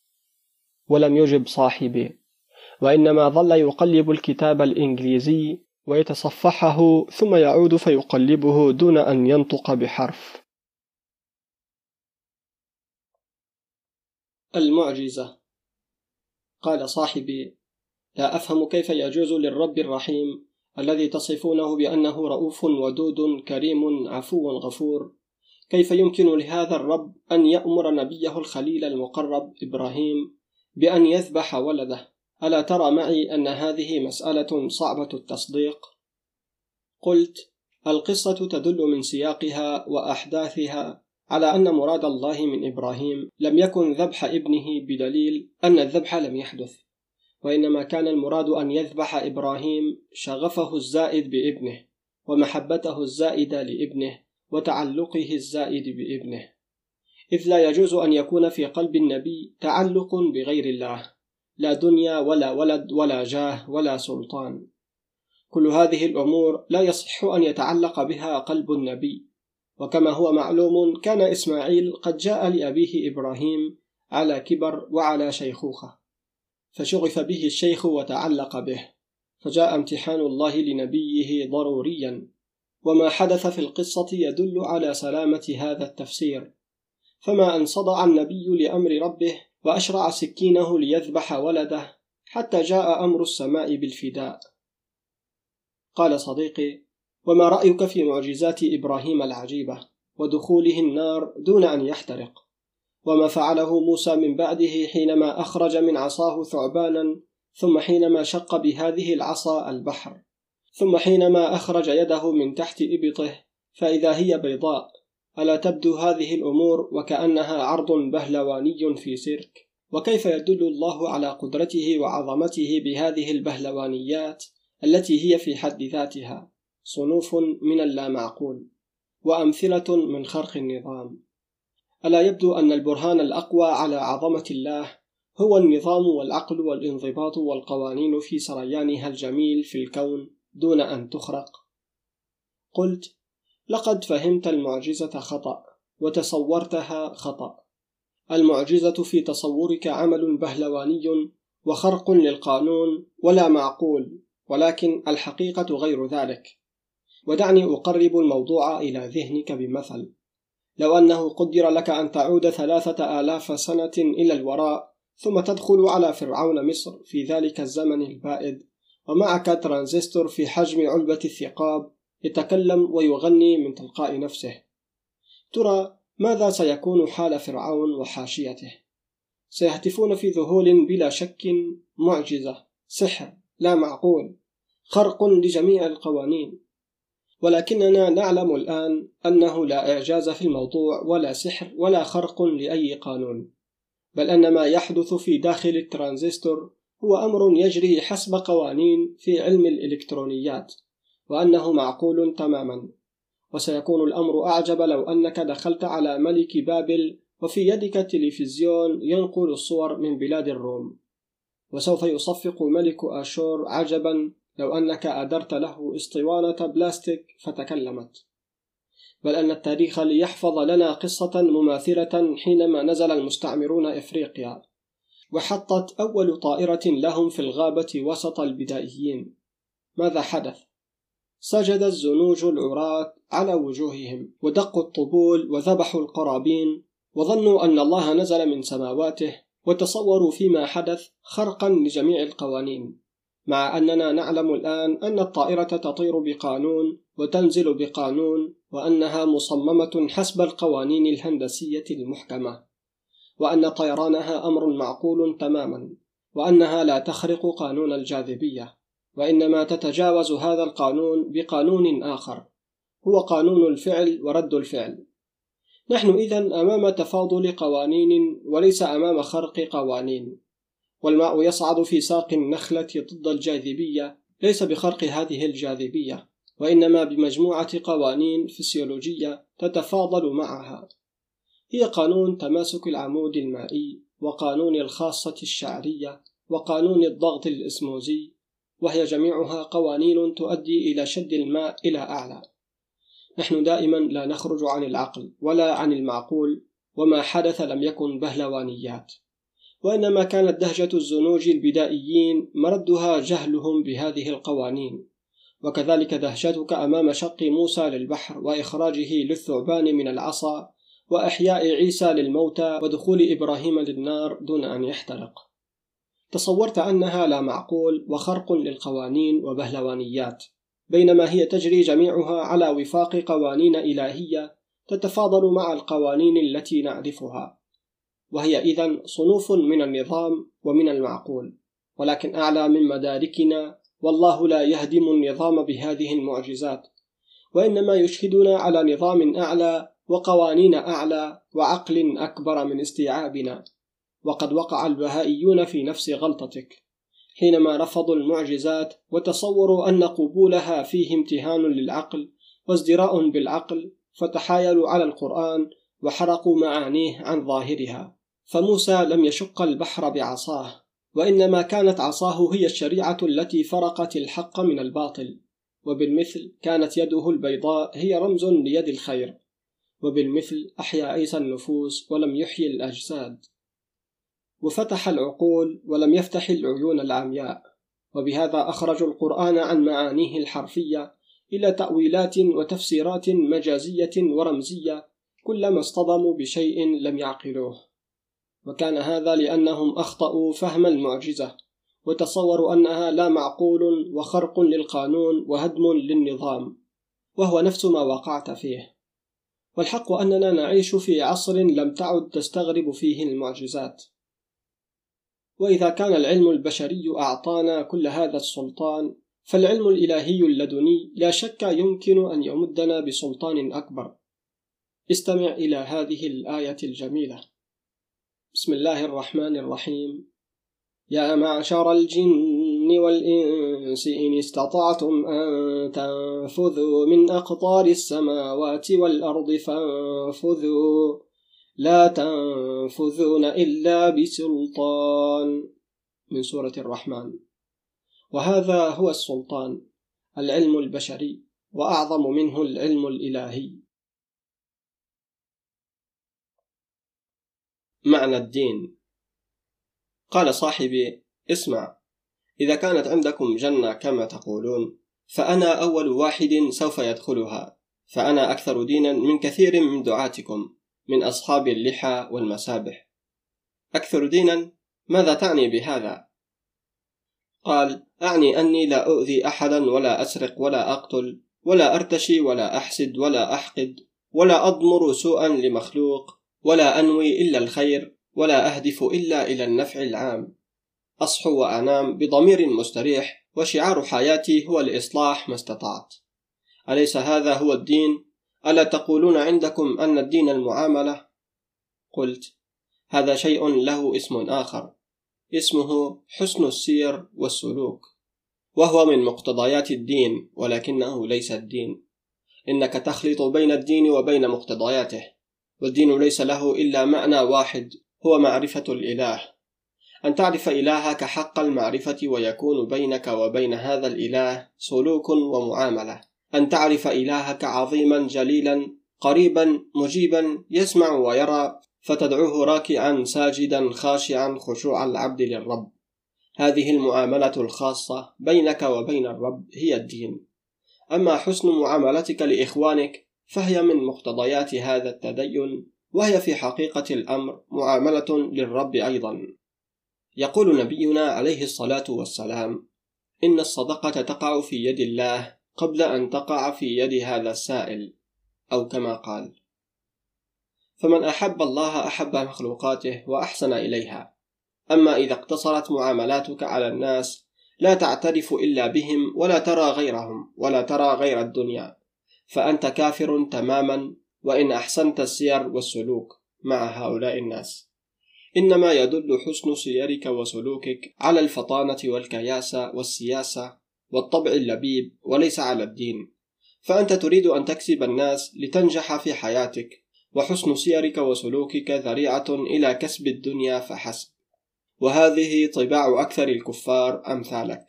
A: ولم يجب صاحبي، وإنما ظل يقلب الكتاب الإنجليزي ويتصفحه ثم يعود فيقلبه دون أن ينطق بحرف.
D: المعجزة. قال صاحبي: لا أفهم كيف يجوز للرب الرحيم الذي تصفونه بأنه رؤوف ودود كريم عفو غفور، كيف يمكن لهذا الرب أن يأمر نبيه الخليل المقرب إبراهيم بأن يذبح ولده؟ ألا ترى معي أن هذه مسألة صعبة التصديق؟ قلت: القصة تدل من سياقها وأحداثها على أن مراد الله من إبراهيم لم يكن ذبح ابنه، بدليل أن الذبح لم يحدث، وإنما كان المراد أن يذبح إبراهيم شغفه الزائد بابنه ومحبته الزائدة لابنه وتعلقه الزائد بابنه، إذ لا يجوز أن يكون في قلب النبي تعلق بغير الله، لا دنيا ولا ولد ولا جاه ولا سلطان. كل هذه الأمور لا يصح أن يتعلق بها قلب النبي. وكما هو معلوم كان إسماعيل قد جاء لأبيه إبراهيم على كبر وعلى شيخوخة، فشغف به الشيخ وتعلق به، فجاء امتحان الله لنبيه ضروريا. وما حدث في القصة يدل على سلامة هذا التفسير، فما أن صدع النبي لأمر ربه وأشرع سكينه ليذبح ولده حتى جاء أمر السماء بالفداء. قال صديقي: وما رأيك في معجزات إبراهيم العجيبة ودخوله النار دون أن يحترق؟ وما فعله موسى من بعده حينما أخرج من عصاه ثعبانا، ثم حينما شق بهذه العصا البحر، ثم حينما أخرج يده من تحت إبطه فإذا هي بيضاء؟ ألا تبدو هذه الأمور وكأنها عرض بهلواني في سيرك؟ وكيف يدل الله على قدرته وعظمته بهذه البهلوانيات التي هي في حد ذاتها صنوف من اللامعقول وأمثلة من خرق النظام؟ ألا يبدو أن البرهان الأقوى على عظمة الله هو النظام والعقل والانضباط والقوانين في سريانها الجميل في الكون دون أن تخرق؟ قلت: لقد فهمت المعجزة خطأ وتصورتها خطأ. المعجزة في تصورك عمل بهلواني وخرق للقانون ولا معقول، ولكن الحقيقة غير ذلك. ودعني أقرب الموضوع إلى ذهنك بمثل: لو أنه قدر لك أن تعود ثلاثة آلاف سنة إلى الوراء، ثم تدخل على فرعون مصر في ذلك الزمن البائد، ومعك ترانزستور في حجم علبة الثقاب يتكلم ويغني من تلقاء نفسه. ترى ماذا سيكون حال فرعون وحاشيته؟ سيهتفون في ذهول بلا شك: معجزة، سحر، لا معقول، خرق لجميع القوانين. ولكننا نعلم الآن أنه لا إعجاز في الموضوع ولا سحر ولا خرق لأي قانون، بل أن ما يحدث في داخل الترانزستور هو أمر يجري حسب قوانين في علم الإلكترونيات، وأنه معقول تماما. وسيكون الأمر أعجب لو أنك دخلت على ملك بابل وفي يدك تلفزيون ينقل الصور من بلاد الروم. وسوف يصفق ملك آشور عجبا لو أنك أدرت له اسطوانة بلاستيك فتكلمت. بل أن التاريخ ليحفظ لنا قصة مماثلة حينما نزل المستعمرون إفريقيا وحطت أول طائرة لهم في الغابة وسط البدائيين. ماذا حدث؟ سجد الزنوج العراة على وجوههم ودقوا الطبول وذبحوا القرابين وظنوا أن الله نزل من سماواته، وتصوروا فيما حدث خرقا لجميع القوانين، مع أننا نعلم الآن أن الطائرة تطير بقانون وتنزل بقانون، وأنها مصممة حسب القوانين الهندسية المحكمة، وأن طيرانها أمر معقول تماما، وأنها لا تخرق قانون الجاذبية، وإنما تتجاوز هذا القانون بقانون آخر هو قانون الفعل ورد الفعل. نحن إذن أمام تفاضل قوانين وليس أمام خرق قوانين. والماء يصعد في ساق النخلة ضد الجاذبية ليس بخرق هذه الجاذبية، وإنما بمجموعة قوانين فسيولوجية تتفاضل معها. هي قانون تماسك العمود المائي، وقانون الخاصة الشعرية، وقانون الضغط الإسموزي، وهي جميعها قوانين تؤدي إلى شد الماء إلى أعلى. نحن دائما لا نخرج عن العقل ولا عن المعقول، وما حدث لم يكن بهلوانيات، وإنما كانت دهجة الزنوج البدائيين مردها جهلهم بهذه القوانين، وكذلك دهشتك أمام شق موسى للبحر وإخراجه للثعبان من العصا، وإحياء عيسى للموتى، ودخول إبراهيم للنار دون أن يحترق. تصورت أنها لا معقول وخرق للقوانين وبهلوانيات، بينما هي تجري جميعها على وفاق قوانين إلهية تتفاضل مع القوانين التي نعرفها، وهي إذن صنوف من النظام ومن المعقول، ولكن أعلى من مداركنا. والله لا يهدم النظام بهذه المعجزات، وإنما يشهدنا على نظام أعلى وقوانين أعلى وعقل أكبر من استيعابنا. وقد وقع البهائيون في نفس غلطتك حينما رفضوا المعجزات وتصوروا أن قبولها فيه امتهان للعقل وازدراء بالعقل، فتحايلوا على القرآن وحرقوا معانيه عن ظاهرها. فموسى لم يشق البحر بعصاه، وإنما كانت عصاه هي الشريعة التي فرقت الحق من الباطل، وبالمثل كانت يده البيضاء هي رمز ليد الخير، وبالمثل أحيا عيسى النفوس ولم يحيي الأجساد، وفتح العقول ولم يفتح العيون العمياء، وبهذا أخرجوا القرآن عن معانيه الحرفية إلى تأويلات وتفسيرات مجازية ورمزية كلما اصطدموا بشيء لم يعقلوه. وكان هذا لأنهم أخطأوا فهم المعجزة، وتصوروا أنها لا معقول وخرق للقانون وهدم للنظام، وهو نفس ما وقعت فيه. والحق أننا نعيش في عصر لم تعد تستغرب فيه المعجزات. وإذا كان العلم البشري أعطانا كل هذا السلطان، فالعلم الإلهي اللدني لا شك يمكن أن يمدنا بسلطان أكبر. استمع إلى هذه الآية الجميلة. بسم الله الرحمن الرحيم: يا معشر الجن والإنس إن استطعتم أن تنفذوا من أقطار السماوات والأرض فانفذوا لا تنفذون إلا بسلطان. من سورة الرحمن. وهذا هو السلطان، العلم البشري، وأعظم منه العلم الإلهي.
A: معنى الدين. قال صاحبي: اسمع، إذا كانت عندكم جنة كما تقولون، فأنا أول واحد سوف يدخلها، فأنا أكثر دينا من كثير من دعاتكم من أصحاب اللحى والمسابح. أكثر دينا؟ ماذا تعني بهذا؟ قال: أعني أني لا أؤذي أحدا ولا أسرق ولا أقتل، ولا أرتشي ولا أحسد ولا أحقد ولا أضمر سوءا لمخلوق ولا أنوي إلا الخير ولا أهدف إلا إلى النفع العام. أصحو وأنام بضمير مستريح وشعار حياتي هو الإصلاح ما استطعت. أليس هذا هو الدين؟ ألا تقولون عندكم أن الدين المعاملة؟ قلت: هذا شيء له اسم آخر، اسمه حسن السير والسلوك، وهو من مقتضيات الدين ولكنه ليس الدين. إنك تخلط بين الدين وبين مقتضياته، والدين ليس له إلا معنى واحد هو معرفة الإله، أن تعرف إلهك حق المعرفة ويكون بينك وبين هذا الإله سلوك ومعاملة، أن تعرف إلهك عظيما جليلا قريبا مجيبا يسمع ويرى فتدعوه راكعا ساجدا خاشعا خشوع العبد للرب. هذه المعاملة الخاصة بينك وبين الرب هي الدين. أما حسن معاملتك لإخوانك فهي من مقتضيات هذا التدين، وهي في حقيقة الأمر معاملة للرب أيضا. يقول نبينا عليه الصلاة والسلام: إن الصدقة تقع في يد الله قبل أن تقع في يد هذا السائل، أو كما قال. فمن أحب الله أحب مخلوقاته وأحسن إليها. أما إذا اقتصرت معاملاتك على الناس لا تعترف إلا بهم ولا ترى غيرهم ولا ترى غير الدنيا، فأنت كافر تماما وإن أحسنت السير والسلوك مع هؤلاء الناس. إنما يدل حسن سيرك وسلوكك على الفطانة والكياسة والسياسة والطبع اللبيب وليس على الدين، فأنت تريد أن تكسب الناس لتنجح في حياتك، وحسن سيرك وسلوكك ذريعة إلى كسب الدنيا فحسب، وهذه طباع أكثر الكفار أمثالك.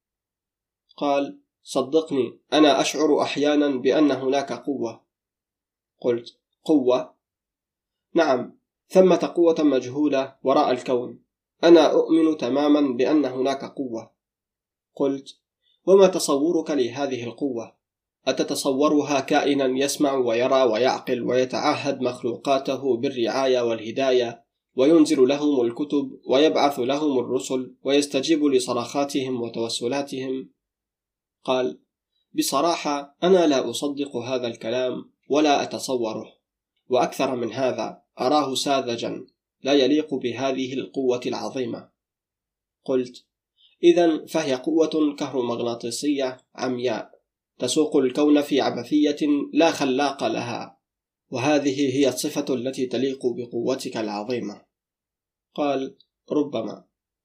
A: قال: صدقني، أنا أشعر أحيانا بأن هناك قوة. قلت: قوة؟ نعم، ثمة قوة مجهولة وراء الكون، أنا أؤمن تماما بأن هناك قوة. قلت: وما تصورك لهذه القوة؟ أتتصورها كائنا يسمع ويرى ويعقل ويتعهد مخلوقاته بالرعاية والهداية وينزل لهم الكتب ويبعث لهم الرسل ويستجيب لصراخاتهم وتوسلاتهم؟ قال: بصراحة أنا لا أصدق هذا الكلام ولا أتصوره، وأكثر من هذا أراه ساذجا لا يليق بهذه القوة العظيمة. قلت: إذن فهي قوة كهرومغناطيسية عمياء تسوق الكون في عبثية لا خلاق لها، وهذه هي الصفة التي تليق بقوتك العظيمة. قال: ربما.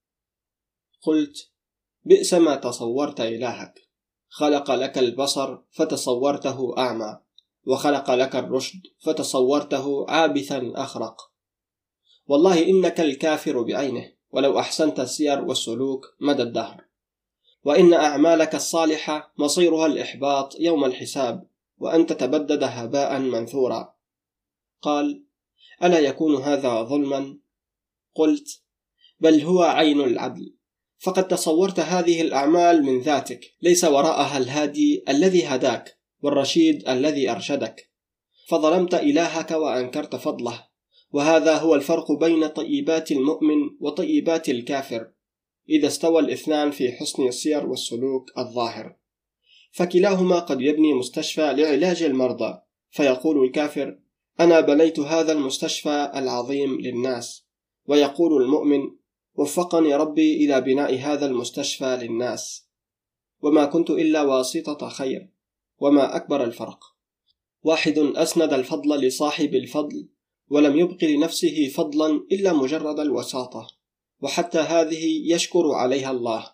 A: قلت: بئس ما تصورت إلهك، خلق لك البصر فتصورته أعمى، وخلق لك الرشد فتصورته عابثا أخرق. والله إنك الكافر بعينه ولو أحسنت السير والسلوك مدى الدهر، وإن أعمالك الصالحة مصيرها الإحباط يوم الحساب، وأن تتبدد هباء منثورا. قال: ألا يكون هذا ظلما؟ قلت: بل هو عين العدل، فقد تصورت هذه الأعمال من ذاتك، ليس وراءها الهادي الذي هداك والرشيد الذي أرشدك، فظلمت إلهك وأنكرت فضله، وهذا هو الفرق بين طيبات المؤمن وطيبات الكافر إذا استوى الاثنان في حسن السير والسلوك الظاهر. فكلاهما قد يبني مستشفى لعلاج المرضى، فيقول الكافر: أنا بنيت هذا المستشفى العظيم للناس، ويقول المؤمن: وفقني ربي إلى بناء هذا المستشفى للناس، وما كنت إلا واسطة خير. وما أكبر الفرق، واحد أسند الفضل لصاحب الفضل ولم يبق لنفسه فضلا إلا مجرد الوساطة، وحتى هذه يشكر عليها الله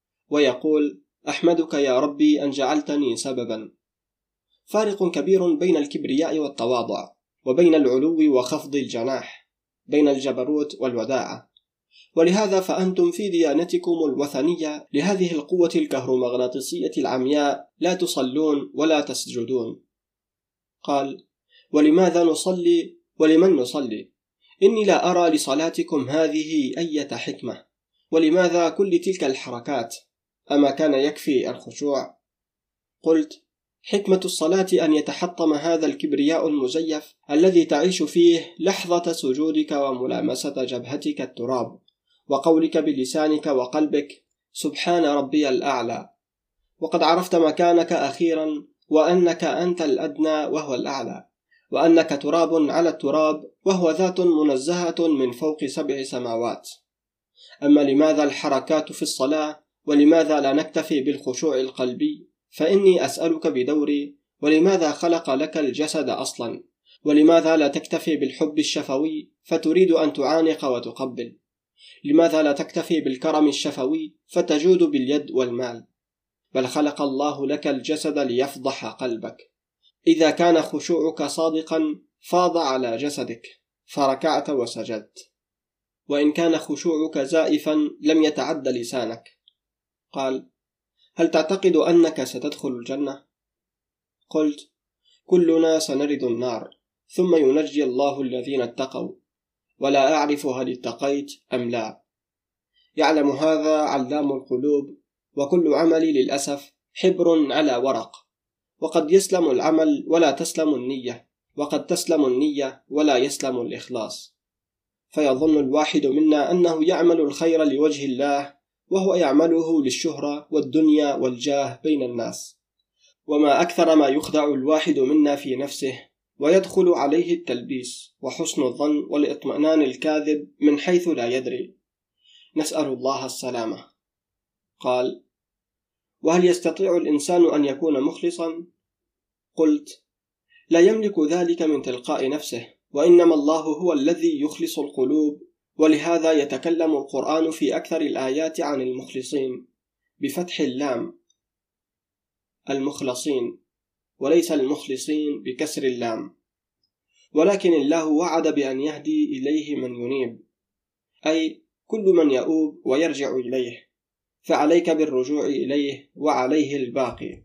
A: ويقول: أحمدك يا ربي أن جعلتني سببا. فارق كبير بين الكبرياء والتواضع، وبين العلو وخفض الجناح، بين الجبروت والوداعة. ولهذا فأنتم في ديانتكم الوثنية لهذه القوة الكهرومغناطيسية العمياء لا تصلون ولا تسجدون. قال: ولماذا نصلي ولمن نصلي؟ إني لا أرى لصلاتكم هذه أي حكمة، ولماذا كل تلك الحركات؟ أما كان يكفي الخشوع؟ قلت: حكمة الصلاة أن يتحطم هذا الكبرياء المزيف الذي تعيش فيه لحظة سجودك وملامسة جبهتك التراب، وقولك بلسانك وقلبك: سبحان ربي الأعلى. وقد عرفت مكانك أخيرا، وأنك أنت الأدنى وهو الأعلى، وأنك تراب على التراب وهو ذات منزهة من فوق سبع سماوات. أما لماذا الحركات في الصلاة؟ ولماذا لا نكتفي بالخشوع القلبي؟ فإني أسألك بدوري، ولماذا خلق لك الجسد أصلا؟ ولماذا لا تكتفي بالحب الشفوي فتريد أن تعانق وتقبل؟ لماذا لا تكتفي بالكرم الشفوي فتجود باليد والمال؟ بل خلق الله لك الجسد ليفضح قلبك. إذا كان خشوعك صادقا فاض على جسدك فركعت وسجدت، وإن كان خشوعك زائفا لم يتعد لسانك. قال: هل تعتقد أنك ستدخل الجنة؟ قلت: كلنا سنرد النار، ثم ينجي الله الذين اتقوا، ولا أعرف هل اتقيت أم لا. يعلم هذا علام القلوب، وكل عمل للأسف حبر على ورق، وقد يسلم العمل ولا تسلم النية، وقد تسلم النية ولا يسلم الإخلاص. فيظن الواحد منا أنه يعمل الخير لوجه الله، وهو يعمله للشهرة والدنيا والجاه بين الناس. وما أكثر ما يخدع الواحد منا في نفسه، ويدخل عليه التلبيس وحسن الظن والإطمئنان الكاذب من حيث لا يدري، نسأل الله السلامة. قال: وهل يستطيع الإنسان أن يكون مخلصا؟ قلت: لا يملك ذلك من تلقاء نفسه، وإنما الله هو الذي يخلص القلوب، ولهذا يتكلم القرآن في أكثر الآيات عن المخلصين بفتح اللام، المخلصين، وليس المخلصين بكسر اللام. ولكن الله وعد بأن يهدي إليه من ينيب، أي كل من يؤوب ويرجع إليه، فعليك بالرجوع إليه وعليه الباقي.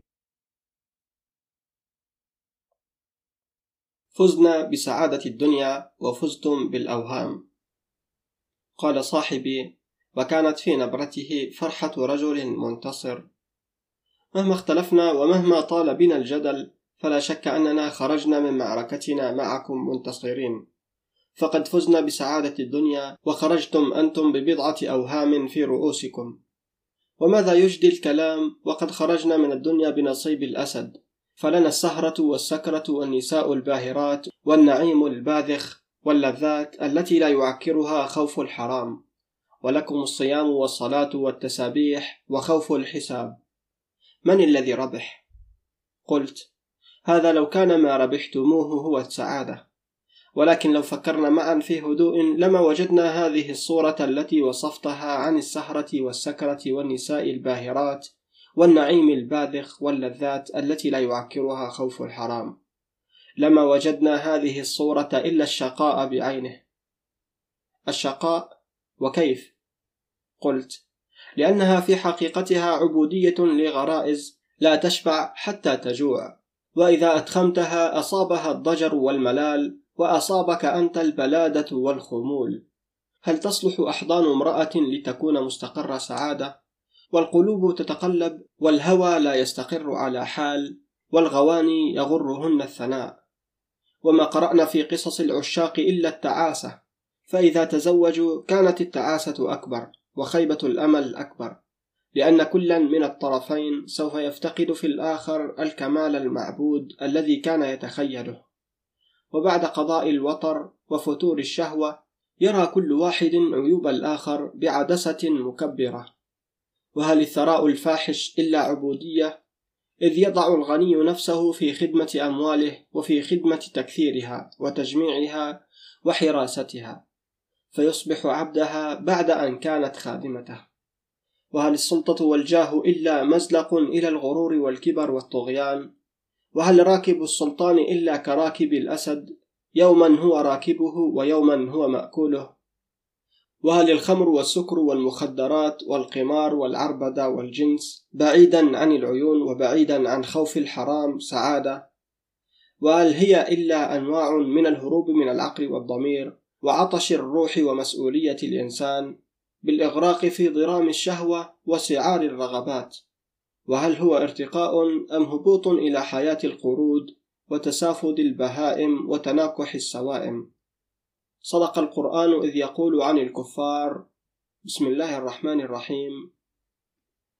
A: فزنا بسعادة الدنيا وفزتم بالأوهام. قال صاحبي، وكانت في نبرته فرحة رجل منتصر: مهما اختلفنا ومهما طال بنا الجدل، فلا شك أننا خرجنا من معركتنا معكم منتصرين، فقد فزنا بسعادة الدنيا، وخرجتم أنتم ببضعة أوهام في رؤوسكم. وماذا يجدي الكلام وقد خرجنا من الدنيا بنصيب الأسد، فلنا السهرة والسكرة والنساء الباهرات والنعيم الباذخ واللذات التي لا يعكرها خوف الحرام، ولكم الصيام والصلاة والتسابيح وخوف الحساب. من الذي ربح؟ قلت: هذا لو كان ما ربحتموه هو السعادة، ولكن لو فكرنا معا في هدوء لما وجدنا هذه الصورة التي وصفتها عن السهرة والسكرة والنساء الباهرات والنعيم الباذخ واللذات التي لا يعكرها خوف الحرام. لما وجدنا هذه الصورة إلا الشقاء بعينه. الشقاء؟ وكيف؟ قلت: لأنها في حقيقتها عبودية لغرائز لا تشبع حتى تجوع، وإذا أدخمتها أصابها الضجر والملال، وأصابك أنت البلادة والخمول. هل تصلح أحضان امرأة لتكون مستقر سعادة؟ والقلوب تتقلب، والهوى لا يستقر على حال، والغواني يغرهن الثناء. وما قرأنا في قصص العشاق إلا التعاسة، فإذا تزوجوا كانت التعاسة أكبر وخيبة الأمل أكبر، لأن كلا من الطرفين سوف يفتقد في الآخر الكمال المعبود الذي كان يتخيله. وبعد قضاء الوطر وفتور الشهوة يرى كل واحد عيوب الآخر بعدسة مكبرة. وهل الثراء الفاحش إلا عبودية؟ إذ يضع الغني نفسه في خدمة أمواله وفي خدمة تكثيرها وتجميعها وحراستها، فيصبح عبدها بعد أن كانت خادمته. وهل السلطة والجاه إلا مزلق إلى الغرور والكبر والطغيان؟ وهل راكب السلطان إلا كراكب الأسد، يوما هو راكبه ويوما هو مأكوله؟ وهل الخمر والسكر والمخدرات والقمار والعربدة والجنس بعيدا عن العيون وبعيدا عن خوف الحرام سعادة؟ وهل هي إلا أنواع من الهروب من العقل والضمير وعطش الروح ومسؤولية الإنسان بالإغراق في ضرام الشهوة وسعار الرغبات؟ وهل هو ارتقاء أم هبوط إلى حياة القرود وتسافد البهائم وتناكح السوائم؟ صدق القرآن إذ يقول عن الكفار: بسم الله الرحمن الرحيم: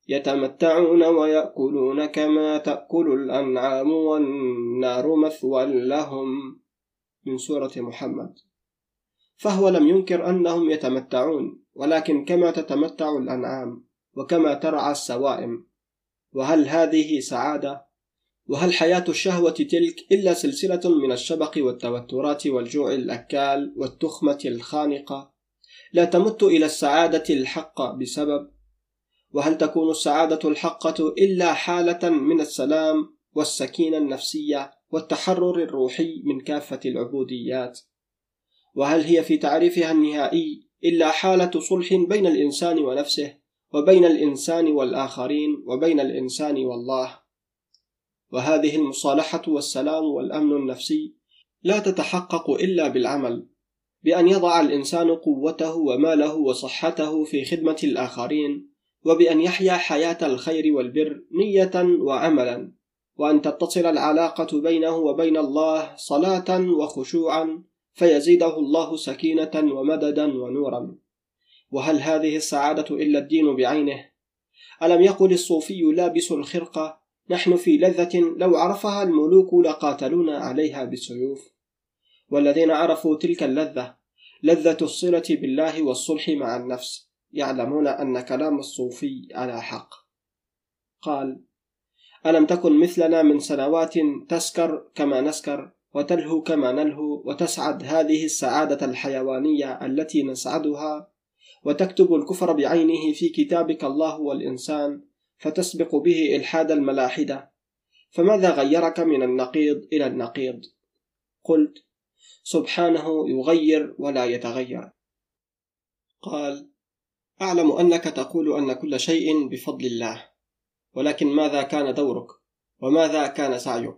D: يتمتعون ويأكلون كما تأكل الأنعام والنار مثوى لهم، من سورة محمد. فهو لم ينكر أنهم يتمتعون، ولكن كما تتمتع الأنعام وكما ترعى السوائم. وهل هذه سعادة؟ وهل حياة الشهوة تلك إلا سلسلة من الشبق والتوترات والجوع الأكال والتخمة الخانقة لا تمت إلى السعادة الحقة بسبب؟ وهل تكون السعادة الحقة إلا حالة من السلام والسكينة النفسية والتحرر الروحي من كافة العبوديات؟ وهل هي في تعريفها النهائي إلا حالة صلح بين الإنسان ونفسه، وبين الإنسان والآخرين، وبين الإنسان والله؟ وهذه المصالحة والسلام والأمن النفسي لا تتحقق إلا بالعمل، بأن يضع الإنسان قوته وماله وصحته في خدمة الآخرين، وبأن يحيا حياة الخير والبر نية وعملا، وأن تتصل العلاقة بينه وبين الله صلاة وخشوعا فيزيده الله سكينة ومددا ونورا. وهل هذه السعادة إلا الدين بعينه؟ ألم يقل الصوفي لابس الخرقة: نحن في لذة لو عرفها الملوك لقاتلونا عليها بالسيوف. والذين عرفوا تلك اللذة، لذة الصلة بالله والصلح مع النفس، يعلمون أن كلام الصوفي على حق. قال: ألم تكن مثلنا من سنوات تسكر كما نسكر، وتلهو كما نلهو، وتسعد هذه السعادة الحيوانية التي نسعدها، وتكتب الكفر بعينه في كتابك الله والإنسان، فتسبق به إلحاد الملاحدة، فماذا غيرك من النقيض إلى النقيض؟ قلت: سبحانه يغير ولا يتغير. قال: أعلم أنك تقول أن كل شيء بفضل الله، ولكن ماذا كان دورك؟ وماذا كان سعيك؟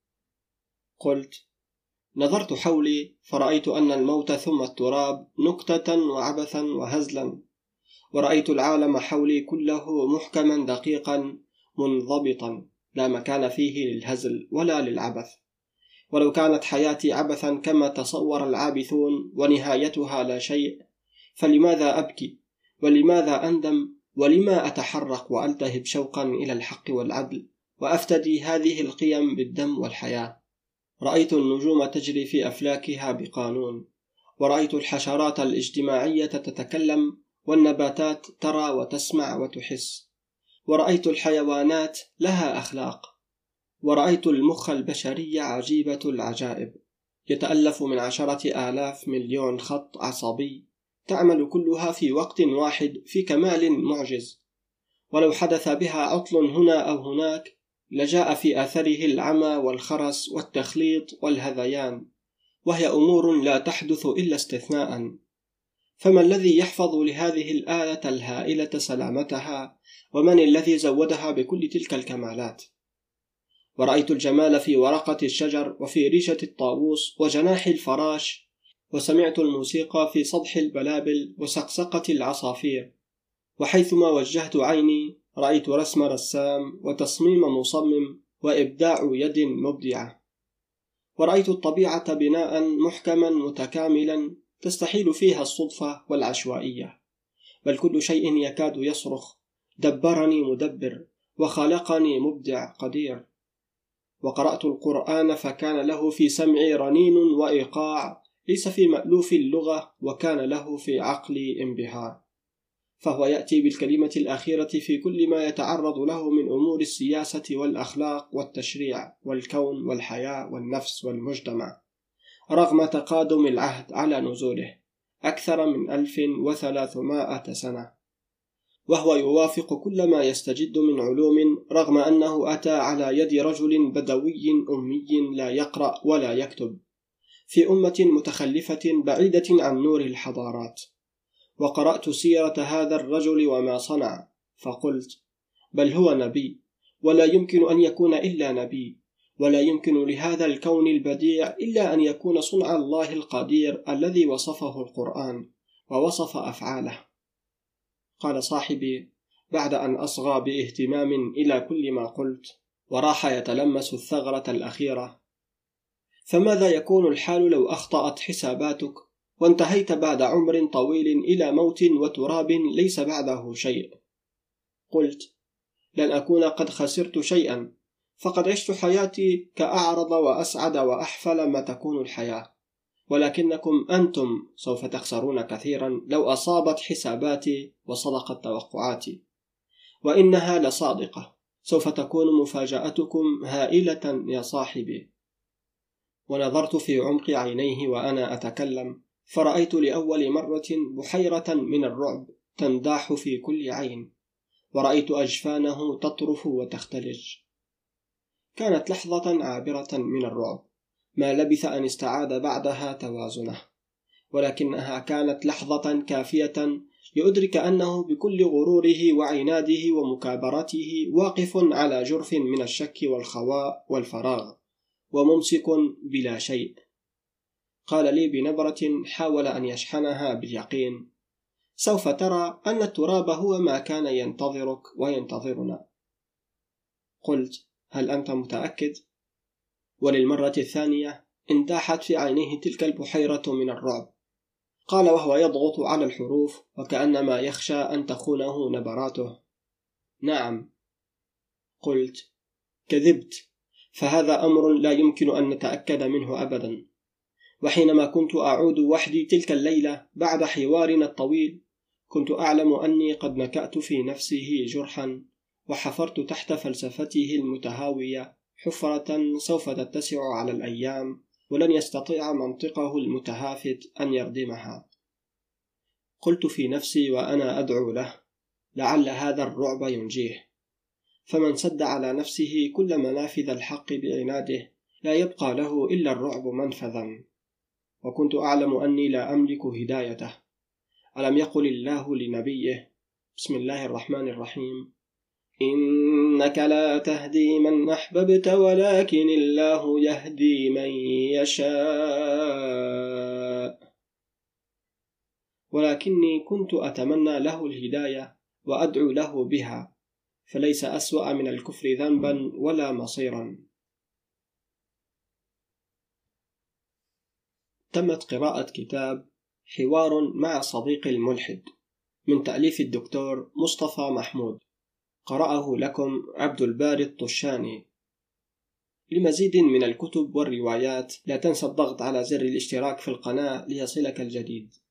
D: قلت: نظرت حولي فرأيت أن الموت ثم التراب نكتة وعبثا وهزلا، ورأيت العالم حولي كله محكما دقيقا منضبطا، لا مكان فيه للهزل ولا للعبث. ولو كانت حياتي عبثا كما تصور العابثون ونهايتها لا شيء، فلماذا أبكي؟ ولماذا أندم؟ ولما أتحرك وألتهب شوقا إلى الحق والعدل، وأفتدي هذه القيم بالدم والحياة؟ رأيت النجوم تجري في أفلاكها بقانون، ورأيت الحشرات الاجتماعية تتكلم، والنباتات ترى وتسمع وتحس، ورأيت الحيوانات لها أخلاق، ورأيت المخ البشري عجيبة العجائب، يتألف من عشرة آلاف مليون خط عصبي تعمل كلها في وقت واحد في كمال معجز، ولو حدث بها عطل هنا أو هناك لجاء في آثره العمى والخرس والتخليط والهذيان، وهي أمور لا تحدث إلا استثناء. فما الذي يحفظ لهذه الآلة الهائلة سلامتها؟ ومن الذي زودها بكل تلك الكمالات؟ ورأيت الجمال في ورقة الشجر، وفي ريشة الطاووس، وجناح الفراش، وسمعت الموسيقى في صدح البلابل وسقسقة العصافير، وحيثما وجهت عيني رأيت رسم رسام وتصميم مصمم وإبداع يد مبدعة. ورأيت الطبيعة بناء محكما متكاملا تستحيل فيها الصدفة والعشوائية، بل كل شيء يكاد يصرخ: دبرني مدبر، وخلقني مبدع قدير. وقرأت القرآن فكان له في سمعي رنين وإيقاع ليس في مألوف اللغة، وكان له في عقلي انبهار. فهو يأتي بالكلمة الأخيرة في كل ما يتعرض له من أمور السياسة والأخلاق والتشريع والكون والحياة والنفس والمجتمع، رغم تقادم العهد على نزوله أكثر من ألف وثلاثمائة سنة، وهو يوافق كل ما يستجد من علوم، رغم أنه أتى على يد رجل بدوي أمي لا يقرأ ولا يكتب، في أمة متخلفة بعيدة عن نور الحضارات. وقرأت سيرة هذا الرجل وما صنع، فقلت: بل هو نبي، ولا يمكن أن يكون إلا نبي، ولا يمكن لهذا الكون البديع إلا أن يكون صنع الله القدير الذي وصفه القرآن ووصف أفعاله. قال صاحبي بعد أن أصغى باهتمام إلى كل ما قلت، وراح يتلمس الثغرة الأخيرة: فماذا يكون الحال لو أخطأت حساباتك، وانتهيت بعد عمر طويل إلى موت وتراب ليس بعده شيء؟ قلت:
A: لن أكون قد خسرت شيئا، فقد عشت حياتي كأعرض وأسعد وأحفل ما تكون الحياة، ولكنكم أنتم سوف تخسرون كثيرا لو أصابت حساباتي وصدقت توقعاتي، وإنها لصادقة، سوف تكون مفاجأتكم هائلة يا صاحبي. ونظرت في عمق عينيه وأنا أتكلم، فرأيت لأول مرة بحيرة من الرعب تنداح في كل عين، ورأيت أجفانه تطرف وتختلج. كانت لحظة عابرة من الرعب، ما لبث أن استعاد بعدها توازنه، ولكنها كانت لحظة كافية لأدرك أنه بكل غروره وعناده ومكابرته واقف على جرف من الشك والخواء والفراغ، وممسك بلا شيء. قال لي بنبرة حاول أن يشحنها باليقين: سوف ترى أن التراب هو ما كان ينتظرك وينتظرنا. قلت: هل أنت متأكد؟ وللمرة الثانية انداحت في عينيه تلك البحيرة من الرعب. قال وهو يضغط على الحروف وكأنما يخشى أن تخونه نبراته: نعم. قلت: كذبت، فهذا أمر لا يمكن أن نتأكد منه أبدا. وحينما كنت أعود وحدي تلك الليلة بعد حوارنا الطويل، كنت أعلم أني قد نكأت في نفسه جرحا، وحفرت تحت فلسفته المتهاوية حفرة سوف تتسع على الأيام، ولن يستطيع منطقه المتهافت أن يردمها. قلت في نفسي وأنا أدعو له: لعل هذا الرعب ينجيه، فمن سد على نفسه كل منافذ الحق بعناده لا يبقى له إلا الرعب منفذا. وكنت أعلم أني لا أملك هدايته. ألم يقل الله لنبيه: بسم الله الرحمن الرحيم: إنك لا تهدي من أحببت ولكن الله يهدي من يشاء. ولكني كنت أتمنى له الهداية وأدعو له بها، فليس أسوأ من الكفر ذنبا ولا مصيرا. تمت قراءة كتاب حوار مع صديق الملحد من تأليف الدكتور مصطفى محمود، قرأه لكم عبد الباري الطشاني. لمزيد من الكتب والروايات لا تنسى الضغط على زر الاشتراك في القناة ليصلك الجديد.